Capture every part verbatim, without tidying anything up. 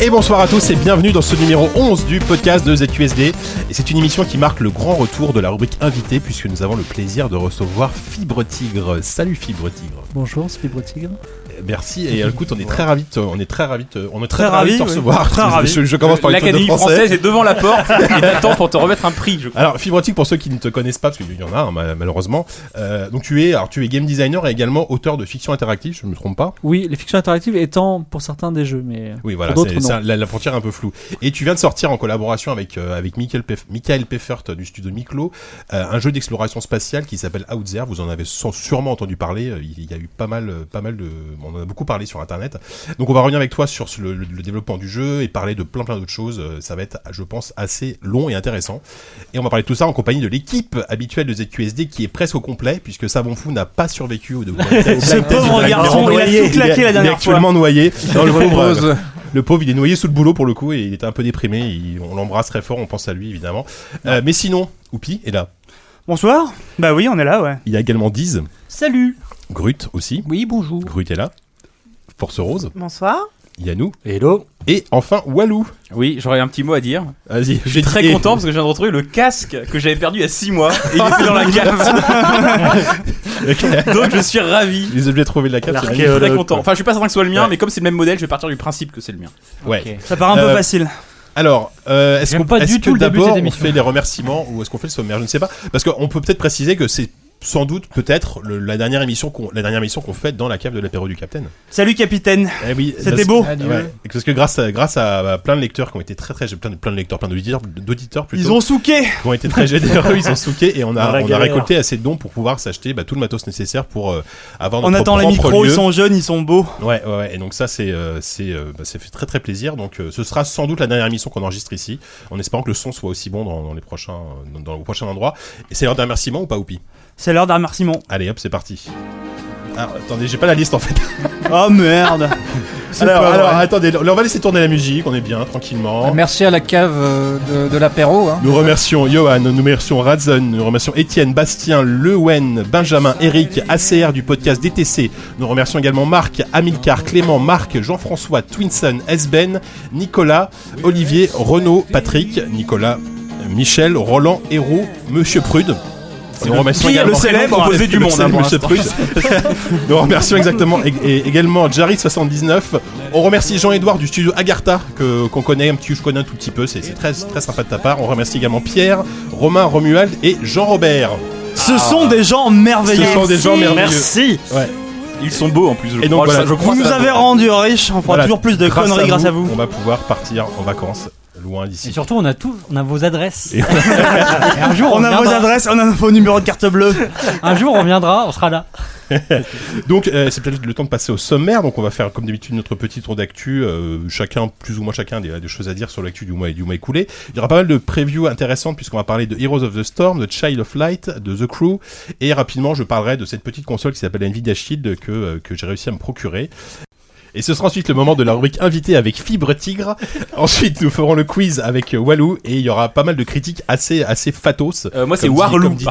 Et bonsoir à tous et bienvenue dans ce numéro onze du podcast de Z Q S D. Et c'est une émission qui marque le grand retour de la rubrique invité puisque nous avons le plaisir de recevoir Fibre Tigre. Salut Fibre Tigre. Bonjour, c'est Fibre Tigre. Merci et écoute, on est très ravis, de, on est très ravis, de, on est très, très ravis de te oui. recevoir. Très ravis. Je, je commence par une L'Académie de français. française est devant la porte et t'attends pour te remettre un prix. Je crois. Alors Fibre Tigre, pour ceux qui ne te connaissent pas, parce qu'il y en a hein, malheureusement, euh, donc tu es, alors tu es game designer et également auteur de fiction interactive, je ne me trompe pas. Oui, les fictions interactives étant pour certains des jeux, mais oui voilà, pour c'est, d'autres, c'est un, la, la frontière est un peu floue. Et tu viens de sortir en collaboration avec euh, avec Michael, Pef- Michael Peffert du studio Miklo, euh, un jeu d'exploration spatiale qui s'appelle Out There. Vous en avez sûrement entendu parler. Il y a eu pas mal, pas mal de, on en a beaucoup parlé sur Internet. Donc on va revenir avec toi sur le, le, le développement du jeu et parler de plein plein d'autres choses. Ça va être, je pense, assez long et intéressant. Et on va parler de tout ça en compagnie de l'équipe habituelle de Z Q S D qui est presque au complet puisque Savon Fou n'a pas survécu au développement. Ce pauvre garçon, il a tout claqué la dernière fois. Il est actuellement noyé. Non, le pauvre, le pauvre, il est noyé sous le boulot pour le coup et il était un peu déprimé. Il, on l'embrasse très fort, on pense à lui évidemment. Euh, mais sinon, Oupi est là. Bonsoir. Bah oui, on est là, ouais. Il y a également Diz. Salut. Grut aussi. Oui, bonjour. Grut est là. Force Rose. Bonsoir. Yanou. Hello. Et enfin Walou. Oui, j'aurais un petit mot à dire. Vas-y. Je suis très dit... content parce que je viens de retrouver le casque que j'avais perdu il y a six mois et il était dans la cave. Donc je suis ravi. Les objets trouvés de la cave. Je suis très content. Enfin, je suis pas certain que ce soit le mien, ouais. Mais comme c'est le même modèle, je vais partir du principe que c'est le mien. Ouais. Okay. Ça paraît un euh, peu facile. Alors, euh, est-ce, qu'on, pas est-ce du que tout d'abord on fait les remerciements ou est-ce qu'on fait le sommaire ? Je ne sais pas. Parce qu'on peut peut-être préciser que c'est sans doute peut-être le, la dernière émission qu'on la dernière émission qu'on fait dans la cave de l'apéro du Capitaine. Salut Capitaine. Eh oui, c'était parce, beau. Ouais, parce que grâce à grâce à, à plein de lecteurs qui ont été très très plein de plein de lecteurs, plein d'auditeurs, d'auditeurs plutôt. Ils ont souqué. Qui ont été très généreux, ils ont souqué et on a on galère. a récolté assez de dons pour pouvoir s'acheter bah, tout le matos nécessaire pour euh, avoir notre on attend propre les micros, lieu. Ils sont jeunes, ils sont beaux. Ouais ouais, ouais. Et donc ça c'est euh, c'est euh, bah, ça fait très très plaisir. Donc euh, ce sera sans doute la dernière émission qu'on enregistre ici, en espérant que le son soit aussi bon dans, dans les prochains dans, dans le prochain endroit. Et c'est l'heure d'un remerciement ou pas Oupi ? C'est l'heure d'un remerciement. Allez hop, c'est parti. Ah, attendez, j'ai pas la liste en fait. Oh merde. alors, alors attendez, on va laisser tourner la musique, on est bien, tranquillement. Merci à la cave de, de l'apéro. Hein. Nous remercions Johan, nous remercions Radzen, nous remercions Étienne, Bastien, Lewen, Benjamin, Eric, A C R du podcast D T C. Nous remercions également Marc, Amilcar, Clément, Marc, Jean-François, Twinson, Esben, Nicolas, Olivier, Renaud, Patrick, Nicolas, Michel, Roland, Héroux, Monsieur Prude. Et on remercie également le célèbre composé du monde. Hein, Monsieur Prude. Nous remercions exactement et, et également Jarry soixante-dix-neuf. On remercie Jean-Édouard du studio Agartha que qu'on connaît un petit, je connais un tout petit peu. C'est, c'est très très sympa de ta part. On remercie également Pierre, Romain, Romuald et Jean-Robert. Ce ah. sont des gens merveilleux. Ce sont des gens merveilleux. Merci. Ouais. Ils sont beaux en plus. Je et donc crois, voilà, je crois vous nous avez rendu riches. On fera voilà, toujours plus de grâce conneries à grâce à vous. On va pouvoir partir en vacances. Loin d'ici. Et surtout, on a tout, on a vos adresses. Et et un jour, on, on a vos adresses, on a vos numéros de carte bleue. Un jour, on viendra, on sera là. Donc, euh, c'est peut-être le temps de passer au sommaire. Donc, on va faire comme d'habitude notre petit tour d'actu. Euh, chacun, plus ou moins chacun, des, des choses à dire sur l'actu du mois et du mois écoulé. Il y aura pas mal de previews intéressantes puisqu'on va parler de Heroes of the Storm, de Child of Light, de The Crew. Et rapidement, je parlerai de cette petite console qui s'appelle Nvidia Shield que euh, que j'ai réussi à me procurer. Et ce sera ensuite le moment de la rubrique invité avec Fibre Tigre. Ensuite, nous ferons le quiz avec Walou et il y aura pas mal de critiques assez assez fatos. Euh, moi, c'est Warlou. Non,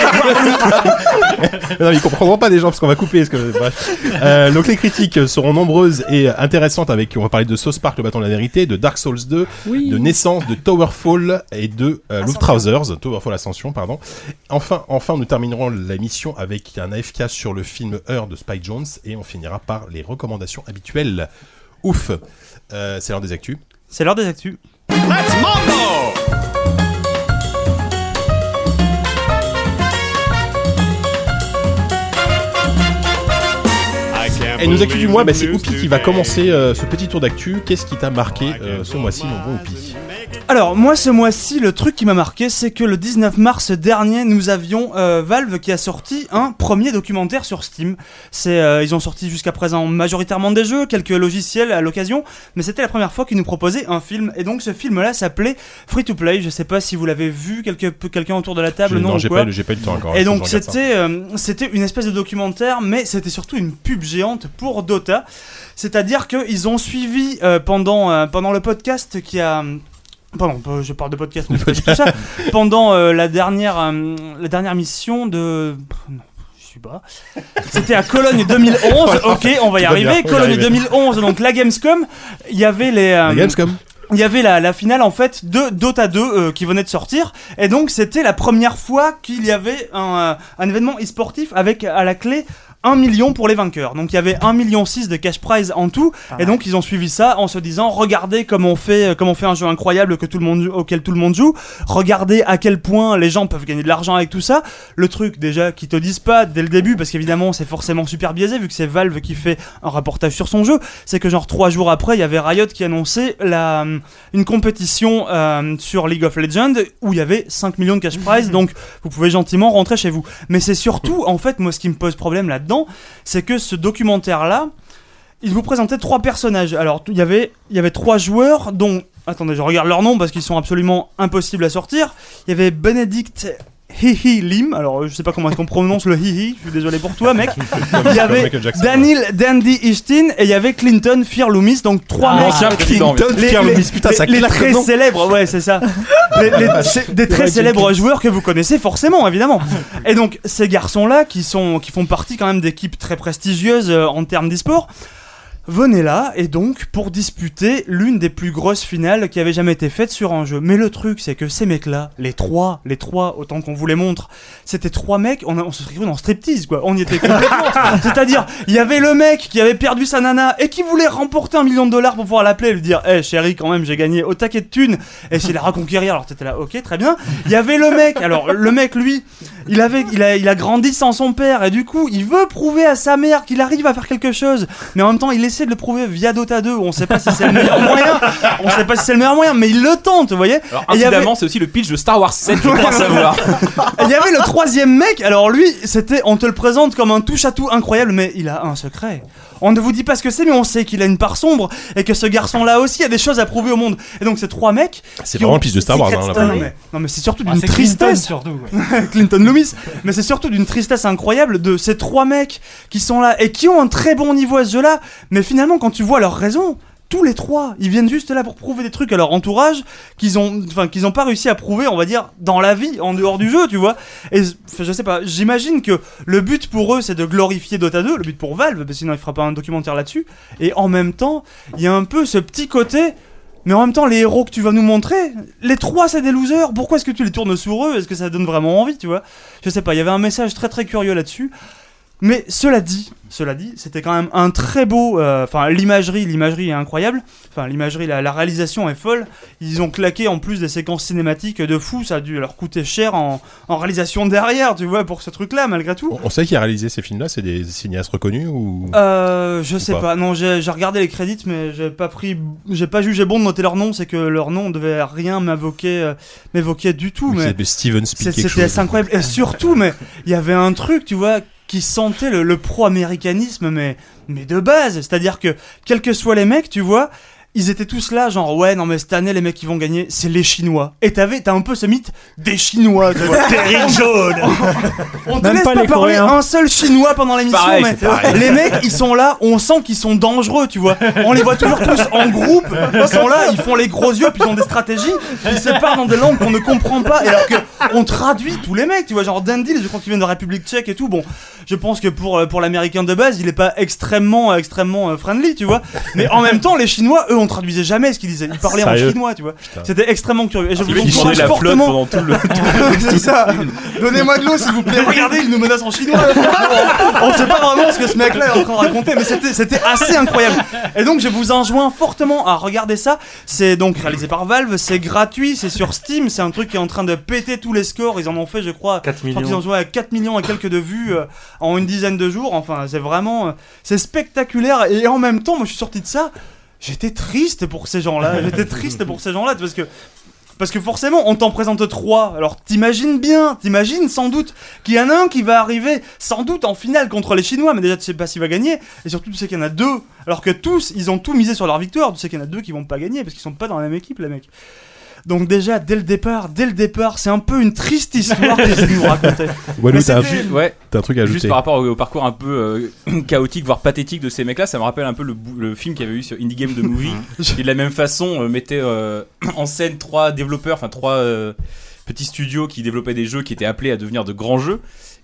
mais ils comprendront pas les gens parce qu'on va couper. Parce que, bref. Euh, donc les critiques seront nombreuses et intéressantes. Avec, on va parler de South Park, le bâton de la vérité, de Dark Souls deux, oui. de Naissance, de Towerfall et de euh, Loop Trousers, Towerfall Ascension, pardon. Enfin, enfin, nous terminerons la mission avec un A F K sur le film Her de Spike Jonze et on finira par les recommandations habituelles. Ouf, euh, c'est l'heure des actus. C'est l'heure des actus. Let's mambo! Et nos actus du mois, bah, c'est Oupi qui va commencer euh, ce petit tour d'actu. Qu'est-ce qui t'a marqué euh, ce mois-ci, mon bon Oupi ? Alors moi ce mois-ci le truc qui m'a marqué c'est que le dix-neuf mars dernier nous avions euh, Valve qui a sorti un premier documentaire sur Steam. C'est, euh, ils ont sorti jusqu'à présent majoritairement des jeux, quelques logiciels à l'occasion, mais c'était la première fois qu'ils nous proposaient un film et donc ce film là s'appelait Free to Play. Je sais pas si vous l'avez vu, quelque, quelqu'un autour de la table, je, non, non ou j'ai, quoi. pas, j'ai pas eu le temps encore. Et donc c'était, euh, c'était une espèce de documentaire mais c'était surtout une pub géante pour Dota. C'est-à-dire qu'ils ont suivi euh, pendant, euh, pendant le podcast qui a... Pardon, je parle de podcast, mais c'est pas du tout ça. Pendant euh, la, dernière, euh, la dernière mission de... Non, sais pas. C'était à Cologne deux mille onze. Ok, on va y Tout va arriver. bien, on va y Cologne arriver. deux mille onze, donc la Gamescom. Il y avait les. euh, La Gamescom. Il y avait la, la finale en fait de Dota deux euh, qui venait de sortir, et donc c'était la première fois qu'il y avait un, euh, un événement e-sportif avec à la clé un million pour les vainqueurs. Donc il y avait un virgule six million de cash prize en tout, et donc ils ont suivi ça en se disant regardez comme on fait, comme on fait un jeu incroyable que tout le monde, auquel tout le monde joue, regardez à quel point les gens peuvent gagner de l'argent avec tout ça. Le truc déjà qu'ils te disent pas dès le début, parce qu'évidemment c'est forcément super biaisé vu que c'est Valve qui fait un reportage sur son jeu, c'est que genre trois jours après il y avait Riot qui annonçait la, une compétition euh, sur League of Legends où il y avait cinq millions de cash prize, donc vous pouvez gentiment rentrer chez vous. Mais c'est surtout en fait moi ce qui me pose problème là-dedans, c'est que ce documentaire-là, il vous présentait trois personnages. Alors, il y avait, il y avait trois joueurs, dont... Attendez, je regarde leurs noms parce qu'ils sont absolument impossibles à sortir. Il y avait Benedict Hihi Lim. Alors, je sais pas comment est-ce qu'on prononce le Hihi. Je suis désolé pour toi, mec. Il y avait Michael Jackson, Daniel Dandy Ishtin et il y avait Clinton Fear Loomis. Donc, trois Ah, mecs... ancien président, Clinton, Les, Pierre les- Loomis, putain, ça les- les claque très le nom. célèbres, ouais, c'est ça. Les- les- c'est des très Ouais, célèbres Jenkins. joueurs que vous connaissez forcément, évidemment. Et donc, ces garçons-là, qui sont, qui font partie quand même d'équipes très prestigieuses euh, en termes d'e-sport, venaient là, et donc, pour disputer l'une des plus grosses finales qui avait jamais été faite sur un jeu. Mais le truc, c'est que ces mecs-là, les trois, les trois, autant qu'on vous les montre, c'était trois mecs, on, a, on se serait cru dans striptease, quoi. On y était complètement. C'est-à-dire, il y avait le mec qui avait perdu sa nana et qui voulait remporter un million de dollars pour pouvoir l'appeler et lui dire, hé hey, chérie, quand même, j'ai gagné au taquet de thunes, et essayer de la reconquérir. Alors t'étais là, ok, très bien. Il y avait le mec, alors le mec, lui, il avait, il a, il a grandi sans son père, et du coup, il veut prouver à sa mère qu'il arrive à faire quelque chose, mais en même temps, il essaie de le prouver via Dota deux, où on sait pas si c'est le meilleur moyen, on sait pas si c'est le meilleur moyen, mais il le tente, vous voyez. Alors, Et il y avait- incidemment, c'est aussi le pitch de Star Wars sept, je crois savoir. Et il y avait le troisième mec, alors lui, c'était, on te le présente comme un touche-à-tout incroyable, mais il a un secret. On ne vous dit pas ce que c'est, mais on sait qu'il a une part sombre, et que ce garçon-là aussi a des choses à prouver au monde. Et donc ces trois mecs... C'est qui vraiment ont- le pitch de Star Wars, Secret hein, là, Star- pour le non, mais, non mais c'est surtout Ah, d'une c'est Clinton, tristesse. surtout. ouais. Clinton Loomis, mais c'est surtout d'une tristesse incroyable de ces trois mecs qui sont là et qui ont un très bon niveau à ce jeu-là, mais finalement quand tu vois leurs raisons, tous les trois, ils viennent juste là pour prouver des trucs à leur entourage qu'ils ont, enfin qu'ils ont pas réussi à prouver, on va dire, dans la vie, en dehors du jeu, tu vois. Et enfin, je sais pas, j'imagine que le but pour eux c'est de glorifier Dota deux, le but pour Valve, parce que sinon il fera pas un documentaire là-dessus. Et en même temps, il y a un peu ce petit côté. Mais en même temps, les héros que tu vas nous montrer, les trois c'est des losers, pourquoi est-ce que tu les tournes sur eux? Est-ce que ça donne vraiment envie, tu vois? Je sais pas, il y avait un message très très curieux là-dessus. Mais cela dit, cela dit, c'était quand même un très beau... Enfin, euh, l'imagerie, l'imagerie est incroyable. Enfin, l'imagerie, la, la réalisation est folle. Ils ont claqué en plus des séquences cinématiques de fou. Ça a dû leur coûter cher en, en réalisation derrière, tu vois, pour ce truc-là, malgré tout. On- On sait qui a réalisé ces films-là, c'est des cinéastes reconnus ou Euh, je sais pas. pas. Non, j'ai j'ai regardé les crédits, mais j'ai pas pris, j'ai pas jugé bon de noter leur nom. C'est que leur nom devait rien m'évoquer, euh, m'évoquer du tout. ou Mais c'est Steven c'est- Spielberg quelque c'était chose. assez incroyable. Et surtout, mais il y avait un truc, tu vois, qui sentait le, le pro-américanisme, mais mais de base. C'est-à-dire que quels que soient les mecs, tu vois. Ils étaient tous là, genre ouais, non mais cette année les mecs qui vont gagner, c'est les Chinois. Et t'avais, t'as un peu ce mythe des Chinois, tu vois. Terry jaune. On te Même laisse pas pas, les parler Coréens. un seul Chinois pendant l'émission, pareil, mais c'est pareil. les mecs ils sont là, on sent qu'ils sont dangereux, tu vois. On les voit toujours tous en groupe, ils sont là, ils font les gros yeux, puis ils ont des stratégies, ils se parlent dans des langues qu'on ne comprend pas, et alors que on traduit tous les mecs, tu vois, genre Dandy, je crois qu'il vient de République Tchèque et tout. Bon, je pense que pour pour l'américain de base, il est pas extrêmement extrêmement euh, friendly, tu vois. Mais en même temps, les Chinois, eux, on traduisait jamais ce qu'ils disaient, ils parlaient Sérieux en chinois, tu vois. C'était extrêmement curieux. Et je vous Il tournait encourage la flotte fortement. pendant tout le. C'est ça. Donnez-moi de l'eau s'il vous plaît. Regardez, il nous menace en chinois. On sait pas vraiment ce que ce mec-là est en train de raconter, mais c'était c'était assez incroyable. Et donc je vous enjoins fortement à regarder ça. C'est donc réalisé par Valve, c'est gratuit, c'est sur Steam, c'est un truc qui est en train de péter tous les scores. Ils en ont fait, je crois, quatre je crois qu'ils millions. ont joué à quatre millions et quelques de vues euh, en une dizaine de jours. Enfin, c'est vraiment, euh, c'est spectaculaire. Et en même temps, moi, je suis sorti de ça. J'étais triste pour ces gens-là. J'étais triste pour ces gens-là parce que. Parce que forcément, on t'en présente trois. Alors t'imagines bien, t'imagines sans doute qu'il y en a un qui va arriver sans doute en finale contre les Chinois, mais déjà tu sais pas s'il va gagner. Et surtout tu sais qu'il y en a deux. Alors que tous, ils ont tout misé sur leur victoire. Tu sais qu'il y en a deux qui vont pas gagner parce qu'ils sont pas dans la même équipe, les mecs. Donc déjà, dès le départ, dès le départ, c'est un peu une triste histoire qu'ils nous racontaient. Walou, Mais t'as un, c'était- Ouais. t'as un truc à Juste ajouter. par rapport au, au parcours un peu euh, chaotique, voire pathétique de ces mecs-là, ça me rappelle un peu le, bou- le film qu'il y avait eu sur Indie Game The Movie, qui de la même façon euh, mettait euh, en scène trois développeurs, enfin trois euh, petits studios qui développaient des jeux qui étaient appelés à devenir de grands jeux. Et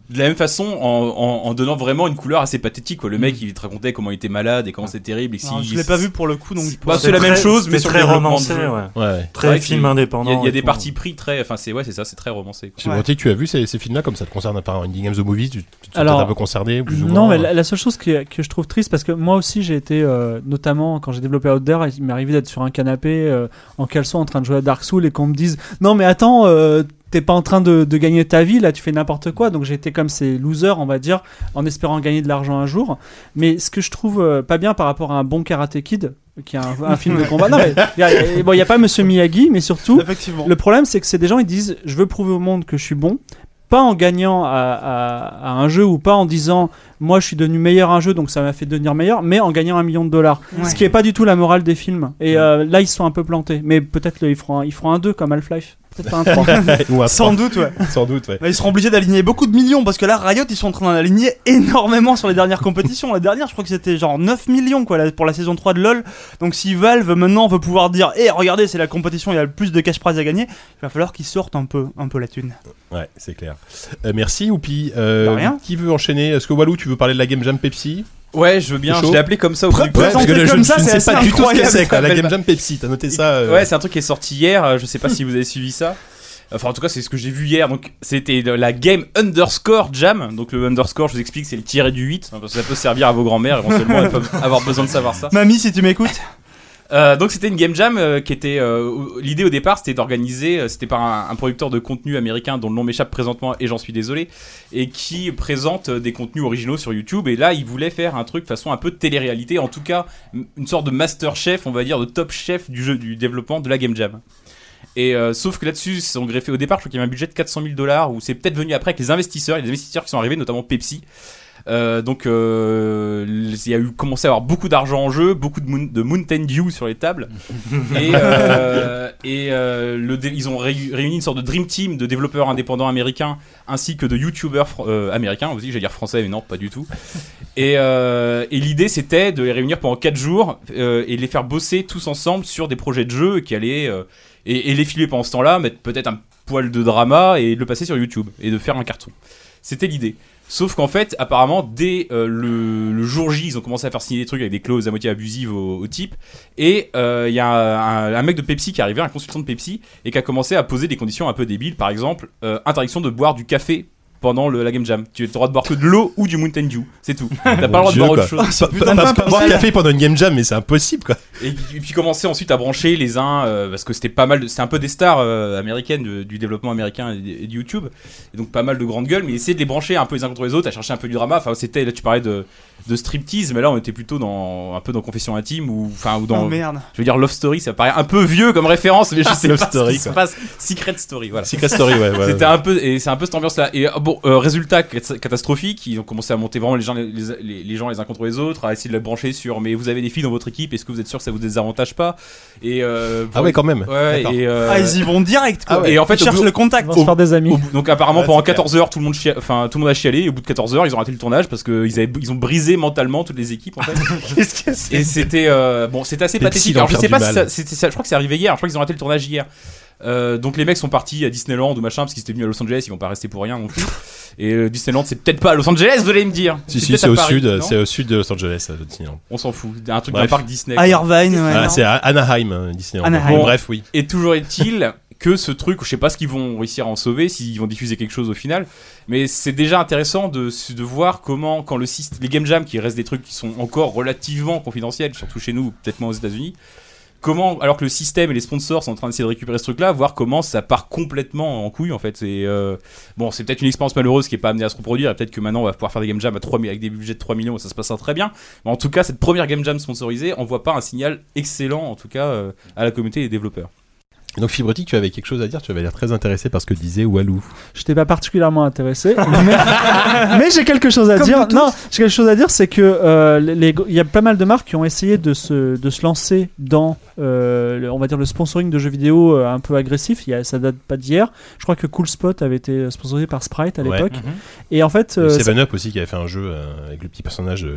de la même façon en, en, en donnant vraiment une couleur assez pathétique quoi. Le mec il te racontait comment il était malade et comment c'était terrible et si Alors, je l'ai pas vu pour le coup donc bah, c'est la même chose mais sur très le développement romancé, de jeu. ouais. Ouais. Très Ouais, film il- indépendant. Il y a, il y a et des tout. parties pris très enfin c'est ouais c'est ça c'est très romancé quoi. Fibroti, tu as vu ces, ces films-là comme ça te concerne par Indie Games The Movies, tu, tu te Alors, sens un peu concerné plus ou Non, moins mais la, la seule chose que, que je trouve triste, parce que moi aussi j'ai été, euh, notamment quand j'ai développé Outder, il m'est arrivé d'être sur un canapé euh, en caleçon en train de jouer à Dark Souls et qu'on me dise non mais attends, euh, t'es pas en train de, de gagner ta vie, là tu fais n'importe quoi. Donc j'ai été comme ces losers, on va dire, en espérant gagner de l'argent un jour. Mais ce que je trouve euh, pas bien par rapport à un bon Karate Kid, qui est un, un film de combat. Non mais y a, y a- bon, il y a pas Monsieur Miyagi, mais surtout effectivement. le problème c'est que c'est des gens, ils disent je veux prouver au monde que je suis bon, pas en gagnant à, à, à un jeu ou pas en disant moi je suis devenu meilleur à un jeu donc ça m'a fait devenir meilleur, mais en gagnant un million de dollars. Ouais. Ce qui est pas du tout la morale des films. Et euh, là ils se sont un peu plantés. Mais peut-être le- ils feront un, ils feront un deux comme Half-Life. Peut-être pas un trois. Ou un Sans trois. doute ouais. Sans doute, ouais. Bah, ils seront obligés d'aligner beaucoup de millions parce que là Riot ils sont en train d'aligner énormément sur les dernières compétitions. La dernière je crois que c'était genre neuf millions quoi là, pour la saison trois de LoL. Donc si Valve maintenant veut pouvoir dire hé hey, regardez c'est la compétition, il y a le plus de cash prize à gagner, il va falloir qu'ils sortent un peu, un peu la thune. Ouais, c'est clair. Euh, merci, Oupi. Euh, De rien. Qui veut enchaîner? Est-ce que Walou, tu veux parler de la Game Jam Pepsi? Ouais, je veux bien. C'est chaud. Je l'ai appelé comme ça au Pré- début. présenter parce que là, je, comme ça, je ne c'est sais pas assez du tout ce que incroyable. c'est, quoi. La Ça Game s'appelle Jam Pepsi, t'as noté ça euh, Ouais, c'est un truc qui est sorti hier. euh, Je sais pas si vous avez suivi ça. Enfin, en tout cas, c'est ce que j'ai vu hier. Donc, c'était la Game Underscore Jam. Donc, le underscore, je vous explique, c'est le tiré du huit. Parce que ça peut servir à vos grands-mères éventuellement. Elles peuvent avoir besoin de savoir ça. Mamie si tu m'écoutes. Euh, donc c'était une game jam euh, qui était euh, l'idée au départ c'était d'organiser euh, c'était par un, un producteur de contenu américain dont le nom m'échappe présentement et j'en suis désolé et qui présente euh, des contenus originaux sur YouTube et là il voulait faire un truc façon un peu de télé-réalité, en tout cas m- une sorte de master chef on va dire de top chef du jeu du développement de la game jam. Et euh, sauf que là-dessus, ils sont greffés au départ, je crois qu'il y avait un budget de quatre cent mille dollars, ou c'est peut-être venu après avec les investisseurs, il y a des investisseurs qui sont arrivés, notamment Pepsi. Euh, donc euh, il y a eu commencé à avoir beaucoup d'argent en jeu, beaucoup de, moon, de Mountain Dew sur les tables et, euh, et euh, le dé- ils ont réu- réuni une sorte de dream team de développeurs indépendants américains ainsi que de youtubeurs fr- euh, américains aussi, j'allais dire français mais non pas du tout et, euh, et l'idée c'était de les réunir pendant quatre jours euh, et les faire bosser tous ensemble sur des projets de jeux qui allaient euh, et, et les filmer pendant ce temps-là, mettre peut-être un poil de drama et le passer sur YouTube et de faire un carton. C'était l'idée. Sauf qu'en fait, apparemment, dès euh, le, le jour J, ils ont commencé à faire signer des trucs avec des clauses à moitié abusives au, au type. Et il euh, y a un, un mec de Pepsi qui est arrivé, un consultant de Pepsi, et qui a commencé à poser des conditions un peu débiles. Par exemple, euh, interdiction de boire du café pendant le, la game jam. Tu as le droit de boire que de l'eau ou du Mountain Dew, c'est tout. T'as pas le droit de Dieu, boire autre quoi. chose. Pas, pas, pas, pas boire café pendant une Game Jam, mais c'est impossible, quoi. Et, et puis commencer ensuite à brancher les uns euh, parce que c'était pas mal de- c'était un peu des stars euh, américaines de- du développement américain et, et de YouTube et donc pas mal de grandes gueules, mais essayer de les brancher un peu les uns contre les autres, à chercher un peu du drama. Enfin c'était là tu parlais de de striptease, mais là on était plutôt dans un peu dans confession intime ou enfin ou dans Oh merde. je veux dire Love Story, ça paraît un peu vieux comme référence mais je sais Love pas Story, ce qui se quoi. passe. Secret Story, voilà. Secret Story, ouais. ouais C'était un peu et c'est un peu cette ambiance là et euh, bon euh, résultat cat- catastrophique, ils ont commencé à monter vraiment les gens les, les, les gens les uns contre les autres, à essayer de les brancher sur mais vous avez des filles dans votre équipe, est-ce que vous êtes sûr que ça vous désavantage pas et euh, Ah ouais, quand même. ouais D'accord. et euh, Ah ils y vont direct quoi. Ah ouais. et en fait Ils au cherchent bout- le contact. Ils vont se faire des amis. au bout- donc apparemment Ouais, pendant c'est clair. quatorze heures tout le monde chia- enfin tout le monde a chialé et au bout de quatorze heures ils ont arrêté le tournage parce que ils avaient ils ont brisé mentalement toutes les équipes en fait. Qu'est-ce que c'est? Et c'était euh, bon, c'était assez Pepsi pathétique. dans Alors je le sais pire pas du si mal. ça, c'était ça, je crois que c'est arrivé hier. Je crois qu'ils ont arrêté le tournage hier. Euh, donc les mecs sont partis à Disneyland ou machin parce qu'ils étaient venus à Los Angeles, ils vont pas rester pour rien non plus. Et euh, Disneyland c'est peut-être pas à Los Angeles, vous allez me dire. Si, si, peut-être c'est à au Paris, sud, non c'est au sud de Los Angeles, euh, Disneyland. On s'en fout. Un truc Bref. d'un parc Disney. À quoi. Irvine ouais. Ah, non. c'est à Anaheim, hein, Disneyland. Anaheim. Bon, bref, oui. Et toujours est-il que ce truc, je sais pas ce qu'ils vont réussir à en sauver, s'ils vont diffuser quelque chose au final, mais c'est déjà intéressant de, de voir comment, quand le système, les game jams, qui restent des trucs qui sont encore relativement confidentiels, surtout chez nous, peut-être moins aux États-Unis, comment, alors que le système et les sponsors sont en train d'essayer de récupérer ce truc-là, voir comment ça part complètement en couille en fait. C'est euh, bon, c'est peut-être une expérience malheureuse qui est pas amenée à se reproduire, et peut-être que maintenant on va pouvoir faire des game jams à trois, avec des budgets de trois millions et ça se passera très bien. Mais en tout cas, cette première game jam sponsorisée envoie pas un signal excellent, en tout cas, euh, à la communauté des développeurs. Et donc, Fibrotique, tu avais quelque chose à dire, tu avais l'air très intéressé par ce que disait Walou. Je n'étais pas particulièrement intéressé, mais, mais j'ai quelque chose à Comme dire. nous tous. Non, j'ai quelque chose à dire, c'est que euh, les- les- il y a pas mal de marques qui ont essayé de se, de se lancer dans, euh, le- on va dire, le sponsoring de jeux vidéo euh, un peu agressif. Il y a, ça date pas d'hier. Je crois que Cool Spot avait été sponsorisé par Sprite à Ouais. l'époque. Et en fait, Et euh, Seven Up aussi qui avait fait un jeu euh, avec le petit personnage euh,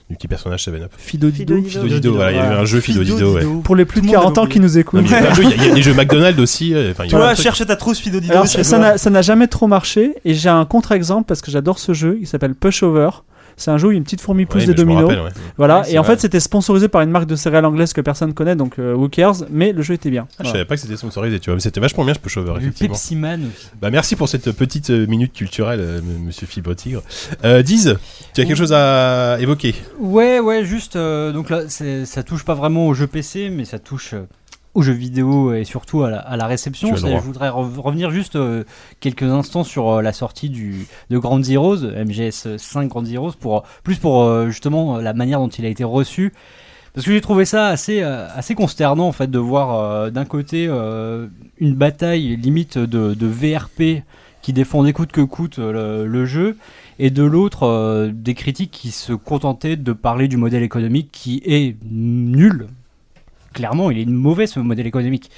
du petit personnage seven up. Fido Dido. Fido Fido Dido, voilà, il y a eu un jeu Fido Dido, ouais. Pour les plus Tout de le monde quarante a ans oublié. qui nous Non, écoutent. mais il y a plein de jeux, il y a- il y a des jeux McDonald's aussi. euh, Enfin, il y a Toi, plein de trucs. cherche ta trousse Fido Dido. Alors, c'est ça toi. n'a ça n'a jamais trop marché et j'ai un contre-exemple parce que j'adore ce jeu. Il s'appelle Pushover. C'est un jeu où une petite fourmi pousse Ouais, des mais je me dominos. rappelle, ouais. Voilà. Ouais, c'est Et en vrai. fait, c'était sponsorisé par une marque de céréales anglaise que personne connaît, donc euh, who cares. Mais le jeu était bien. Ah, je Voilà. savais pas que c'était sponsorisé, tu vois. Mais c'était vachement bien, je peux chover, Du effectivement. Pepsi Man aussi. Bah, merci pour cette petite euh, minute culturelle, euh, m- monsieur Fibre Tigre. Euh, Diz, tu as quelque chose à évoquer? Ouais, ouais, juste. euh, donc là, c'est- ça touche pas vraiment au jeu P C, mais ça touche euh, aux jeux vidéo et surtout à la, à la réception. Tu as le C'est- droit. Je voudrais re- revenir juste euh, quelques instants sur euh, la sortie du, de Ground Zeroes, M G S cinq Ground Zeroes, pour, plus pour euh, justement euh, la manière dont il a été reçu. Parce que j'ai trouvé ça assez, euh, assez consternant en fait de voir euh, d'un côté euh, une bataille limite de, de V R P qui défendait coûte que coûte euh, le, le jeu, et de l'autre euh, des critiques qui se contentaient de parler du modèle économique qui est nul. Clairement, il est mauvais ce modèle économique.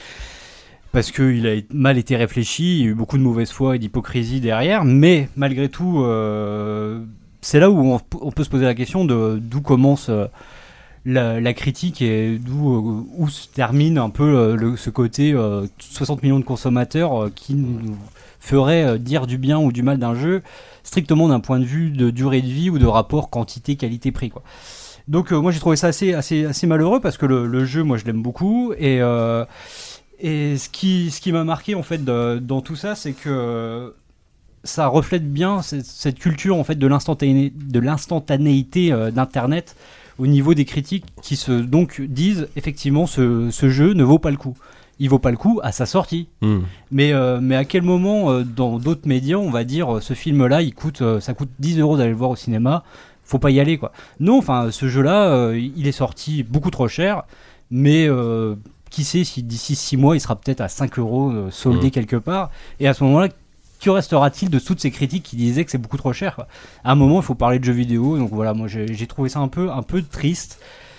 Parce qu'il a mal été réfléchi, il y a eu beaucoup de mauvaise foi et d'hypocrisie derrière, mais malgré tout, euh, c'est là où on, on peut se poser la question de d'où commence euh, la, la critique et d'où euh, où se termine un peu euh, le, ce côté euh, soixante millions de consommateurs euh, qui nous ferait euh, dire du bien ou du mal d'un jeu strictement d'un point de vue de durée de vie ou de rapport quantité-qualité-prix, quoi. Donc euh, moi j'ai trouvé ça assez, assez, assez malheureux parce que le, le jeu, moi je l'aime beaucoup, et, euh, et ce qui, ce qui m'a marqué en fait de- dans tout ça, c'est que ça reflète bien cette, cette culture en fait de l'instantané, de l'instantanéité euh, d'internet au niveau des critiques qui se donc disent effectivement ce, ce jeu ne vaut pas le coup. Il vaut pas le coup à sa sortie. Hmm. Mais, euh, mais à quel moment, euh, dans d'autres médias, on va dire, euh, ce film-là, il coûte, euh, ça coûte dix euros d'aller le voir au cinéma, faut pas y aller, quoi. Non, enfin, ce jeu-là, euh, il est sorti beaucoup trop cher, mais euh, qui sait si d'ici six mois, il sera peut-être à cinq euros euh, soldé Mmh. quelque part, et à ce moment-là, que restera-t-il de toutes ces critiques qui disaient que c'est beaucoup trop cher, quoi. À un moment, il faut parler de jeux vidéo, donc voilà, moi j'ai, j'ai trouvé ça un peu, un peu triste.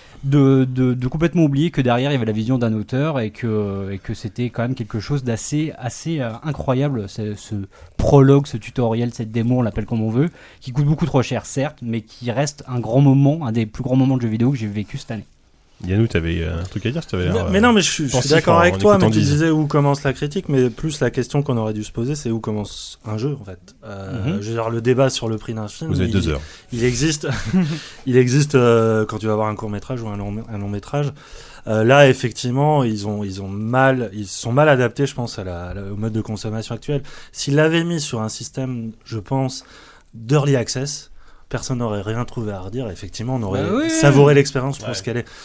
De, de, de complètement oublier que derrière il y avait la vision d'un auteur et que, et que c'était quand même quelque chose d'assez assez, euh, incroyable, ce, ce prologue, ce tutoriel, cette démo, on l'appelle comme on veut, qui coûte beaucoup trop cher certes, mais qui reste un grand moment, un des plus grands moments de jeux vidéo que j'ai vécu cette année. Yannou, t'avais euh, un truc à dire? T'avais l'air, Mais, euh, mais non, mais je, suis- je suis pensif d'accord en- avec en toi, mais écoutant tu Diz. disais où commence la critique, mais plus la question qu'on aurait dû se poser, c'est où commence un jeu en fait. Euh, Mhm. Je veux dire, le débat sur le prix d'un film, Vous avez il, deux heures. il existe, il existe euh, quand tu vas voir un court métrage ou un long, un long métrage. Euh, là, effectivement, ils ont, ils ont mal, ils sont mal adaptés, je pense, à la, à la- au mode de consommation actuel. S'ils l'avaient mis sur un système, je pense, d'early access, personne n'aurait rien trouvé à redire. Effectivement, on aurait Bah oui. savouré l'expérience pour Ouais. ce qu'elle est.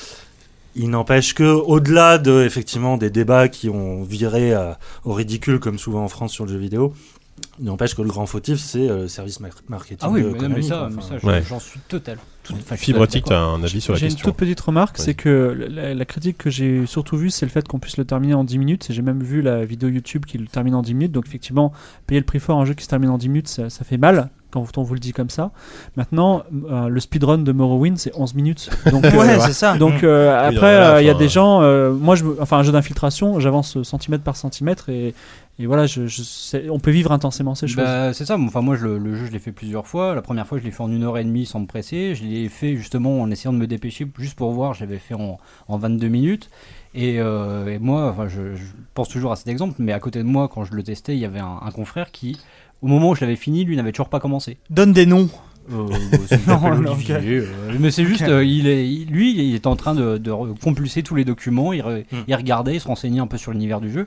Il n'empêche que, au-delà de effectivement des débats qui ont viré euh, au ridicule, comme souvent en France sur le jeu vidéo, il n'empêche que le grand fautif, c'est euh, le service mar- marketing. Ah oui, de mais, non, Konami, mais ça, quoi. mais Enfin, ça, je- Ouais. j'en suis total. Tout, enfin, je suis Fibre totalement Tigre, d'accord. t'as un avis sur la J'ai une question? toute petite remarque, Vas-y. c'est que la, la critique que j'ai surtout vue, c'est le fait qu'on puisse le terminer en dix minutes. Et j'ai même vu la vidéo YouTube qui le termine en dix minutes. Donc effectivement, payer le prix fort un jeu qui se termine en dix minutes, ça, ça fait mal quand on vous le dit comme ça. Maintenant, euh, le speedrun de Morrowind, c'est onze minutes. Donc, euh, Ouais, c'est ça. donc euh, Oui, après, voilà, euh, il y a enfin, des gens. euh, moi, je, me- enfin, un jeu d'infiltration, j'avance centimètre par centimètre et, et voilà, je, je sais- on peut vivre intensément ces choses. Bah, c'est ça, enfin moi je, le, le jeu je l'ai fait plusieurs fois. La première fois je l'ai fait en une heure et demie sans me presser. Je l'ai fait justement en essayant de me dépêcher juste pour voir. Je l'avais fait en, en vingt-deux minutes. Et, euh, et moi, enfin, je, je pense toujours à cet exemple, mais à côté de moi, quand je le testais, il y avait un, un confrère qui, au moment où je l'avais fini, lui n'avait toujours pas commencé. Donne des noms. Euh, c'est Non, s'appelle non, Olivier, ok. euh, mais c'est juste, Ok. euh, il est, il- lui, il est en train de, de re- compulser tous les documents, il, re- Hmm. il regardait, il se renseignait un peu sur l'univers du jeu.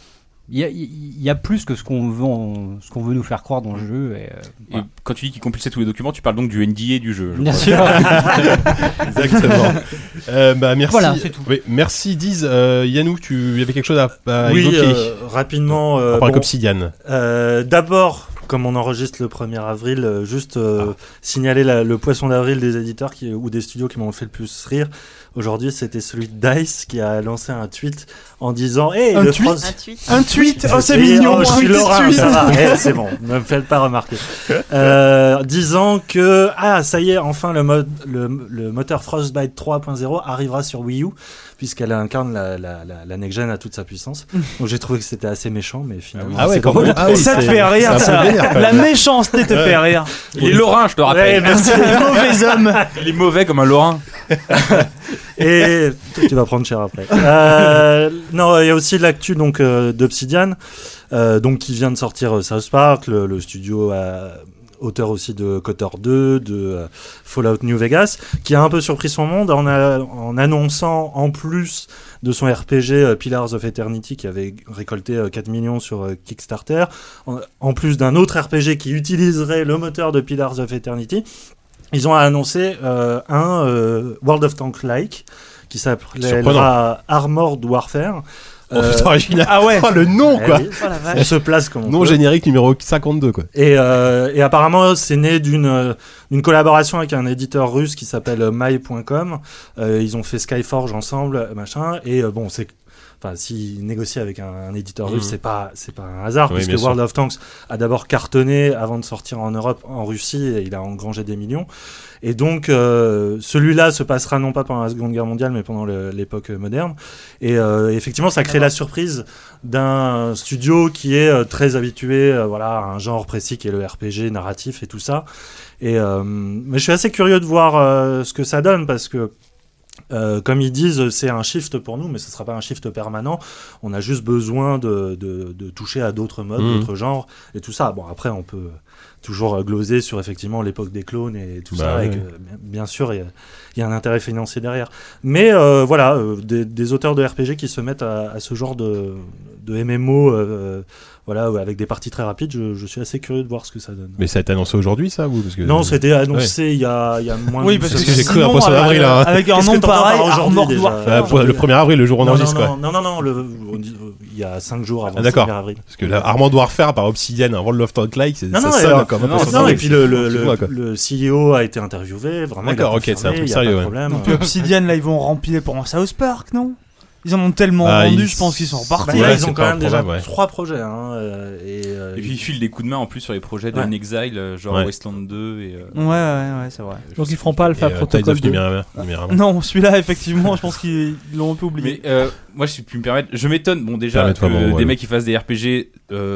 Il y a, il y a plus que ce qu'on veut, en- ce qu'on veut nous faire croire dans le jeu. Et, euh, Et voilà. quand tu dis qu'il compulsait tous les documents, tu parles donc du N D A du jeu. je Bien crois. sûr. Exactement. Euh, bah, merci. Voilà, c'est tout. Oui, merci Diz. Euh, Yannou, tu y avait quelque chose à, à oui, évoquer? euh, rapidement. euh, On parle bon, Obsidian. euh, D'abord, comme on enregistre le premier avril, euh, juste euh, Ah. signaler la- le poisson d'avril des éditeurs qui, ou des studios qui m'ont fait le plus rire. aujourd'hui, c'était celui de DICE qui a lancé un tweet en disant hey, Un le tweet Frost- Un tweet. Un tweet, oh c'est Et, mignon, oh, je un suis tweet. Laurent, ça va. Eh, c'est bon, ne me faites pas remarquer. Euh, disant que ah ça y est, enfin le mode le, le moteur Frostbite trois point zéro arrivera sur Wii U puisqu'elle incarne la la la, la next gen à toute sa puissance. Donc j'ai trouvé que c'était assez méchant, mais finalement Ah ouais, c'est quand drôle. même. Ah oui, Ça te c'est- fait rire, c'est un ça. peu vénère, quand La même. méchanceté te fait rire. Il est lorrain, je te Ouais, rappelle. merci. Mauvais homme. Il est mauvais comme un lorrain. Et tu vas prendre cher après. Euh, non, il y a aussi l'actu donc euh, d'Obsidian, euh, donc qui vient de sortir euh, South Park, le, le studio euh, auteur aussi de KOTOR deux, de euh, Fallout New Vegas, qui a un peu surpris son monde en, a- en annonçant en plus de son R P G euh, Pillars of Eternity qui avait récolté euh, quatre millions sur euh, Kickstarter, en, en plus d'un autre R P G qui utiliserait le moteur de Pillars of Eternity. Ils ont annoncé euh, un euh, World of Tanks-like qui s'appellera Armored Warfare. Oh, c'est original. Ah ouais. Oh, le nom, eh quoi. oui, Oh la vache. on se place comme on Nom peut. générique numéro cinquante-deux, quoi. Et, euh, et apparemment, c'est né d'une euh, d'une collaboration avec un éditeur russe qui s'appelle my point com. Euh, ils ont fait Skyforge ensemble, machin. Et euh, bon, c'est enfin, s'ils négocient avec un, un éditeur Mhm. russe, c'est pas c'est pas un hasard, Oui, puisque bien sûr. World of Tanks a d'abord cartonné avant de sortir en Europe, en Russie, et il a engrangé des millions. Et donc, euh, celui-là se passera non pas pendant la Seconde Guerre mondiale, mais pendant le- l'époque moderne. Et euh, effectivement, ça crée la surprise d'un studio qui est euh, très habitué, euh, voilà, à un genre précis qui est le R P G narratif et tout ça. Et euh, mais je suis assez curieux de voir euh, ce que ça donne parce que. Euh, comme ils disent, c'est un shift pour nous, mais ce ne sera pas un shift permanent. On a juste besoin de, de, de toucher à d'autres modes, Mhm. d'autres genres et tout ça. Bon, après, on peut toujours euh, gloser sur effectivement l'époque des clones et tout Bah ça. ouais. Et que, bien, bien sûr, il y, a- il y a un intérêt financier derrière. Mais euh, voilà, euh, des, des auteurs de R P G qui se mettent à, à ce genre de, de M M O, euh, voilà, avec des parties très rapides, je, je suis assez curieux de voir ce que ça donne. Mais ça a été annoncé aujourd'hui, ça, ou parce que... Non, c'était annoncé il y a, il y a moins Oui, de parce une que que j'ai semaine. cru un sinon, poisson avec- d'avril, là, hein. Avec un Qu'est-ce nom que t'entends pareil, par aujourd'hui, Armored déjà Warfare. Euh, pour le premier avril, le jour où on Non, enregistre, non, quoi. non, non, non, le, on dit- euh, il y a cinq jours avant Ah, d'accord. le premier avril. Parce que là, Armored Warfare par Obsidian, un World of Tanks-like, c'est- Non, ça non, sonne alors- comme un non, poisson Non, d'avril. et puis le, le, Tu le, vois, quoi. le C E O a été interviewé, vraiment. il a D'accord, ok, c'est un confirmé, truc il y a sérieux, pas de ouais. problème. Puis Obsidian, là, ils vont remplir pour un South Park, non? Ils en ont tellement Ah, vendu, ils- je pense qu'ils sont Bah, repartis. là, Ouais, ils c'est ont pas quand un même déjà problème, ouais. trois projets. Hein, euh, et, euh, Et puis il file des coups de main en plus sur les projets de Ouais. Exile, euh, genre Ouais. Wasteland deux et. euh, Ouais, ouais, ouais, c'est vrai. Donc ils feront pas Alpha Et, euh, Tides Protocol of deux. Numéra- Numéra- Non, celui-là, effectivement, je pense qu'ils l'ont un peu oublié. Mais euh, moi, si je puis me permettre, je m'étonne. Bon, déjà, que Permets-toi, bon, des ouais. mecs qui fassent des R P G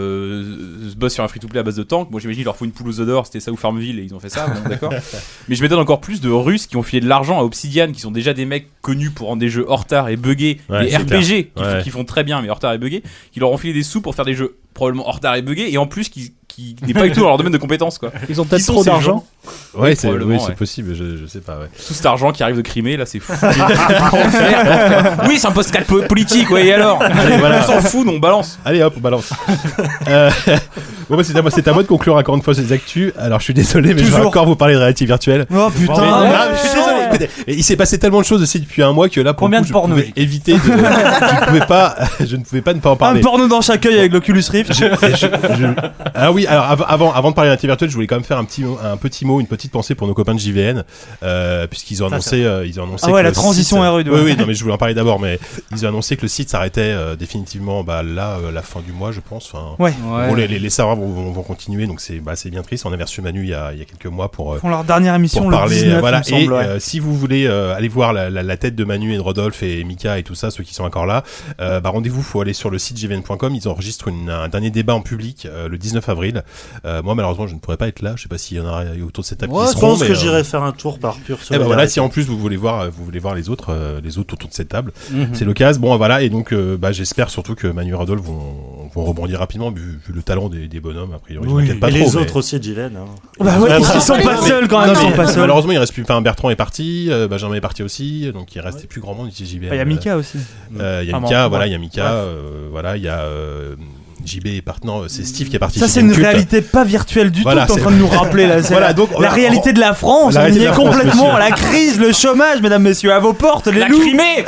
euh, se bossent sur un free-to-play à base de tanks. Moi, j'imagine, il leur faut une poule aux œufs d'or. C'était ça ou Farmville et ils ont fait ça. Bon, d'accord. Mais je m'étonne encore plus de Russes qui ont filé de l'argent à Obsidian, qui sont déjà des mecs connus pour rendre des jeux en retard et buggés, Ouais, des c'est R P G qui, clair. font, Ouais. qui font très bien, mais en retard et buggés, qui leur ont filé des sous pour faire des jeux probablement en retard et buggés, et en plus qui, qui n'est pas du tout dans leur domaine de compétences, quoi. Ils ont Qui peut-être sont trop ces d'argent. Ouais, c'est probablement, oui, c'est ouais. possible, je, je sais pas, ouais. Tout cet argent qui arrive de Crimée, là, c'est fou. Qu'enfer, qu'enfer. Oui, c'est un podcast po- politique, ouais, et alors Allez, voilà. On s'en fout, non, on balance. Allez hop, on balance. euh, bon, bah, c'est à moi, c'est à moi de conclure encore une fois ces actus. Alors, je suis désolé, mais je vais Toujours. encore vous parler de réalité virtuelle. Oh Mais- putain! Ah, mais je suis désolé, écoutez, et il s'est passé tellement de choses aussi depuis un mois que là, pour Combien le de coup, porno, je pouvais éviter de, je ne pouvais pas, je ne pouvais pas ne pas en Un parler. porno dans chaque œil avec l'Oculus Rift. Je- je- Ah oui, alors av- avant, avant de parler de réalité virtuelle, je voulais quand même faire un petit, mot- un petit mot, une petite pensée pour nos copains de J V N, euh, puisqu'ils ont Ça, annoncé, euh, ils ont annoncé. Ah ouais, que la le transition site- est rude, Oui, ouais. oui, non mais je voulais en parler d'abord, mais ils ont annoncé que le site s'arrêtait euh, définitivement, bah là, euh, la fin du mois, je pense. Enfin, Ouais. bon, les, les, les serveurs vont, vont, vont continuer, donc c'est, bah, c'est bien triste. On avait reçu Manu il y a, il y a quelques mois pour. euh, Ils font leur dernière émission pour le parler, dix-neuf, euh, voilà. il me semble, et ouais. euh, si vous voulez euh, aller voir la, la, la tête de Manu et de Rodolphe et Mika et tout ça, ceux qui sont encore là, euh, bah rendez-vous, faut aller sur le site j v n point com. Ils enregistrent une, un dernier débat en public euh, le dix-neuf avril. Euh, moi, malheureusement, je ne pourrais pas être là. Je sais pas s'il y en aura autour de cette table Ouais, qui je seront. pense mais, que euh, j'irai faire un tour par pure eh ben voilà, solidarité. si en plus vous voulez voir, euh, vous voulez voir les autres, euh, les autres autour de cette table, c'est l'occasion. Bon, voilà, et donc, euh, bah, j'espère surtout que Manu et Rodolphe vont, vont rebondir rapidement vu, vu le talent des, des bonhommes. A priori, je Oui, m'inquiète pas et trop. les mais- autres aussi de J V N. Hein. Bah ouais, Ouais, ils bah, sont pas mais- seuls quand même, Non, ils sont mais, pas euh, seuls. Malheureusement, il reste plus. Enfin, Bertrand est parti, euh, Benjamin est parti aussi, donc il restait plus grand monde ici J V N. Bah, il y a Mika aussi. Euh, Il y a Ah, Mika, bon, voilà, ouais. il y a Mika, Bref. euh, voilà, il y a. euh, J B est parti. Non, c'est Steve qui est parti. Ça, chez c'est une Gamecult. réalité pas virtuelle du Voilà, tout. T'es c'est- en train de nous rappeler là. C'est Voilà, la, donc, la on- réalité de la France. La On réalité y de est la France, complètement. monsieur. La crise, le chômage, mesdames, messieurs, à vos portes, les La loups. Crimée.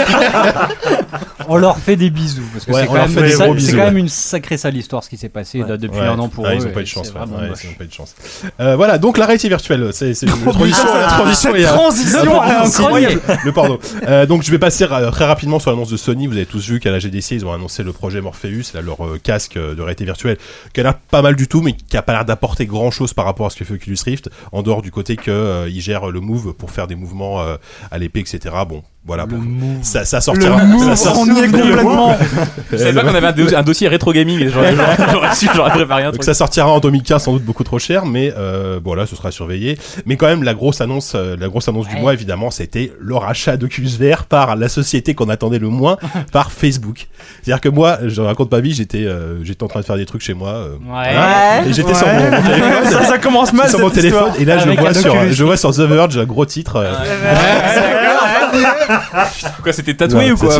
On leur fait des bisous parce que Ouais, c'est on quand, leur même, fait des ça- gros c'est bisous, quand ouais. même une sacrée sale histoire ce qui s'est passé Ouais. depuis Ouais. un an pour Ah, eux. ils ont pas eu et de chance. c'est ouais. vraiment Ouais, moche. ils ont pas eu de chance. Euh, voilà, donc la réalité virtuelle, c'est c'est une transition. putain, la transition cette est, euh, transition, ah, elle est c'est incroyable. Le porno. Euh, donc je vais passer ra- très rapidement sur l'annonce de Sony. Vous avez tous vu qu'à la G D C ils ont annoncé le projet Morpheus, là, leur euh, casque euh, de réalité virtuelle, qui a l'air pas mal du tout, mais qui a pas l'air d'apporter grand chose par rapport à ce que fait Oculus Rift, en dehors du côté que euh, il gère le Move pour faire des mouvements euh, à l'épée, et cetera. Bon, voilà. Le bon. move. Ça, ça Le sortira. move, ça sort- on y est complètement. Je savais pas qu'on avait un, do- un dossier rétro gaming. et J'aurais, j'aurais, j'aurais su, j'aurais préparé un Donc truc. ça sortira en deux mille quinze, sans doute beaucoup trop cher, mais euh, bon là ce sera surveillé. Mais quand même la grosse annonce, euh, la grosse annonce du Ouais. mois évidemment, c'était le rachat d'Oculus V R par la société qu'on attendait le moins, par Facebook. C'est-à-dire que moi, je raconte pas vie, j'étais euh, j'étais en train de faire des trucs chez moi, euh, Ouais. voilà, et j'étais sur mon, mon téléphone. Ça, ça commence mal. sur mon cette téléphone histoire. et là je Avec vois un sur Oculus je vois sur The Verge un gros titre euh, Quoi, c'était tatoué Ouais, ou quoi c'est-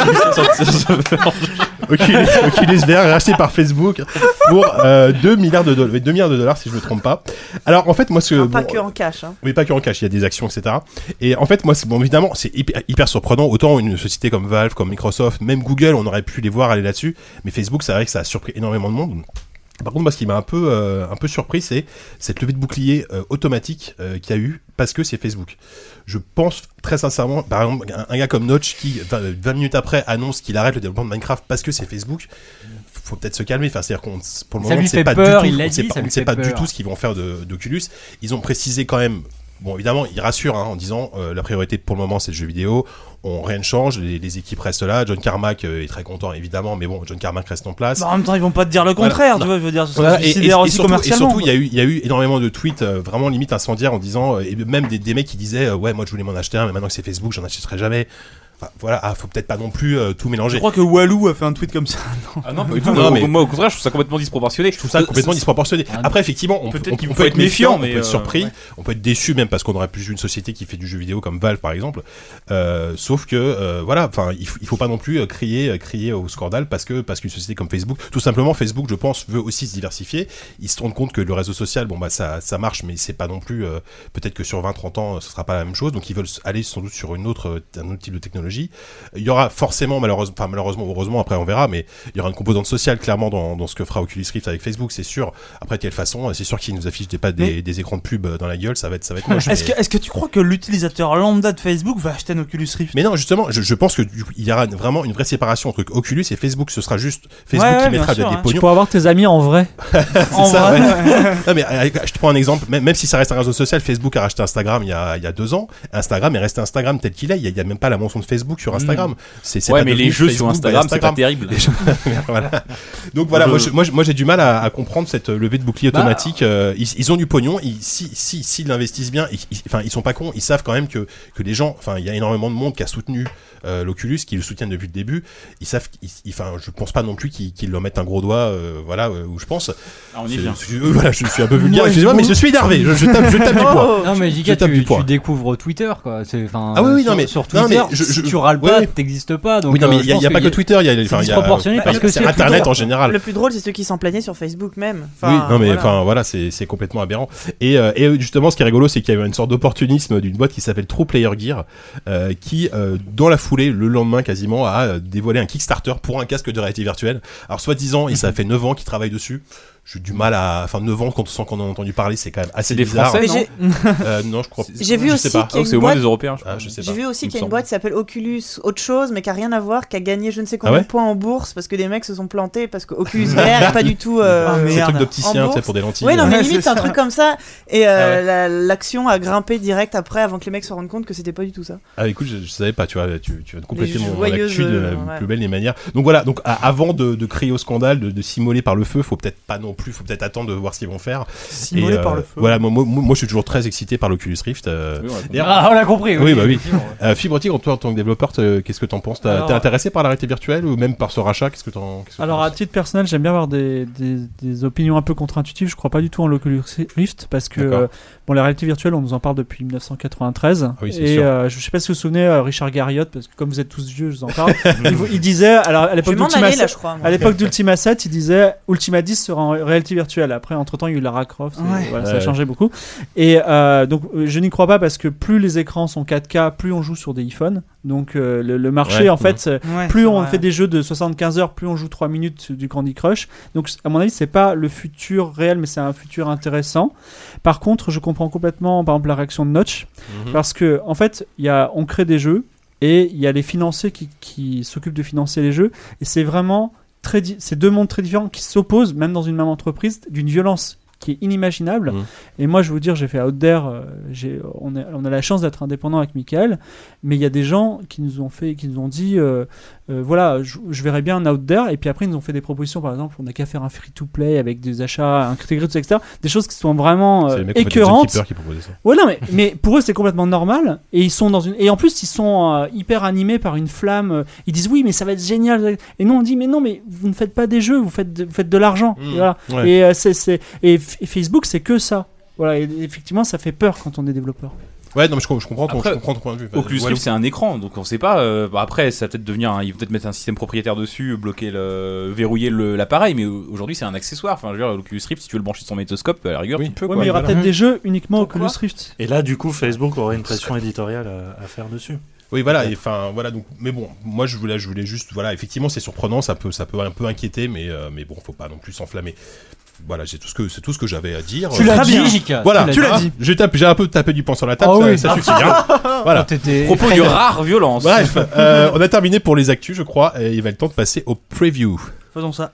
Enfin, Oculus, Oculus V R racheté par Facebook pour euh, deux milliards de dollars, deux milliards de dollars si je me trompe pas. Alors en fait moi ce Enfin, pas bon, que en cash. Hein. Oui, pas que en cash, il y a des actions, et cetera. Et en fait, moi, c'est, bon, évidemment, c'est hyper, hyper surprenant. Autant une société comme Valve, comme Microsoft, même Google, on aurait pu les voir aller là-dessus. Mais Facebook, c'est vrai que ça a surpris énormément de monde. Par contre, moi, ce qui m'a un peu, euh, un peu surpris, c'est cette levée de bouclier euh, automatique euh, qu'il y a eu parce que c'est Facebook. Je pense très sincèrement, par exemple, un, un gars comme Notch qui, vingt minutes après, annonce qu'il arrête le développement de Minecraft parce que c'est Facebook. Faut peut-être se calmer. Enfin, c'est-à-dire qu'on, pour le Ça moment, lui on ne sait fait pas peur, du tout. il l'a on ne sait dit, pas, ça on ne lui sait fait pas du peur. tout ce qu'ils vont faire de, d'Oculus. Ils ont précisé quand même. Bon, évidemment, ils rassurent hein, en disant euh, la priorité pour le moment c'est le jeu vidéo. On rien ne change, les, les équipes restent là. John Carmack euh, est très content évidemment, mais bon, John Carmack reste en place. Bah, en même temps, ils vont pas te dire le Voilà. contraire, tu vois, je veux dire, ce serait Voilà, et, et- suicidaire et aussi surtout, et commercialement. surtout, il y a eu, il y a eu énormément de tweets euh, vraiment limite incendiaires en disant, euh, et même des, des mecs qui disaient, euh, ouais, moi je voulais m'en acheter un, mais maintenant que c'est Facebook, j'en achèterai jamais. Enfin, voilà, ah, faut peut-être pas non plus euh, tout Je mélanger. crois que Walou a fait un tweet comme ça. Ah non, pas du tout. Non, Moi, mais- moi, au contraire, je trouve ça complètement disproportionné. Je trouve ça complètement disproportionné. Ah, Après, effectivement, on, peut-être on- qu'il on faut peut être méfiant, on peut mais, être euh, surpris, ouais. on peut être déçu même parce qu'on aurait plus une société qui fait du jeu vidéo comme Valve par exemple. Euh, sauf que euh, voilà, enfin, il, faut- il faut pas non plus euh, crier, euh, crier au scandale parce que parce qu'une société comme Facebook, tout simplement, Facebook, je pense, veut aussi se diversifier. Ils se rendent compte que le réseau social, bon bah ça, ça marche, mais c'est pas non plus. euh, peut-être que sur vingt trente ans, ce sera pas la même chose. Donc ils veulent aller sans doute sur une autre, euh, un autre type de technologie. Il y aura forcément malheureusement, enfin malheureusement, heureusement, après on verra, mais il y aura une composante sociale clairement dans, dans ce que fera Oculus Rift avec Facebook, c'est sûr. Après de quelle façon, c'est sûr qu'ils nous affichent des, pas des, Mais- des écrans de pub dans la gueule, ça va être, ça va être moche. Est-ce mais... que, est-ce que tu crois que l'utilisateur lambda de Facebook va acheter un Oculus Rift? mais non, justement, je, je pense que du coup, il y aura vraiment une vraie séparation entre Oculus et Facebook. Ce sera juste Facebook Ouais, ouais, qui bien mettra sûr, des hein. Tu pognons. pourras avoir tes amis en vrai. En ça, vrai, ouais. ouais. Non mais euh, je te prends un exemple, même, même si ça reste un réseau social, Facebook a racheté Instagram il y a, il y a deux ans. Instagram est resté Instagram tel qu'il est. Il y a, il y a même pas la mention de Facebook sur Instagram. C'est, c'est Ouais, pas mais devenu les jeux Facebook sur by Instagram, c'est pas terrible. voilà. Donc voilà, moi, je- moi, je- moi j'ai du mal à, à comprendre cette levée de bouclier Bah, automatique. Euh, ils, ils ont du pognon, ils, si si s'ils l'investissent bien, ils, ils- enfin ils sont pas cons, ils savent quand même que que les gens, enfin il y a énormément de monde qui a soutenu euh, l'Oculus, qui le soutiennent depuis le début. Ils savent, qu'ils- ils- enfin je pense pas non plus qu'ils, qu'ils leur mettent un gros doigt, euh, voilà euh, où je pense. Ah, on y C'est- vient. c'est- euh, voilà, je suis un peu vulgaire, Moi, excusez-moi, je- mais je suis énervé. Je, je tape, je tape du poing. Oh, Non mais Je Jika, tape du tu, poing. tu découvres Twitter quoi. C'est, enfin, Ah oui, oui, sur, non, mais- sur non, Twitter, mais je- si je- tu râles ouais, pas, ouais. t'existes pas. Donc, Oui, non, mais euh, il y a, je il y a pense pas qu'il que Twitter, il y a, enfin, il y a, disproportionné bah, parce que c'est c'est Internet Twitter. en général. le plus drôle, c'est ceux qui s'en plaignaient sur Facebook même. Oui, Enfin, non mais voilà. enfin voilà, c'est c'est complètement aberrant. Et euh, et justement, ce qui est rigolo, c'est qu'il y a eu une sorte d'opportunisme d'une boîte qui s'appelle True Player Gear, euh, qui euh, dans la foulée, le lendemain quasiment, a euh, dévoilé un Kickstarter pour un casque de réalité virtuelle. Alors soi-disant, et ça fait neuf ans qu'ils travaillent dessus. J'ai du mal à, enfin neuf ans quand sans qu'on en a entendu parler, c'est quand même assez C'est des bizarre. Français, Mais non j'ai- Euh, non, je crois. J'ai vu je aussi sais pas. qu'il y a Ah, c'est une au moins boîte- des Européens. je Ah, crois. je sais J'ai pas. vu aussi il qu'il y a me une semble. boîte qui s'appelle Oculus autre chose, mais qui a rien à voir, qui a gagné je ne sais Ah combien ouais de points en bourse parce que des mecs se sont plantés parce que Oculus V R est pas du tout. euh, Ah, C'est merde. un truc En d'opticien, tu sais, bourse. pour des lentilles. Ouais, non, mais Ouais, limite, c'est c'est un ça. truc comme ça. Et euh, Ah ouais. la- l'action a grimpé direct après avant que les mecs se rendent compte que c'était pas du tout ça. Ah écoute, je, je savais pas, tu vois, tu, tu vas te compléter Les mon, mon joyeuses, actu de la euh, ouais. plus belle des manières. Donc voilà, donc à- avant de, de crier au scandale, de, de s'immoler par le feu, faut peut-être pas non non plus. Faut peut-être attendre de voir ce qu'ils vont faire. Simulé euh, par le feu. Voilà, moi, moi, moi, je suis toujours très excité par l'Oculus Rift. Euh, Oui, on a compris. d'ailleurs- Ah, on l'a compris. oui, bah oui. effectivement. Euh, Fibre Tigre, toi en tant que développeur, t'es- qu'est-ce que t'en penses? T'as- Alors- T'es intéressé par la réalité virtuelle ou même par ce rachat? Qu'est-ce que t'en qu'est-ce que Alors t'en à penses? titre personnel, j'aime bien avoir des, des, des opinions un peu contre-intuitives. Je crois pas du tout en l'Oculus Rift parce que D'accord. euh, bon, la réalité virtuelle, on nous en parle depuis dix-neuf cent quatre-vingt-treize. Ah oui, c'est et sûr. euh, je sais pas si vous vous souvenez, euh, Richard Garriott, parce que comme vous êtes tous vieux, je vous en parle. il, vous- il disait, alors à Je l'époque vais m'en d'Ultima aller là, sept, je crois. moi. à l'époque d'Ultima sept, il disait Ultima dix sera en réalité virtuelle. Après, entre temps, il y a eu Lara Croft. et Ouais. voilà, ça Ouais. a changé beaucoup. Et euh, donc, euh, je n'y crois pas parce que plus les écrans sont quatre K, plus on joue sur des iPhones. Donc, euh, le, le marché, Ouais. en fait, c'est- Ouais, plus c'est on vrai. fait des jeux de soixante-quinze heures, plus on joue trois minutes du Candy Crush. Donc, à mon avis, c'est pas le futur réel, mais c'est un futur intéressant. Par contre, je comprends complètement, par exemple, la réaction de Notch, Mhm. parce que, en fait, il y a, on crée des jeux et il y a les financiers qui, qui s'occupent de financer les jeux, et c'est vraiment très, di- c'est deux mondes très différents qui s'opposent, même dans une même entreprise, d'une violence qui est inimaginable. Mhm. Et moi, je vais vous dire, j'ai fait Out There, euh, j'ai, on, a, on a la chance d'être indépendant avec Michael, mais il y a des gens qui nous ont fait, qui nous ont dit, euh, euh, voilà, je, je verrais bien un Out There, et puis après, ils nous ont fait des propositions, par exemple, on n'a qu'à faire un free-to-play avec des achats intégrés, et cetera. Des choses qui sont vraiment C'est euh, les mecs en fait, des écœurantes. Zookeeper qui proposaient ça. Ouais, non, mais, mais pour eux, c'est complètement normal. Et ils sont dans une. Et en plus, ils sont euh, hyper animés par une flamme. euh, Ils disent oui, mais ça va être génial. Et nous, on dit mais non, mais vous ne faites pas des jeux, vous faites de, vous faites de l'argent. Mmh. Et, voilà. Ouais. et, euh, c'est, c'est- et F- et Facebook, c'est que ça. Voilà. Et effectivement, ça fait peur quand on est développeur. Ouais, non, mais je, com- je comprends ton, Après, je comprends ton point de vue. Oculus Ouais, Rift c'est un écran donc on sait pas euh, bah après ça va peut-être devenir un, ils vont peut-être mettre un système propriétaire dessus bloquer le verrouiller le, l'appareil mais aujourd'hui c'est un accessoire enfin je veux dire l'Oculus Rift si tu veux le brancher sur ton métoscope à la rigueur Oui. tu peux Ouais, quoi. mais il y aura voilà. peut-être des jeux uniquement Pourquoi Oculus Rift. Et là, du coup, Facebook aurait une pression éditoriale à, à faire dessus. Oui, voilà, et enfin, voilà, donc, mais bon, moi, je voulais, je voulais juste, voilà, effectivement, c'est surprenant, ça peut, ça peut un peu inquiéter, mais, euh, mais bon, faut pas non plus s'enflammer. Voilà, c'est tout ce que, c'est tout ce que j'avais à dire. Tu Euh, l'as Très dit, bien. Jika. Voilà, tu l'as hein, dit. J'ai tapé, j'ai un peu tapé du poing sur la table, Ah ça, oui. ça suffit. Hein. Voilà. T'étais Propos de effrayant. rare violence. Bref, euh, on a terminé pour les actus, je crois, et il va être temps de passer au preview. Faisons ça.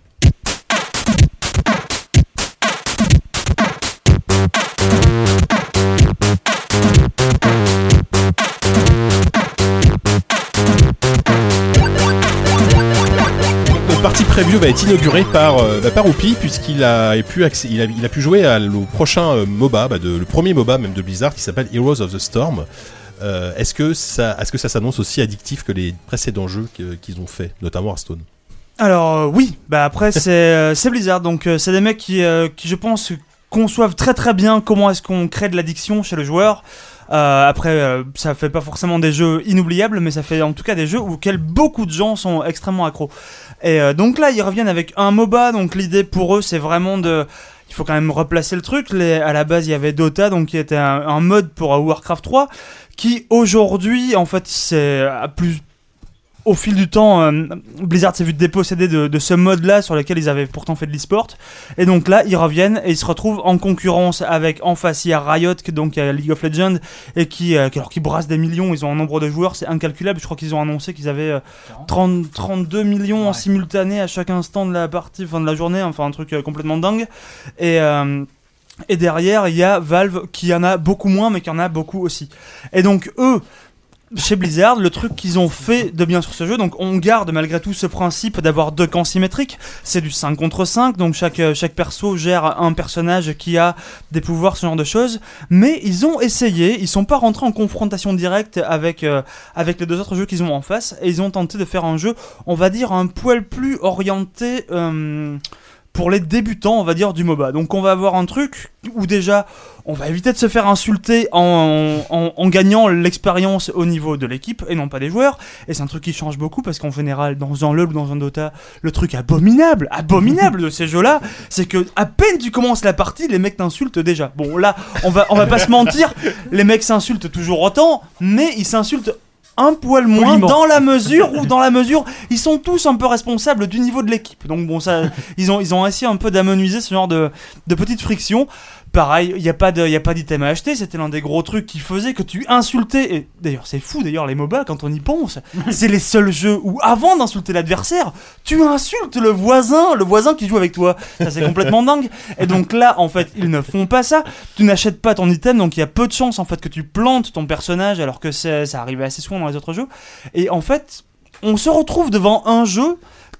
Notre partie preview va être inaugurée par, euh, bah, par Oupi, puisqu'il a pu, accé- il a, il a pu jouer à, au prochain euh, MOBA, bah, de, le premier MOBA même de Blizzard, qui s'appelle Heroes of the Storm. Euh, est-ce que ça, est-ce que ça s'annonce aussi addictif que les précédents jeux que- qu'ils ont fait, notamment Hearthstone? Alors euh, oui, bah après c'est euh, c'est Blizzard, donc euh, c'est des mecs qui, euh, qui je pense conçoivent très très bien comment est-ce qu'on crée de l'addiction chez le joueur. Euh, après euh, ça fait pas forcément des jeux inoubliables, mais ça fait en tout cas des jeux auxquels beaucoup de gens sont extrêmement accros. Et euh, donc là ils reviennent avec un MOBA, donc l'idée pour eux c'est vraiment de... Il faut quand même replacer le truc. Les, à la base, il y avait Dota, donc qui était un, un mode pour euh, Warcraft trois, qui aujourd'hui, en fait, c'est à plus au fil du temps, euh, Blizzard s'est vu déposséder de, de ce mode-là sur lequel ils avaient pourtant fait de l'e-sport. Et donc là, ils reviennent et ils se retrouvent en concurrence avec, en face, il y a Riot, que- donc il y a League of Legends, et qui, euh, qui- alors, qui brasse des millions. Ils ont un nombre de joueurs, c'est incalculable. Je crois qu'ils ont annoncé qu'ils avaient euh, trente, trente-deux millions en Ouais. simultané à chaque instant de la partie, enfin de la journée, enfin un truc euh, complètement dingue. Et... euh, et derrière, il y a Valve qui en a beaucoup moins, mais qui en a beaucoup aussi. Et donc, eux, chez Blizzard, le truc qu'ils ont fait de bien sur ce jeu, donc on garde malgré tout ce principe d'avoir deux camps symétriques. C'est du cinq contre cinq, donc chaque, chaque perso gère un personnage qui a des pouvoirs, ce genre de choses. Mais ils ont essayé, ils sont pas rentrés en confrontation directe avec, euh, avec les deux autres jeux qu'ils ont en face, et ils ont tenté de faire un jeu, on va dire, un poil plus orienté... Euh, pour les débutants, on va dire, du MOBA. Donc on va avoir un truc où déjà, on va éviter de se faire insulter en, en, en gagnant l'expérience au niveau de l'équipe et non pas des joueurs. Et c'est un truc qui change beaucoup parce qu'en général, dans un LoL ou dans un Dota, le truc abominable, abominable de ces jeux-là, c'est que à peine tu commences la partie, les mecs t'insultent déjà. Bon là, on va, on va pas se mentir, les mecs s'insultent toujours autant, mais ils s'insultent un poil moins Poliment. dans la mesure où dans la mesure ils sont tous un peu responsables du niveau de l'équipe. Donc bon ça ils ont ils ont essayé un peu d'amenuiser ce genre de de petites frictions. Pareil, il y a pas de il y a pas d'item à acheter, c'était l'un des gros trucs qui faisait que tu insultais et d'ailleurs c'est fou d'ailleurs les MOBA quand on y pense, c'est les seuls jeux où avant d'insulter l'adversaire, tu insultes le voisin, le voisin qui joue avec toi. Ça c'est complètement dingue. Et donc là en fait, ils ne font pas ça. Tu n'achètes pas ton item donc il y a peu de chances en fait que tu plantes ton personnage alors que c'est, ça arrivait assez souvent dans les autres jeux. Et en fait, on se retrouve devant un jeu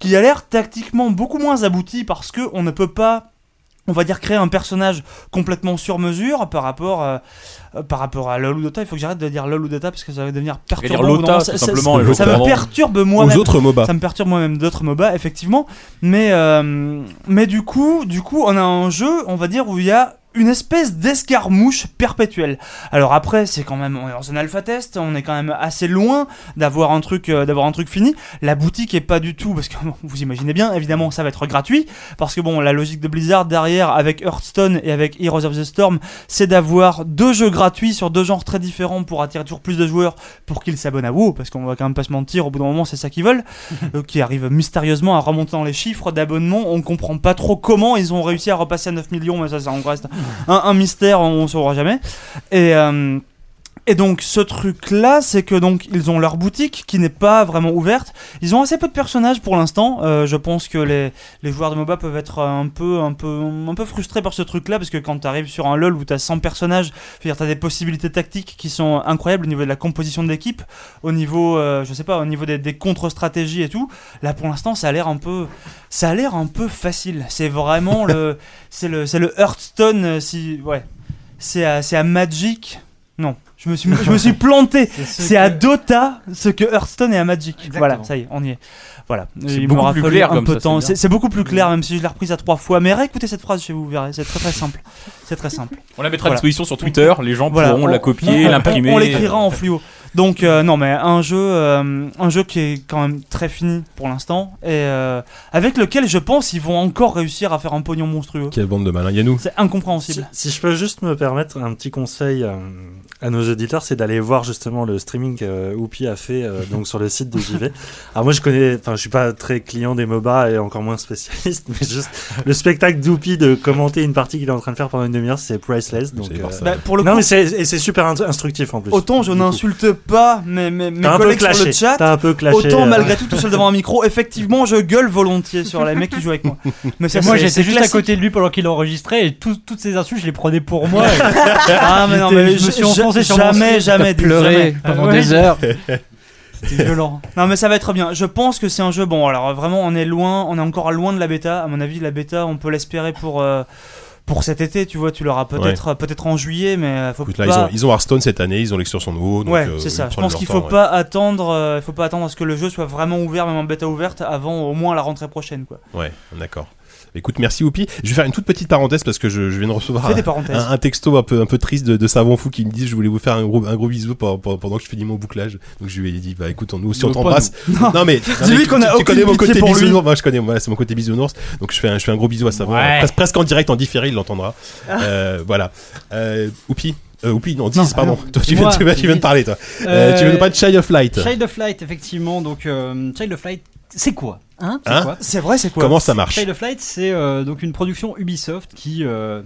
qui a l'air tactiquement beaucoup moins abouti parce que on ne peut pas, on va dire, créer un personnage complètement sur mesure par rapport à, euh, par rapport à LoL ou Dota. Il faut que j'arrête de dire LoL ou Dota parce que ça va devenir Je vais perturbant. dire Lota, Non, tout ça, simplement. ça, et ça Lota. me perturbe Aux moi-même. autres MOBA. Ça me perturbe moi-même d'autres MOBA, effectivement. Mais, euh, mais du coup, du coup, on a un jeu, on va dire, où il y a une espèce d'escarmouche perpétuelle. Alors après, c'est quand même, on est dans un alpha test, on est quand même assez loin d'avoir un truc, euh, d'avoir un truc fini. La boutique est pas du tout, parce que bon, vous imaginez bien, évidemment, ça va être gratuit, parce que bon, la logique de Blizzard derrière, avec Hearthstone et avec Heroes of the Storm, c'est d'avoir deux jeux gratuits sur deux genres très différents pour attirer toujours plus de joueurs, pour qu'ils s'abonnent à WoW, parce qu'on va quand même pas se mentir, au bout d'un moment, c'est ça qu'ils veulent, euh, qui arrivent mystérieusement à remonter dans les chiffres d'abonnements. On comprend pas trop comment ils ont réussi à repasser à neuf millions, mais ça, ça en reste Un, un mystère, on ne saura jamais. Et, euh, et donc ce truc là, c'est que donc ils ont leur boutique qui n'est pas vraiment ouverte. Ils ont assez peu de personnages pour l'instant. Euh, je pense que les, les joueurs de MOBA peuvent être un peu, un peu, un peu frustrés par ce truc là, parce que quand tu arrives sur un LoL où tu as cent personnages, tu as des possibilités tactiques qui sont incroyables au niveau de la composition de l'équipe, au niveau, euh, je sais pas, au niveau des, des contre-stratégies et tout. Là pour l'instant, ça a l'air un peu, ça a l'air un peu facile. C'est vraiment le, c'est le, c'est le Hearthstone, euh, si, ouais, c'est à, c'est à Magic. Non, je me suis, je me suis planté. C'est à Dota ce que Hearthstone est à Magic. Exactement. Voilà, ça y est, on y est. Voilà. C'est Il beaucoup m'aura plus fallu clair un comme peu ça, de temps. c'est C'est bien. c'est beaucoup plus clair, même si je l'ai reprise à trois fois. Mais réécoutez cette phrase chez vous, vous verrez. C'est très très simple. C'est très simple. On la mettra à Voilà. disposition sur Twitter, les gens Voilà, pourront on- la copier, on- l'imprimer. On, on l'écrira en fluo. Donc euh, non, mais un jeu, euh, un jeu qui est quand même très fini pour l'instant et euh, avec lequel je pense ils vont encore réussir à faire un pognon monstrueux. Quelle bande de malins. Yannou. C'est incompréhensible. Si, si je peux juste me permettre un petit conseil euh, à nos auditeurs, c'est d'aller voir justement le streaming que Oupi a fait euh, donc sur le site de J V. Alors moi je connais, enfin je suis pas très client des MOBA et encore moins spécialiste, mais juste le spectacle d'Oupi de commenter une partie qu'il est en train de faire pendant une demi-heure, c'est priceless. Donc J'allais voir euh, ça. Bah, pour le coup, non mais c'est et c'est super int- instructif en plus. autant je Du coup. n'insulte pas mes, mes, mes T'as un peu collègues sur clashé. le chat, T'as un peu clashé. autant euh, malgré tout tout seul devant un micro, effectivement je gueule volontiers sur les mecs qui jouent avec moi. Mais ça, Et moi c'est- j'étais c'est juste à classique. côté de lui pendant qu'il enregistrait et tout- toutes ces insultes je les prenais pour moi. Et Ah mais non J'étais- mais je me suis j- enfoncé j- sur mon jamais slip, jamais T'as pleuré jamais. pendant Ah ouais. des heures. C'était violent. Non mais ça va être bien. Je pense que c'est un jeu bon. Alors vraiment on est loin, on est encore loin de la bêta. À mon avis la bêta on peut l'espérer pour euh, pour cet été. Tu vois, tu l'auras peut-être peut-être en juillet, mais euh, faut Écoute, pas. là, ils ont, ils ont Hearththone cette année, ils ont l'extension de WoW. donc, Ouais, euh, c'est ça. ils Je prennent pense leur qu'il temps, faut ouais. pas attendre, euh, il faut pas attendre à ce que le jeu soit vraiment ouvert, même en bêta ouverte, avant au moins la rentrée prochaine, quoi. Ouais, d'accord. Écoute, merci Oupi. Je vais faire une toute petite parenthèse parce que je, je viens de recevoir Fais des un, parenthèses. un- un texto un peu, un peu triste de, de Savon Fou qui me dit je voulais vous faire un gros, un gros bisou pendant, pendant- pendant que je finis mon bouclage. Donc je lui ai dit bah écoute, on, nous aussi on Non, pas t'embrasse. Non. Non mais, non, Dis-lui mais qu'on tu- a tu aucune connais mon pitié côté pour lui. bisounours. Moi je connais, voilà, c'est mon côté bisounours. Donc je fais un, je fais un gros bisou à Savon. Ouais. Presque, presque en direct, en différé, il l'entendra. Euh, voilà. Euh, Oupi. Euh, Oupi, non, dis, Non, pardon. non. Toi, tu, Moi, viens, tu, viens, tu viens de parler, toi. Euh, Euh, tu veux nous parler de Child of Light. Child of Light, effectivement. Donc, euh, Child of Light, c'est quoi Hein, c'est Hein quoi C'est vrai, c'est quoi? Comment ça marche? Child of Light, c'est euh, donc une production Ubisoft qui euh,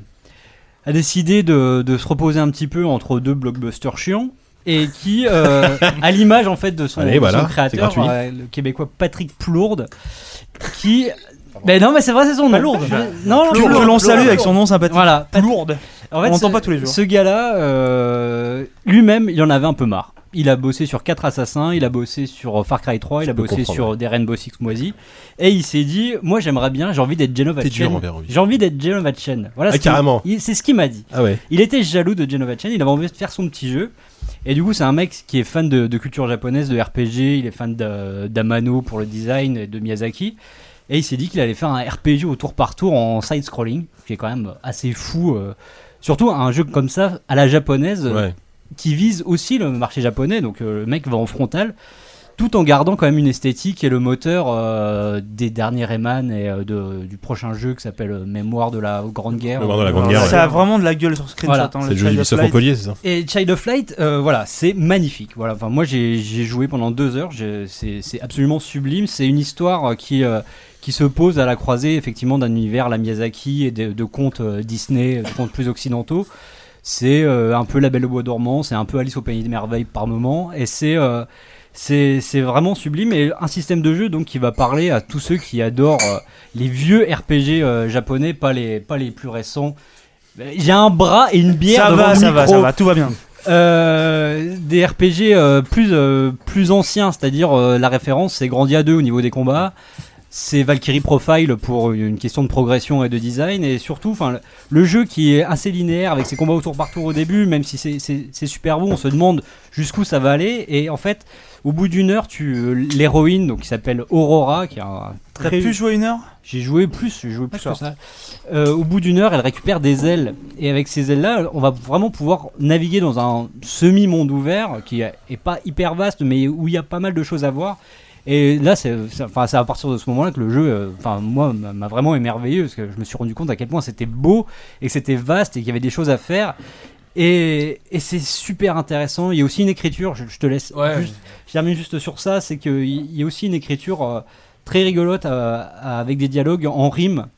a décidé de, de se reposer un petit peu entre deux blockbusters chiants et qui, euh, à l'image en fait de son, Allez, de voilà, son c'est créateur, gratuit. euh, le Québécois Patrick Plourde, qui, ben non mais c'est vrai, c'est son nom. Plourde. Non, non, Que, Plourde, que l'on Plourde. salue avec son nom sympathique. Voilà, Pat- Lourde. En fait, On l'entend ce- pas tous les jours. Ce gars-là, euh, lui-même, il en avait un peu marre. Il a bossé sur quatre Assassins, il a bossé sur Far Cry trois, il Je a peux bossé comprendre, sur des Rainbow Six moisis. Et il s'est dit, moi j'aimerais bien, j'ai envie d'être Genova T'es dur Chen. envers lui. J'ai envie d'être Genova Chen. Voilà Ah, ce qu'il- carrément. il- C'est ce qu'il m'a dit. Ah ouais. Il était jaloux de Genova Chen, il avait envie de faire son petit jeu. Et du coup, c'est un mec qui est fan de, de culture japonaise, de R P G, il est fan de- d'Amano pour le design et de Miyazaki. Et il s'est dit qu'il allait faire un R P G au tour par tour en side-scrolling, ce qui est quand même assez fou. euh, surtout un jeu comme ça, à la japonaise, euh, Ouais. qui vise aussi le marché japonais. Donc euh, le mec va en frontal, tout en gardant quand même une esthétique et le moteur euh, des derniers Rayman et euh, de, du prochain jeu qui s'appelle euh, Mémoire de la Grande Guerre. Mémoire de la Grande Ouais. Guerre, Ça a vraiment de la gueule sur screenshot. Voilà. hein, C'est le jeu Child of d'Ubisoft Light. Montpellier, c'est ça? Et Child of Light, euh, voilà, c'est magnifique. Voilà, enfin, moi j'ai j'ai joué pendant deux heures, j'ai- c'est c'est absolument sublime. C'est une histoire euh, qui, euh, qui se pose à la croisée effectivement d'un univers, la Miyazaki, et de, de contes euh, Disney, de contes plus occidentaux. C'est euh, un peu La Belle au Bois dormant, c'est un peu Alice au Pays des Merveilles par moment, et c'est euh, c'est c'est vraiment sublime. Et un système de jeu donc qui va parler à tous ceux qui adorent euh, les vieux R P G euh, japonais, pas les, pas les plus récents. J'ai un bras et une bière Ça devant va, le ça va, micro. ça va, tout va bien. Euh, des R P G euh, plus, euh, plus anciens, c'est-à-dire euh, la référence c'est Grandia deux au niveau des combats, c'est Valkyrie Profile pour une question de progression et de design, et surtout enfin le, le jeu qui est assez linéaire avec ses combats au tour par tour au début, même si c'est, c'est, c'est super beau, on se demande jusqu'où ça va aller, et en fait au bout d'une heure tu l'héroïne donc qui s'appelle Aurora, qui a un T'as très... pu jouer une heure? J'ai joué plus, j'ai joué plus D'accord. que ça. Euh, au bout d'une heure, elle récupère des ailes, et avec ces ailes-là, on va vraiment pouvoir naviguer dans un semi-monde ouvert qui est pas hyper vaste, mais où il y a pas mal de choses à voir. Et là, c'est, c'est, enfin, c'est à partir de ce moment-là que le jeu, euh, enfin, moi, m'a, m'a vraiment émerveillé, parce que je me suis rendu compte à quel point c'était beau et que c'était vaste et qu'il y avait des choses à faire. Et, et c'est super intéressant. Il y a aussi une écriture. Je, je te laisse. Ouais. Juste, je termine juste sur ça, c'est qu'il y a aussi une écriture euh, très rigolote euh, avec des dialogues en rime.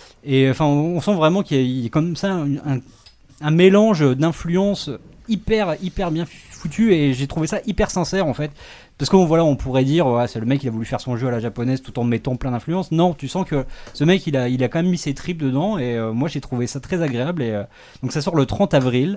Et enfin, on sent vraiment qu'il y a, il y a comme ça un, un, un mélange d'influences hyper, hyper bien foutu, et j'ai trouvé ça hyper sincère en fait. Parce que voilà, on pourrait dire, ouais, c'est le mec, il a voulu faire son jeu à la japonaise tout en mettant plein d'influences. Non, tu sens que ce mec, il a, il a quand même mis ses tripes dedans, et euh, moi j'ai trouvé ça très agréable. Et, euh, donc ça sort le trente avril,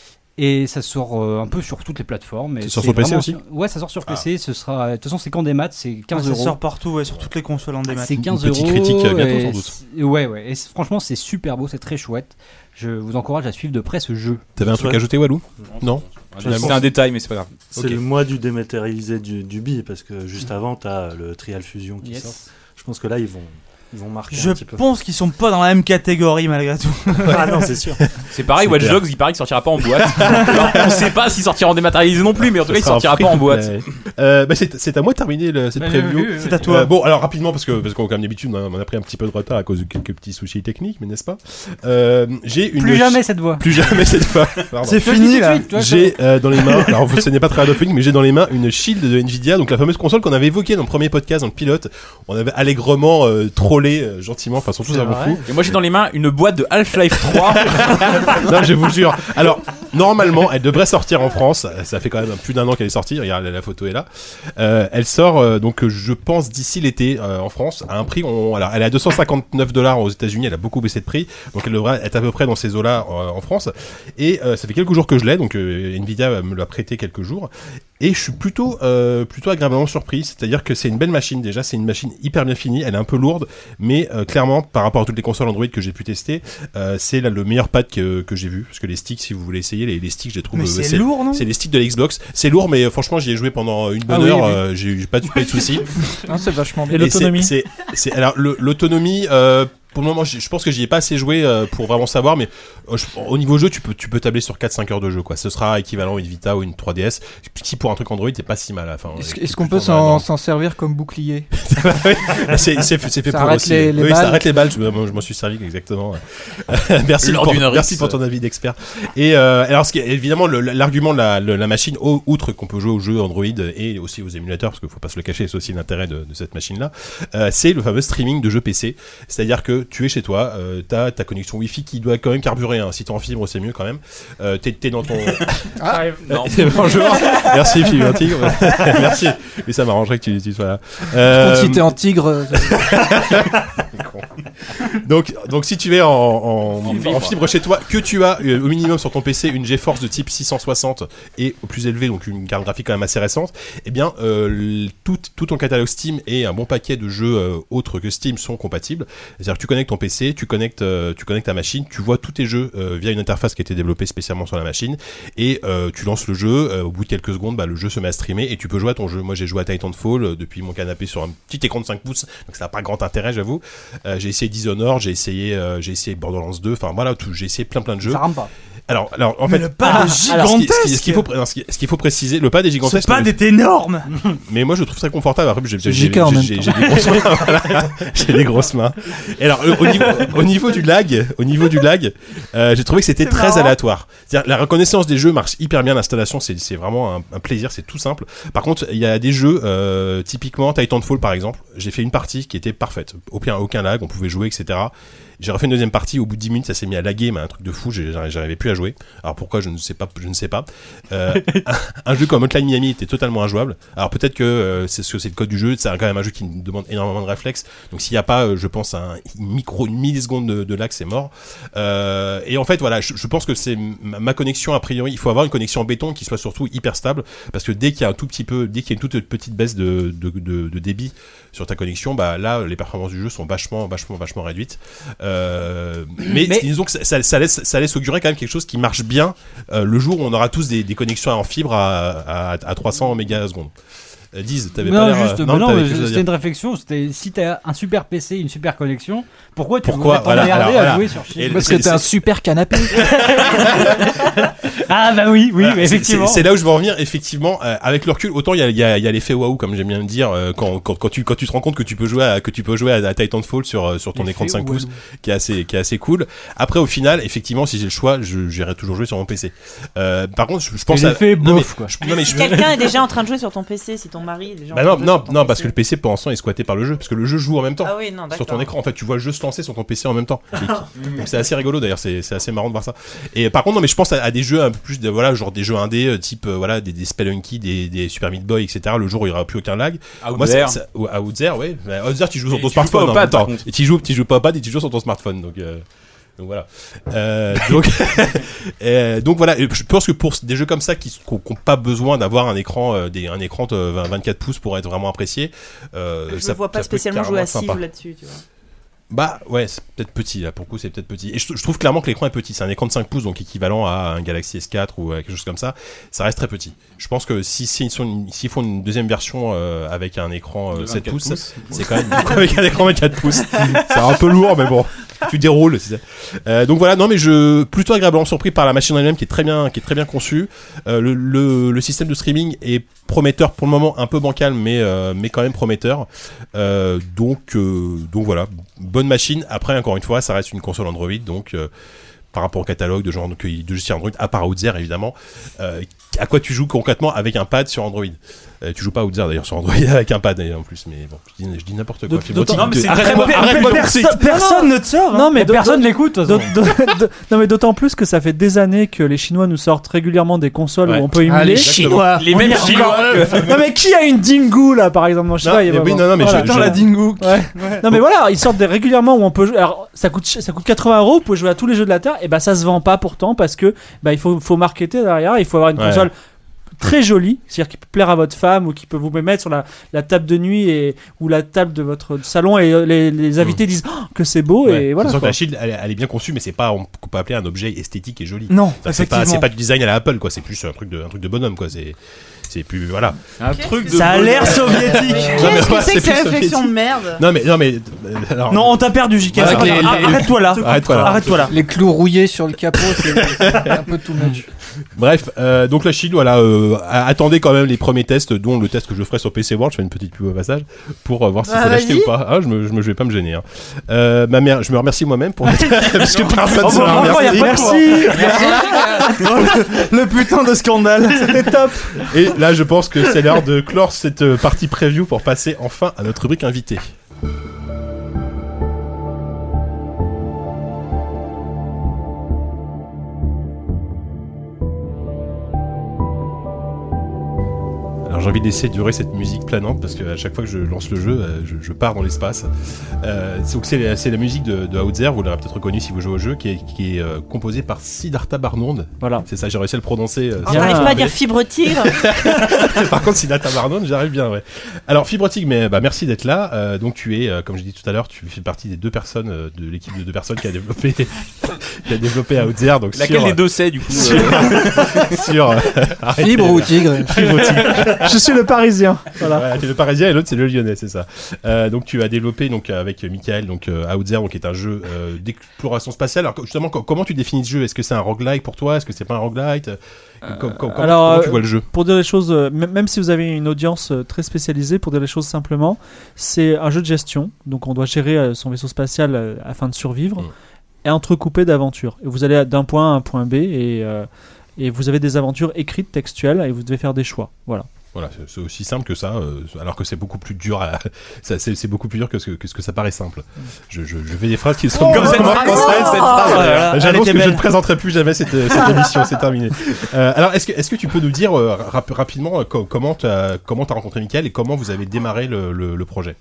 et ça sort euh, un peu sur toutes les plateformes. Et ça sort sur P C vraiment, aussi? Ouais, ça sort sur P C. Ce sera, de toute façon, c'est qu'en démat, c'est quinze euros. Ça sort partout, ouais, sur toutes les consoles en démat. C'est quinze Une petite euros. critique, euh, bientôt, et sans doute. c'est- Ouais, ouais. Et c'est- franchement, c'est super beau, c'est très chouette. Je vous encourage à suivre de près ce jeu. T'avais un truc à ajouter, Walou? Non. C'était un détail, mais c'est pas grave. C'est Ok. le mois du dématérialisé du, du B I, parce que juste avant, t'as le Trial Fusion qui Yes. sort. Je pense que là, ils vont, ils vont marquer Je un petit peu. pense qu'ils sont pas dans la même catégorie malgré tout. Ah non, c'est sûr. C'est pareil, C'est Watch clair. Dogs, il paraît qu'il sortira pas en boîte. Alors, on sait pas s'il sortira en dématérialisé non plus, mais en tout cas, il sortira pas en boîte. Euh, bah, c'est, c'est à moi de terminer le, cette Bah, preview. oui, oui, oui. C'est à toi. Euh, bon, alors rapidement, parce que parce qu'on comme d'habitude, on a, on a pris un petit peu de retard à cause de quelques petits soucis techniques, mais n'est-ce pas? euh, J'ai une Plus jamais cette voix. plus jamais cette fois. Pardon. C'est Je le dis fini tout de là. suite, tu vois, J'ai euh, dans les mains, alors ce n'est pas très radiophonique, mais j'ai dans les mains une Shield de Nvidia, donc la fameuse console qu'on avait évoquée dans le premier podcast, dans le pilote. On avait allègrement euh, trollé euh, gentiment, enfin surtout ça m'en fout. Et moi, j'ai dans les mains une boîte de Half-Life trois. Non, je vous jure. Alors, normalement, elle devrait sortir en France. Ça fait quand même plus d'un an qu'elle est sortie. Regarde, la photo est là. Euh, elle sort, euh, donc, je pense, d'ici l'été euh, en France, à un prix. On, alors, elle est à deux cent cinquante-neuf dollars aux États-Unis. Elle a beaucoup baissé de prix. Donc, elle devrait être à peu près dans ces eaux-là euh, en France. Et euh, ça fait quelques jours que je l'ai. Donc, euh, Nvidia me l'a prêté quelques jours. Et je suis plutôt, euh, plutôt agréablement surpris. C'est-à-dire que c'est une belle machine déjà. C'est une machine hyper bien finie. Elle est un peu lourde. Mais euh, clairement, par rapport à toutes les consoles Android que j'ai pu tester, euh, c'est là, le meilleur pad que, que j'ai vu. Parce que les sticks, si vous voulez essayer, les, les sticks, je les trouve. Mais euh, c'est lourd, non? C'est les sticks de la Xbox. C'est lourd, mais euh, franchement, j'y ai joué pendant une bonne Ah oui, heure. oui. euh, j'ai j'ai pas de, pas de soucis. Non, c'est vachement bien. Et Et l'autonomie c'est, c'est, c'est- alors le- l'autonomie. Euh, pour le moment, je je pense que j'y ai pas assez joué euh, pour vraiment savoir, mais euh, je- au niveau jeu, tu peux, tu peux tabler sur quatre cinq heures de jeu, quoi. Ce sera équivalent à une Vita ou une trois D S, qui pour un truc Android, c'est pas si mal. Enfin, Est-ce, euh, est-ce qu'on plus peut dans s'en, la- s'en servir comme bouclier? c'est, c'est, c'est fait Ça pour arrête aussi. les- les oui, ça balles. arrête les balles. Je, moi, je m'en suis servi exactement. merci, Lors pour, d'une merci rixe. pour ton avis d'expert. Et euh, alors, ce qui est, évidemment, le- l'argument de la, le- la machine, au- outre qu'on peut jouer aux jeux Android et aussi aux émulateurs, parce qu'il faut pas se le cacher, c'est aussi l'intérêt de, de cette machine-là, euh, c'est le fameux streaming de jeux P C. C'est-à-dire que tu es chez toi, euh, t'as ta connexion Wi-Fi qui doit quand même carburer. Hein. Si t'es en fibre, c'est mieux quand même. Euh, t'es, t'es dans ton. Non. Bonjour. Merci Philippe un tigre. Merci. Mais ça m'arrangerait que tu, tu sois là. Euh, Quand il était en tigre. euh, donc, donc si tu es en, en, En fibre. en fibre chez toi, que tu as euh, au minimum sur ton P C une GeForce de type six cent soixante et au plus élevé, donc une carte graphique quand même assez récente, eh bien euh, l- tout, tout ton catalogue Steam et un bon paquet de jeux euh, autres que Steam sont compatibles. C'est-à-dire que tu connectes ton P C, tu connectes, euh, tu connectes ta machine, tu vois tous tes jeux euh, via une interface qui a été développée spécialement sur la machine et euh, tu lances le jeu. Euh, au bout de quelques secondes, bah, le jeu se met à streamer et tu peux jouer à ton jeu. Moi, j'ai joué à Titanfall euh, depuis mon canapé sur un petit écran de cinq pouces, donc ça n'a pas grand intérêt, j'avoue. Euh, j'ai essayé Dishonored, j'ai essayé, euh, j'ai essayé Borderlands deux, enfin voilà, tout, j'ai essayé plein plein de jeux. Ça rame pas. Alors, alors en Mais fait, le pad ah, est alors, ce qui- ce qui- gigantesque. ce qu'il faut, pré- non, ce qui- ce qu'il faut préciser, le pad est Ce gigantesque. pad mais, est énorme. mais moi je le trouve très confortable. Après, j'ai, j'ai, C'est J K en j'ai- même j'ai- temps. j'ai des grosses mains. Voilà. J'ai des grosses mains. Et alors, au niveau, au niveau du lag, au niveau du lag, euh, j'ai trouvé que c'était C'est très marrant. aléatoire. C'est-à-dire, la reconnaissance des jeux marche hyper bien. L'installation, c'est, c'est vraiment un, un plaisir. C'est tout simple. Par contre, il y a des jeux, euh, typiquement Titanfall par exemple. J'ai fait une partie qui était parfaite. Aucun, aucun lag, on pouvait jouer, et cetera. J'ai refait une deuxième partie, au bout de dix minutes, ça s'est mis à laguer, mais un truc de fou, j'ai- j'arrivais plus à jouer. Alors pourquoi, je ne sais pas, je ne sais pas. Euh, un, un jeu comme Hotline Miami était totalement injouable. Alors peut-être que euh, c'est ce que c'est le code du jeu, c'est quand même un jeu qui demande énormément de réflexes. Donc s'il n'y a pas, euh, je pense, un micro, une milliseconde de, de lag, c'est mort. Euh, et en fait, voilà, je, je pense que c'est ma, ma connexion, a priori, il faut avoir une connexion en béton qui soit surtout hyper stable, parce que dès qu'il y a un tout petit peu, dès qu'il y a une toute petite baisse de, de, de, de débit sur ta connexion, bah là, les performances du jeu sont vachement, vachement, vachement réduites. Euh, mais, Mais- disons que ça, ça, ça laisse, ça laisse augurer quand même quelque chose qui marche bien euh, le jour où on aura tous des, des connexions en fibre à, à, à trois cents mégas à seconde. Euh, Diz, t'avais Non, pas l'air. juste, euh, bah non, t'avais mais quelque chose à c'était dire. une réflexion. C'était si t'as un super P C, une super connexion, pourquoi tu Pourquoi voudrais t'emmerder Voilà, alors, à voilà. jouer sur Et Chine Parce c'est- que t'as un c'est- super canapé. Ah bah oui, oui, Voilà, mais c'est- effectivement. C'est c'est là où je veux en venir. Effectivement, euh, avec le recul, autant il y a, il y a, il y a l'effet waouh, comme j'aime bien le dire, euh, quand, quand, quand tu quand tu te rends compte que tu peux jouer à, que tu peux jouer à, à Titanfall sur euh, sur ton écran de cinq pouces, qui est assez qui est assez cool. Après, au final, effectivement, si j'ai le choix, je j'irai toujours jouer sur mon P C. Euh, par contre, je, je pense C'est à l'effet non, mais- bof, quoi. je- non, mais Si je- quelqu'un est déjà en train de jouer sur ton P C, si ton mari est déjà en Bah train non, de jouer non, sur ton non, P C. parce que le P C pour l'instant est squatté par le jeu, parce que le jeu joue en même temps. Ah oui, non, d'accord. Sur ton écran, en fait, tu vois le jeu se lancer sur ton P C en même temps. Et- Donc c'est assez rigolo d'ailleurs, c'est c'est assez marrant de voir ça. Et par contre, non, mais je pense à, à des jeux un peu plus de voilà, genre des jeux indés euh, type euh, voilà des, des Spelunky, des, des Super Meat Boy, et cetera. Le jour où il y aura plus aucun lag. Moi, Outzer. c'est- c'est- ou à Outzer, ouais. Bah, Outzer, tu joues sur Et ton tu joues pas smartphone au en pad, même par temps. contre. Et tu joues, tu joues pas au pad et tu joues sur ton smartphone. Donc euh, donc voilà. Euh, donc, euh, donc voilà. Et je pense que pour des jeux comme ça qui n'ont pas besoin d'avoir un écran, euh, des, un écran de vingt, vingt-quatre pouces pour être vraiment apprécié, euh, Je ça, ne vois pas ça peut être spécialement jouer à carrément Civ sympa. là-dessus, tu vois. Bah ouais, c'est peut-être petit là, pour le coup c'est peut-être petit. Et je, je trouve clairement que l'écran est petit, c'est un écran de cinq pouces, donc équivalent à un Galaxy S quatre ou à quelque chose comme ça, ça reste très petit. Je pense que si, si ils, sont une- s'ils font une deuxième version euh, avec un écran euh, De sept vingt-quatre pouces, pouces. c'est quand même avec un écran vingt-quatre pouces, c'est un peu lourd mais bon, tu déroules. c'est ça. Euh, donc voilà, non mais je plutôt agréablement surpris par la machine en elle-même qui est très bien, qui est très bien conçue. Euh, le, le, le système de streaming est prometteur pour le moment, un peu bancal mais euh, mais quand même prometteur. Euh, donc euh, donc voilà, bonne machine. Après encore une fois, ça reste une console Android, donc euh, par rapport au catalogue de genre de, de logiciels Android, à part Outzer évidemment, euh, à quoi tu joues concrètement avec un pad sur Android. Euh, tu joues pas à Outzer d'ailleurs sur Android avec un pad d'ailleurs, en plus, mais bon, je dis, je dis n'importe quoi. D'autant- Fibrotique, non, mais de- c'est arrête-moi, Per- arrête-moi de perso- pousser. personne ne te sort. hein. Non, mais Et d'au- personne l'écoute. de toute d'au- façon. d'au- d'au- non mais d'autant plus que ça fait des années que les Chinois nous sortent régulièrement des consoles Ouais. où on peut Ah, émuler. les Chinois. Les On mêmes y est Chinois. non mais qui a une Dingo là par exemple? Non, je sais Non, pas, il y a mais pas- oui, non, non, mais voilà. je- Putain, la dingo. Ouais. Non mais voilà, ils sortent des régulièrement où on peut jouer. Alors ça coûte ça coûte quatre-vingts euros, vous pouvez jouer à tous les jeux de la terre. Et bah ça se vend pas pourtant parce que bah il faut faut marketer derrière. Il faut avoir une Ouais. console très jolie, c'est-à-dire qui peut plaire à votre femme ou qui peut vous mettre sur la, la table de nuit et ou la table de votre salon et euh, les, les invités disent oh, que c'est beau Ouais. et voilà. C'est sûr que quoi. la Shield, elle, elle est bien conçue, mais c'est pas, on peut pas appeler un objet esthétique et joli. Non, C'est-à-dire que C'est pas, effectivement. c'est pas du design à la Apple, quoi. C'est plus un truc de, un truc de bonhomme, quoi. C'est, c'est plus, voilà. Un truc de. Ça a l'air soviétique. Non, mais Qu'est-ce que ouais, c'est que ces plus réflexions de soviétique. merde? Non, mais, non, mais, euh, alors. Non, on t'a perdu, J K. Avec Arrête- les- les- Arrête-toi là. Arrête-toi là. Arrête-toi là. Les clous rouillés sur le capot, c'est c'est un peu too much. Bref, euh, donc la Shield, voilà, euh, attendez quand même les premiers tests, dont le test que je ferai sur P C World, je fais une petite pub au passage, pour euh, voir si Ah, faut l'acheter vas-y. ou pas. Ah, je me, je me, je vais pas me gêner, hein. Euh, ma mère, je me remercie moi-même pour, parce que personne Oh, ne se bah, remercie. vraiment, y a pas de Merci. Le putain de scandale. C'était top. Et là, je pense que c'est l'heure de clore cette euh, partie preview pour passer enfin à notre rubrique invité. Alors j'ai envie de laisser durer cette musique planante parce qu'à chaque fois que je lance le jeu, euh, je, je pars dans l'espace. Euh, donc c'est, la- c'est la musique de, de Outzer, vous l'aurez peut-être reconnu si vous jouez au jeu, qui est, qui est euh, composée par Siddhartha Barnond. Voilà. C'est ça, j'ai réussi à le prononcer. euh, On Bien. n'arrive pas à dire fibre tigre. Par contre, Siddhartha Barnond, j'arrive bien, ouais. Alors, Fibrotique, mais bah, merci d'être là. Euh, donc, tu es, euh, comme j'ai dit tout à l'heure, tu fais partie des deux personnes, euh, de l'équipe de deux personnes qui a développé, qui a développé Outzer. Donc, Laquelle sur, des deux c'est du coup sur, euh, sur, euh, arrêtez, Fibre ou tigre? Fibrotique. Je suis le Parisien. Voilà. Voilà, t'es le Parisien et l'autre c'est le Lyonnais, c'est ça. Euh, donc tu as développé donc avec Michael donc euh, Outzer, donc qui est un jeu euh, d'exploration spatiale. Alors justement, co- comment tu définis ce jeu? Est-ce que c'est un roguelike pour toi? Est-ce que c'est pas un roguelite? Euh, com- com- comment, alors, comment tu euh, vois le jeu? Pour dire les choses, euh, même même si vous avez une audience euh, très spécialisée, pour dire les choses simplement, c'est un jeu de gestion. Donc on doit gérer euh, son vaisseau spatial euh, afin de survivre Mm. et entrecoupé d'aventures. Et vous allez d'un point A à un point B et, euh, et vous avez des aventures écrites, textuelles, et vous devez faire des choix. Voilà. Voilà, c'est, c'est aussi simple que ça, euh, alors que c'est beaucoup plus dur. À, ça, c'est, c'est beaucoup plus dur que ce que, que ce que ça paraît simple. Je, je, je fais des phrases qui sont Comme cette phrase. cette phrase. Oh là là, elle J'annonce était que je belle. ne présenterai plus jamais cette, cette émission, c'est terminé. Euh, alors, est-ce que, est-ce que tu peux nous dire euh, rap- rapidement euh, co- comment t'as, comment t'as rencontré Mickaël et comment vous avez démarré le, le, le projet?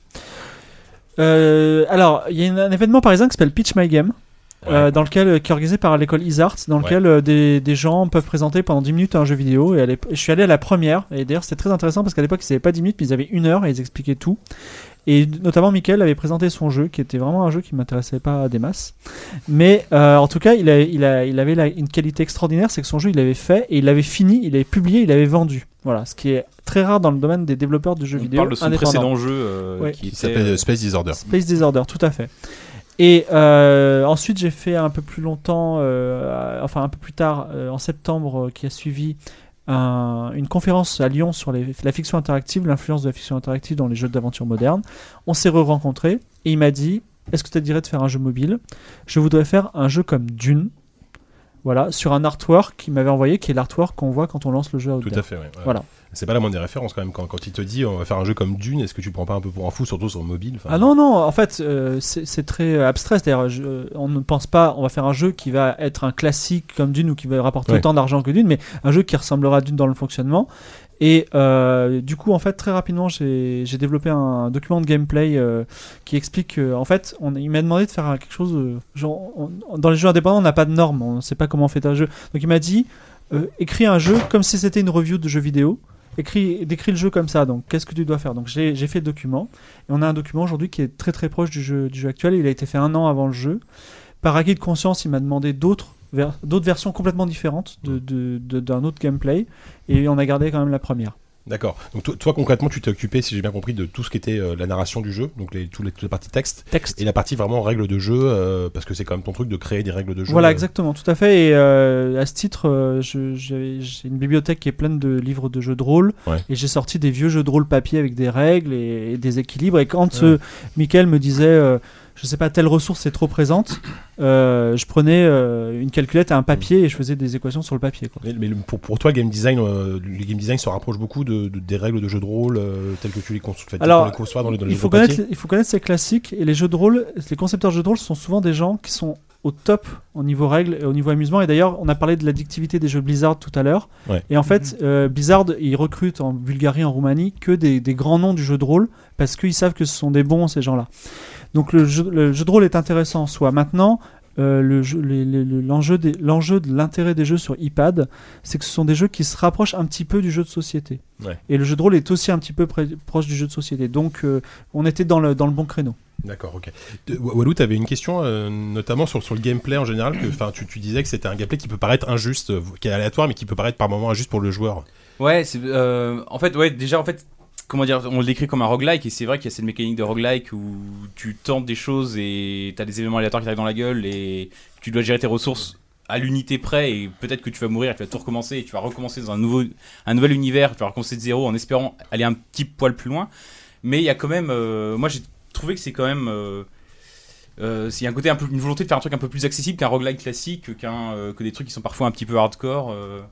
Euh, alors, il y a une- un événement parisien qui s'appelle Pitch My Game. Ouais. Euh, dans lequel, euh, qui est organisé par l'école Isart, dans lequel euh, des, des gens peuvent présenter pendant dix minutes un jeu vidéo. Et à l'ép- je suis allé à la première, et d'ailleurs c'était très intéressant parce qu'à l'époque ils n'avaient pas dix minutes, mais ils avaient une heure et ils expliquaient tout. Et notamment Mickaël avait présenté son jeu, qui était vraiment un jeu qui m'intéressait pas des masses. Mais euh, en tout cas, il, a, il, a, il avait la- une qualité extraordinaire, c'est que son jeu il l'avait fait, et il l'avait fini, il l'avait publié, il l'avait vendu. Voilà, ce qui est très rare dans le domaine des développeurs de jeux On vidéo parle de son indépendants. précédent jeu euh, Ouais. qui, Qui était, s'appelle euh, Space Disorder. Space Disorder, tout à fait. Et euh, ensuite, j'ai fait un peu plus longtemps, euh, enfin un peu plus tard, euh, en septembre, euh, qui a suivi un- une conférence à Lyon sur les- la fiction interactive, l'influence de la fiction interactive dans les jeux d'aventure modernes. On s'est re-rencontrés et il m'a dit, est-ce que ça te dirait de faire un jeu mobile? Je voudrais faire un jeu comme Dune. Voilà, sur un artwork qu'il m'avait envoyé, qui est l'artwork qu'on voit quand on lance le jeu à Tout à fait, ouais. Ouais. Voilà. C'est pas la moindre des références quand même. Quand, quand il te dit on va faire un jeu comme Dune, est-ce que tu prends pas un peu pour un fou, surtout sur mobile? Enfin, Ah non, non, en fait, euh, c'est c'est très euh, abstrait. C'est-à-dire, je- on ne pense pas, on va faire un jeu qui va être un classique comme Dune ou qui va rapporter Ouais. autant d'argent que Dune, mais un jeu qui ressemblera à Dune dans le fonctionnement. Et euh, du coup, en fait, très rapidement, j'ai j'ai développé un document de gameplay euh, qui explique que, en fait, on, il m'a demandé de faire quelque chose. euh, genre, on- dans les jeux indépendants, on n'a pas de normes, on ne sait pas comment on fait un jeu. Donc, il m'a dit, euh, écris un jeu comme si c'était une review de jeu vidéo. Écris, décris le jeu comme ça, donc qu'est-ce que tu dois faire? Donc j'ai j'ai fait le document, et on a un document aujourd'hui qui est très très proche du jeu, du jeu actuel. Il a été fait un an avant le jeu. Par acquis de conscience, il m'a demandé d'autres ver- d'autres versions complètement différentes de, de- de- d'un autre gameplay, et on a gardé quand même la première. D'accord. Donc toi, toi, concrètement, tu t'es occupé, si j'ai bien compris, de tout ce qui était euh, la narration du jeu, donc les, tous les, toutes les parties texte, Texte. et la partie vraiment règles de jeu, euh, parce que c'est quand même ton truc de créer des règles de jeu. Voilà, euh. exactement, tout à fait. Et euh, à ce titre, euh, je- j'ai j'ai une bibliothèque qui est pleine de livres de jeux de rôle. Ouais. Et j'ai sorti des vieux jeux de rôle papier avec des règles et, et des équilibres. Et quand Ouais. euh, Mickaël me disait, euh, je sais pas, telle ressource est trop présente, euh, je prenais euh, une calculette et un papier et je faisais des équations sur le papier, quoi. Mais, mais le- pour, pour toi, le game design, euh, le game design se rapproche beaucoup de, de- des règles de jeu de rôle euh, telles que tu les construis, Alors, les conçois dans les, dans les il, jeux faut papier. connaître, il faut connaître ces classiques, et les jeux de rôle, les concepteurs de jeux de rôle sont souvent des gens qui sont au top au niveau règles et au niveau amusement. Et d'ailleurs, on a parlé de l'addictivité des jeux Blizzard tout à l'heure. Ouais. Et en fait, euh, Blizzard, ils recrutent en Bulgarie, en Roumanie, que des, des grands noms du jeu de rôle parce qu'ils savent que ce sont des bons, ces gens-là. Donc le jeu, le jeu de rôle est intéressant en soi. Maintenant, euh, le jeu- les- les- le- l'enjeu, des- l'enjeu de l'intérêt des jeux sur iPad, c'est que ce sont des jeux qui se rapprochent un petit peu du jeu de société. Ouais. Et le jeu de rôle est aussi un petit peu près- proche du jeu de société. Donc euh, on était dans le, dans le bon créneau. D'accord, ok. De- Walou, tu avais une question, euh, notamment sur, sur le gameplay en général. Que, 'fin, tu, tu disais que c'était un gameplay qui peut paraître injuste, euh, qui est aléatoire, mais qui peut paraître par moments injuste pour le joueur. Ouais, c'est, euh, en fait, ouais, déjà, en fait, comment dire, on le décrit comme un roguelike, et c'est vrai qu'il y a cette mécanique de roguelike où tu tentes des choses et t'as des événements aléatoires qui t'arrivent dans la gueule et tu dois gérer tes ressources à l'unité près, et peut-être que tu vas mourir, tu vas tout recommencer et tu vas recommencer dans un nouveau, un nouvel univers, tu vas recommencer de zéro en espérant aller un petit poil plus loin. Mais il y a quand même, euh, moi j'ai trouvé que c'est quand même, euh, euh, c'est un côté un peu, une volonté de faire un truc un peu plus accessible qu'un roguelike classique, qu'un, euh, que des trucs qui sont parfois un petit peu hardcore. euh,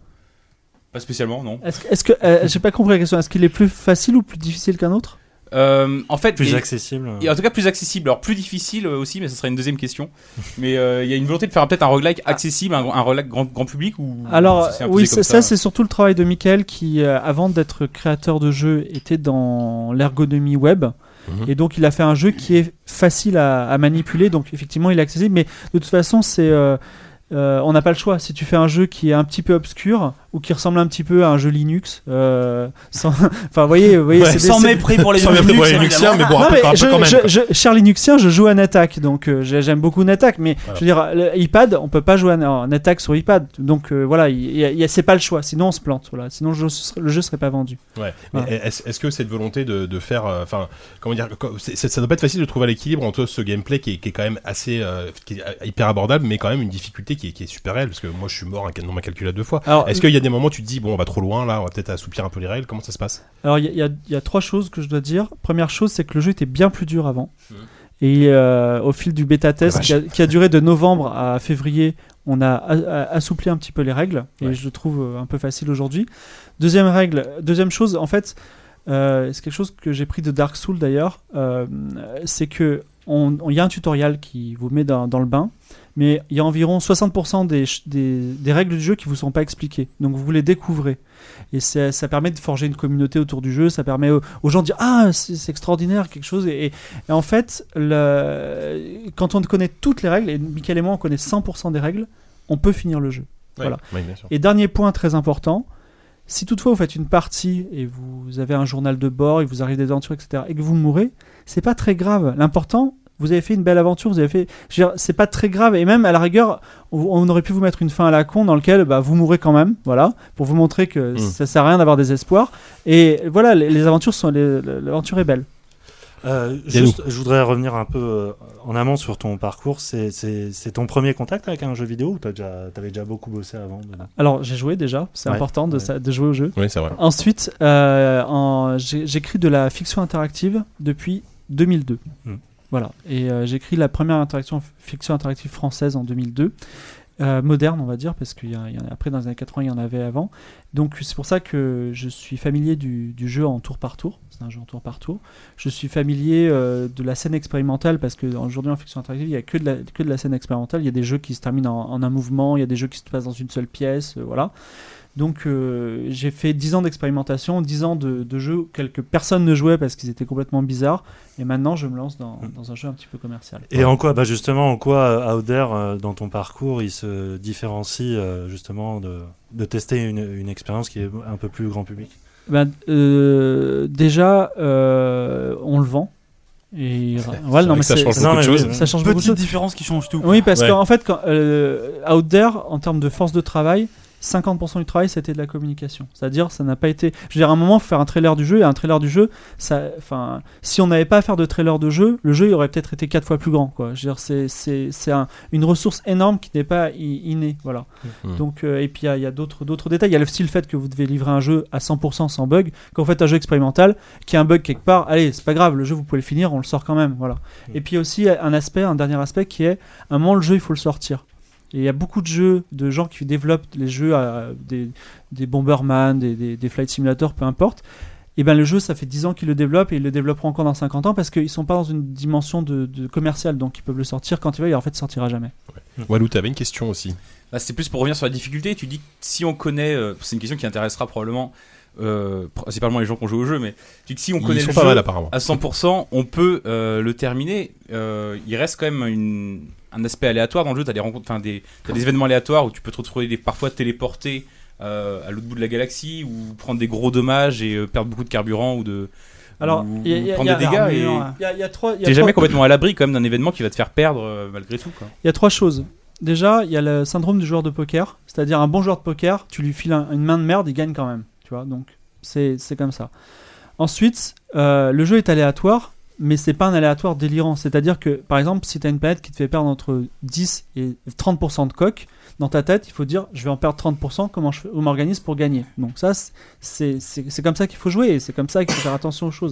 Pas spécialement, non. Est-ce que, est-ce que euh, j'ai pas compris la question. Est-ce qu'il est plus facile ou plus difficile qu'un autre? Euh, en fait, Plus et- accessible. et en tout cas plus accessible. Alors plus difficile euh, aussi, mais ce serait une deuxième question. Mais euh, il y a une volonté de faire peut-être un roguelike accessible, un, un roguelike grand, grand public ou Alors ça s'est imposé oui, comme ça, ça, c'est surtout le travail de Mickaël qui, euh, avant d'être créateur de jeux, était dans l'ergonomie web. Mhm. Et donc il a fait un jeu qui est facile à, à manipuler, donc effectivement il est accessible, mais de toute façon c'est euh, euh, on n'a pas le choix. Si tu fais un jeu qui est un petit peu obscur ou qui ressemble un petit peu à un jeu Linux, euh, sans... enfin vous voyez, vous voyez Ouais, c'est des- Sans c'est- mépris pour les Sans mépris pour les Linux, Linuxiens, mais bon, un non, peu, mais un peu je, quand même. je- quoi. je- cher Linuxien, je joue à NetHack, donc euh, j'ai- j'aime beaucoup NetHack, mais Voilà. je veux dire, l'iPad, on peut pas jouer à en NetHack sur iPad, donc euh, voilà, il y a- il y a- c'est pas le choix, sinon on se plante, voilà, sinon le jeu, serait- le jeu serait pas vendu. Ouais. Mais Voilà. est-ce, est-ce que cette volonté de, de faire, enfin, comment dire, co- c'est- c'est- ça doit pas être facile de trouver l'équilibre entre ce gameplay qui est, qui est quand même assez, euh, qui est hyper abordable, mais quand même une difficulté qui est, qui est super réelle, parce que moi je suis mort dans ma calculette deux fois. Alors, Est-ce qu'il y a des moments où tu te dis bon, on va trop loin là, on va peut-être assouplir un peu les règles? Comment ça se passe? Alors, il y, a- il y a- il y a trois choses que je dois dire. Première chose, c'est que le jeu était bien plus dur avant. Mhm. Et euh, au fil du bêta test La qui a, qui a duré de novembre à février, on a, a, a assoupli un petit peu les règles et Ouais. je le trouve euh, un peu facile aujourd'hui. Deuxième règle, deuxième chose, en fait, euh, c'est quelque chose que j'ai pris de Dark Souls d'ailleurs, euh, c'est que on, on, y a un tutoriel qui vous met dans, dans le bain, mais il y a environ soixante pour cent des, des, des règles du jeu qui vous sont pas expliquées, donc vous les découvrez. Et c'est, ça permet de forger une communauté autour du jeu, ça permet aux, aux gens de dire ah c'est, c'est extraordinaire quelque chose et, et, et en fait le, quand on connaît toutes les règles et Mickaël et moi on connaît cent pour cent des règles, on peut finir le jeu. Ouais, Voilà. ouais, bien sûr. Et dernier point très important, si toutefois vous faites une partie et vous avez un journal de bord, il vous arrive des aventures, et cetera, et que vous mourrez, c'est pas très grave. L'important, vous avez fait une belle aventure, vous avez fait, je veux dire, c'est pas très grave. Et même à la rigueur, on, on aurait pu vous mettre une fin à la con dans lequel bah, vous mourrez quand même, voilà, pour vous montrer que Mm. ça sert à rien d'avoir des espoirs. Et voilà, les, les aventures sont, les, l'aventure est belle. Euh, Dis-nous. juste, je voudrais revenir un peu euh, en amont sur ton parcours. C'est, c'est, c'est ton premier contact avec un jeu vidéo ou t'as déjà, t'avais déjà beaucoup bossé avant dedans? Alors j'ai joué déjà, c'est Ouais, important de, ouais. ça- de jouer au jeu. Oui, c'est vrai. Ensuite, euh, en- j'ai- j'écris de la fiction interactive depuis deux mille deux. Mm. Voilà. Et euh, j'écris la première interaction, fiction interactive française en deux mille deux. Euh, moderne, on va dire, parce qu'il y a, il y en a, après, dans les années quatre-vingts, il y en avait avant. Donc, c'est pour ça que je suis familier du, du jeu en tour par tour. C'est un jeu en tour par tour. Je suis familier euh, de la scène expérimentale, parce qu'aujourd'hui, en fiction interactive, il n'y a que de, la, que de la scène expérimentale. Il y a des jeux qui se terminent en, en un mouvement, il y a des jeux qui se passent dans une seule pièce, euh, voilà. Donc euh, j'ai fait dix ans d'expérimentation, dix ans de, de jeux auxquels que personne ne jouait parce qu'ils étaient complètement bizarres. Et maintenant, je me lance dans, dans un jeu un petit peu commercial. Et en quoi, bah justement, en quoi euh, Out There, euh, dans ton parcours, il se différencie euh, justement de, de tester une, une expérience qui est un peu plus grand public? Ben, euh, déjà, euh, on le vend. Et voilà, non, vrai mais que ça c'est- change ça, beaucoup non, de mais oui, choses. oui. ça change beaucoup de Petite choses. différence qui change tout. Oui, parce Ouais. qu'en fait, quand, euh, Out There, en termes de force de travail, cinquante pour cent du travail, c'était de la communication. C'est-à-dire, ça n'a pas été. Je veux dire, à un moment, il faut faire un trailer du jeu, et un trailer du jeu, ça, enfin, si on n'avait pas à faire de trailer de jeu, le jeu il aurait peut-être été quatre fois plus grand, quoi. Je veux dire, c'est, c'est, c'est un- une ressource énorme qui n'est pas i- innée, voilà. Mhm. Donc, euh, et puis il y a, il y a d'autres, d'autres détails. Il y a aussi le fait que vous devez livrer un jeu à cent pour cent sans bug. Quand vous faites un jeu expérimental, qui a un bug quelque part, allez, c'est pas grave, le jeu vous pouvez le finir, on le sort quand même, voilà. Et puis il y a aussi un aspect, un dernier aspect qui est, à un moment, le jeu, il faut le sortir. Et il y a beaucoup de jeux, de gens qui développent les jeux, à, des, des Bomberman, des, des, des Flight Simulator, peu importe. Et ben le jeu, ça fait dix ans qu'ils le développent et ils le développeront encore dans cinquante ans parce qu'ils sont pas dans une dimension de, de commercial, donc ils peuvent le sortir quand ils veulent et en fait, il sortira jamais. Walou, t'avais une question aussi. Bah, c'est plus pour revenir sur la difficulté. Tu dis que si on connaît, euh, c'est une question qui intéressera probablement euh, principalement les gens qui ont joué au jeu, mais tu dis que si on Ils connaît sont le pas jeu mal apparemment. à cent pour cent, on peut euh, le terminer. Euh, il reste quand même une, un aspect aléatoire dans le jeu. T'as des rencontres, enfin des, t'as des événements aléatoires où tu peux te retrouver des, parfois téléporté euh, à l'autre bout de la galaxie ou prendre des gros dommages et euh, perdre beaucoup de carburant ou de Alors, ou, il y a- ou il y a- prendre il y a des dégâts. Et l'armure, Il y a, il y a trois, il y a t'es trois- jamais complètement à l'abri quand même d'un événement qui va te faire perdre euh, malgré tout, quoi. il y a trois choses. Déjà, il y a le syndrome du joueur de poker, c'est-à-dire un bon joueur de poker, tu lui files un- une main de merde, il gagne quand même, tu vois. Donc c'est c'est comme ça. Ensuite, euh, le jeu est aléatoire, mais c'est pas un aléatoire délirant. C'est-à-dire que, par exemple, si tu as une planète qui te fait perdre entre dix et trente pour cent de coque, dans ta tête, il faut dire je vais en perdre trente pour cent, comment je fais- m'organise pour gagner. Donc ça, c'est c'est- c'est comme ça qu'il faut jouer et c'est comme ça qu'il faut faire attention aux choses.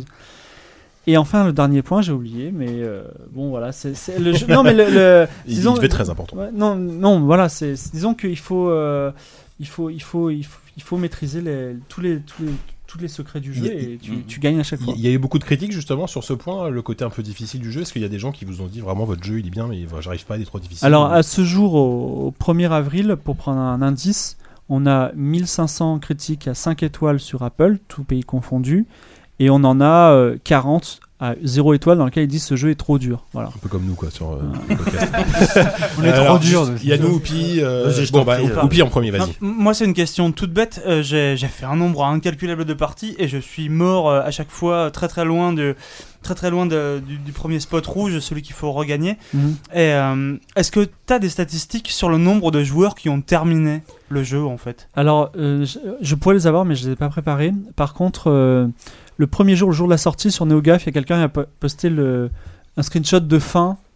Et enfin, le dernier point, j'ai oublié, mais euh, bon, voilà, c'est c'est le jeu. Non, mais le. le- Il, disons- il devait être très important. Ouais, non, non, voilà, c'est c'est- disons qu'il faut, euh, il faut, il faut, il faut, il faut maîtriser les, tous les, tous les, tous les secrets du jeu Il y a- et tu, il- tu gagnes à chaque fois. Il y a eu beaucoup de critiques justement sur ce point, le côté un peu difficile du jeu. Est-ce qu'il y a des gens qui vous ont dit vraiment votre jeu il est bien, mais voilà, j'arrive pas, il est trop difficile? Alors, à ce jour, au, au premier avril, pour prendre un indice, on a mille cinq cents critiques à cinq étoiles sur Apple, tout pays confondu, et on en a euh, quarante à zéro étoile dans lequel ils disent ce jeu est trop dur. Voilà. Un peu comme nous quoi sur euh, le podcast. On est Alors, trop dur. Il y a nous, Oupi. euh, Vas-y, je bon t'en bah, prie, euh. Oupi en premier, Non, vas-y. m- moi, c'est une question toute bête. Euh, j'ai j'ai fait un nombre incalculable de parties et je suis mort euh, à chaque fois très très loin de très très loin de- du, du premier spot rouge, celui qu'il faut regagner. Mhm. Et euh, est-ce que tu as des statistiques sur le nombre de joueurs qui ont terminé le jeu en fait? Alors, euh, je, je pourrais les avoir, mais je les ai pas préparés. Par contre, euh, le premier jour, le jour de la sortie sur NeoGAF, il y a quelqu'un qui a po- posté le, un screenshot de fin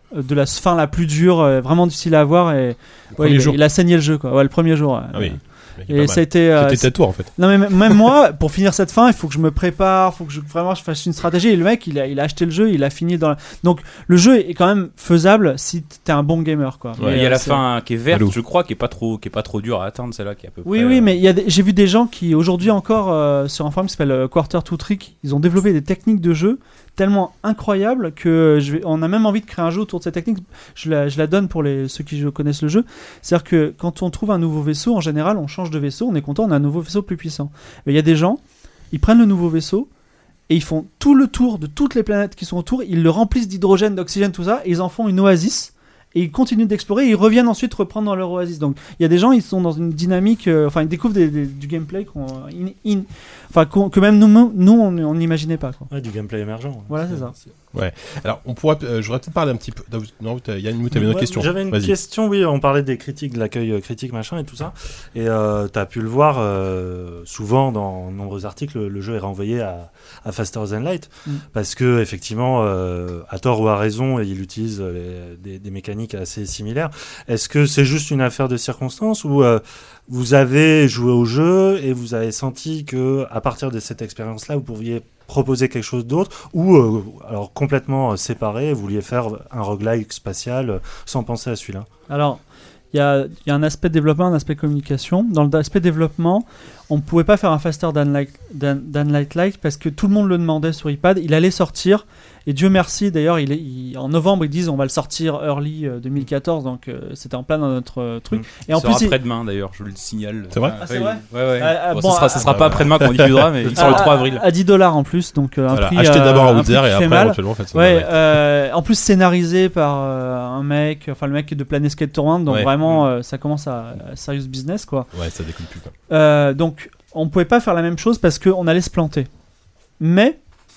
euh, de la fin la plus dure, euh, vraiment difficile à avoir. Et ouais, premier il, jour. il a saigné le jeu, quoi. Ouais, le premier jour. Ouais. Ah oui. Et ça a été. euh, C'était ta tour en fait. Non mais m- même moi, pour finir cette fin, il faut que je me prépare, il faut que je, vraiment je fasse une stratégie. Et le mec, il a, il a acheté le jeu, il a fini dans. La... Donc le jeu est quand même faisable si t'es un bon gamer, quoi. Ouais, Mais, il y a euh, la c'est- fin qui est verte, Allô. je crois, qui est pas trop, qui est pas trop dure à atteindre, celle-là qui est à peu Oui, près. oui, euh, mais il y a des- j'ai vu des gens qui aujourd'hui encore euh, sur un forum qui s'appelle euh, Quarter to Trick, ils ont développé des techniques de jeu tellement incroyables que je vais, on a même envie de créer un jeu autour de ces techniques. Je la, je la donne pour les, ceux qui connaissent le jeu. C'est-à-dire que quand on trouve un nouveau vaisseau, en général, on change de vaisseau, on est content, on a un nouveau vaisseau plus puissant. Mais il y a des gens, ils prennent le nouveau vaisseau et ils font tout le tour de toutes les planètes qui sont autour, ils le remplissent d'hydrogène, d'oxygène, tout ça, et ils en font une oasis. Et ils continuent d'explorer et ils reviennent ensuite reprendre dans leur oasis. Donc il y a des gens, ils sont dans une dynamique, euh, enfin ils découvrent des, des- du gameplay qu'on, in- in- enfin, qu'on- que même nous, nous on on n'imaginait pas. Quoi. Ouais, du gameplay émergent. Voilà, c'est ça. Alors, on pourra, euh, je voudrais peut-être parler un petit peu. Non, t'as- Yann, tu avais une autre Ouais, question. J'avais une Vas-y. question, oui, on parlait des critiques, de l'accueil euh, critique, machin et tout ça. Et euh, tu as pu le voir euh, souvent dans nombreux articles, le jeu est renvoyé à, à Faster Than Light. Mm. Parce que, effectivement, euh, à tort ou à raison, il utilise les- des, des mécaniques assez similaires. Est-ce que c'est juste une affaire de circonstances ou euh, vous avez joué au jeu et vous avez senti que à partir de cette expérience-là, vous pouviez proposer quelque chose d'autre ou euh, alors complètement euh, séparé, vous vouliez faire un roguelike spatial euh, sans penser à celui-là? Alors, il y a, il y a un aspect développement, un aspect communication. Dans l'aspect développement, on ne pouvait pas faire un Faster Than Light, than, than Light Light parce que tout le monde le demandait sur iPad. Il allait sortir. Et Dieu merci, d'ailleurs, il est, il- en novembre, ils disent on va le sortir early euh, deux mille quatorze, donc euh, c'était en plein dans notre euh, truc. Mm. Et en il sera plus, il- après-demain d'ailleurs, je le signale. C'est vrai Ah, Ah, c'est ouais, vrai Ouais, ouais. Ah, ah, Bon, bon, ça sera, ça ah, sera bah, pas après-demain qu'on diffusera, mais il sort le trois avril. à, à dix dollars en plus, donc euh, un Voilà, prix. achetez euh, d'abord à un Outzer prix et qui fait après mal. éventuellement faites ça. Ouais, euh, en plus scénarisé par euh, un mec, enfin le mec de Planescape Torrent, donc Ouais. vraiment euh, ça commence à, à serious business quoi. Ouais, ça déconne plus. Quoi. Euh, donc on pouvait pas faire la même chose parce qu'on allait se planter. Mais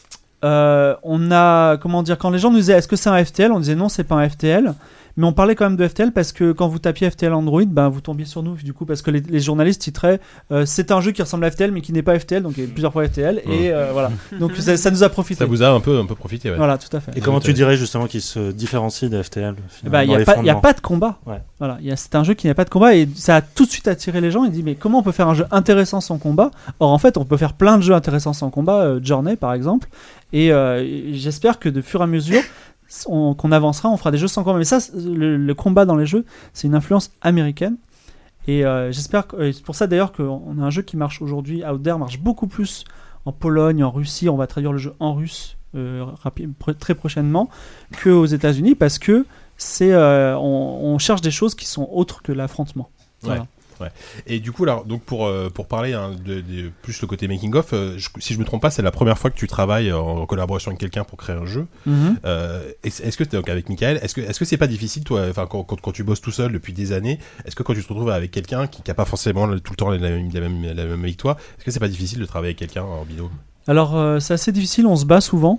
euh, on a, comment dire, quand les gens nous disaient est-ce que c'est un F T L, on disait non, c'est pas un F T L. Mais on parlait quand même de F T L parce que quand vous tapiez F T L Android, ben vous tombiez sur nous du coup parce que les, les journalistes titraient euh, c'est un jeu qui ressemble à F T L mais qui n'est pas F T L, donc il y a plusieurs fois F T L et euh, voilà. Donc ça, ça nous a profité. Ça vous a un peu, un peu profité. Ouais. Voilà, tout à fait. Et comment tu dirais justement qu'il se différencie de F T L Eh ben, il n'y a, pas- il y a pas de combat. Ouais. Voilà, il y a- c'est un jeu qui n'a pas de combat et ça a tout de suite attiré les gens. Ils disent mais comment on peut faire un jeu intéressant sans combat? Or en fait on peut faire plein de jeux intéressants sans combat, euh, Journey par exemple. Et euh, j'espère que de fur et à mesure on- qu'on avancera, on fera des jeux sans combat. Mais ça, c'est- le, le combat dans les jeux, c'est une influence américaine. Et euh, j'espère que et c'est pour ça d'ailleurs qu'on a un jeu qui marche aujourd'hui, Out There marche beaucoup plus en Pologne, en Russie. On va traduire le jeu en russe euh, rapi- pr- très prochainement qu'aux États-Unis parce que c'est euh, on, on cherche des choses qui sont autres que l'affrontement. Voilà. Et du coup, alors, donc pour, euh, pour parler hein, de, de plus le côté making-of, euh, je- si je me trompe pas, c'est la première fois que tu travailles en collaboration avec quelqu'un pour créer un jeu. Mhm. Euh, est-ce est-ce que, donc avec Michael, est-ce que est-ce que c'est pas difficile, toi, enfin, quand, quand, quand tu bosses tout seul depuis des années, est-ce que quand tu te retrouves avec quelqu'un qui n'a pas forcément le- tout le temps la même, la même, la même avec toi, est-ce que c'est pas difficile de travailler avec quelqu'un en binôme? Alors euh, c'est assez difficile, on se bat souvent.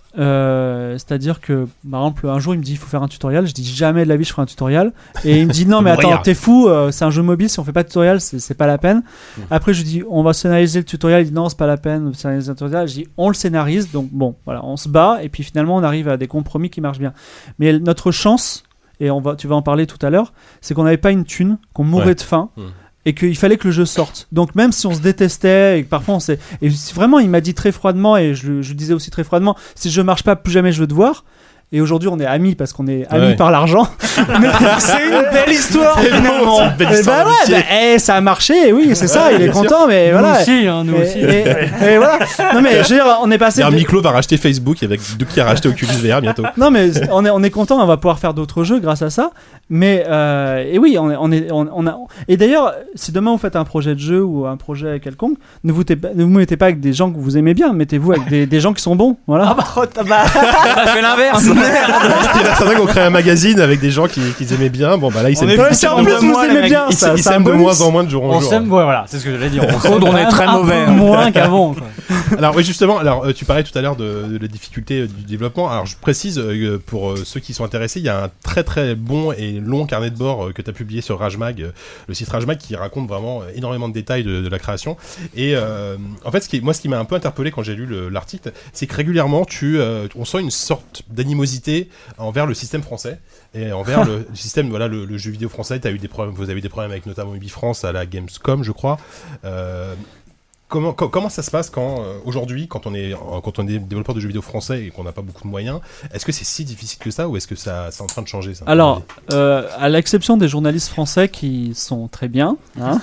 Euh, c'est-à-dire que par exemple un jour il me dit il faut faire un tutoriel, je dis jamais de la vie je ferai un tutoriel et il me dit non mais attends Regarde. t'es fou, euh, c'est un jeu mobile, si on fait pas de tutoriel c'est, c'est pas la peine. Après je lui dis on va scénariser le tutoriel, il dit non c'est pas la peine de scénariser le tutoriel, je dis on le scénarise, donc bon voilà on se bat et puis finalement on arrive à des compromis qui marchent bien. Mais notre chance, et on va, tu vas en parler tout à l'heure, c'est qu'on n'avait pas une thune, qu'on mourait Ouais. de faim. Mmh. Et qu'il fallait que le jeu sorte. Donc même si on se détestait et que parfois on s'est... Et si vraiment il m'a dit très froidement, et je, le- je le disais aussi très froidement, si le jeu marche pas, plus jamais je veux te voir. Et aujourd'hui on est amis parce qu'on est amis Ouais. par l'argent. Mais c'est une belle histoire finalement. C'est une belle Eh histoire bah ouais, d'amitié. bah, eh, ça a marché, oui c'est ça, il est Bien sûr. content, mais Nous voilà. aussi, hein, nous Et, aussi. et- et voilà. Non mais je veux dire, on est passé... D'ailleurs, de- Miklo va racheter Facebook avec deux qui a racheté Oculus V R bientôt. Non mais on est, on est content, on va pouvoir faire d'autres jeux grâce à ça. Mais euh, et oui, on est, on est, on, on a. Et d'ailleurs, si demain vous faites un projet de jeu ou un projet quelconque, ne vous, t'es pas- ne vous mettez pas avec des gens que vous aimez bien, mettez-vous avec des, des gens qui sont bons. Voilà. Ah bah, oh, t'as- bah, On a fait l'inverse. Il y a certains qui ont créé un magazine avec des gens qui, qu'ils aimaient bien. Bon, bah là, ils s'aiment Ouais, plus. si en plus vous moi, les aimez mecs, bien, Ils ça, ils c'est un s'aiment de bonus. moins en moins de jour en On jour. s'aime, ouais, voilà, c'est ce que j'allais dire. On s'aime on est quand très même un mauvais, peu hein. moins qu'avant. quoi. Alors oui justement, alors euh, tu parlais tout à l'heure de, de la difficulté euh, du développement. Alors je précise euh, pour euh, ceux qui sont intéressés, il y a un très très bon et les longs carnets de bord euh, que tu as publiés sur Rajmag, euh, le site Rajmag qui raconte vraiment euh, énormément de détails de, de la création. Et euh, en fait, ce qui, moi, ce qui m'a un peu interpellé quand j'ai lu le, l'article, c'est que régulièrement, tu, euh, on sent une sorte d'animosité envers le système français et envers le, le système, voilà, le, le jeu vidéo français. T'as eu des problèmes, vous avez eu des problèmes avec notamment Ubifrance à la Gamescom, je crois. Euh, Comment, co- comment ça se passe quand euh, aujourd'hui, quand on est euh, quand on est développeur de jeux vidéo français et qu'on n'a pas beaucoup de moyens, est-ce que c'est si difficile que ça ou est-ce que ça c'est en train de changer ça? Alors, euh, à l'exception des journalistes français qui sont très bien, hein,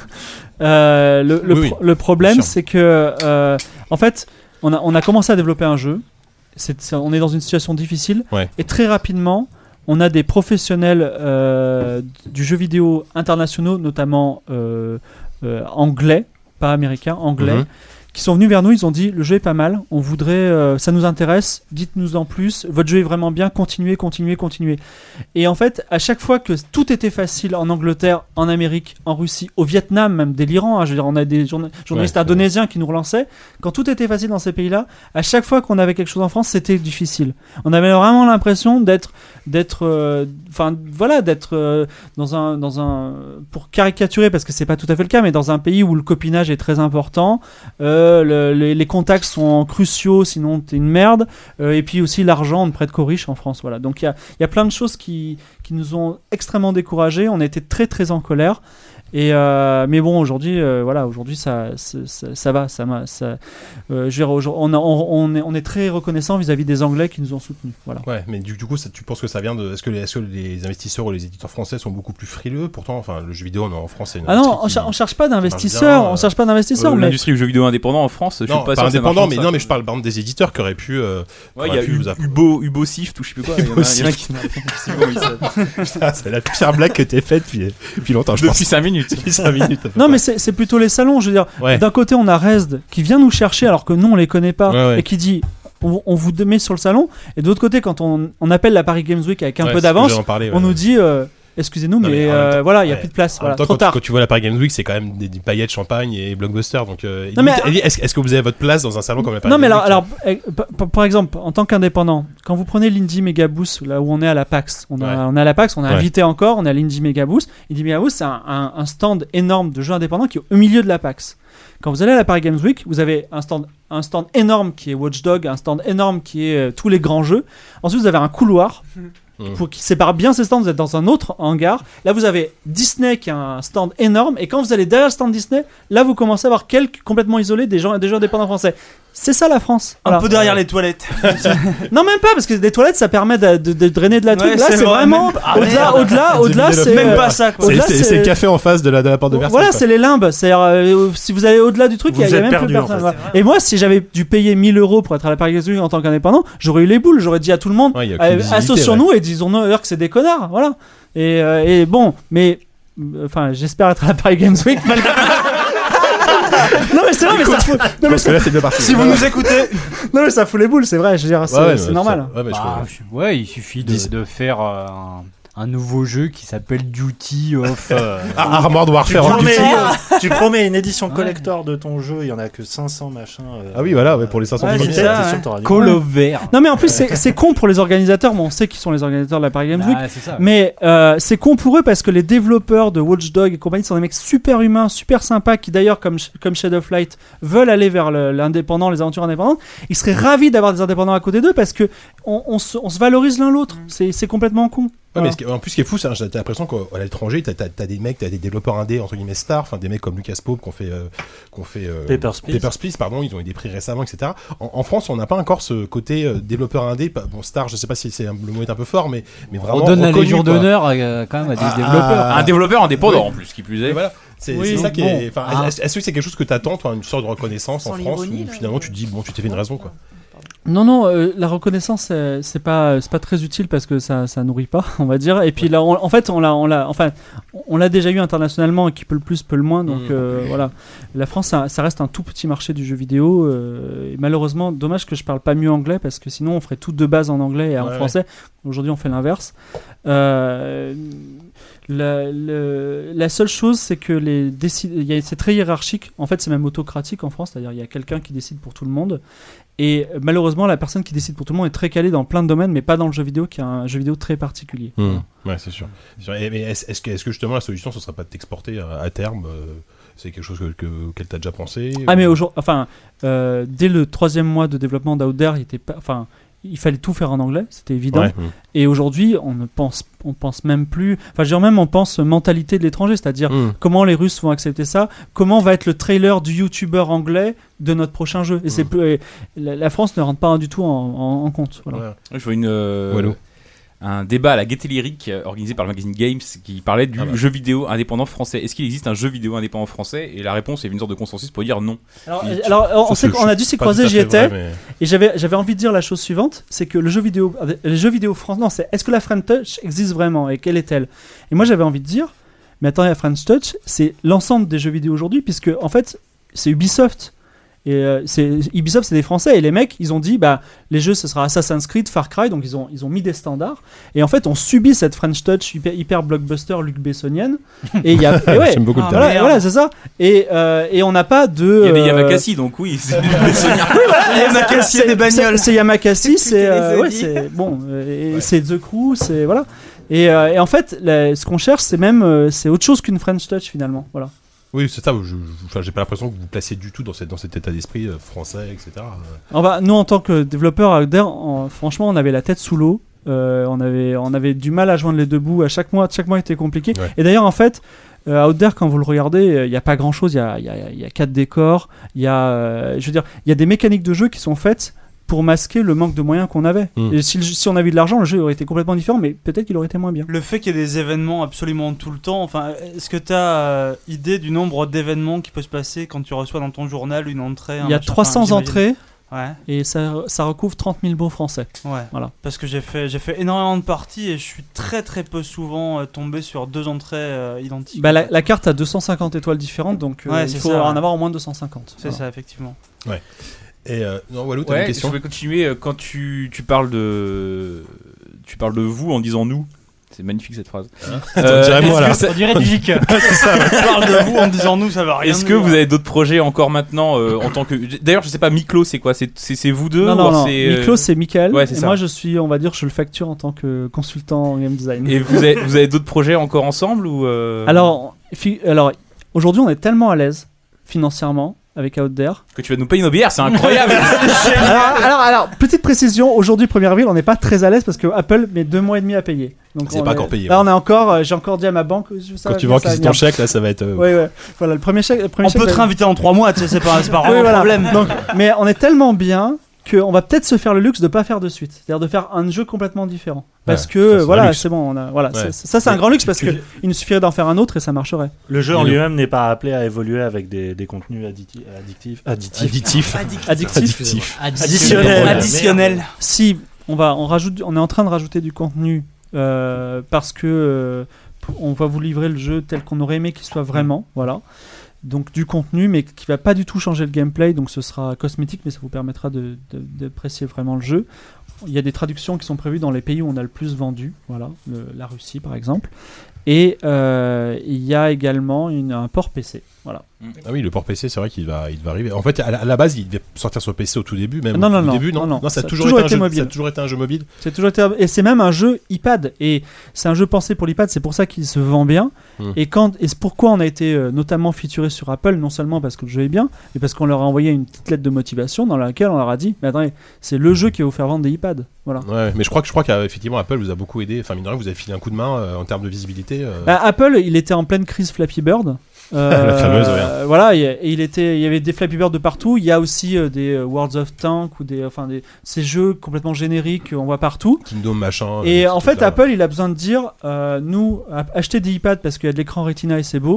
euh, le, le, Oui, pro- oui, le problème bien sûr. c'est que, euh, en fait, on a, on a commencé à développer un jeu. C'est, c'est- on est dans une situation difficile Ouais. et très rapidement, on a des professionnels euh, du jeu vidéo internationaux, notamment euh, euh, anglais. Pas américains, anglais, Mhm. qui sont venus vers nous, ils ont dit le jeu est pas mal, on voudrait, euh, ça nous intéresse, dites-nous en plus, votre jeu est vraiment bien, continuez, continuez, continuez. Et en fait, à chaque fois que tout était facile en Angleterre, en Amérique, en Russie, au Vietnam, même délirant, hein, je veux dire, on a des journa- journalistes Ouais, indonésiens qui nous relançaient, quand tout était facile dans ces pays-là, à chaque fois qu'on avait quelque chose en France, c'était difficile. On avait vraiment l'impression d'être, d'être, euh, enfin voilà, d'être euh, dans un, dans un, pour caricaturer, parce que c'est pas tout à fait le cas, mais dans un pays où le copinage est très important. Euh, le- les, les contacts sont cruciaux, sinon t'es une merde. Euh, et puis aussi l'argent, on ne prête qu'aux riches en France. Voilà. Donc il y a, il y a plein de choses qui, qui nous ont extrêmement découragés. On a été très très en colère. Et euh, mais bon, aujourd'hui, euh, voilà, aujourd'hui ça, ça, ça, ça va, ça, m'a- ça euh, je veux dire, aujourd'hui, on, a- on, on est, on est très reconnaissant vis-à-vis des Anglais qui nous ont soutenus. Voilà. Ouais, mais du, du coup, ça, tu penses que ça vient de. Est-ce que, les, est-ce que les investisseurs ou les éditeurs français sont beaucoup plus frileux? Pourtant, enfin, le jeu vidéo en France, c'est une Ah non, industrie on, qui- cher- on cherche pas marche d'investisseurs, bien, on cherche pas d'investisseurs, Euh, mais L'industrie du jeu vidéo indépendant en France, je suis Non, pas pas sûr que ça indépendant, marche mais comme non, ça. mais je parle par exemple des éditeurs qui auraient pu. Euh, Ouais, il y aurait a pu U- vous app- Ubo, Ubo Sift ou je sais plus quoi. Il y en a, il y en a qui je sais pas comment il s'appelle. Putain, c'est la pire blague que t'aies faite depuis, depuis longtemps, je pense. Depuis cinq minutes. Depuis cinq minutes. à peu non, près. mais c'est c'est plutôt les salons. Je veux dire, Ouais. d'un côté, on a Resd qui vient nous chercher alors que nous, on les connaît pas Ouais, ouais. et qui dit on, on vous met sur le salon. Et de l'autre côté, quand on, on appelle la Paris Games Week avec un Ouais, peu c'est ce que d'avance, j'allais en parler, on ouais. nous dit euh, excusez-nous, Non, mais, mais en même euh, temps- voilà, il y a ouais. plus de place. En Voilà, même temps, trop quand, tard. Tu, quand tu vois la Paris Games Week, c'est quand même des, des paillettes, champagne et blockbuster. Donc, euh, Non, mais- limite, est-ce, est-ce que vous avez votre place dans un salon comme la Paris Non, mais Games alors, Week? alors eh, p- p- par exemple, en tant qu'indépendant, quand vous prenez l'Indie Megaboost, là où on est à la PAX, on, a, Ouais. on est à la PAX, on a Ouais. invité encore, on est à l'Indie Megaboost. Indie Megaboost, c'est un, un- un stand énorme de jeux indépendants qui est au milieu de la PAX. Quand vous allez à la Paris Games Week, vous avez un stand, un stand énorme qui est Watch Dogs, un stand énorme qui est euh, tous les grands jeux. Ensuite, vous avez un couloir Mmh. pour, qui sépare bien ces stands. Vous êtes dans un autre hangar. Là, vous avez Disney qui a un stand énorme. Et quand vous allez derrière le stand Disney, là, vous commencez à voir quelques complètement isolés des gens, des jeux indépendants français. C'est ça la France. Un Voilà. peu derrière les toilettes. Non, même pas, parce que des toilettes, ça permet de, de- de drainer de la Ouais, truc. Là, c'est c'est vrai, vraiment. même pas. Ah, Au-delà, merde. au-delà, au-delà, c'est. Même euh, pas ça, quoi. C'est, au-delà, c'est, c'est- c'est le café en face de la, de la porte de Versailles. Voilà, quoi. c'est les limbes. C'est-à-dire, euh, si vous allez au-delà du truc, il y a, Vous il y a êtes même perdu, plus en personne. fait. Voilà. Et moi, si j'avais dû payer mille euros pour être à la Paris Games Week en tant qu'indépendant, j'aurais eu les boules. J'aurais dit à tout le monde, Ouais, il y a aucune euh, visibilité, associons-nous ouais. et disons-nous que c'est des connards. Voilà. Et, euh, et bon, mais. euh, Enfin, j'espère être à la Paris Games Week. malgré- non mais c'est vrai, mais ça fout. Non mais, Parce que ça... là, c'est bien parti. Si vous nous écoutez, non mais ça fout les boules, c'est vrai. Je veux dire, c'est, Ouais, ouais, c'est mais normal. ça- ouais, mais je Bah, comprends. ouais, il suffit de, Dis- de faire euh, un, un nouveau jeu qui s'appelle Duty of. euh, Ah, Armored Tu Warfare. en promets, plus. tu promets une édition Ouais. collector de ton jeu, il y en a que cinq cents machin. euh, Ah oui, voilà, ouais, pour les cinq cents Ouais, premiers. c'est ça, t'es sûr, ouais. t'auras du Call mal. of Vert. Non mais en plus c'est, c'est con pour les organisateurs. Bon, on sait qui sont les organisateurs de la Paris Games Week. Ah, c'est ça. Mais euh, c'est con pour eux parce que les développeurs de Watch Dogs et compagnie sont des mecs super humains, super sympas qui d'ailleurs comme, comme Shadow of Light veulent aller vers le- l'indépendant, les aventures indépendantes. Ils seraient ravis d'avoir des indépendants à côté d'eux parce que on, on, se, on se valorise l'un l'autre. C'est, c'est complètement con. Ouais, mais Voilà. ce qui- en plus, ce qui est fou, c'est hein, j'ai l'impression qu'à l'étranger, t'as, t'as, t'as des mecs, t'as des développeurs indés, entre guillemets, stars, enfin des mecs comme Lucas Pope qu'on fait, euh, qu'on fait euh, Papers, Please. Papers, Please, pardon, ils ont eu des prix récemment, et cetera. En, en France, on n'a pas encore ce côté euh, développeur indé, pas- bon, star, je sais pas si c'est un- le mot est un peu fort, mais, mais vraiment. On donne la reconnu, Légion quoi. d'honneur euh, quand même à des Ah, développeurs. ah, Un développeur indépendant Oui. en plus, qui plus Et est. voilà. C'est, Oui, c'est ça donc qui est. bon. Enfin, Ah. est-ce, est-ce que c'est quelque chose que t'attends, toi, une sorte de reconnaissance Sans en France, l'ironie, où là, finalement tu te dis, bon, tu t'es fait une raison, quoi. Non, non, euh, la reconnaissance, c'est, c'est pas, c'est pas très utile parce que ça, ça nourrit pas, on va dire. Et puis là, on- en fait, on l'a, on l'a, enfin, on l'a déjà eu internationalement et qui peut le plus peut le moins. Donc Mmh. euh, voilà, la France, ça, ça reste un tout petit marché du jeu vidéo. euh, et malheureusement, dommage que je parle pas mieux anglais parce que sinon, on ferait tout de base en anglais et en Ouais, français. Aujourd'hui, on fait l'inverse. Euh, La, le- la seule chose, c'est que les décid- il y a- c'est très hiérarchique. En fait, c'est même autocratique en France. C'est-à-dire, il y a quelqu'un qui décide pour tout le monde. Et euh, malheureusement, la personne qui décide pour tout le monde est très calée dans plein de domaines, mais pas dans le jeu vidéo, qui est un jeu vidéo très particulier. Mmh. Voilà. Ouais, c'est sûr. C'est sûr. Et- mais est-ce, est-ce que, est-ce que justement la solution, ce serait pas de t'exporter à, à terme euh, C'est quelque chose que, que, auquel t'as déjà pensé Ah, ou- mais aujourd'hui, enfin, euh, dès le troisième mois de développement d'Outer, il était pas, enfin, il fallait tout faire en anglais, c'était évident. Ouais, mmh. Et aujourd'hui, on ne pense, on pense même plus. Enfin, je veux dire, même on pense mentalité de l'étranger, c'est-à-dire Mmh. comment les Russes vont accepter ça, comment va être le trailer du YouTuber anglais de notre prochain jeu. Et c'est plus, et la, la France ne rentre pas du tout en, en- en compte. Voilà. Ouais. Je vois une, euh, Wallo. un débat à la Gaieté Lyrique euh, organisé par le magazine Games qui parlait du Ah bah. jeu vidéo indépendant français. Est-ce qu'il existe un jeu vidéo indépendant français? Et la réponse est une sorte de consensus pour dire non. Alors, Il- alors, on, Ça, sait c'est- qu'on a dû s'y pas croiser, tout à j'y fait étais. vrai, Et j'avais, j'avais envie de dire la chose suivante, c'est que le jeu vidéo, les jeux vidéo français, non, c'est est-ce que la French Touch existe vraiment et quelle est-elle? Et moi j'avais envie de dire, mais attendez, la French Touch, c'est l'ensemble des jeux vidéo aujourd'hui, puisque en fait c'est Ubisoft. Et euh, c'est, Ubisoft, c'est des Français, et les mecs, ils ont dit, bah, les jeux, ce sera Assassin's Creed, Far Cry, donc ils ont, ils ont mis des standards. Et en fait, on subit cette French Touch hyper, hyper blockbuster Luc Bessonienne. Et il y a, et ouais, J'aime beaucoup le Ah, terme. voilà, voilà, c'est ça. Et, euh, et on n'a pas de. Il y a des euh, Yamakasi, donc oui. c'est- Et Yamakasi, il y a des bagnoles. C'est c'est Yamakasi, c'est les euh, ouais, Sony. c'est bon, euh, et Ouais. c'est The Crew, c'est voilà. Et, euh, et en fait, la- ce qu'on cherche, c'est même euh, c'est autre chose qu'une French Touch finalement. Voilà. Oui, c'est ça. Je, je- enfin, j'ai pas l'impression que vous vous placez du tout dans, cette, dans cet état d'esprit euh, français, et cetera. On va, nous en tant que développeurs à Outer, en- franchement, on avait la tête sous l'eau. Euh, on avait on avait du mal à joindre les deux bouts. À chaque mois, chaque mois était compliqué. Ouais. Et d'ailleurs, en fait. Euh, Out There, quand vous le regardez, il n'y a pas grand chose. Il y a, il y, a, il y a quatre décors. Il y a, euh, je veux dire, il y a des mécaniques de jeu qui sont faites pour masquer le manque de moyens qu'on avait. Mm. Et si, le- si on avait eu de l'argent, le jeu aurait été complètement différent, mais peut-être qu'il aurait été moins bien. Le fait qu'il y ait des événements absolument tout le temps, enfin, est-ce que tu as idée du nombre d'événements qui peut se passer quand tu reçois dans ton journal une entrée? un Il y a machin, trois cents enfin, j'imagine. entrées Ouais, et ça, ça recouvre trente mille mots français. ouais. Voilà. Parce que j'ai fait, j'ai fait énormément de parties et je suis très très peu souvent euh, tombé sur deux entrées euh, identiques. Bah, la, la carte a deux cent cinquante étoiles différentes, donc euh, Ouais, il c'est faut ça, en ouais. avoir au moins deux cent cinquante. C'est Voilà. ça, effectivement. Et euh, non, Walou, t'as Ouais, une je question voulais continuer euh, quand tu, tu parles de tu parles de vous en disant nous. C'est magnifique cette phrase. On dirait moi, est-ce là. que ça- On dirait Dick. On parle de vous en disant nous, ça va rien. Est-ce que dire. vous avez d'autres projets encore maintenant euh, en tant que d'ailleurs je sais pas Miklo c'est quoi c'est c'est c'est vous deux Non, ou non, alors non. c'est euh, Miklo, c'est Michael. ouais, c'est et ça. moi, je suis, on va dire, je le facture en tant que consultant en game design. et vous avez vous avez d'autres projets encore ensemble ou euh, Alors, fi- alors aujourd'hui, on est tellement à l'aise financièrement avec Out There. que tu vas nous payer nos bières c'est incroyable. alors, alors, alors, petite précision, aujourd'hui, premier avril, on n'est pas très à l'aise parce que Apple met deux mois et demi à payer. Donc, C'est on pas est- encore payé, Là, ouais. on est encore, euh, j'ai encore dit à ma banque. je- ça Quand va tu venir, vas ça va encaisser ton venir. chèque, là, ça va être. euh, Ouais, ouais. Voilà, le premier chèque. Le premier On chèque peut va- te réinviter en trois mois, tu sais, c'est pas, c'est pas Oui, vraiment un voilà. problème. Donc, mais on est tellement bien qu'on va peut-être se faire le luxe de pas faire de suite, c'est-à-dire de faire un jeu complètement différent. Parce Ouais, que ça, c'est un voilà, luxe. c'est bon, on a, voilà, Ouais. c'est- ça c'est un Mais grand luxe tu- parce tu- que il nous suffirait d'en faire un autre et ça marcherait. Le jeu en Et le- lui-même n'est pas appelé à évoluer avec des, des contenus additi- addictifs. Additifs. Additif. Addictif. Additionnel. Additionnel. Si on va, on rajoute, on est en train de rajouter du contenu euh, parce que euh, on va vous livrer le jeu tel qu'on aurait aimé qu'il soit vraiment, voilà. Donc du contenu, mais qui va pas du tout changer le gameplay, donc ce sera cosmétique, mais ça vous permettra de, de- d'apprécier vraiment le jeu. Il y a des traductions qui sont prévues dans les pays où on a le plus vendu, voilà, le- la Russie par exemple. Et euh, il y a également une, un port P C, voilà. Ah oui, le port P C, c'est vrai qu'il va, il va arriver. En fait, à la, à la base, il devait sortir sur P C au tout début, même Non, au non, tout non, début, non, non, non. ça a Ça toujours, été, un jeu, mobile. ça a toujours été un jeu mobile. C'est toujours été- et c'est même un jeu iPad et c'est un jeu pensé pour l'iPad, c'est pour ça qu'il se vend bien. Mm. Et quand et c'est pourquoi on a été euh, notamment featuré sur Apple, non seulement parce que le jeu est bien, mais parce qu'on leur a envoyé une petite lettre de motivation dans laquelle on leur a dit mais attendez, c'est le jeu qui va vous faire vendre des iPads. Voilà. Ouais, mais je crois que je crois qu'effectivement Apple vous a beaucoup aidé. Enfin, mine de rien, vous avez filé un coup de main euh, en termes de visibilité. euh. Bah, Apple, il était en pleine crise Flappy Bird. Euh, La fameuse, ouais. euh, voilà, et, et il était, il y avait des Flappy Bird de partout. Il y a aussi euh, des euh, Worlds of Tanks ou des, enfin des, ces jeux complètement génériques qu'on voit partout. Kingdom machin. Et euh, en tout fait, ça. Apple, il a besoin de dire, euh, nous, a- achetez des iPads parce qu'il y a de l'écran Retina et c'est beau.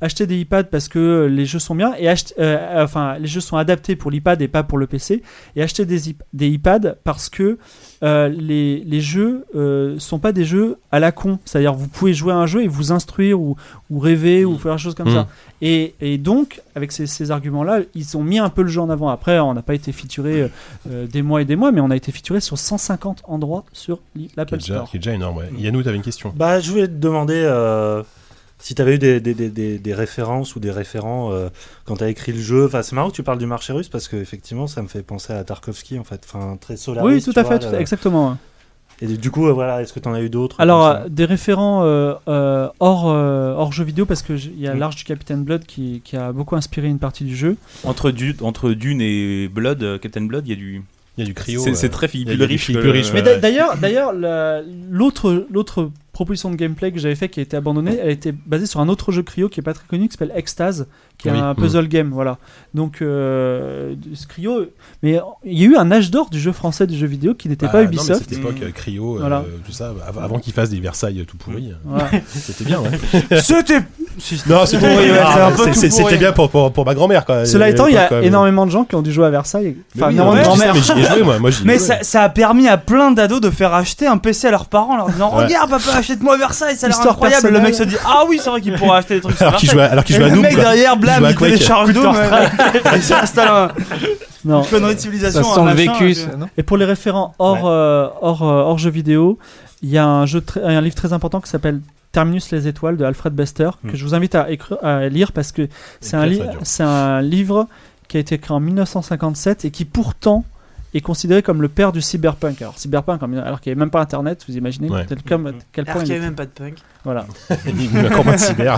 achetez des iPads parce que les jeux sont bien et achetez, euh, enfin les jeux sont adaptés pour l'iPad et pas pour le P C, et achetez des, iP- des iPads parce que euh, les, les jeux euh, sont pas des jeux à la con, c'est-à-dire vous pouvez jouer à un jeu et vous instruire ou, ou rêver ou faire des choses comme Mmh. ça. Et, et donc, avec ces, ces arguments-là, ils ont mis un peu le jeu en avant. Après, on n'a pas été featuré euh, des mois et des mois, mais on a été featuré sur cent cinquante endroits sur l'i- Qui l'Apple est déjà, Store. qui est déjà énorme. Ouais. Yannou, t'avais une question. Bah, je voulais te demander euh, si tu avais eu des, des, des, des, des références ou des référents euh, quand tu as écrit le jeu. Enfin, c'est marrant que tu parles du marché russe parce que effectivement, ça me fait penser à Tarkovsky en fait. Enfin, très Solaris. Oui, tout tu à vois, fait, tout à- le- exactement. ouais. Et du coup, euh, voilà, est-ce que tu en as eu d'autres Alors, comme ça euh, des référents euh, euh, hors, euh, hors jeux vidéo, parce qu'il y a Mm. l'Arche du Capitaine Blood qui, qui a beaucoup inspiré une partie du jeu. Entre, du, entre Dune et Blood, euh, Captain Blood, il y a du. Il y a du cryo. C'est c'est euh, très il y a Philippe du riche. Philippe que- Riche, Mais ouais. d'a- d'ailleurs, d'ailleurs, la- l'autre, l'autre proposition de gameplay que j'avais fait qui a été abandonnée, elle était basée sur un autre jeu cryo qui est pas très connu, qui s'appelle Extase, qui est Oui. un Mm. puzzle game, voilà. Donc, euh, ce cryo, mais il y a eu un âge d'or du jeu français, du jeu vidéo, qui n'était Bah, pas non, mais Ubisoft. cette époque, euh, cryo, euh, Voilà. tout ça, av- avant qu'ils fassent des Versailles euh, tout pourris. euh, Voilà. C'était bien, ouais. C'était. Non, c'était pourri, ouais, c'est un peu c'est- tout c'est- pourri. c'était bien pour, pour, pour ma grand-mère, quoi. Cela À étant, il y l'époque, a quand même. énormément de gens qui ont dû jouer à Versailles. Mais Enfin, oui, énormément ouais, de je sais, grand-mères. mais j'y ai joué, moi. Moi, j'y ai Mais joué. ça, ça a permis à plein d'ados de faire acheter un P C à leurs parents en leur disant Ouais. regarde papa, achète-moi Versailles, ça a l'air Histoire incroyable. Le mec se personnelle. dit ah oui, c'est vrai qu'il pourrait acheter des trucs sur Alors qu'il Versailles. jouait, alors qu'il Et jouait à le Doom, mec quoi. derrière, Il blam, jouait à il Quake. télécharge Doom, Counter ouais. Il s'installe un- Non. une connerie de civilisation. Ça un sent le machin, vécu, et ça, non Et pour les référents hors, euh, hors, euh, hors jeux vidéo, il y a un, jeu très- un livre très important qui s'appelle Terminus les étoiles de Alfred Bester, Mm. que je vous invite à, écre- à lire parce que c'est un, très, li- très dur. c'est un livre qui a été écrit en mille neuf cent cinquante-sept et qui pourtant est considéré comme le père du cyberpunk. Alors cyberpunk, alors qu'il n'y avait même pas internet, vous imaginez Ouais. tel- comme- quel Alors point qu'il il n'y avait était. même pas de punk. Voilà. Il a encore moins de cyber.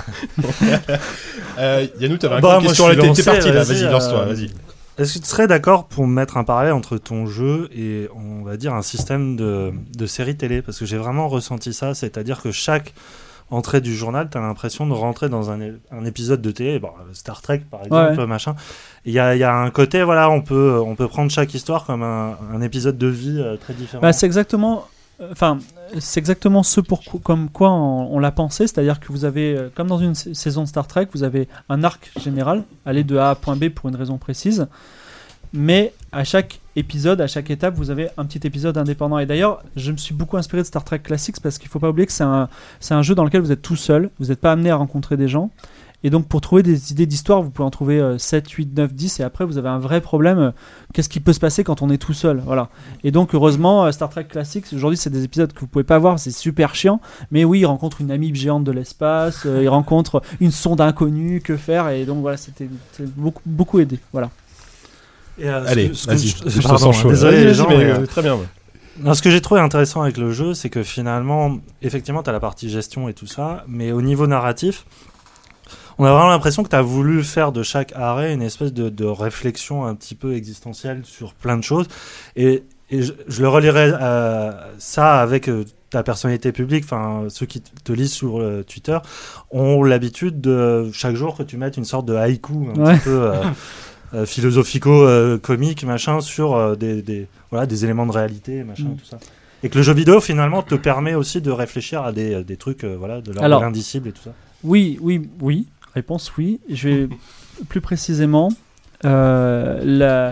euh, Yannou, t'avais Bah, une moi, question. je Là, suis t'es lancé, t'es parti, là. vas-y, Vas-y, lance-toi, euh, vas-y. Est-ce que tu serais d'accord pour mettre un parallèle entre ton jeu et, on va dire, un système de, de série télé? Parce que j'ai vraiment ressenti ça, c'est-à-dire que chaque entrée du journal, tu as l'impression de rentrer dans un, é- un épisode de télé, bon, Star Trek par exemple, Ouais. machin. Il y a, il y a un côté, voilà, on peut, on peut prendre chaque histoire comme un, un épisode de vie euh, très différent. Bah, c'est exactement, euh, enfin, c'est exactement ce pour co- comme quoi on, on l'a pensé, c'est-à-dire que vous avez, euh, comme dans une sa- saison de Star Trek, vous avez un arc général, aller de A à point B pour une raison précise, mais à chaque épisode, à chaque étape, vous avez un petit épisode indépendant. Et d'ailleurs, je me suis beaucoup inspiré de Star Trek Classics parce qu'il faut pas oublier que c'est un, c'est un jeu dans lequel vous êtes tout seul, vous n'êtes pas amené à rencontrer des gens. Et donc pour trouver des idées d'histoire, vous pouvez en trouver euh, sept, huit, neuf, dix, et après vous avez un vrai problème. euh, Qu'est-ce qui peut se passer quand on est tout seul, voilà. Et donc heureusement, euh, Star Trek Classics, aujourd'hui c'est des épisodes que vous pouvez pas voir, c'est super chiant. Mais oui, il rencontre une amibe géante de l'espace, euh, il rencontre une sonde inconnue, que faire. Et donc voilà, c'était c'était beaucoup, beaucoup aidé, voilà. Et, euh, ce Allez, que- ce que vas-y. je- Je te pardon, sens chaud. désolé, Vas-y, les vas-y, gens, mais, mais, euh, euh, très bien. ouais. Non, ce que j'ai trouvé intéressant avec le jeu, c'est que finalement, effectivement, tu as la partie gestion et tout ça, mais au niveau narratif, on a vraiment l'impression que tu as voulu faire de chaque arrêt une espèce de, de réflexion un petit peu existentielle sur plein de choses. Et, et je, je le relierai euh, ça avec euh, ta personnalité publique. Enfin, ceux qui t- te lisent sur euh, Twitter ont l'habitude de chaque jour que tu mettes une sorte de haïku un Ouais. petit peu euh, euh, philosophico-comique, machin, sur euh, des, des, voilà, des éléments de réalité, machin, Mm. tout ça. Et que le jeu vidéo, finalement, te permet aussi de réfléchir à des, des trucs, euh, voilà, de l'ordre Alors- de l'indicible et tout ça. Oui, oui, oui. Réponse oui. Je vais plus précisément. euh, la-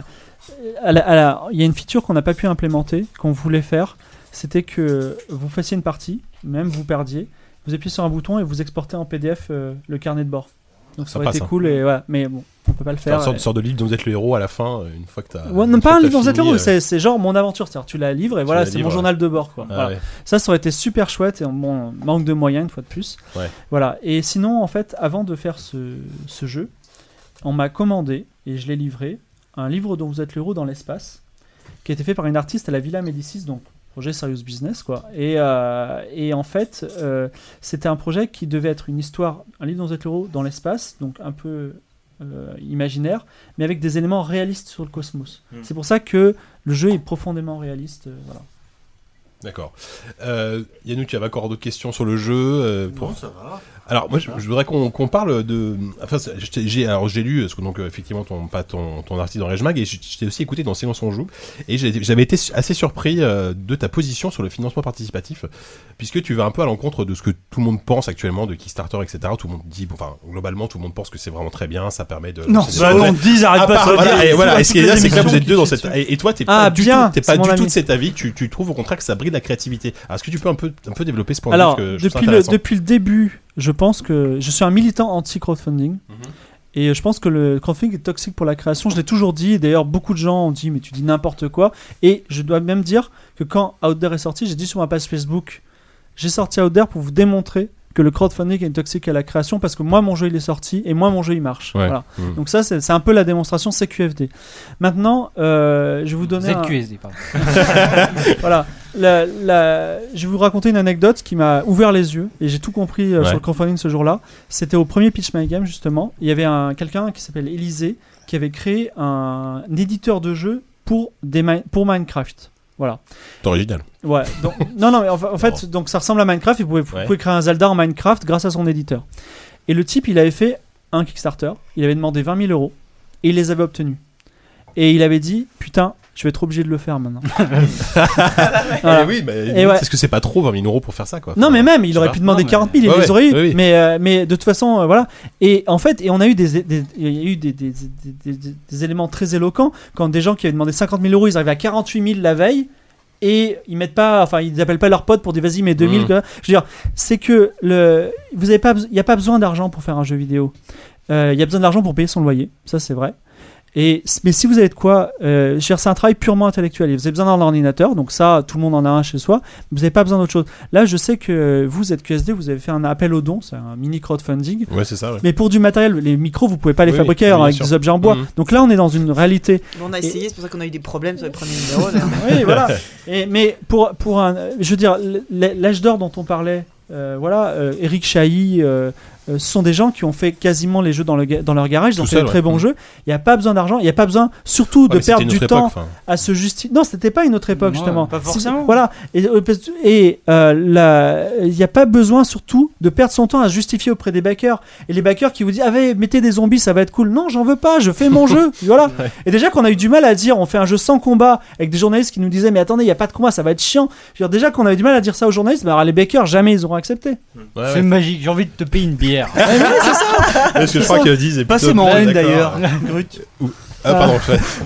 à la- à la- Il y a une feature qu'on n'a pas pu implémenter, qu'on voulait faire. C'était que vous fassiez une partie, même vous perdiez, vous appuyez sur un bouton et vous exportez en P D F euh, le carnet de bord. Donc ça aurait Sympa, été ça. cool, et voilà. Mais bon, on peut pas le Faire faire. une sorte, et- sorte de livre dont vous êtes le héros à la fin, euh, une fois que t'as. Ouais, une non, fois pas un que livre t'as dans cette fini, héros, euh, c'est c'est genre mon aventure. C'est-à-dire, tu la livres et voilà, la c'est livres, mon ouais. journal de bord, quoi. ah Voilà. ouais. Ça, ça aurait été super chouette et bon, manque de moyens une fois de plus. Ouais. Voilà. Et sinon, en fait, avant de faire ce, ce jeu, on m'a commandé et je l'ai livré un livre dont vous êtes le héros dans l'espace, qui a été fait par une artiste à la Villa Médicis, donc projet Serious Business, quoi. Et, euh, et en fait, euh, c'était un projet qui devait être une histoire, un livre dont vous êtes le héros dans l'espace, donc un peu euh, imaginaire, mais avec des éléments réalistes sur le cosmos. Mm. C'est pour ça que le jeu est profondément réaliste. euh, voilà. D'accord. Euh, Yannou, tu avais encore d'autres questions sur le jeu euh, pour... ça va. Alors moi je, je voudrais qu'on qu'on parle de enfin j'ai alors j'ai lu parce que donc effectivement ton pas ton ton article dans Rage Mag et j'ai aussi écouté dans Silence on joue et j'avais été assez surpris euh, de ta position sur le financement participatif puisque tu vas un peu à l'encontre de ce que tout le monde pense actuellement de Kickstarter et cetera. Tout le monde dit enfin globalement tout le monde pense que c'est vraiment très bien, ça permet de non bah non dis arrête pas de voilà, et voilà et ce qui est là c'est que là vous êtes deux dans cette et, et toi t'es ah, pas du bien, tout t'es pas du tout de cet avis, tu tu trouves au contraire que ça bride la créativité. Alors est-ce que tu peux un peu un peu développer ce point de vue? Alors que depuis le depuis le début je pense que je suis un militant anti-crowdfunding mm-hmm. et je pense que le crowdfunding est toxique pour la création. Je l'ai toujours dit. D'ailleurs, beaucoup de gens ont dit mais tu dis n'importe quoi. Et je dois même dire que quand Out There est sorti, j'ai dit sur ma page Facebook, j'ai sorti Out There pour vous démontrer que le crowdfunding est toxique à la création parce que moi mon jeu il est sorti et moi mon jeu il marche. Ouais. Voilà. Mmh. Donc ça c'est, c'est un peu la démonstration C Q F D. Maintenant, euh, je vais vous donner Z Q S D, un... pardon. Voilà. La, la... Je vais vous raconter une anecdote qui m'a ouvert les yeux et j'ai tout compris euh, ouais. sur le crowdfunding ce jour-là. C'était au premier Pitch My Game justement. Il y avait un quelqu'un qui s'appelle Élisée qui avait créé un, un éditeur de jeux pour des mi... pour Minecraft. Voilà. C'est original. Ouais. Donc, non, non, mais en, en fait, oh. donc ça ressemble à Minecraft. Vous pouvez, vous ouais. pouvez créer un Zelda en Minecraft grâce à son éditeur. Et le type, il avait fait un Kickstarter. Il avait demandé vingt mille euros et il les avait obtenus. Et il avait dit, putain, je vais être obligé de le faire maintenant. Voilà. Et oui, mais et ouais. est-ce que c'est pas trop vingt mille euros pour faire ça, quoi? Non, mais même, il aurait pu demander non, mais... quarante mille, il ouais, les aurait eu. Oui, oui. Mais, euh, mais de toute façon, euh, voilà. Et en fait, et on a eu des, des, il y a eu des, des, des, des, des éléments très éloquents quand des gens qui avaient demandé cinquante mille euros, ils arrivaient à quarante-huit mille la veille. Et ils mettent pas, enfin ils appellent pas leurs potes pour dire vas-y mets deux mille. Mmh. Je veux dire, c'est que le, vous avez pas, il y a pas besoin d'argent pour faire un jeu vidéo. Il euh, y a besoin d'argent pour payer son loyer, ça c'est vrai. Et, mais si vous avez de quoi, euh, c'est un travail purement intellectuel. Et vous avez besoin d'un ordinateur, donc ça, tout le monde en a un chez soi. Vous n'avez pas besoin d'autre chose. Là, je sais que vous, Z Q S D, vous avez fait un appel aux dons, c'est un mini crowdfunding. Ouais, c'est ça. Ouais. Mais pour du matériel, les micros, vous pouvez pas les oui, fabriquer oui, avec sûr. des objets en bois. Mmh. Donc là, on est dans une réalité. On a essayé, et... c'est pour ça qu'on a eu des problèmes sur les premiers numéros. Là. Oui, voilà. Et, mais pour pour un, je veux dire, l'âge d'or dont on parlait. Euh, voilà, euh, Eric Chahi, euh, euh, ce sont des gens qui ont fait quasiment les jeux dans, le ga- dans leur garage, ils ont fait de très ouais. bons mmh. jeux. Il n'y a pas besoin d'argent, il n'y a pas besoin surtout ouais, de perdre du temps époque, à se justifier. Non, c'était pas une autre époque, ouais, justement. Pas forcément. C'est, voilà, et, et euh, il n'y a pas besoin surtout de perdre son temps à se justifier auprès des backers. Et les backers qui vous disent ah, ouais, mettez des zombies, ça va être cool. Non, j'en veux pas, je fais mon jeu. Voilà. Ouais. Et déjà qu'on a eu du mal à dire on fait un jeu sans combat avec des journalistes qui nous disaient mais attendez, il n'y a pas de combat, ça va être chiant. Je veux dire, déjà qu'on a eu du mal à dire ça aux journalistes, bah, alors les backers, jamais ils auront accepté. Ouais, c'est ouais. magique, j'ai envie de te payer une bière. Ouais, c'est ça. Parce que je crois qu'ils disent. Passez-moi une d'ailleurs. Ah pardon.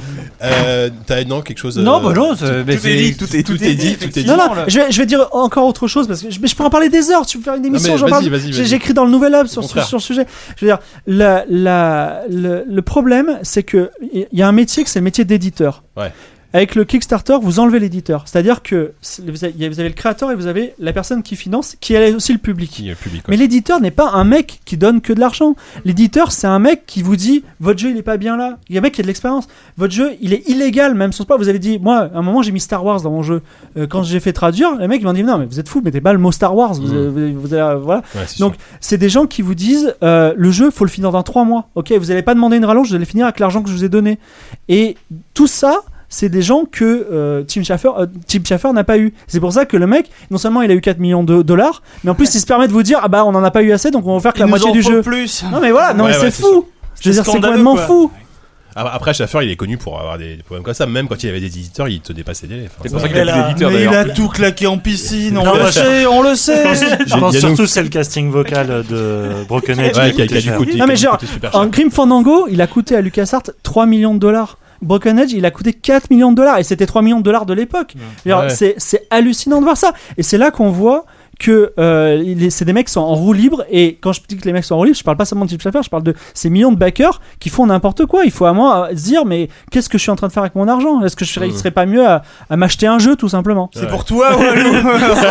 Euh, t'as non quelque chose. Non, bah non, tout, tout, tout est dit, tout est tout est dit, tout est dit. Non, non, je vais, je vais dire encore autre chose parce que je, je pourrais en parler des heures. Tu peux faire une émission, j'en parle. Vas-y, vas-y. J'écris dans le Nouvel Hub sur, sur, sur le sujet. Je veux dire, la, la, le, le problème, c'est que il y a un métier que c'est le métier d'éditeur. Ouais. Avec le Kickstarter, vous enlevez l'éditeur. C'est-à-dire que vous avez, vous avez le créateur et vous avez la personne qui finance, qui est aussi le public. Qui est le public ouais. Mais l'éditeur n'est pas un mec qui donne que de l'argent. L'éditeur, c'est un mec qui vous dit votre jeu, il est pas bien là. Il y a un mec qui a de l'expérience. Votre jeu, il est illégal, même sans pas. Vous avez dit, moi, à un moment, j'ai mis Star Wars dans mon jeu. Euh, quand j'ai fait traduire, les mecs ils m'ont dit non, mais vous êtes fou, mettez pas le mot Star Wars. Vous, mmh. vous, vous, vous, voilà. Ouais, c'est Donc, sûr. c'est des gens qui vous disent euh, le jeu, faut le finir dans trois mois. Ok, vous n'allez pas demander une rallonge, vous allez finir avec l'argent que je vous ai donné. Et tout ça. C'est des gens que euh, Tim Schafer, euh, Tim Schafer n'a pas eu. C'est pour ça que le mec, non seulement il a eu quatre millions de dollars, mais en plus il se permet de vous dire ah bah on en a pas eu assez donc on va faire que il la moitié du jeu. Plus. Non mais voilà, non ouais, mais ouais, c'est, c'est fou. C'est Je veux dire c'est complètement quoi. fou. Après, Schafer, il est connu pour avoir des problèmes comme ça. Même quand il avait des éditeurs, il te dépassait des délais. Enfin, c'est pour ça qu'il a plus d'éditeurs d'ailleurs. Mais il a tout claqué en piscine, on le sait, on le sait. Je pense surtout c'est le casting vocal de Broken Edge ouais, qui a du côté. Non mais genre, en Grim Fandango, il a coûté à LucasArts trois millions de dollars. Broken Edge, il a coûté quatre millions de dollars et c'était trois millions de dollars de l'époque. Ouais. Alors, ouais. c'est, c'est hallucinant de voir ça. Et c'est là qu'on voit que euh, les, c'est des mecs qui sont en roue libre. Et quand je dis que les mecs sont en roue libre, je parle pas seulement de Tim Schafer, je parle de ces millions de backers qui font n'importe quoi. Il faut à moi se dire, mais qu'est-ce que je suis en train de faire avec mon argent? Est-ce que je serais, mmh. serais pas mieux à, à m'acheter un jeu, tout simplement? C'est ouais. pour toi, Walou.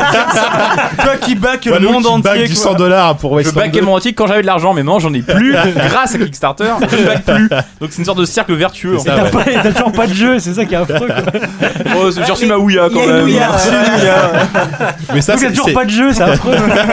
Toi qui back le monde qui entier. Back du cent dollars pour Je backais mon entier quand j'avais de l'argent, mais maintenant j'en ai plus. Grâce à Kickstarter, je back plus. Donc c'est une sorte de cercle vertueux. Et t'as, ouais. pas, t'as toujours pas de jeu, c'est ça qui est affreux. Oh, j'ai reçu ma Ouya quand même. Ouya, mais ça, c'est toujours pas de jeu. jeu, c'est affreux.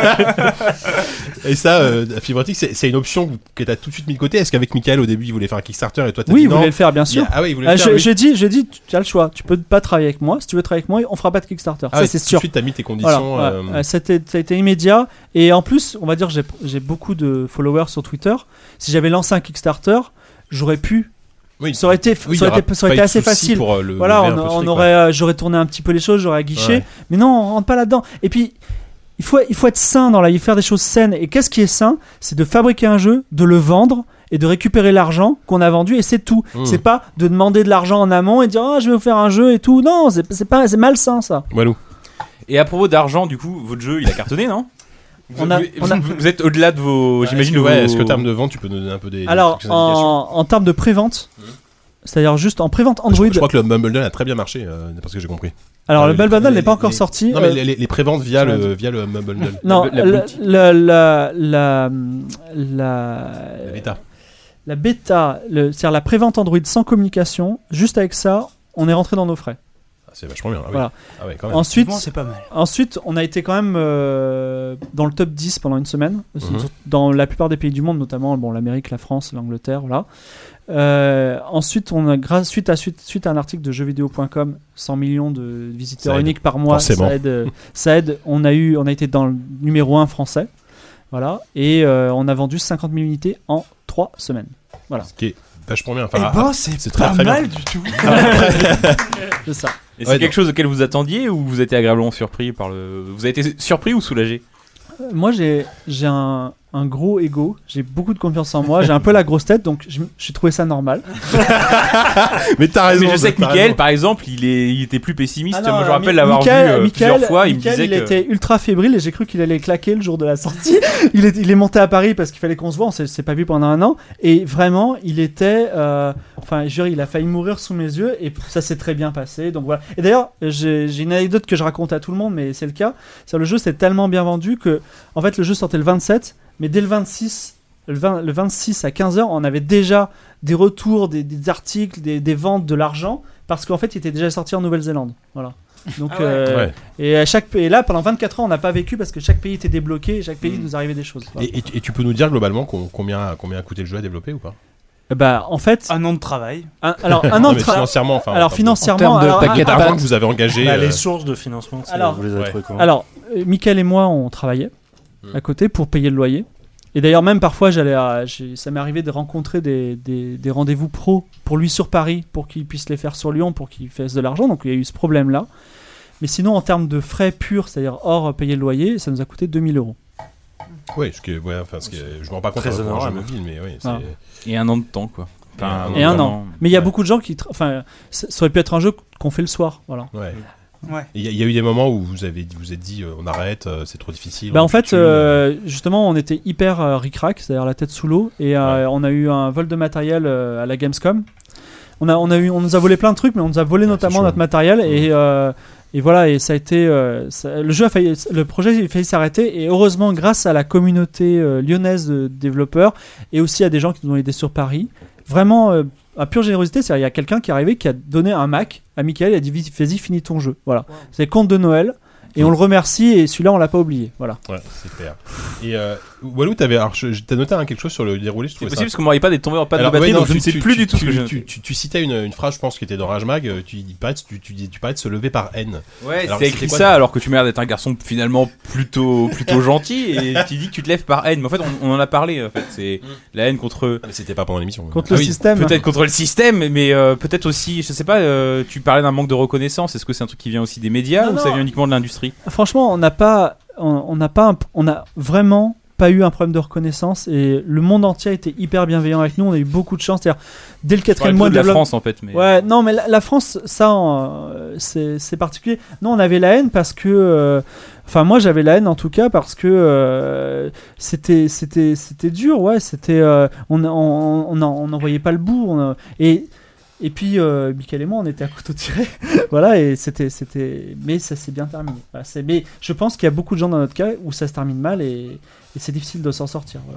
Et ça, euh, Fibrotic, c'est, c'est une option que t'as tout de suite mis de côté. Est-ce qu'avec Michael, au début, il voulait faire un Kickstarter et toi, t'as Oui, dit il non voulait le faire, bien sûr. Il y a- Ah oui, il voulait Euh, le faire. je- lui. J'ai dit, j'ai dit, tu as le choix. Tu peux pas travailler avec moi. Si tu veux travailler avec moi, on fera pas de Kickstarter. Ah ça, ouais, c'est tout sûr. de suite, t'as mis tes Voilà, conditions. ouais. euh, Euh, c'était- ça a été immédiat. Et en plus, on va dire, j'ai, j'ai beaucoup de followers sur Twitter. Si j'avais lancé un Kickstarter, j'aurais pu. Oui, Ça aurait été, oui, ça il y aurait aura été, ça aurait pas été eu de assez souci facile. pour, euh, le- Voilà, lever on, un peu ce on truc, aurait, euh, j'aurais tourné un petit peu les choses, j'aurais guiché. Ouais. Mais non, on rentre pas là-dedans. Et puis, il faut, il faut être sain dans la vie, faire des choses saines. Et qu'est-ce qui est sain? C'est de fabriquer un jeu, de le vendre et de récupérer l'argent qu'on a vendu, et c'est tout. Mmh. C'est pas de demander de l'argent en amont et de dire oh, je vais vous faire un jeu et tout. Non, c'est, c'est pas, c'est malsain ça. Walou. Et à propos d'argent, du coup, votre jeu, il a cartonné, non? On a- vous, on a- vous- vous êtes au-delà de vos. Ouais, J'imagine est-ce que, de ouais, vos- est-ce que en termes de vente, tu peux nous donner un peu des. Alors, des indications en, en termes de prévente, c'est-à-dire juste en prévente Android. Je, je crois que le Mumble a très bien marché, euh, d'après ce que j'ai compris. Alors, Euh, le Bell Bundle les- n'est pas encore les- sorti. Non, mais euh, les, les- les préventes via sur le, via le Mumble. Non, La- la la, boutique. la, la, la, la, La bêta. la bêta, le- c'est-à-dire la prévente Android sans communication, juste avec ça, on est rentré dans nos frais. Ah, c'est vachement bien. Ah, oui. Voilà. Ah ouais, quand même. Ensuite, Bon, c'est pas mal. ensuite, on a été quand même euh, dans le top dix pendant une semaine, Mhm. dans la plupart des pays du monde, notamment bon, l'Amérique, la France, l'Angleterre, voilà. Euh, ensuite, on a, grâce, suite, à, suite, suite à un article de jeux vidéo point com, cent millions de visiteurs Ça aide. uniques par mois, Forcément. ça aide, euh, ça aide. On a, eu, on a été dans le numéro un français, voilà, et euh, on a vendu cinquante mille unités en trois semaines. Voilà, Ce qui est vachement bien. Eh Enfin, ben, c'est, c'est très, pas très bien. mal du tout. c'est ça. Et Ouais, c'est quelque donc- chose auquel vous attendiez ou vous étiez agréablement surpris par le. Vous avez été surpris ou soulagé? Euh, Moi, j'ai, j'ai un, un gros ego, j'ai beaucoup de confiance en moi, j'ai un peu la grosse tête, donc je- j'ai trouvé ça normal. Mais t'as raison. Mais je sais que t'as Mickaël, raison. par exemple, il, est, il était plus pessimiste. Ah non, Moi, je me alors, rappelle Mi- l'avoir Mickaël- vu euh, Mickaël- plusieurs fois. Il me Mickaël, disait il que. était ultra fébrile et j'ai cru qu'il allait claquer le jour de la sortie. il, est, il est monté à Paris parce qu'il fallait qu'on se voit, on s'est, s'est pas vu pendant un an. Et vraiment, il était. euh, Enfin, je veux dire, il a failli mourir sous mes yeux et ça s'est très bien passé. Donc voilà. Et d'ailleurs, j'ai, j'ai une anecdote que je raconte à tout le monde, mais c'est le cas. C'est le jeu s'est tellement bien vendu que, en fait, le jeu sortait le vingt-sept, mais dès le vingt-six. Le, vingt le vingt-six à quinze heures, on avait déjà des retours, des, des articles, des, des ventes, de l'argent, parce qu'en fait, il était déjà sorti en Nouvelle-Zélande. Voilà. Donc, Ah ouais. euh, Ouais. et, à chaque, et là, pendant vingt-quatre ans, on n'a pas vécu parce que chaque pays était débloqué et chaque pays Mm. nous arrivait des choses. Voilà. Et, et- et tu peux nous dire globalement com- combien, combien a coûté le jeu à développer ou pas? Et bah, en fait, Un an de travail. un- alors, un Non, an mais de tra- financièrement, enfin. Alors, en termes de- financièrement, En termes de alors, paquet un- de L'argent pâtes. que vous avez engagé. Bah, euh, les sources de financement, c'est- Alors, vous les avez ouais. trouvées comment Alors, euh, Mickaël et moi, on travaillait Mm. à côté pour payer le loyer. Et d'ailleurs, même parfois, j'allais à- j'ai- ça m'est arrivé de rencontrer des, des, des rendez-vous pro pour lui sur Paris, pour qu'il puisse les faire sur Lyon, pour qu'il fasse de l'argent. Donc, il y a eu ce problème-là. Mais sinon, en termes de frais purs, c'est-à-dire hors payer le loyer, ça nous a coûté deux mille euros. Oui, ce qui est- ouais, enfin, ce qui est- je me rends pas compte Très pour un jeu honorable. mobile, mais oui. c'est- Ah. Et un an de temps, quoi. Enfin, Et un an. vraiment- Mais il y a Ouais. beaucoup de gens qui. tra- Enfin, ça ça aurait pu être un jeu qu'on fait le soir. Voilà. Ouais. Ouais. Il y, a- il y a eu des moments où vous avez vous êtes dit euh, on arrête, euh, c'est trop difficile. Bah on en fait, tue, euh, justement, on était hyper euh, ric-rac, c'est-à-dire la tête sous l'eau, et euh, on a eu un vol de matériel euh, à la Gamescom. On a, on a eu, on nous a volé plein de trucs, mais on nous a volé Ouais, notamment c'est chaud. notre matériel, et, euh, et voilà, et ça a été, euh, ça- le jeu a failli, le projet a failli s'arrêter, et heureusement, grâce à la communauté euh, lyonnaise de développeurs, et aussi à des gens qui nous ont aidés sur Paris, vraiment. Euh, à pure générosité, c'est-à-dire il y a quelqu'un qui est arrivé qui a donné un Mac à Mickaël, il a dit vas-y finis ton jeu, voilà. C'est le compte de Noël et on le remercie et celui-là on l'a pas oublié, voilà. Ouais, c'est clair. Et euh, Walou, t'avais, alors, je- je- t'as noté hein, quelque chose sur le déroulé, je C'est trouvais possible ça. parce qu'on m'aurait pas des tombés en panne de Alors, batterie, ouais, non, donc je tu- ne sais tu- plus tu- du tout ce que tu, je. tu, tu, tu citais une, une phrase, je pense, qui était dans Rage Mag. euh, Tu il paraît, tu, tu, dis- tu parlais de se lever par haine. Ouais, Alors, c'est c'était écrit quoi, ça le- alors que tu m'as l'air d'être un garçon finalement plutôt plutôt gentil et tu dis que tu te lèves par haine. Mais en fait, on, on en a parlé. En fait, c'est la haine contre Ah, mais c'était pas pendant l'émission. Contre Ah le oui, système. peut-être contre le système, mais euh, peut-être aussi, je sais pas. euh, tu parlais d'un manque de reconnaissance. Est-ce que c'est un truc qui vient aussi des médias Non, ou non. ça vient uniquement de l'industrie? Franchement, on n'a pas, on on n'a pas, un- on a vraiment pas eu un problème de reconnaissance et le monde entier a été hyper bienveillant avec nous. On a eu beaucoup de chance. C'est-à-dire, dès le Je parlais quatrième mois plutôt de de la développement. France en fait. Mais... Ouais, non, mais la, la France, ça, euh, c'est c'est particulier. Non, on avait la haine parce que. euh, Enfin, moi, j'avais la haine en tout cas parce que euh, c'était c'était c'était dur, ouais. C'était. euh, on on on n'en- on n'en voyait pas le bout. on a- et. Et puis, euh, Mickaël et moi, on était à couteau tiré. Voilà, et c'était, c'était. Mais ça s'est bien terminé. Voilà, c'est... Mais je pense qu'il y a beaucoup de gens dans notre cas où ça se termine mal et, et c'est difficile de s'en sortir. Voilà.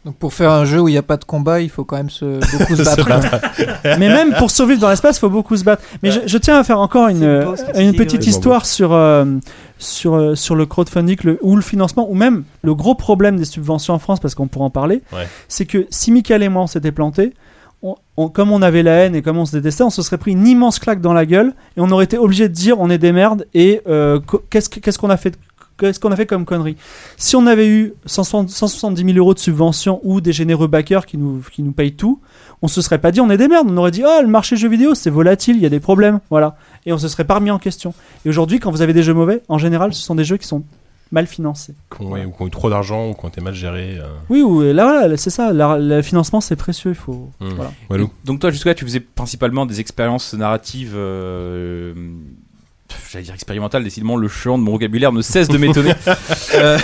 Donc pour faire un jeu où il n'y a pas de combat, il faut quand même se, beaucoup se battre. Mais même pour survivre dans l'espace, il faut beaucoup se battre. Mais je, je tiens à faire encore une, C'est beau, ce que tu une dis, petite ouais. histoire sur, euh, sur, euh, sur le crowdfunding le, ou le financement, ou même le gros problème des subventions en France, parce qu'on pourra en parler. Ouais. C'est que si Mickaël et moi on s'était plantés, on, on, comme on avait la haine et comme on se détestait, on se serait pris une immense claque dans la gueule et on aurait été obligé de dire on est des merdes et euh, co- qu'est-ce, que- qu'est-ce qu'on a fait de Qu'est-ce qu'on a fait comme connerie? Si on avait eu cent soixante-dix mille euros de subvention ou des généreux backers qui nous, qui nous payent tout, on se serait pas dit on est des merdes. On aurait dit oh, le marché jeux vidéo c'est volatile, il y a des problèmes. Voilà. Et on se serait pas remis en question. Et aujourd'hui, quand vous avez des jeux mauvais, en général, ce sont des jeux qui sont mal financés. Qui ont, ouais, ou qui ont eu trop d'argent ou qui ont été mal gérés. euh. Oui, ou là, voilà, c'est ça. la- Le financement, c'est précieux. Il faut. Mmh. Voilà. Walou. Et donc toi jusque-là tu faisais principalement des expériences narratives euh, pff, j'allais dire expérimentales, décidément le champ de mon vocabulaire ne cesse de m'étonner. Euh,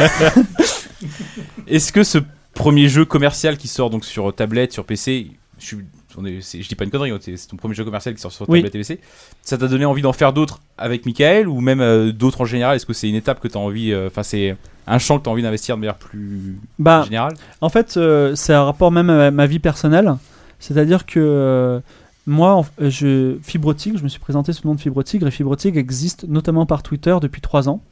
est-ce que ce premier jeu commercial qui sort donc sur tablette, sur P C, je, suis, on est- c'est- je dis pas une connerie, hein, c'est c'est ton premier jeu commercial qui sort sur Oui. tablette et P C, ça t'a donné envie d'en faire d'autres avec Mickaël ou même euh, d'autres en général? Est-ce que c'est une étape que tu as envie, enfin c'est un champ que tu as envie d'investir de manière plus Bah, générale? en fait, euh, c'est un rapport même à ma, ma vie personnelle. C'est-à-dire que euh, moi, en- je, Fibrotigre, je me suis présenté sous le nom de Fibrotigre et Fibrotigre existe notamment par Twitter depuis trois ans.